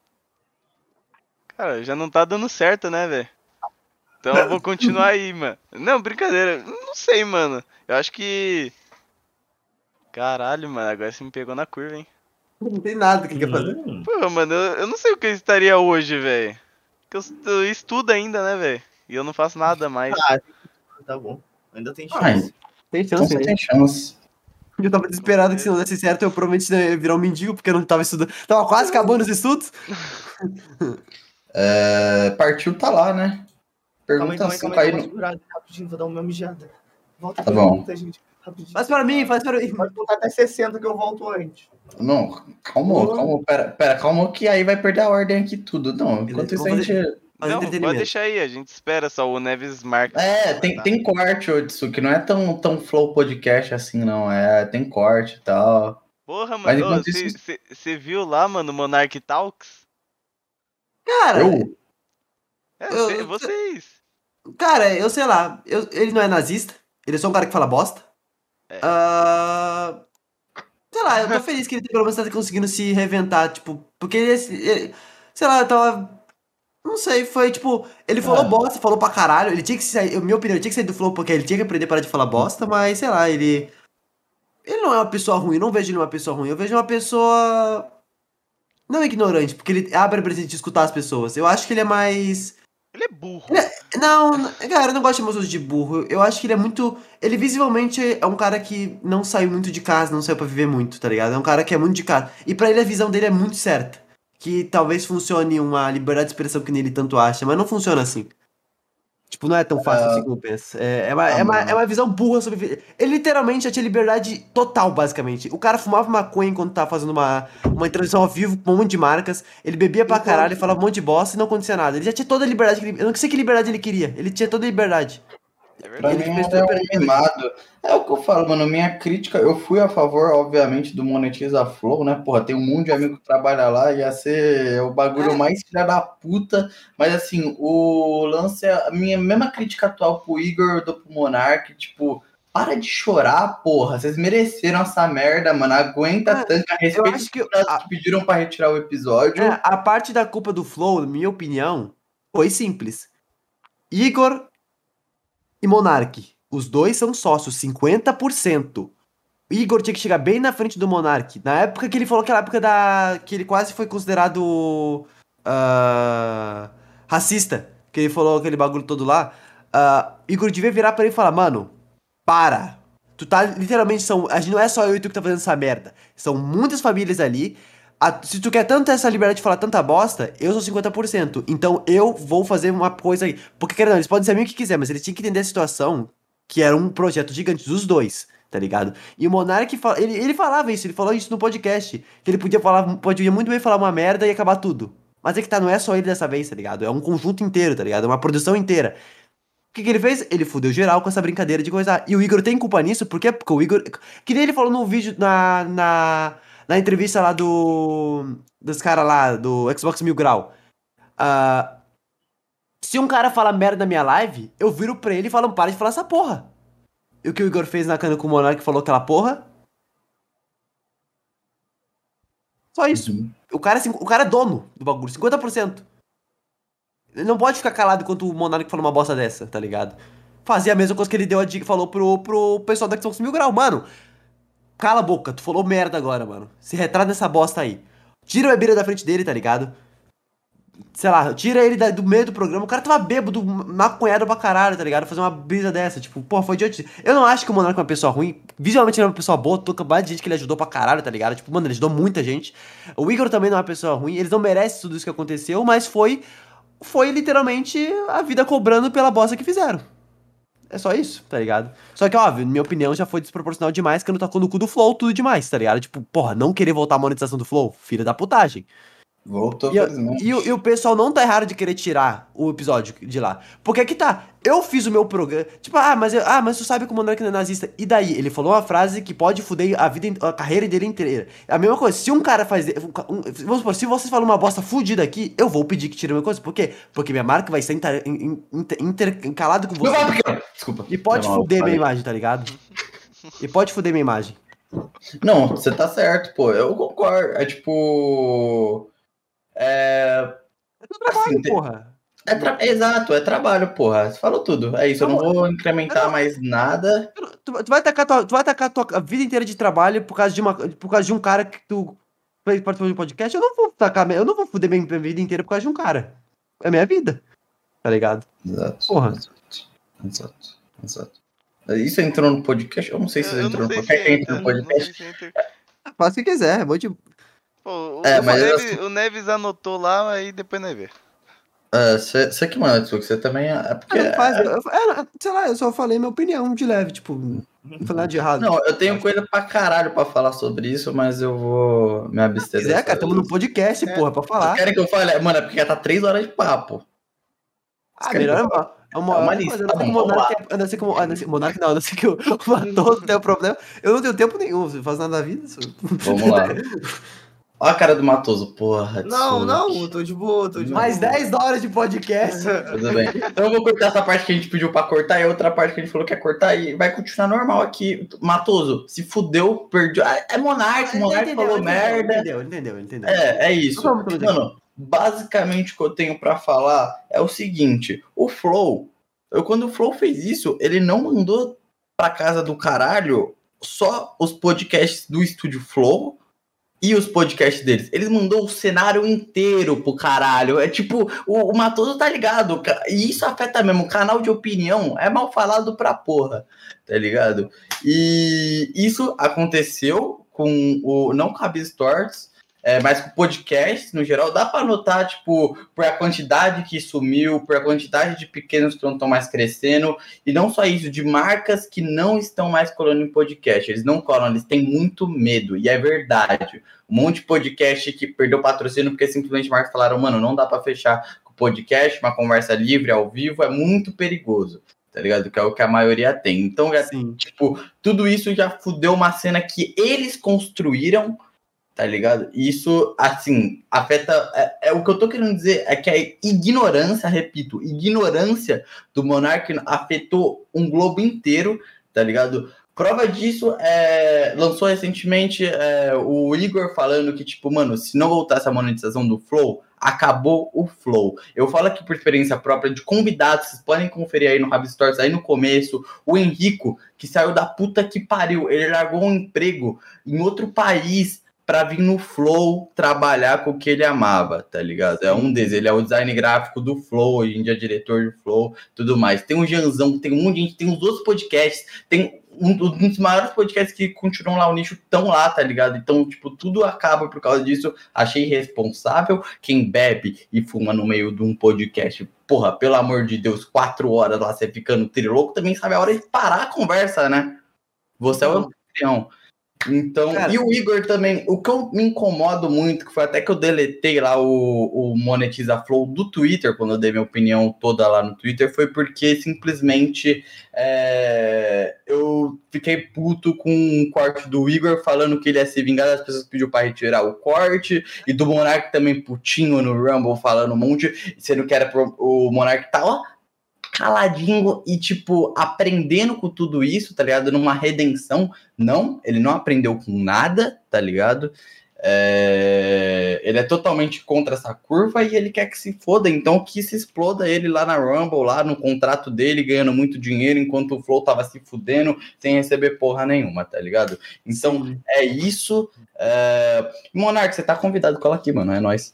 Cara, já não tá dando certo, né, velho? Então eu vou continuar aí, mano. Não, brincadeira. Não sei, mano. Eu acho que. Caralho, mano. Agora você me pegou na curva, hein? Não tem nada que quer fazer. Hum. Pô, mano, eu, eu não sei o que eu estaria hoje, velho. Porque eu, eu estudo ainda, né, velho? E eu não faço nada mais. Ah, tá bom. Ainda tem Ai, chance. Tem então chance, você né? tem chance. Eu tava desesperado que se não desse certo eu provavelmente ia virar um mendigo porque eu não tava estudando. Tava quase acabando os estudos. É, partiu tá lá, né? Calma Pergunta aí, calma aí, cinco calma aí. aí. Pode no- segurar rapidinho, vou dar uma mijada. Volta Tá pra bom. pergunta, gente. Rapidinho. Faz pra mim, faz pra mim. Pode contar até sessenta que eu volto antes. Não, calma, Boa. calma, pera, pera, calma que aí vai perder a ordem aqui tudo. Não, enquanto isso a Vamos gente... Faz Não, pode entretenimento. deixar aí, a gente espera só o Neves marca. É, tem, tem corte, Odissu, que não é tão, tão flow podcast assim, não. É, tem corte e tal. Porra, Mas mano, enquanto isso- você viu lá, mano, o Monarch Talks? Cara, Eu? É, Eu- cê- vocês. cara, eu sei lá. Eu, ele não é nazista. Ele é só um cara que fala bosta. É. Ah, sei lá, eu tô feliz que ele pelo menos tá conseguindo se reinventar, tipo, porque ele, ele- sei lá, eu tava. Não sei, foi tipo, ele falou Ah. bosta, falou pra caralho, ele tinha que sair, na minha opinião, ele tinha que sair do flow porque ele tinha que aprender a parar de falar bosta, mas sei lá, ele. Ele não é uma pessoa ruim, eu não vejo ele uma pessoa ruim, eu vejo uma pessoa. Não ignorante, porque ele abre a presença de escutar as pessoas. Eu acho que ele é mais. Ele é burro. Não, n- cara, eu não gosto de pessoas de burro. Eu acho que ele é muito. Ele visivelmente é um cara que não saiu muito de casa, não saiu pra viver muito, tá ligado? É um cara que é muito de casa. E pra ele a visão dele é muito certa. Que talvez funcione uma liberdade de expressão que nele tanto acha, mas não funciona assim. Tipo, não é tão fácil assim como pensa. É, é, uma, é, uma, é uma visão burra sobre. vi- Ele literalmente já tinha liberdade total, basicamente. O cara fumava maconha enquanto tava fazendo uma, uma transmissão ao vivo com um monte de marcas. Ele bebia pra caralho, falava um monte de bosta e não acontecia nada. Ele já tinha toda a liberdade que ele. Eu não sei que liberdade ele queria. Ele tinha toda a liberdade. É Pra verdade. Ele mim fez é super um mimado. É o que eu falo, mano. Minha crítica, eu fui a favor, obviamente, do Monetiza Flow, né? Porra, tem um monte de amigo que trabalha lá, ia ser o bagulho É. mais filha da puta. Mas assim, o lance é a minha mesma crítica atual pro Igor do pro Monark, tipo, para de chorar, porra. Vocês mereceram essa merda, mano. Aguenta, É, tanca, respeita acho os que caras a- que pediram pra retirar o episódio. É, a parte da culpa do Flow, na minha opinião, foi simples. Igor e Monark. Os dois são sócios, cinquenta por cento. Igor tinha que chegar bem na frente do Monark. Na época que ele falou, aquela época da. Que ele quase foi considerado. ah, racista. Que ele falou aquele bagulho todo lá. ah, Igor devia virar pra ele e falar: Mano, para. Tu tá literalmente. São, a gente não é só eu e tu que tá fazendo essa merda. São muitas famílias ali. A- se tu quer tanto essa liberdade de falar tanta bosta, eu sou cinquenta por cento. Então eu vou fazer uma coisa aí. Porque, querendo ou não, eles podem ser amigo que quiser, mas eles tinham que entender a situação que era um projeto gigante dos dois, tá ligado? E o Monark, fala, ele, ele falava isso, ele falou isso no podcast. Que ele podia falar, podia muito bem falar uma merda e acabar tudo. Mas é que tá, não é só ele dessa vez, tá ligado? É um conjunto inteiro, tá ligado? É uma produção inteira. O que, que ele fez? Ele fudeu geral com essa brincadeira de coisa. E o Igor tem culpa nisso, por quê? Porque o Igor. Que nem ele falou no vídeo, na. na, na entrevista lá do. Dos caras lá, do Xbox Mil Grau. Ah, se um cara fala merda na minha live, eu viro pra ele e falo, para de falar essa porra. E o que o Igor fez na cana com o Monark falou aquela porra? Só isso. Uhum. O cara, é cinco- o cara é dono do bagulho, cinquenta por cento. Ele não pode ficar calado enquanto o Monark falou uma bosta dessa, tá ligado? Fazia a mesma coisa que ele deu a dica, falou pro, pro pessoal da Xbox Mil Grau. Mano, cala a boca, tu falou merda agora, mano. Se retrata nessa bosta aí. Tira a bebida da frente dele, tá ligado? Sei lá, tira ele da- do meio do programa. O cara tava bêbado, maconhado pra caralho, tá ligado? Fazer uma brisa dessa. Tipo, pô, foi idiotice. Eu não acho que o Monark é uma pessoa ruim. Visualmente ele é uma pessoa boa. Tô com mais de gente que ele ajudou pra caralho, tá ligado? Tipo, mano, ele ajudou muita gente. O Igor também não é uma pessoa ruim. Eles não merecem tudo isso que aconteceu, mas foi. Foi literalmente a vida cobrando pela bosta que fizeram. É só isso, tá ligado? Só que, óbvio, na minha opinião, já foi desproporcional demais, que não tocou no cu do Flow tudo demais, tá ligado? Tipo, porra, não querer voltar a monetização do Flow, filha da putagem. Voltou, E, eu- felizmente. e o- e o pessoal não tá errado de querer tirar o episódio de lá. Porque aqui tá, eu fiz o meu programa. Tipo, ah, mas, eu, ah, mas tu sabe que o Monark não é nazista. E daí? Ele falou uma frase que pode fuder a vida, in- a carreira dele inteira. A mesma coisa, se um cara faz. um- um- vamos supor, se vocês falam uma bosta fudida aqui, eu vou pedir que tire a minha coisa. Por quê? Porque minha marca vai ser inter, in- inter, intercalada com Meu você. vai pequeno. Desculpa. E pode Foi mal, fuder minha falei. imagem, tá ligado? E pode foder minha imagem. Não, você tá certo, pô. Eu concordo. É tipo. É. É teu trabalho, Assim, te- porra. é tra- Exato, é trabalho, porra. Você falou tudo. É isso, eu não Não, vou incrementar não. mais nada. Tu, tu- tu vai tacar tua, tu vai tacar tua vida inteira de trabalho por causa de, uma, por causa de um cara que tu fez participou de um podcast. Eu não vou tacar, minha- eu não vou foder minha minha vida inteira por causa de um cara. É a minha vida. Tá ligado? Exato. Porra. Exato. Exato. Exato. Isso entrou no podcast? Eu não sei se Eu, eu entrou não no sei se podcast. Entra entra, no não sei podcast. se entra. Faz o que quiser. Vou te... Pô, o, É, o mas eu- Neves, o Neves anotou lá, aí depois nós vê. Você que manda, Tsuki, você também. É porque. Ah, não faz. Eu, eu- é, sei lá, eu só falei minha opinião de leve. Tipo, não falei nada de errado. Não, eu tenho coisa pra caralho pra falar sobre isso, mas eu vou me abster Se quiser, dessa cara, tamo no vez. podcast, É. porra, pra Vocês falar. querem que eu fale? Mano, é porque já tá três horas de papo. Ah, querem melhor que eu é uma, é uma, É uma uma lista, coisa. tá A não ser que o bom, vamos Monark tenha- a não ser que o a não ser- Monark não, a não ser que o o Matoso tenha problema. Eu não tenho tempo nenhum, você faz nada da vida. Isso... Vamos lá. Olha a cara do Matoso, porra. Não, Tsuki. não, eu tô de boa, tô de Mais boa. dez horas de podcast. Tudo bem. Então eu vou cortar essa parte que a gente pediu pra cortar e a outra parte que a gente falou que ia cortar e vai continuar normal aqui. Matoso, se fudeu, perdeu. Ah, é Monark, Monark falou merda. Entendeu, entendeu, entendeu. É, é isso. Vamos, vamos, Mano, basicamente o que eu tenho pra falar é o seguinte: o Flow, eu, quando o Flow fez isso, ele não mandou pra casa do caralho só os podcasts do estúdio Flow e os podcasts deles. Eles mandou o cenário inteiro pro caralho. É tipo, o, o Matoso tá ligado. ca- E isso afeta mesmo. O canal de opinião é mal falado pra porra. Tá ligado? E isso aconteceu com o. Não com a Stories, é, mas com podcast no geral. Dá pra notar, tipo, por a quantidade que sumiu, por a quantidade de pequenos que não estão mais crescendo. E não só isso, de marcas que não estão mais colando em podcast. Eles não colam, eles têm muito medo. E é verdade. Um monte de podcast que perdeu patrocínio porque simplesmente marcas falaram, mano, não dá pra fechar com podcast, uma conversa livre, ao vivo, é muito perigoso. Tá ligado? Que é o que a maioria tem. Então, já, Sim. tipo, tudo isso já fudeu uma cena que eles construíram, tá ligado? E isso, assim, afeta... É, é o que eu tô querendo dizer é que a ignorância, repito, ignorância do Monark afetou um globo inteiro, tá ligado? Prova disso, é, lançou recentemente é, o Igor falando que, tipo, mano, se não voltasse a monetização do Flow, acabou o Flow. Eu falo aqui por experiência própria de convidados, vocês podem conferir aí no Rabi Stories, aí no começo, o Henrico, que saiu da puta que pariu, ele largou um emprego em outro país pra vir no Flow trabalhar com o que ele amava, tá ligado? É um deles, ele é o design gráfico do Flow, hoje em dia é diretor do Flow, tudo mais. Tem o Janzão, tem um monte de gente, tem os outros podcasts, tem um, um dos maiores podcasts que continuam lá, o nicho estão lá, tá ligado? Então, tipo, tudo acaba por causa disso. Achei irresponsável quem bebe e fuma no meio de um podcast. Porra, pelo amor de Deus, quatro horas lá você ficando trilouco, também sabe a hora de parar a conversa, né? Você é o anfitrião. Então, Cara, e o Igor também, o que eu me incomodo muito, que foi até que eu deletei lá o, o Monetiza Flow do Twitter, quando eu dei minha opinião toda lá no Twitter, foi porque simplesmente é, eu fiquei puto com um corte do Igor falando que ele ia se vingar das pessoas que pediu pra retirar o corte, e do Monark também putinho no Rumble falando um monte, sendo que era pro, o Monark tá, ó, caladinho e, tipo, aprendendo com tudo isso, tá ligado? Numa redenção. Não, ele não aprendeu com nada, tá ligado? É... Ele é totalmente contra essa curva e ele quer que se foda, então que se exploda ele lá na Rumble, lá no contrato dele, ganhando muito dinheiro, enquanto o Flow tava se fudendo, sem receber porra nenhuma, tá ligado? Então, sim, é isso. É... Monark, você tá convidado, cola aqui, mano, é nóis.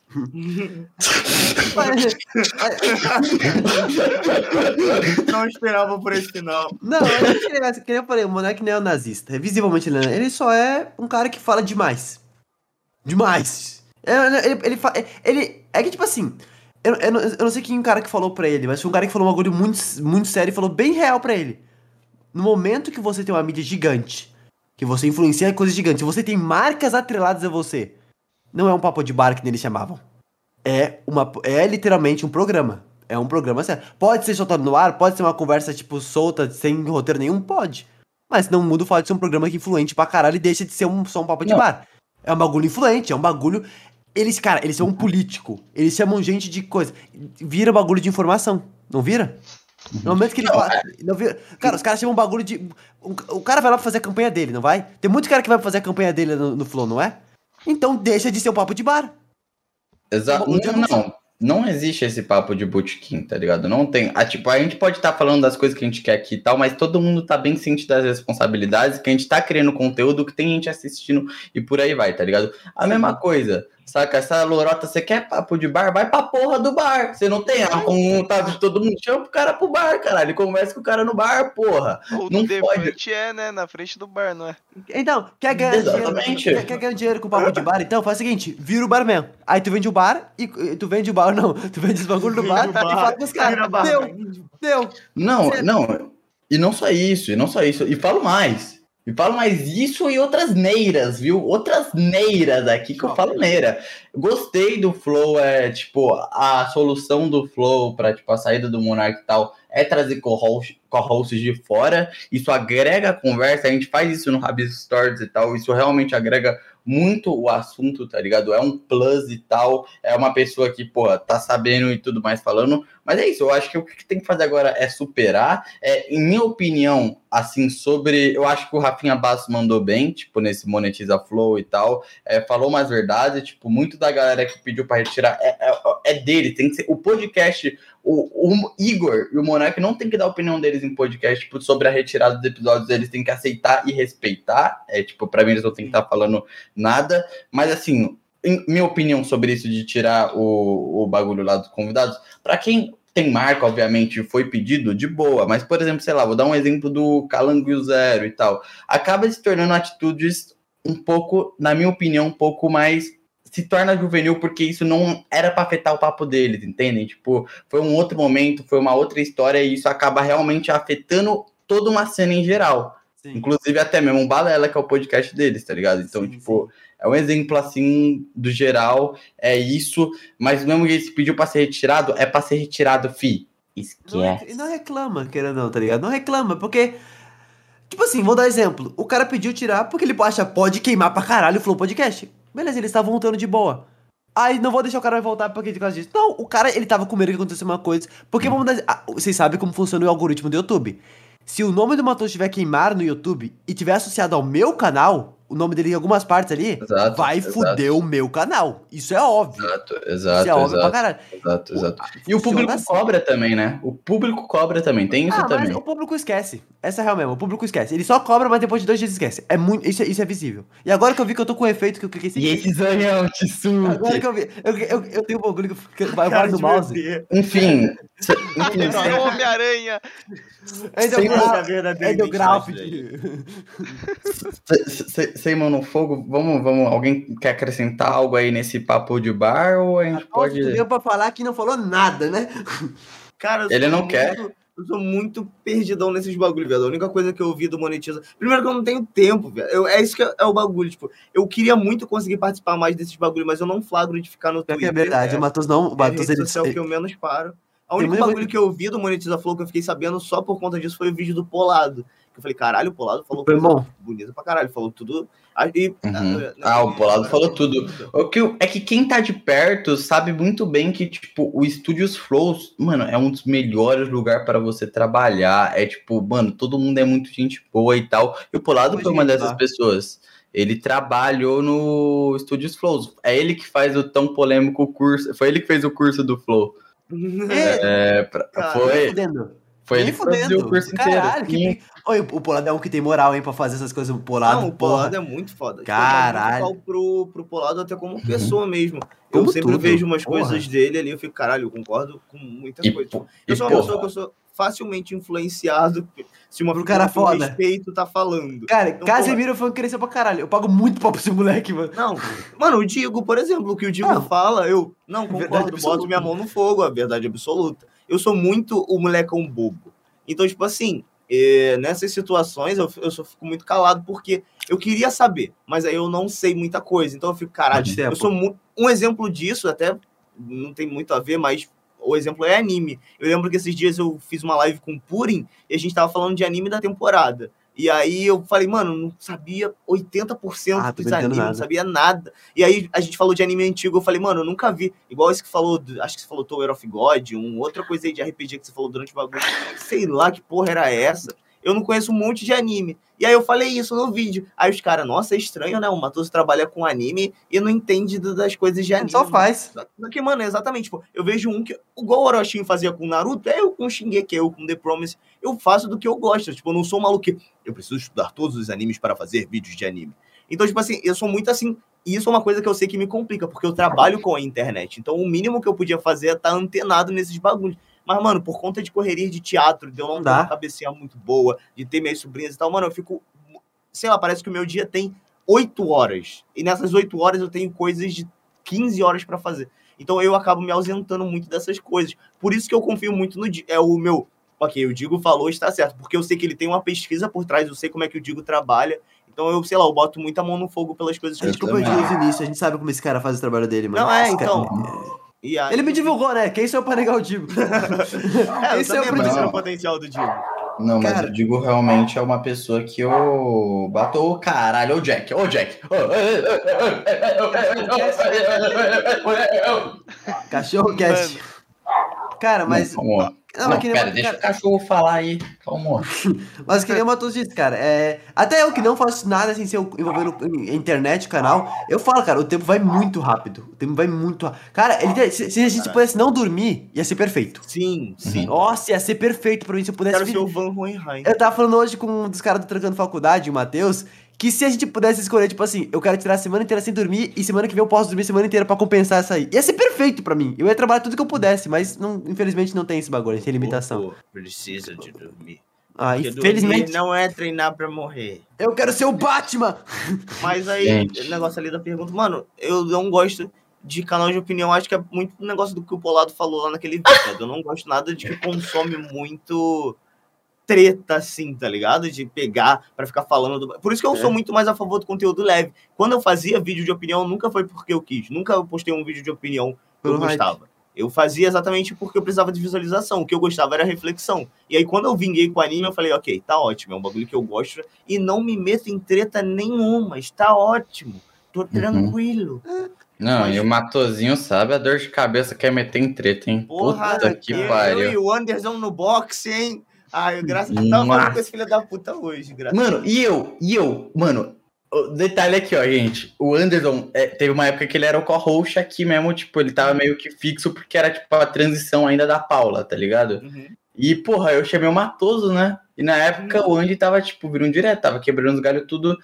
Não esperava por esse final. Não, eu não queria, que nem eu falei, o Monark não é um nazista. É visivelmente ele, ele só é um cara que fala demais. Demais. Ele, ele, ele, ele é que, tipo assim, eu, eu, não, eu não sei quem é o cara que falou pra ele, mas foi um cara que falou um bagulho muito, muito sério e falou bem real pra ele. No momento que você tem uma mídia gigante, que você influencia coisas gigantes, você tem marcas atreladas a você, não é um papo de bar que nem eles chamavam. É, uma, é literalmente um programa. É um programa sério. Pode ser soltado no ar, pode ser uma conversa, tipo, solta, sem roteiro nenhum, pode. Mas não muda o fato de ser um programa que é influente pra caralho e deixa de ser um, só um papo de não. bar. É um bagulho influente, é um bagulho... Eles, cara, eles são um político. Eles chamam gente de coisa. Vira bagulho de informação. Não vira? No momento que ele Não, fala. Não vi- Cara, os caras chamam um bagulho de. O o cara vai lá pra fazer a campanha dele, não vai? Tem muito cara que vai pra fazer a campanha dele no, no Flow, não é? Então deixa de ser um papo de bar. Exato. Um dia Não, não não. Não existe esse papo de botequim, tá ligado? Não tem. Ah, tipo, a gente pode estar falando das coisas que a gente quer aqui e tal, mas todo mundo tá bem ciente das responsabilidades, que a gente tá criando conteúdo, que tem gente assistindo e por aí vai, tá ligado? A mesma coisa, saca? Essa lorota, você quer papo de bar? Vai pra porra do bar. Você não tem a vontade de todo mundo. Chama o cara pro bar, caralho. Conversa com o cara no bar, porra. O Não do pode. Defante é, né? Na frente do bar, não é? Então, quer ganhar Exatamente. dinheiro, quer, quer ganhar dinheiro com papo de bar? Então faz o seguinte, vira o barman. Aí tu vende o bar e e tu vende o bar, não. Tu vende os bagulho no bar, Vende o bar, e fala pros vira caras. bar. Deu, deu. Não, Certo. não. E não só isso, e não só isso. E falo mais. E falo mais isso e outras neiras, viu? Outras neiras aqui que eu falo neira. Gostei do Flow, é tipo, a solução do Flow pra tipo, a saída do Monark e tal é trazer co-host- co-hosts de fora. Isso agrega a conversa, a gente faz isso no Rabis Stories e tal. Isso realmente agrega muito o assunto, tá ligado? É um plus e tal. É uma pessoa que, pô, tá sabendo e tudo mais falando. Mas é isso, eu acho que o que tem que fazer agora é superar. É, em minha opinião, assim, sobre... Eu acho que o Rafinha Bastos mandou bem, tipo, nesse Monetiza Flow e tal. É, falou mais verdade, tipo, muito da galera que pediu pra retirar é, é, é dele. Tem que ser... O podcast... O, o Igor e o Monark não tem que dar a opinião deles em podcast tipo, sobre a retirada dos episódios. Eles têm que aceitar e respeitar. É, tipo, pra mim eles não têm que estar falando nada. Mas, assim... Em minha opinião sobre isso de tirar o, o bagulho lá dos convidados, pra quem tem marca, obviamente, foi pedido, de boa, mas, por exemplo, sei lá, vou dar um exemplo do Calango e o Zero e tal, acaba se tornando atitudes um pouco, na minha opinião, um pouco mais, se torna juvenil, porque isso não era pra afetar o papo deles, entendem? Tipo, foi um outro momento, foi uma outra história, e isso acaba realmente afetando toda uma cena em geral. Sim. Inclusive até mesmo o Balela, que é o podcast deles, tá ligado? Então, Sim, tipo... É um exemplo, assim, do geral, é isso, mas mesmo que ele pediu pra ser retirado, é pra ser retirado, fi. Não, Esquece. re- não reclama, querendo ou não, tá ligado? Não reclama, porque... Tipo assim, vou dar exemplo. O cara pediu tirar porque ele acha pode queimar pra caralho o Flow Podcast. Beleza, ele está voltando de boa. Aí não vou deixar o cara voltar porque por causa disso. Não, o cara, ele tava com medo que acontecesse uma coisa. Porque vamos dar... ah, vocês sabem como funciona o algoritmo do YouTube. Se o nome do Matheus estiver queimado no YouTube e tiver associado ao meu canal, o nome dele em algumas partes ali, Exato, vai exato. fuder o meu canal. Isso é óbvio. Exato, Isso exato, é óbvio pra exato, caralho. exato, exato. E o Funciona público assim. cobra também, né? O público cobra também, tem isso Ah, mas também. o público esquece. Essa é real mesmo, o público esquece. Ele só cobra, mas depois de dois dias esquece. É muito, isso, é- isso é visível. E agora que eu vi que eu tô com o efeito que eu cliquei sem E querer, esse zanhão, agora Tsuki. que eu vi, eu, eu, eu tenho um bagulho que eu- que vai Cara embora do de mouse. bebê. Enfim, cê- enfim, É o cê- Homem-Aranha. É Sem do mostrar a verdadeira é do identidade graphic. cê- cê- sem mão no fogo, vamos, vamos, alguém quer acrescentar algo aí nesse papo de bar ou a gente Pode... Tu pode... veio pra falar que não falou nada, né? Cara, eu Ele sou não muito- quer. Eu sou muito perdidão nesses bagulho, velho. A única coisa que eu vi do Monetiza... Primeiro que eu não tenho tempo, velho. Eu- É isso que é, é o bagulho, tipo... Eu queria muito conseguir participar mais desses bagulho, mas eu não flagro de ficar no Pior que Twitter. é verdade, é, o Matheus não. O é a Matheus, rede ele, social que eu menos paro. O Tem único muita bagulho coisa- que eu vi do Monetiza Flow, que eu fiquei sabendo só por conta disso, foi o vídeo do Polado. Que eu falei, caralho, o Polado falou Foi coisa bom. bonita pra caralho. Falou tudo... Ah, e- Uhum. ah, Ah, o Polado agora- falou tudo. O que eu- é que quem tá de perto sabe muito bem que, tipo, o Estúdios Flows, mano, é um dos melhores lugares para você trabalhar. É tipo, mano, todo mundo é muito gente boa e tal. E o Polado Hoje foi uma ele dessas tá. pessoas. Ele trabalhou no Estúdios Flows. É ele que faz o tão polêmico curso. Foi ele que fez o curso do Flow. É, É, pra- Cara, nem foi, fudendo. foi Nem ele que produziu fudendo. o curso Caralho, inteiro. que... Oi, o Polado é um que tem moral, hein, pra fazer essas coisas. O Polado, Não, o porra. Polado é muito foda. Tipo, Caralho. Eu dou muito pau pro, pro Polado até como pessoa mesmo. Eu Como sempre tudo, vejo umas porra. coisas dele ali, eu fico, caralho, eu concordo com muita E, coisa. pô, Eu e, sou uma porra, pessoa que eu sou facilmente influenciado se uma Pro figura cara que eu foda. respeito tá falando. Cara, Então, Casemiro foi um que cresceu pra caralho. Eu pago muito pau pra esse moleque, mano. Não, mano, o Digo, por exemplo, o que o Digo Não. fala, eu não Verdade concordo, absoluta. boto minha mão no fogo, a verdade absoluta. Eu sou muito o molecão bobo. Então, tipo assim, eh, nessas situações eu, eu só fico muito calado porque eu queria saber, mas aí eu não sei muita coisa. Então eu fico, caralho, Pode ser, eu pô. sou mu- um exemplo disso, até não tem muito a ver, mas o exemplo é anime. Eu lembro que esses dias eu fiz uma live com o Purim e a gente tava falando de anime da temporada. E aí eu falei, mano, não sabia oitenta por cento Ah, tô dos entendendo animes, não nada. sabia nada. E aí a gente falou de anime antigo, eu falei, mano, eu nunca vi. Igual esse que falou, do- acho que você falou Tower of God, um, outra coisa aí de R P G que você falou durante o bagulho. Sei lá que porra era essa. Eu não conheço um monte de anime. E aí eu falei isso no vídeo. Aí os caras, nossa, é estranho, né? O Matoso trabalha com anime e não entende do- das coisas de anime. Só mano. faz. Só que, mano, exatamente, tipo, eu vejo um que, igual o Orochinho fazia com Naruto, é eu com Shingeki, eu com The Promise, eu faço do que eu gosto, tipo, eu não sou um maluco que eu preciso estudar todos os animes para fazer vídeos de anime. Então, tipo assim, eu sou muito assim, e isso é uma coisa que eu sei que me complica, porque eu trabalho com a internet, então o mínimo que eu podia fazer é estar antenado nesses bagulhos. Mas, mano, por conta de correria de teatro, de eu não Não ter uma dá. cabecinha muito boa, de ter minhas sobrinhas e tal, mano, eu fico, sei lá, parece que o meu dia tem oito horas, e nessas oito horas eu tenho coisas de quinze horas para fazer. Então eu acabo me ausentando muito dessas coisas. Por isso que eu confio muito no Digo. É o meu. Ok, o Digo falou, está certo. Porque eu sei que ele tem uma pesquisa por trás, eu sei como é que o Digo trabalha. Então eu, sei lá, eu boto muita mão no fogo pelas coisas que A eu gente Eu compartilhou também. no início, a gente sabe como esse cara faz o trabalho dele, mano. Não, é, Esse cara- então. E aí, Ele me divulgou, né? Quem sou eu pra negar o Digo? É, eu Esse é o também acredito Não. no potencial do Digo. Não, mas Cara. eu digo realmente é uma pessoa que eu bato o caralho, ô Jack, ô Jack. Ô, Cachorro Cast. Cara, mas. Não, calma. Não, Não, mas que nem pera, uma- deixa cara, o cachorro falar aí. Calma. Mas que nem o Matheus disse, cara, é... até eu que não faço nada sem ser envolvendo em internet, canal, eu falo, cara, o tempo vai muito rápido. O tempo vai muito rápido. Cara, ele... se, se a gente pudesse não dormir, ia ser perfeito. Sim, sim. Nossa, ia ser perfeito pra mim se eu pudesse... Quero ser o vir- Van Hohenheim. Eu tava falando hoje com um dos caras do Trancando Faculdade, o Matheus, que se a gente pudesse escolher, tipo assim, eu quero tirar a semana inteira sem dormir e semana que vem eu posso dormir a semana inteira pra compensar essa aí. Ia ser perfeito pra mim. Eu ia trabalhar tudo que eu pudesse, mas não, infelizmente não tem esse bagulho, tem limitação. Pô, precisa de dormir. Ah, Porque infelizmente, dormir não é treinar pra morrer. eu quero ser o Batman! Mas aí, Gente. o negócio ali da pergunta, mano, eu não gosto de canal de opinião, acho que é muito o negócio do que o Polado falou lá naquele vídeo, né? Eu não gosto nada de que consome muito treta, assim, tá ligado? De pegar pra ficar falando do... Por isso que eu É. sou muito mais a favor do conteúdo leve. Quando eu fazia vídeo de opinião, nunca foi porque eu quis. Nunca eu postei um vídeo de opinião que eu Pelo hype. gostava. Eu fazia exatamente porque eu precisava de visualização. O que eu gostava era reflexão. E aí, quando eu vinguei com o anime, eu falei, ok, tá ótimo, é um bagulho que eu gosto e não me meto em treta nenhuma, está ótimo. Tô tranquilo. Não, Mas- e o Matozinho sabe a dor de cabeça que é meter em treta, hein? Porra, Puta que eu, eu pariu. e o Anderson no boxe, hein? Ai, graças a Deus, Nossa. tava falando com esse filho da puta hoje, graças Mano, e eu, e eu, mano, o detalhe aqui, ó, gente. O Anderson, é, teve uma época que ele era o co-host aqui mesmo, tipo, ele tava meio que fixo porque era, tipo, a transição ainda da Paula, tá ligado? Uhum. E, porra, eu chamei o Matoso, né? E na época o Andy tava, tipo, virando direto, tava quebrando os galhos tudo.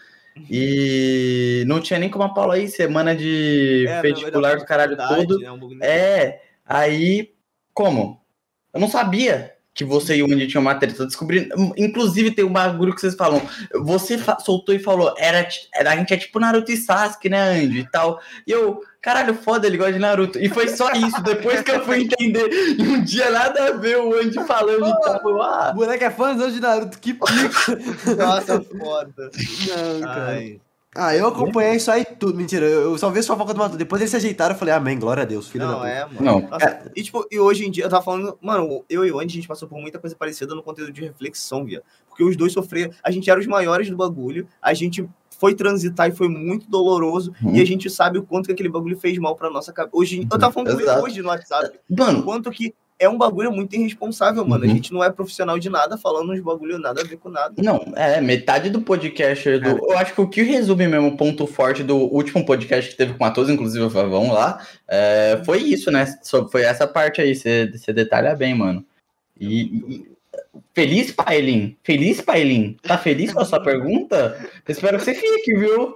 E não tinha nem como a Paula ir, semana de É, vestibular do caralho todo. né, um bagulho- É, aí, como? Eu não sabia que você e o Andy tinham uma treta. Eu descobri, inclusive tem um bagulho que vocês falam, você fa- soltou e falou, era, ti- era, a gente é tipo Naruto e Sasuke, né, Andy, e tal. E eu, caralho, foda, ele gosta de Naruto. E foi só isso, depois que eu fui entender. E um dia nada a ver o Andy falando e tal. Eu, O ah, boneco é fãzão de Naruto, que pica! Nossa, foda. Não, cara. Ai. Ah, eu acompanhei isso aí tudo. Mentira, eu eu só vi as fofocas do Matheus. Depois eles se ajeitaram, eu falei, amém, glória a Deus, filho da Não, puta. é, mano. não. Nossa, e, tipo, e hoje em dia, eu tava falando, mano, eu e o Andy, a gente passou por muita coisa parecida no conteúdo de reflexão, via. Porque os dois sofreram, a gente era os maiores do bagulho, a gente foi transitar e foi muito doloroso, Uhum. e a gente sabe o quanto que aquele bagulho fez mal pra nossa cabeça. Hoje, eu tava falando com ele Exato. hoje no WhatsApp, o Mano, quanto que é um bagulho muito irresponsável, mano. Uhum. A gente não é profissional de nada, falando uns bagulho nada a ver com nada. não, é, metade do podcast do. Eu acho que o que resume mesmo o ponto forte do último podcast que teve com o Matoso, inclusive o Favão lá, é, foi isso, né? Só- Foi essa parte aí, você detalha bem, mano. E. e- Feliz, Pailin? Feliz, Pailin? Tá feliz com a sua pergunta? Eu espero que você fique, viu?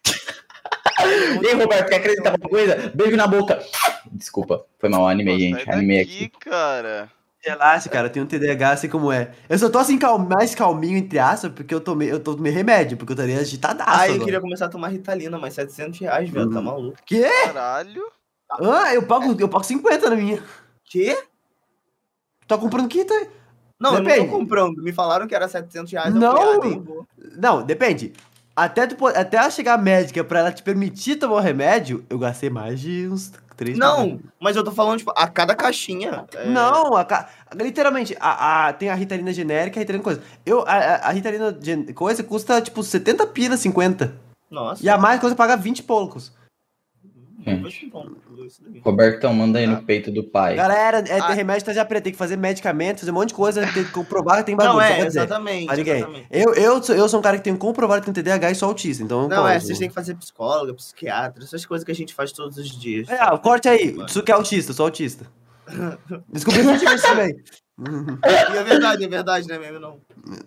E aí, Roberto, quer acreditar alguma coisa? Beijo na boca. Desculpa, foi mal, animei, Pô, gente. sai Animei daqui, aqui. cara. Relaxa, cara, eu tenho T D A H, assim como é. Eu só tô assim cal- mais calminho, entre aspas, porque eu tomei, eu tô tomei remédio, porque eu estaria agitadaço Ah, eu agora. queria começar a tomar Ritalina, mas setecentos reais, velho, tá Uhum. maluco. Quê? Caralho. Ah, eu pago, eu pago cinquenta na minha. Quê? Tá comprando que tá? Não, eu não Depende. tô comprando. Me falaram que era setecentos reais. Eu Não. falei, ah, nem vou. Não, depende. Até, tu, po- até ela chegar a médica pra ela te permitir tomar o remédio, eu gastei mais de uns Três Não, milhões. mas eu tô falando, tipo, a cada caixinha. é- Não, a ca- literalmente, a, a- tem a Ritalina genérica e a Ritalina coisa. Eu, a, a- a Ritalina gen- coisa custa, tipo, setenta pila, cinquenta. Nossa. E a mais coisa paga vinte e poucos. Depois que bom, isso daí. Robertão, manda aí no peito do pai. Galera, é ter Ah. remédio tá já preto, tem que fazer medicamento, fazer um monte de coisa, tem que comprovar que tem bagulho. Não, só é, pra dizer, exatamente, pra ninguém. exatamente. Eu, eu, sou, eu sou um cara que tem comprovado que tem T D A H e sou autista, então... Não, pô, é, eu- vocês têm que fazer psicóloga, psiquiatra, essas coisas que a gente faz todos os dias. É, ah, corte aí, isso que é autista, eu sou autista. Descobri recentemente também. E é verdade, é verdade, não é mesmo, não.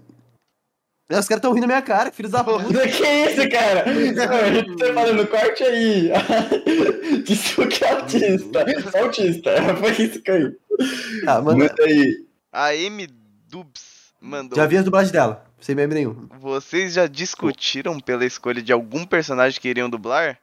É, os caras tão rindo na minha cara, filhos da puta. Que isso, cara? Você falando, corte aí. Isso que é autista. Autista. Foi isso que aí. Ah, mano, Manda aí. A M Dubs mandou. já vi as dublagens dela, sem meme nenhum. Vocês já discutiram pela escolha de algum personagem que iriam dublar?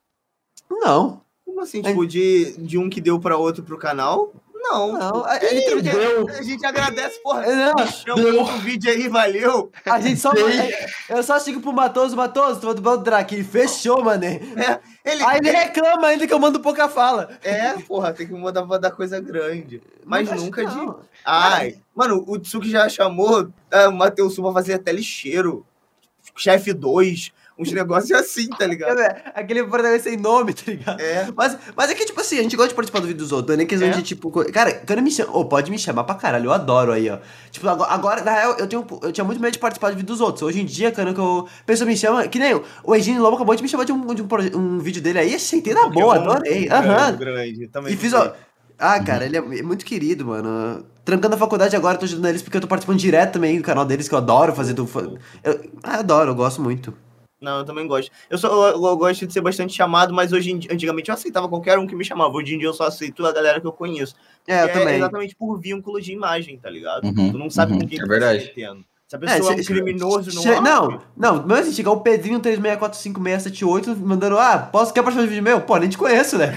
Não, Como assim, tipo, de, de um que deu pra outro pro canal? Não. não, a, a gente, Deu. A gente agradece, porra. não, Me chama deu. outro vídeo aí, valeu. a gente só... Eu só chego pro Matoso, Matoso, tu vai dublar o Drake, ele fechou, mané. É, ele, Aí ele reclama ainda que eu mando pouca fala. É, porra, tem que mandar, mandar coisa grande. Mas Não, nunca acho que de. não. Ai, mano, o Tsuki já chamou é, o Matheus Sul pra fazer até lixeiro. Chefe dois, uns negócios assim, tá ligado? Aquele protagonista sem nome, tá ligado? É. Mas, mas é que, tipo assim, a gente gosta de participar do vídeo dos outros, não é nem questão É. de, tipo... co- Cara, quando me chama... Ô, pode me chamar pra caralho, eu adoro aí, ó. Tipo, agora, agora, na real, eu, tenho, eu tinha muito medo de participar do vídeo dos outros. Hoje em dia, quando que eu... A pessoa me chama... Que nem o, o Egine Lobo acabou de me chamar de um, de um, proje- um vídeo dele aí, aceitei na boa, Pokémon adorei. grande, Aham. grande, também E fiz, sei. ó... Ah, cara, ele é muito querido, mano. Trancando a faculdade agora, eu tô ajudando eles porque eu tô participando direto também do canal deles, que eu adoro fazer do... Eu, ah, eu adoro, eu gosto muito. Não, eu também gosto. Eu, só, eu, eu gosto de ser bastante chamado, mas hoje em dia, antigamente eu aceitava qualquer um que me chamava. Hoje em dia eu só aceito a galera que eu conheço. É, eu Que também. É exatamente por vínculo de imagem, tá ligado? Uhum, Tu não sabe uhum, com quem é tu verdade. tá se metendo. Se a pessoa é, che- um criminoso, não che- é. Não, não, mas assim, chegar o Pedrinho três seis quatro cinco seis sete oito mandando, ah, posso, quer participar de vídeo meu? Pô, nem te conheço, né?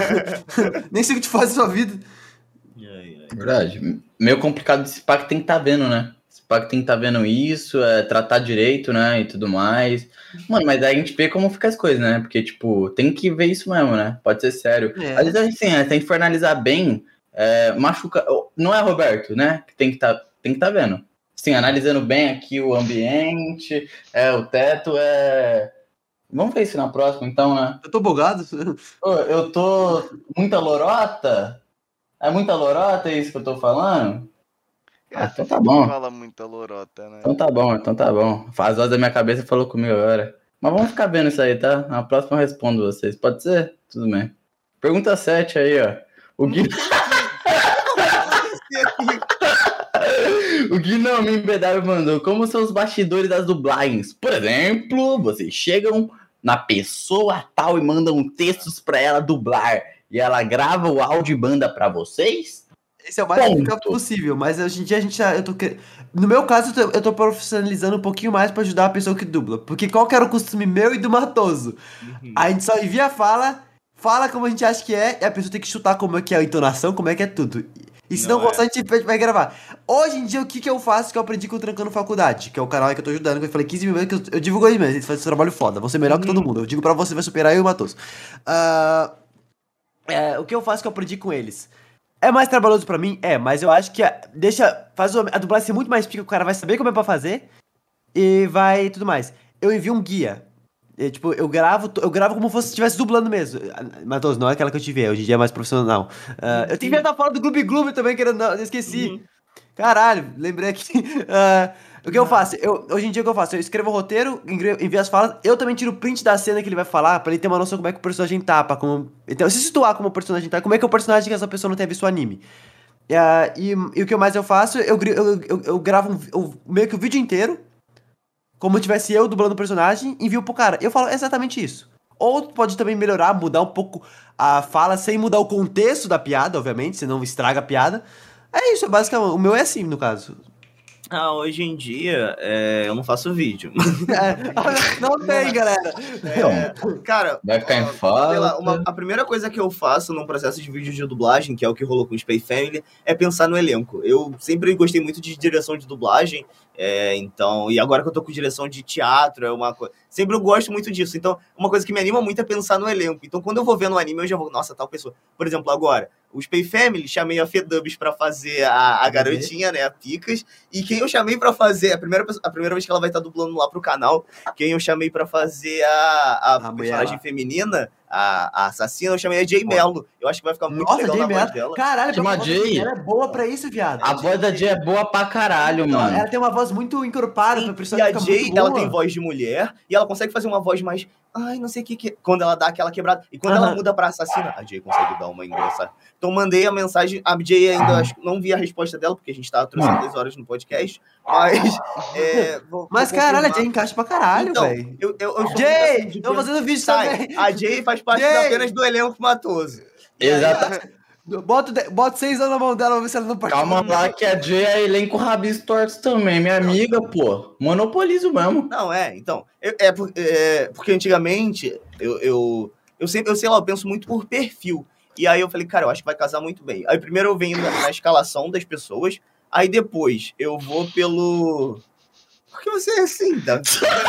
Nem sei o que te faz na sua vida. Ai, ai. Verdade. Meio complicado esse pá que tem que estar vendo, né? Esse pá que tem que estar vendo isso, é, tratar direito, né? E tudo mais. Mano, mas aí a gente vê como fica as coisas, né? Porque, tipo, tem que ver isso mesmo, né? Pode ser sério. É. Às vezes, assim, é, se a gente for analisar bem, é, machuca. Não é Roberto, né? Que tem que tá, tem que estar vendo. Assim, analisando bem aqui o ambiente, é, o teto, é. Vamos ver isso na próxima, então, né? Eu tô bugado. Ô, eu tô muita lorota? É muita lorota isso que eu tô falando? Ah, então tá bom. Fala muita lorota, né? Então tá bom, então tá bom. Faz voz da minha cabeça falou comigo agora. Mas vamos ficar vendo isso aí, tá? Na próxima eu respondo vocês. Pode ser? Tudo bem. Pergunta sete aí, ó. O Gui... o Gui não me B W mandou. Como são os bastidores das dublagens? Por exemplo, vocês chegam na pessoa tal e mandam textos pra ela dublar. E ela grava o áudio e manda pra vocês? Esse é o mais Ponto. complicado possível, mas hoje em dia a gente já, eu tô quer- no meu caso, eu tô, eu tô profissionalizando um pouquinho mais pra ajudar a pessoa que dubla, porque qual que era o costume meu e do Matoso? A gente só envia a fala, fala como a gente acha que é, e a pessoa tem que chutar como é que é a entonação, como é que é tudo. E se não, Não é. gostar, a gente vai gravar. Hoje em dia, o que que eu faço que eu aprendi com o Trancando Faculdade, que é o canal aí que eu tô ajudando, que eu falei quinze mil vezes, que eu, eu divulgo aí mesmo, eles fazem esse trabalho foda, vão ser melhor que todo mundo. Eu digo pra você, vai superar eu e o Matoso. Ah, é, o que eu faço que eu aprendi com eles? É mais trabalhoso pra mim? É, mas eu acho que a- deixa, faz o- a dublagem ser muito mais pica, o cara vai saber como é pra fazer e vai tudo mais. Eu envio um guia. É, tipo, eu gravo, eu gravo como se fosse estivesse dublando mesmo. Matheus, não é aquela que eu te vi, hoje em dia é mais profissional. Ah, eu tenho que ver a fala do Gloob Gloob também, que eu, não, eu esqueci. Uhum. Caralho, lembrei aqui. Ah, o que eu faço? Eu, hoje em dia o que eu faço? Eu escrevo o roteiro, engre- envio as falas, eu também tiro o print da cena que ele vai falar, pra ele ter uma noção como é que o personagem tá, pra como... Então, se situar como o personagem tá, como é que é o personagem que essa pessoa não tenha visto o anime. Ah, e, e o que mais eu faço? Eu, gri- eu, eu, eu gravo um, um- meio que o vídeo inteiro, como se tivesse eu dublando o personagem, envio pro cara. Eu falo exatamente isso. Ou pode também melhorar, mudar um pouco a fala, sem mudar o contexto da piada, obviamente, senão estraga a piada. É isso, basicamente. O meu é assim, no caso. Ah, hoje em dia, é, eu não faço vídeo. É, não tem, galera. É, cara, Vai ficar em ó, falta. sei lá, uma- a primeira coisa que eu faço num processo de vídeo de dublagem, que é o que rolou com o Spy Family, é pensar no elenco. Eu sempre gostei muito de direção de dublagem, é, então, e agora que eu tô com direção de teatro, é uma coisa. Sempre eu gosto muito disso. Então, uma coisa que me anima muito é pensar no elenco. Então, quando eu vou ver no anime, eu já vou, nossa, tal pessoa. Por exemplo, agora, o Spy Family, chamei a Fedubs pra fazer a, a garotinha, né, a Picas, e quem eu chamei pra fazer, a primeira, pessoa- a primeira vez que ela vai estar dublando lá pro canal, quem eu chamei pra fazer a, a, A mulher personagem lá. feminina, a, a assassina, eu chamei a Jay Mello. Eu acho que vai ficar muito Nossa, legal Jay na voz Mello. dela. Caralho, Chama a voz da Jay. Ela é boa pra isso, viado. A voz da Jay é boa pra caralho, Então, mano. ela tem uma voz muito encorpada, Sim, pra e personagem a ficar Jay, muito ela boa. tem voz de mulher, e ela consegue fazer uma voz mais... Ai, não sei o que que... Quando ela dá aquela quebrada. E quando ela Aham. muda pra assassina, a Jay consegue dar uma engraçada. Então mandei a mensagem, a Jay ainda acho, que não vi a resposta dela, porque a gente tá trocentas horas no podcast, mas... É, vou, Mas vou caralho, a confirmar. Jay encaixa pra caralho, Então, velho. eu, eu, eu estou Jay, muito assim de tô pensar- fazendo vídeo Sai, também. a Jay faz parte Jay! apenas do elenco Matoso. E aí, Exato. Bota, de- bota seis anos na mão dela, vamos ver se ela não participa. Calma lá que a Jay é elenco rabis tortos também, minha amiga, pô. Monopolizo mesmo. Não, é, então. eu- é, por- é, porque antigamente eu, eu, eu sempre, eu sei lá, eu penso muito por perfil. E aí eu falei, cara, eu acho que vai casar muito bem. Aí primeiro eu venho na, na escalação das pessoas, aí depois eu vou pelo. Por que você é assim, Davi?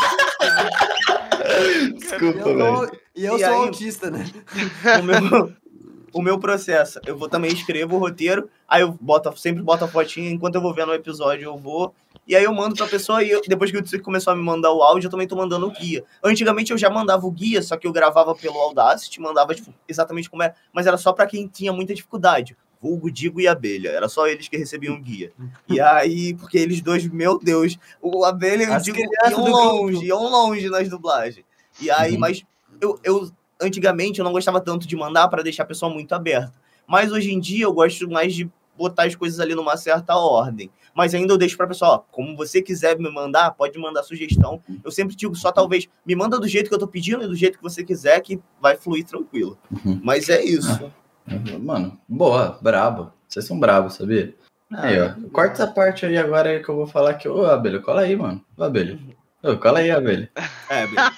Desculpa, Eu velho. sou- E eu E sou aí- autista, né? O meu, o meu processo. Eu vou também escrevo o roteiro, aí eu boto, sempre boto a fotinha, enquanto eu vou vendo o episódio, eu vou. E aí eu mando pra pessoa e eu- depois que o Tsuki começou a me mandar o áudio, eu também tô mandando o guia. Antigamente eu já mandava o guia, só que eu gravava pelo Audacity, mandava tipo, exatamente como era, mas era só pra quem tinha muita dificuldade. Vulgo, Digo e Abelha. Era só eles que recebiam o guia. E aí, porque eles dois, meu Deus, o Abelha e o As Digo crianças iam do longe, grupo. iam longe nas dublagens. E aí, Uhum. mas eu, eu antigamente eu não gostava tanto de mandar para deixar a pessoa muito aberta. Mas hoje em dia eu gosto mais de botar as coisas ali numa certa ordem. Mas ainda eu deixo pra pessoa, ó, como você quiser me mandar, pode mandar sugestão. Eu sempre digo só, talvez, me manda do jeito que eu tô pedindo e do jeito que você quiser, que vai fluir tranquilo. Uhum. Mas é isso. Mano, boa, brabo. Vocês são bravos, sabia? Aí, ó. Corta essa parte aí agora aí que eu vou falar que. Ô, Abelha, cola aí, mano. Ô, Abelha. Ô, cola aí, Abelha. É, beleza.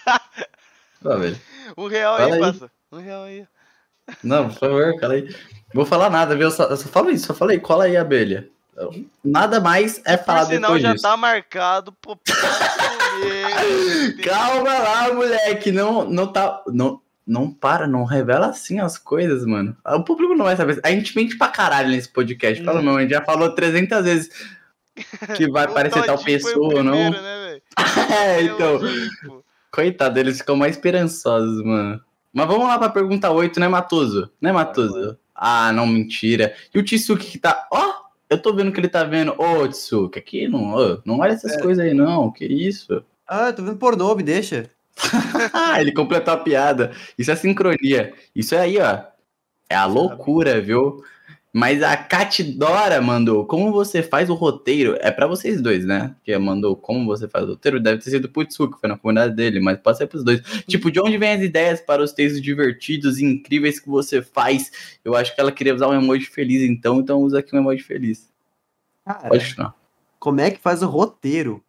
Ô, Abelha. Um real Fala aí, aí. passa. Um real aí. Não, por favor, cola aí. Vou falar nada, viu? Eu só, eu só falo isso, só falei, cola aí, Abelha. Nada mais é falar Por sinal, depois já disso. tá marcado pro próximo mês. Calma lá, moleque. Não, não tá. Não, não para, não revela assim as coisas, mano. O público não vai saber. A gente mente pra caralho nesse podcast. Fala, não, a gente já falou trezentas vezes que vai O aparecer tal Todinho foi o pessoa ou não. primeiro, né, velho? É, então. Todinho, pô. Coitado, eles ficam mais esperançosos, mano. Mas vamos lá pra pergunta oito, né, Matoso? Né, Matoso? Ah, não, mentira. E o Tsuki que tá. Ó, eu tô vendo que ele tá vendo. Ô, Tsuki, aqui não. Ô, não olha essas É. coisas aí, não. Que isso? Ah, tô vendo pornô, me deixa. Ah, ele completou a piada. Isso é sincronia. Isso é aí, ó. É a loucura, viu? Mas a Catidora mandou, como você faz o roteiro? É pra vocês dois, né? Que mandou como você faz o roteiro. Deve ter sido pro Tsuki, que foi na comunidade dele, mas pode ser pros dois. Tipo, de onde vem as ideias para os textos divertidos e incríveis que você faz? Eu acho que ela queria usar um emoji feliz, então, então usa aqui um emoji feliz. Cara, Pode continuar. como é que faz o roteiro?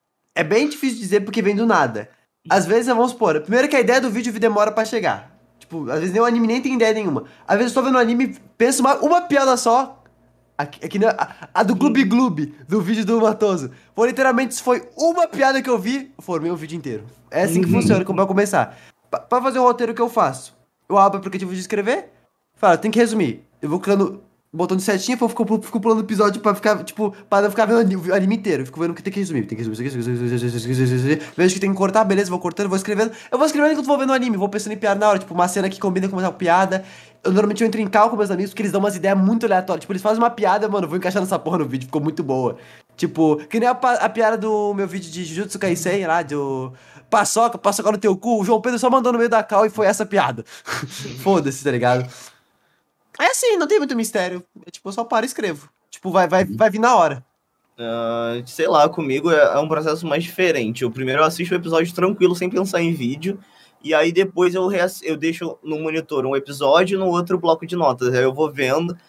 É bem difícil dizer porque vem do nada. Às vezes, vamos supor, primeiro que a ideia do vídeo demora pra chegar. Tipo, às vezes nem o anime nem tem ideia nenhuma. Às vezes eu tô vendo um anime, penso uma, uma piada só. Aqui, aqui, né, a, a do Gloob Gloob, do vídeo do Matoso. Foi literalmente, se foi uma piada que eu vi, eu formei o vídeo inteiro. É assim que funciona, como vai começar. Pra, pra fazer o roteiro que eu faço, eu abro o aplicativo de escrever, falo, tem que resumir. Eu vou clicando, botando setinha, eu fico, fico pulando o episódio pra ficar, tipo, pra não ficar vendo o anime inteiro. Eu fico vendo o que tem que resumir. Tem que resumir, tem que resumir. Vejo que tem que cortar, beleza, vou cortando, vou escrevendo. Eu vou escrevendo enquanto vou vendo o anime, vou pensando em piada na hora, tipo, uma cena que combina com uma piada. Eu normalmente eu entro em cal com meus amigos porque eles dão umas ideias muito aleatórias. Tipo, eles fazem uma piada, mano, eu vou encaixar nessa porra no vídeo, ficou muito boa. Tipo, que nem a, pa- a piada do meu vídeo de Jujutsu Kaisen lá, do paçoca, paçoca no teu cu. O João Pedro só mandou no meio da cal e foi essa piada. Foda-se, tá ligado? É assim, não tem muito mistério. É tipo, eu só paro e escrevo. Tipo, vai, vai, vai vir na hora. Ah, sei lá, comigo é, é um processo mais diferente. Eu primeiro eu assisto o episódio tranquilo, sem pensar em vídeo. E aí depois eu, reass- eu deixo no monitor um episódio e no outro bloco de notas. Aí eu vou vendo.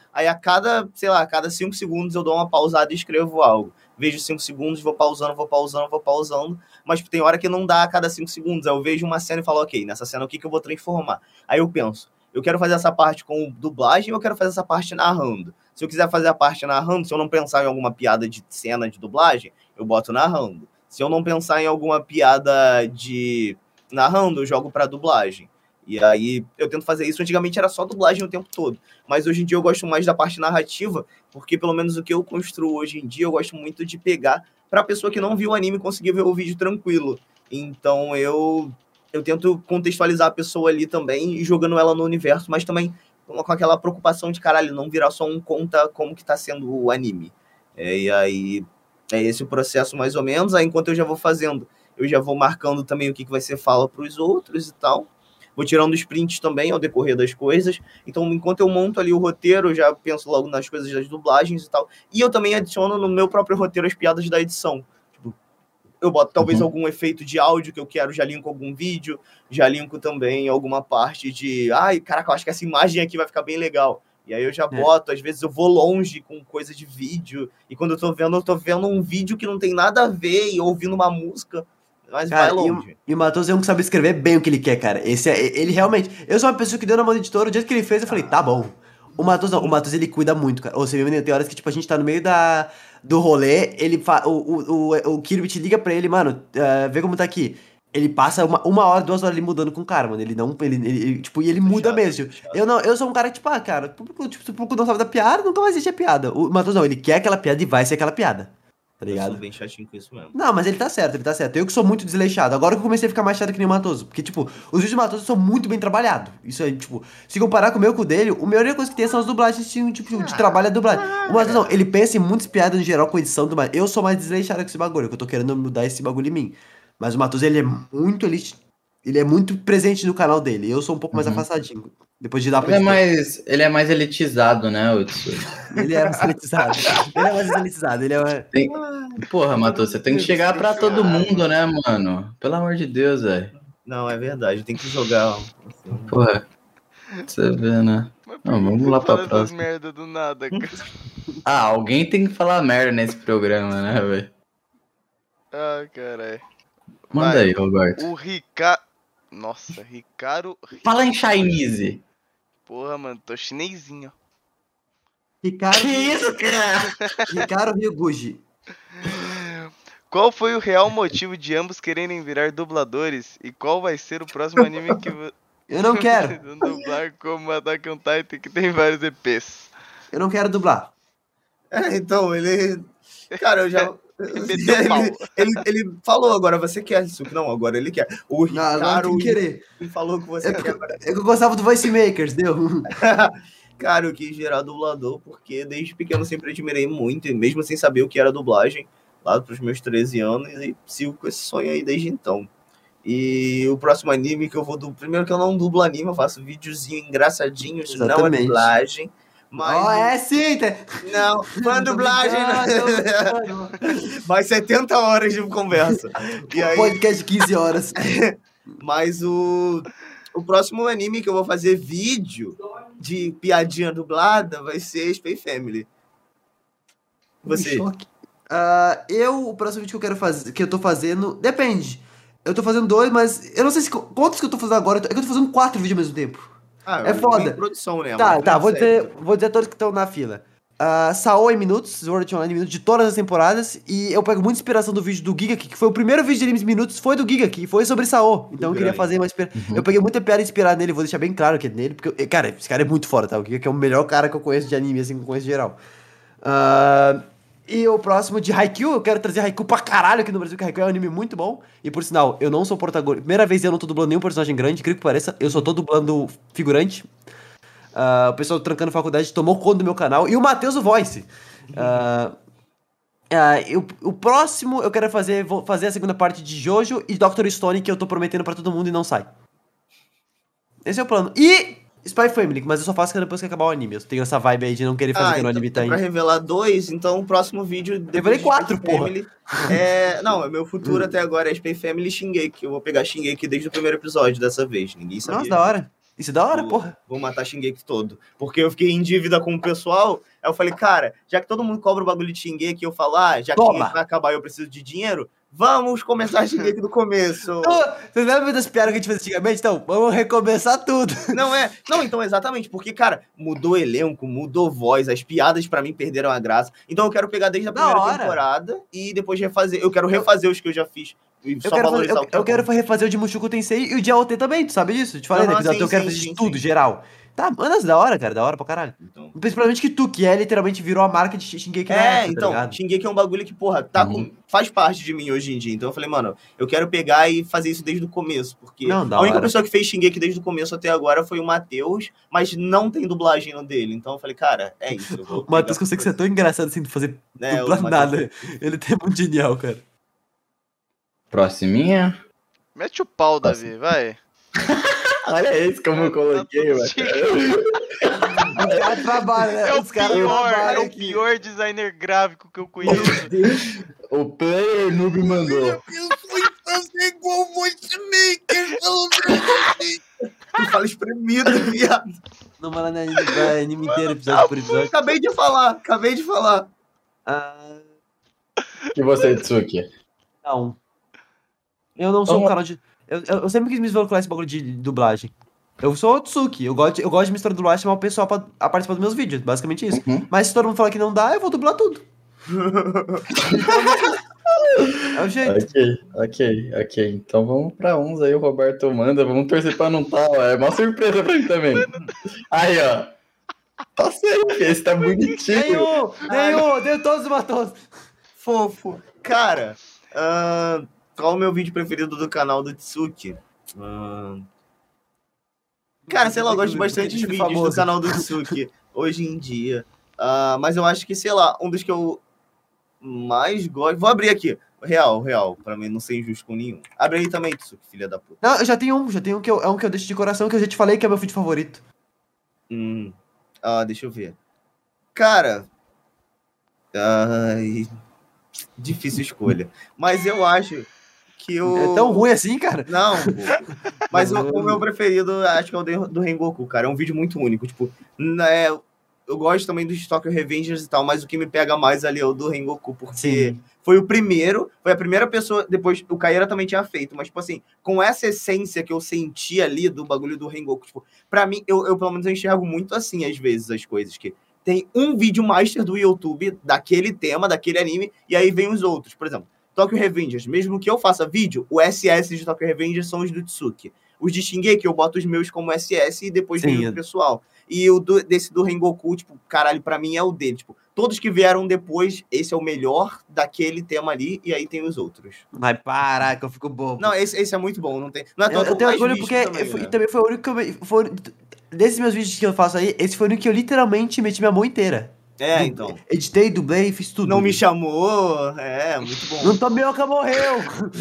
Aí a cada, sei lá, a cada cinco segundos eu dou uma pausada e escrevo algo. Vejo cinco segundos, vou pausando, vou pausando, vou pausando. Mas tem hora que não dá a cada cinco segundos. Aí eu vejo uma cena e falo, ok, nessa cena o que, que eu vou transformar? Aí eu penso, eu quero fazer essa parte com dublagem ou eu quero fazer essa parte narrando? Se eu quiser fazer a parte narrando, se eu não pensar em alguma piada de cena de dublagem, eu boto narrando. Se eu não pensar em alguma piada de narrando, eu jogo pra dublagem. E aí eu tento fazer isso. Antigamente era só dublagem o tempo todo. Mas hoje em dia eu gosto mais da parte narrativa, porque pelo menos o que eu construo hoje em dia, eu gosto muito de pegar pra pessoa que não viu o anime conseguir ver o vídeo tranquilo. Então eu, eu tento contextualizar a pessoa ali também, jogando ela no universo, mas também com aquela preocupação de, caralho, não virar só um conta como que tá sendo o anime. É, e aí é esse o processo mais ou menos. Aí enquanto eu já vou fazendo, eu já vou marcando também o que, que vai ser fala pros outros e tal. Vou tirando os prints também ao decorrer das coisas. Então, enquanto eu monto ali o roteiro, eu já penso logo nas coisas das dublagens e tal. E eu também adiciono no meu próprio roteiro as piadas da edição. Tipo, eu boto talvez uhum. algum efeito de áudio que eu quero, já linko algum vídeo, já linko também alguma parte de... Ai, caraca, eu acho que essa imagem aqui vai ficar bem legal. E aí eu já boto, é. às vezes eu vou longe com coisa de vídeo. E quando eu tô vendo, eu tô vendo um vídeo que não tem nada a ver e ouvindo uma música... Mas cara, vai longe. E, e o Matheus é um que sabe escrever bem o que ele quer, cara. Esse é, ele realmente... Eu sou uma pessoa que deu na mão do editor, o jeito que ele fez, eu falei, tá bom. O Matheus não, o Matheus ele cuida muito, cara. Ou você vê, tem horas que tipo, a gente tá no meio da, do rolê, ele fa, o, o, o, o Kirby te liga pra ele, mano, uh, vê como tá aqui. Ele passa uma, uma hora, duas horas ali mudando com o cara, mano. Ele não, ele, ele, ele tipo, e ele muda mesmo. Eu não, eu sou um cara que, tipo, ah, cara, tipo, se o público não sabe da piada, nunca vai existir a piada. O Matheus não, ele quer aquela piada e vai ser aquela piada. Tá ligado? Eu sou bem chatinho com isso mesmo. Não, mas ele tá certo, ele tá certo. Eu que sou muito desleixado. Agora que eu comecei a ficar mais chato que nem o Matoso. Porque, tipo, os vídeos do Matoso são muito bem trabalhados. Isso aí, tipo, se comparar com o meu com o dele, a melhor coisa que tem são as dublagens, tipo, de trabalho é dublagem. O Matoso não, ele pensa em muitas piadas no geral com edição do mais. Eu sou mais desleixado com esse bagulho, que eu tô querendo mudar esse bagulho em mim. Mas o Matoso, ele é muito elite. Ele é muito presente no canal dele. Eu sou um pouco mais uhum. afastadinho. Depois de dar pra ele é mais Ele é mais elitizado, né, Hudson? Ele é mais elitizado. Ele é mais elitizado. Ele é mais... Tem... Porra, Matheus, você tem que chegar pra todo mundo, né, mano? Pelo amor de Deus, velho. Não, é verdade. Tem que jogar. Assim. Porra. Você vê, né? Não, vamos lá pra próxima. Merda do nada, cara. Ah, alguém tem que falar merda nesse programa, né, velho? Ah, caralho. Manda Vai, aí, Roberto. O Ricardo... Nossa, Ricardo... Fala em Chinese. Porra, mano, tô chinesinho. Ricardo... Que isso, cara? Ricardo Ryuguchi. Qual foi o real motivo de ambos quererem virar dubladores? E qual vai ser o próximo anime que... Eu não quero. Dublar como Attack on Titan, que tem vários E Ps. Eu não quero dublar. É, então, ele... Cara, eu já... Ele, ele, ele falou agora, você quer isso? Não, agora ele quer. O Ricardo querer. Ele falou que você é quer. Agora. É que eu gostava do Voice Makers, deu? Cara, eu quis gerar dublador porque desde pequeno sempre admirei muito, e mesmo sem saber o que era dublagem, lá pros meus treze anos, e sigo com esse sonho aí desde então. E o próximo anime que eu vou dublar, primeiro que eu não dublo anime, eu faço videozinho engraçadinho, isso não é dublagem. Mas... Oh, é sim! Tá... Não, fã dublagem. Mais setenta horas de conversa. E aí... Podcast de quinze horas. Mas o... o próximo anime que eu vou fazer vídeo de piadinha dublada vai ser Spy Family. Você? Uh, eu, o próximo vídeo que eu quero fazer, que eu tô fazendo, depende. Eu tô fazendo dois, mas eu não sei se quantos que eu tô fazendo agora. É que eu tô fazendo quatro vídeos ao mesmo tempo. Ah, é foda. Produção, né? Tá, tá, vou dizer, vou dizer todos que estão na fila. Uh, Sao em minutos, Sword Art Online em minutos, de todas as temporadas. E eu pego muita inspiração do vídeo do Gigaki, que foi o primeiro vídeo de animes minutos, foi do Gigaki, foi sobre Sao. Então eu queria fazer uma inspiração. Uhum. Eu peguei muita piada inspirada nele, vou deixar bem claro que é nele, porque, cara, esse cara é muito foda, tá? O Gigaki é o melhor cara que eu conheço de anime, assim, que eu conheço em geral. Uh, e o próximo de Haikyuu, eu quero trazer Haikyuu pra caralho aqui no Brasil, que Haikyuu é um anime muito bom. E por sinal, eu não sou protagonista. Primeira vez eu não tô dublando nenhum personagem grande, creio que pareça, eu só tô dublando figurante. Uh, o pessoal trancando faculdade tomou conta do meu canal. E o Matheus o Voice. Uh, uh, eu, o próximo eu quero fazer, vou fazer a segunda parte de Jojo e doutor Stone, que eu tô prometendo pra todo mundo e não sai. Esse é o plano. E Spy Family, mas eu só faço depois que acabar o anime. Eu tenho essa vibe aí de não querer fazer ah, que no então, anime tá pra revelar dois, então o próximo vídeo... Revelei quatro, Spy porra. Family, é, não, meu futuro até agora é Spy Family e Shingeki. Eu vou pegar Shingeki desde o primeiro episódio dessa vez. Ninguém sabia. Nossa, da hora. Isso é da hora, Vou- porra. Vou matar Shingeki todo. Porque eu fiquei em dívida com o pessoal. Aí eu falei, cara, já que todo mundo cobra o bagulho de Shingeki, eu falo, ah, já que Toma. Shingeki vai acabar e eu preciso de dinheiro, vamos começar Shingeki do começo. Então, vocês lembram das piadas que a gente fez antigamente? Então, vamos recomeçar tudo. Não é? Não, então, exatamente, porque, cara, mudou elenco, mudou voz, as piadas pra mim perderam a graça. Então eu quero pegar desde a Da primeira hora. temporada e depois refazer. Eu quero refazer os que eu já fiz. E Eu só quero, fazer, valorizar eu, o que é eu quero bom. refazer o de Mushoku Tensei e o de A O T também, tu sabe disso? Eu te falei, Aham, né? Episódio, sim, eu quero sim, fazer de sim, tudo, sim. geral. Tá, mano, da hora, cara, da hora pra caralho. Então. Principalmente que tu, que é literalmente virou a marca de Shingeki na É, época, tá então, ligado? Shingeki é um bagulho que, porra, tá Uhum. com, faz parte de mim hoje em dia. Então eu falei, mano, eu quero pegar e fazer isso desde o começo. Porque Não, da a única hora. pessoa que fez Shingeki desde o começo até agora foi o Matheus, mas não tem dublagem no dele. Então eu falei, cara, é isso. Eu vou O Matheus pegar consegue pra ser tão engraçado assim, de fazer É, o dublar Matheus- nada. Ele é muito genial, cara. Proximinha. Mete o pau, Nossa. Davi, vai. Olha esse como eu Tá coloquei, tudo mano. certo. Os caras trabalham, né? É o Os caras pior, é trabalham o aqui. pior designer gráfico que eu conheço. O player noob mandou. Eu sou em fazer igual o Voice Maker, pelo menos. Tu fala espremido, viado. Não manda nem vai anime inteiro, episódio por episódio. Acabei de falar, acabei de falar. Ah, E você, Tsuki? não. Eu não sou um Vamos- canal de. Eu, eu, eu sempre quis me vincular esse bagulho de dublagem. Eu sou o Tsuki. Eu gosto, de- eu gosto de misturar dublagem e chamar o pessoal pra, a participar dos meus vídeos. Basicamente isso. Uhum. Mas se todo mundo falar que não dá, eu vou dublar tudo. É o jeito. Ok, ok, ok. Então vamos pra uns aí, o Roberto manda. Vamos torcer pra não tá, ó. É uma surpresa pra mim também. Aí, ó. Tá certo, esse tá bonitinho. Nenhum! Nenhum! Deu todos os matões. Fofo. Cara, ahn, qual o meu vídeo preferido do canal do Tsuki? Ahn, Cara, sei lá, eu gosto bastante dos Ele é vídeos do famoso. canal do Tsuki hoje em dia. Ah, mas eu acho que, sei lá, um dos que eu mais gosto. Vou abrir aqui. Real, real, pra mim não ser injusto com nenhum. Abre aí também, Tsuki, filha da puta. Não, eu já tenho um. Já tenho um que eu, é um que eu deixo de coração, que eu já te falei que é meu vídeo favorito. Hum. Ah, deixa eu ver. Cara. Ai. Difícil escolha. Mas eu acho que o. É tão ruim assim, cara? Não, pô. Mas o, o meu preferido, acho que é o de- do Rengoku, cara. É um vídeo muito único. Tipo, né, eu gosto também dos Tokyo Revengers e tal, mas o que me pega mais ali é o do Rengoku, porque Sim. foi o primeiro, foi a primeira pessoa, depois o Kaira também tinha feito, mas, tipo assim, com essa essência que eu senti ali do bagulho do Rengoku, tipo, pra mim, eu, eu pelo menos eu enxergo muito assim, às vezes, as coisas, que tem um vídeo master do YouTube daquele tema, daquele anime, e aí vem os outros. Por exemplo, Tokyo Revengers, mesmo que eu faça vídeo, o S S de Tokyo Revengers são os do Tsuki. Os de Shingeki, eu boto os meus como S S e depois vem Sim. o pessoal. E o do- desse do Rengoku, tipo, caralho, pra mim é o dele. Tipo, todos que vieram depois, esse é o melhor daquele tema ali, e aí tem os outros. Vai parar, que eu fico bobo. Não, esse, esse é muito bom, não tem. Não é Eu, todo eu tenho mais orgulho visto porque também, foi- né? também foi o único que eu. me- Foi, desses meus vídeos que eu faço aí, esse foi o único que eu literalmente meti minha mão inteira. É, Du- então. Editei, dublei, fiz tudo. Não me chamou, é, muito bom. Não Tomioka morreu!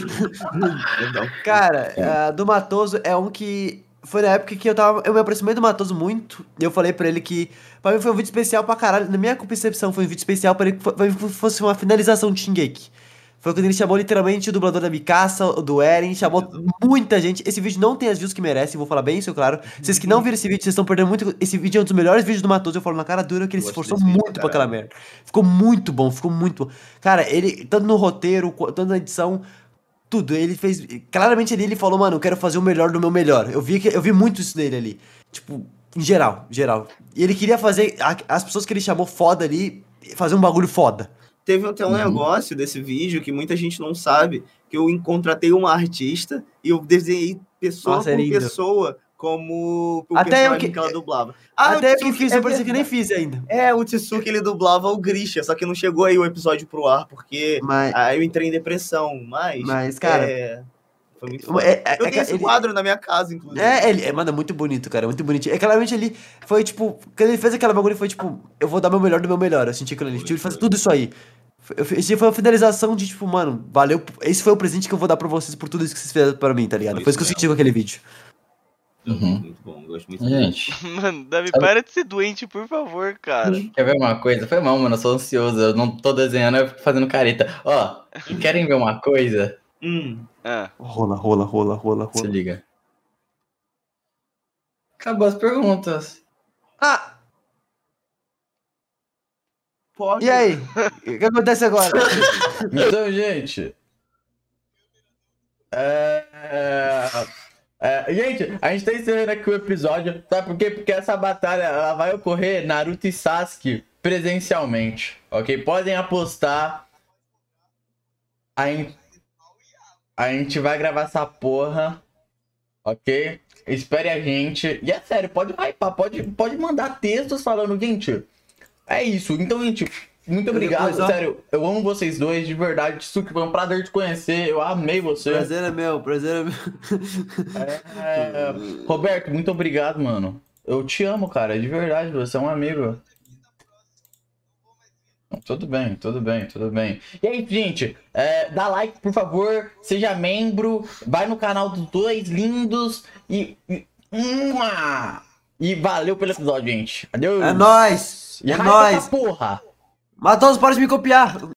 Perdão. Cara, ah, do Matoso é um que. Foi na época que eu tava. Eu me aproximei do Matoso muito. E eu falei pra ele que. Pra mim foi um vídeo especial pra caralho. Na minha concepção, foi um vídeo especial pra ele que fo- pra mim fosse uma finalização de Shingeki. Foi quando ele chamou literalmente o dublador da Mikasa, o do Eren, chamou muita gente. Esse vídeo não tem as views que merece, vou falar bem isso, claro. Vocês que não viram esse vídeo, vocês estão perdendo muito. Esse vídeo é um dos melhores vídeos do Matoso. Eu falo na cara dura que ele se Gosto esforçou desse vídeo muito pra pra aquela caralho. merda. Ficou muito bom, ficou muito bom. Cara, ele, tanto no roteiro, qu- tanto na edição, tudo. Ele fez. Claramente ali ele falou, mano, eu quero fazer o melhor do meu melhor. Eu vi, que, eu vi muito isso dele ali. Tipo, em geral, em geral. E ele queria fazer. a- As pessoas que ele chamou foda ali, fazer um bagulho foda. Teve até um Uhum. negócio desse vídeo que muita gente não sabe, que eu contratei uma artista e eu desenhei pessoa Nossa, é por lindo. pessoa como o Até eu personagem que- que... ela dublava. Ah, Até o eu que Tsuki- fiz, é eu parecia que nem verdade. fiz ainda. É, o Tsuki ele dublava o Grisha, só que não chegou aí o episódio pro ar, porque Mas. aí eu entrei em depressão, mas... Mas, cara. é, foi muito Uma- foda. é- é- Eu é tenho que esse ele- quadro na minha casa, inclusive. É, ele, é, mano, é muito bonito, cara, é muito bonitinho. É claramente ele foi tipo, quando ele fez aquela bagulho, foi tipo, eu vou dar meu melhor do meu melhor. Eu senti aquilo ali, tipo, ele faz tudo isso aí. Foi- eu- Esse foi uma finalização de tipo, mano, valeu. Esse foi o presente que eu vou dar pra vocês por tudo isso que vocês fizeram pra mim, tá ligado? Foi Foi isso que eu isso senti com aquele vídeo. Uhum. Muito bom, gosto muito dele. Gente, Mano, Davi, Sabe- para de ser doente, por favor, cara. quer ver uma coisa? Foi mal, mano. Eu sou ansioso. Eu não tô desenhando, eu fico fazendo careta. Ó, querem ver uma coisa? Hum, Ah, Rola, rola, rola, rola, Se rola. liga. Acabou as perguntas. Ah, Pode. e aí? O que acontece agora? Então, gente. É, é, é, gente, a gente tá encerrando aqui o episódio. Sabe por quê? Porque essa batalha ela vai ocorrer Naruto e Sasuke presencialmente. Ok? Podem apostar. A gente, a gente vai gravar essa porra. Ok? Espere a gente. E é sério, pode hypar, pode, pode mandar textos falando, gente. É isso. Então, gente, muito obrigado. Depois, ó. Sério, eu amo vocês dois, de verdade. Tsuki, foi um prazer te conhecer. Eu amei você. Prazer é meu, prazer é meu. É, Roberto, muito obrigado, mano. Eu te amo, cara. De verdade, você é um amigo. Tudo bem, tudo bem, tudo bem. E aí, gente, é, dá like, por favor. Seja membro. Vai no canal dos dois lindos. E. E, Mua! E valeu pelo episódio, gente. Adeus. É nóis! E É hypa nóis! essa porra. Matoso, pode me copiar!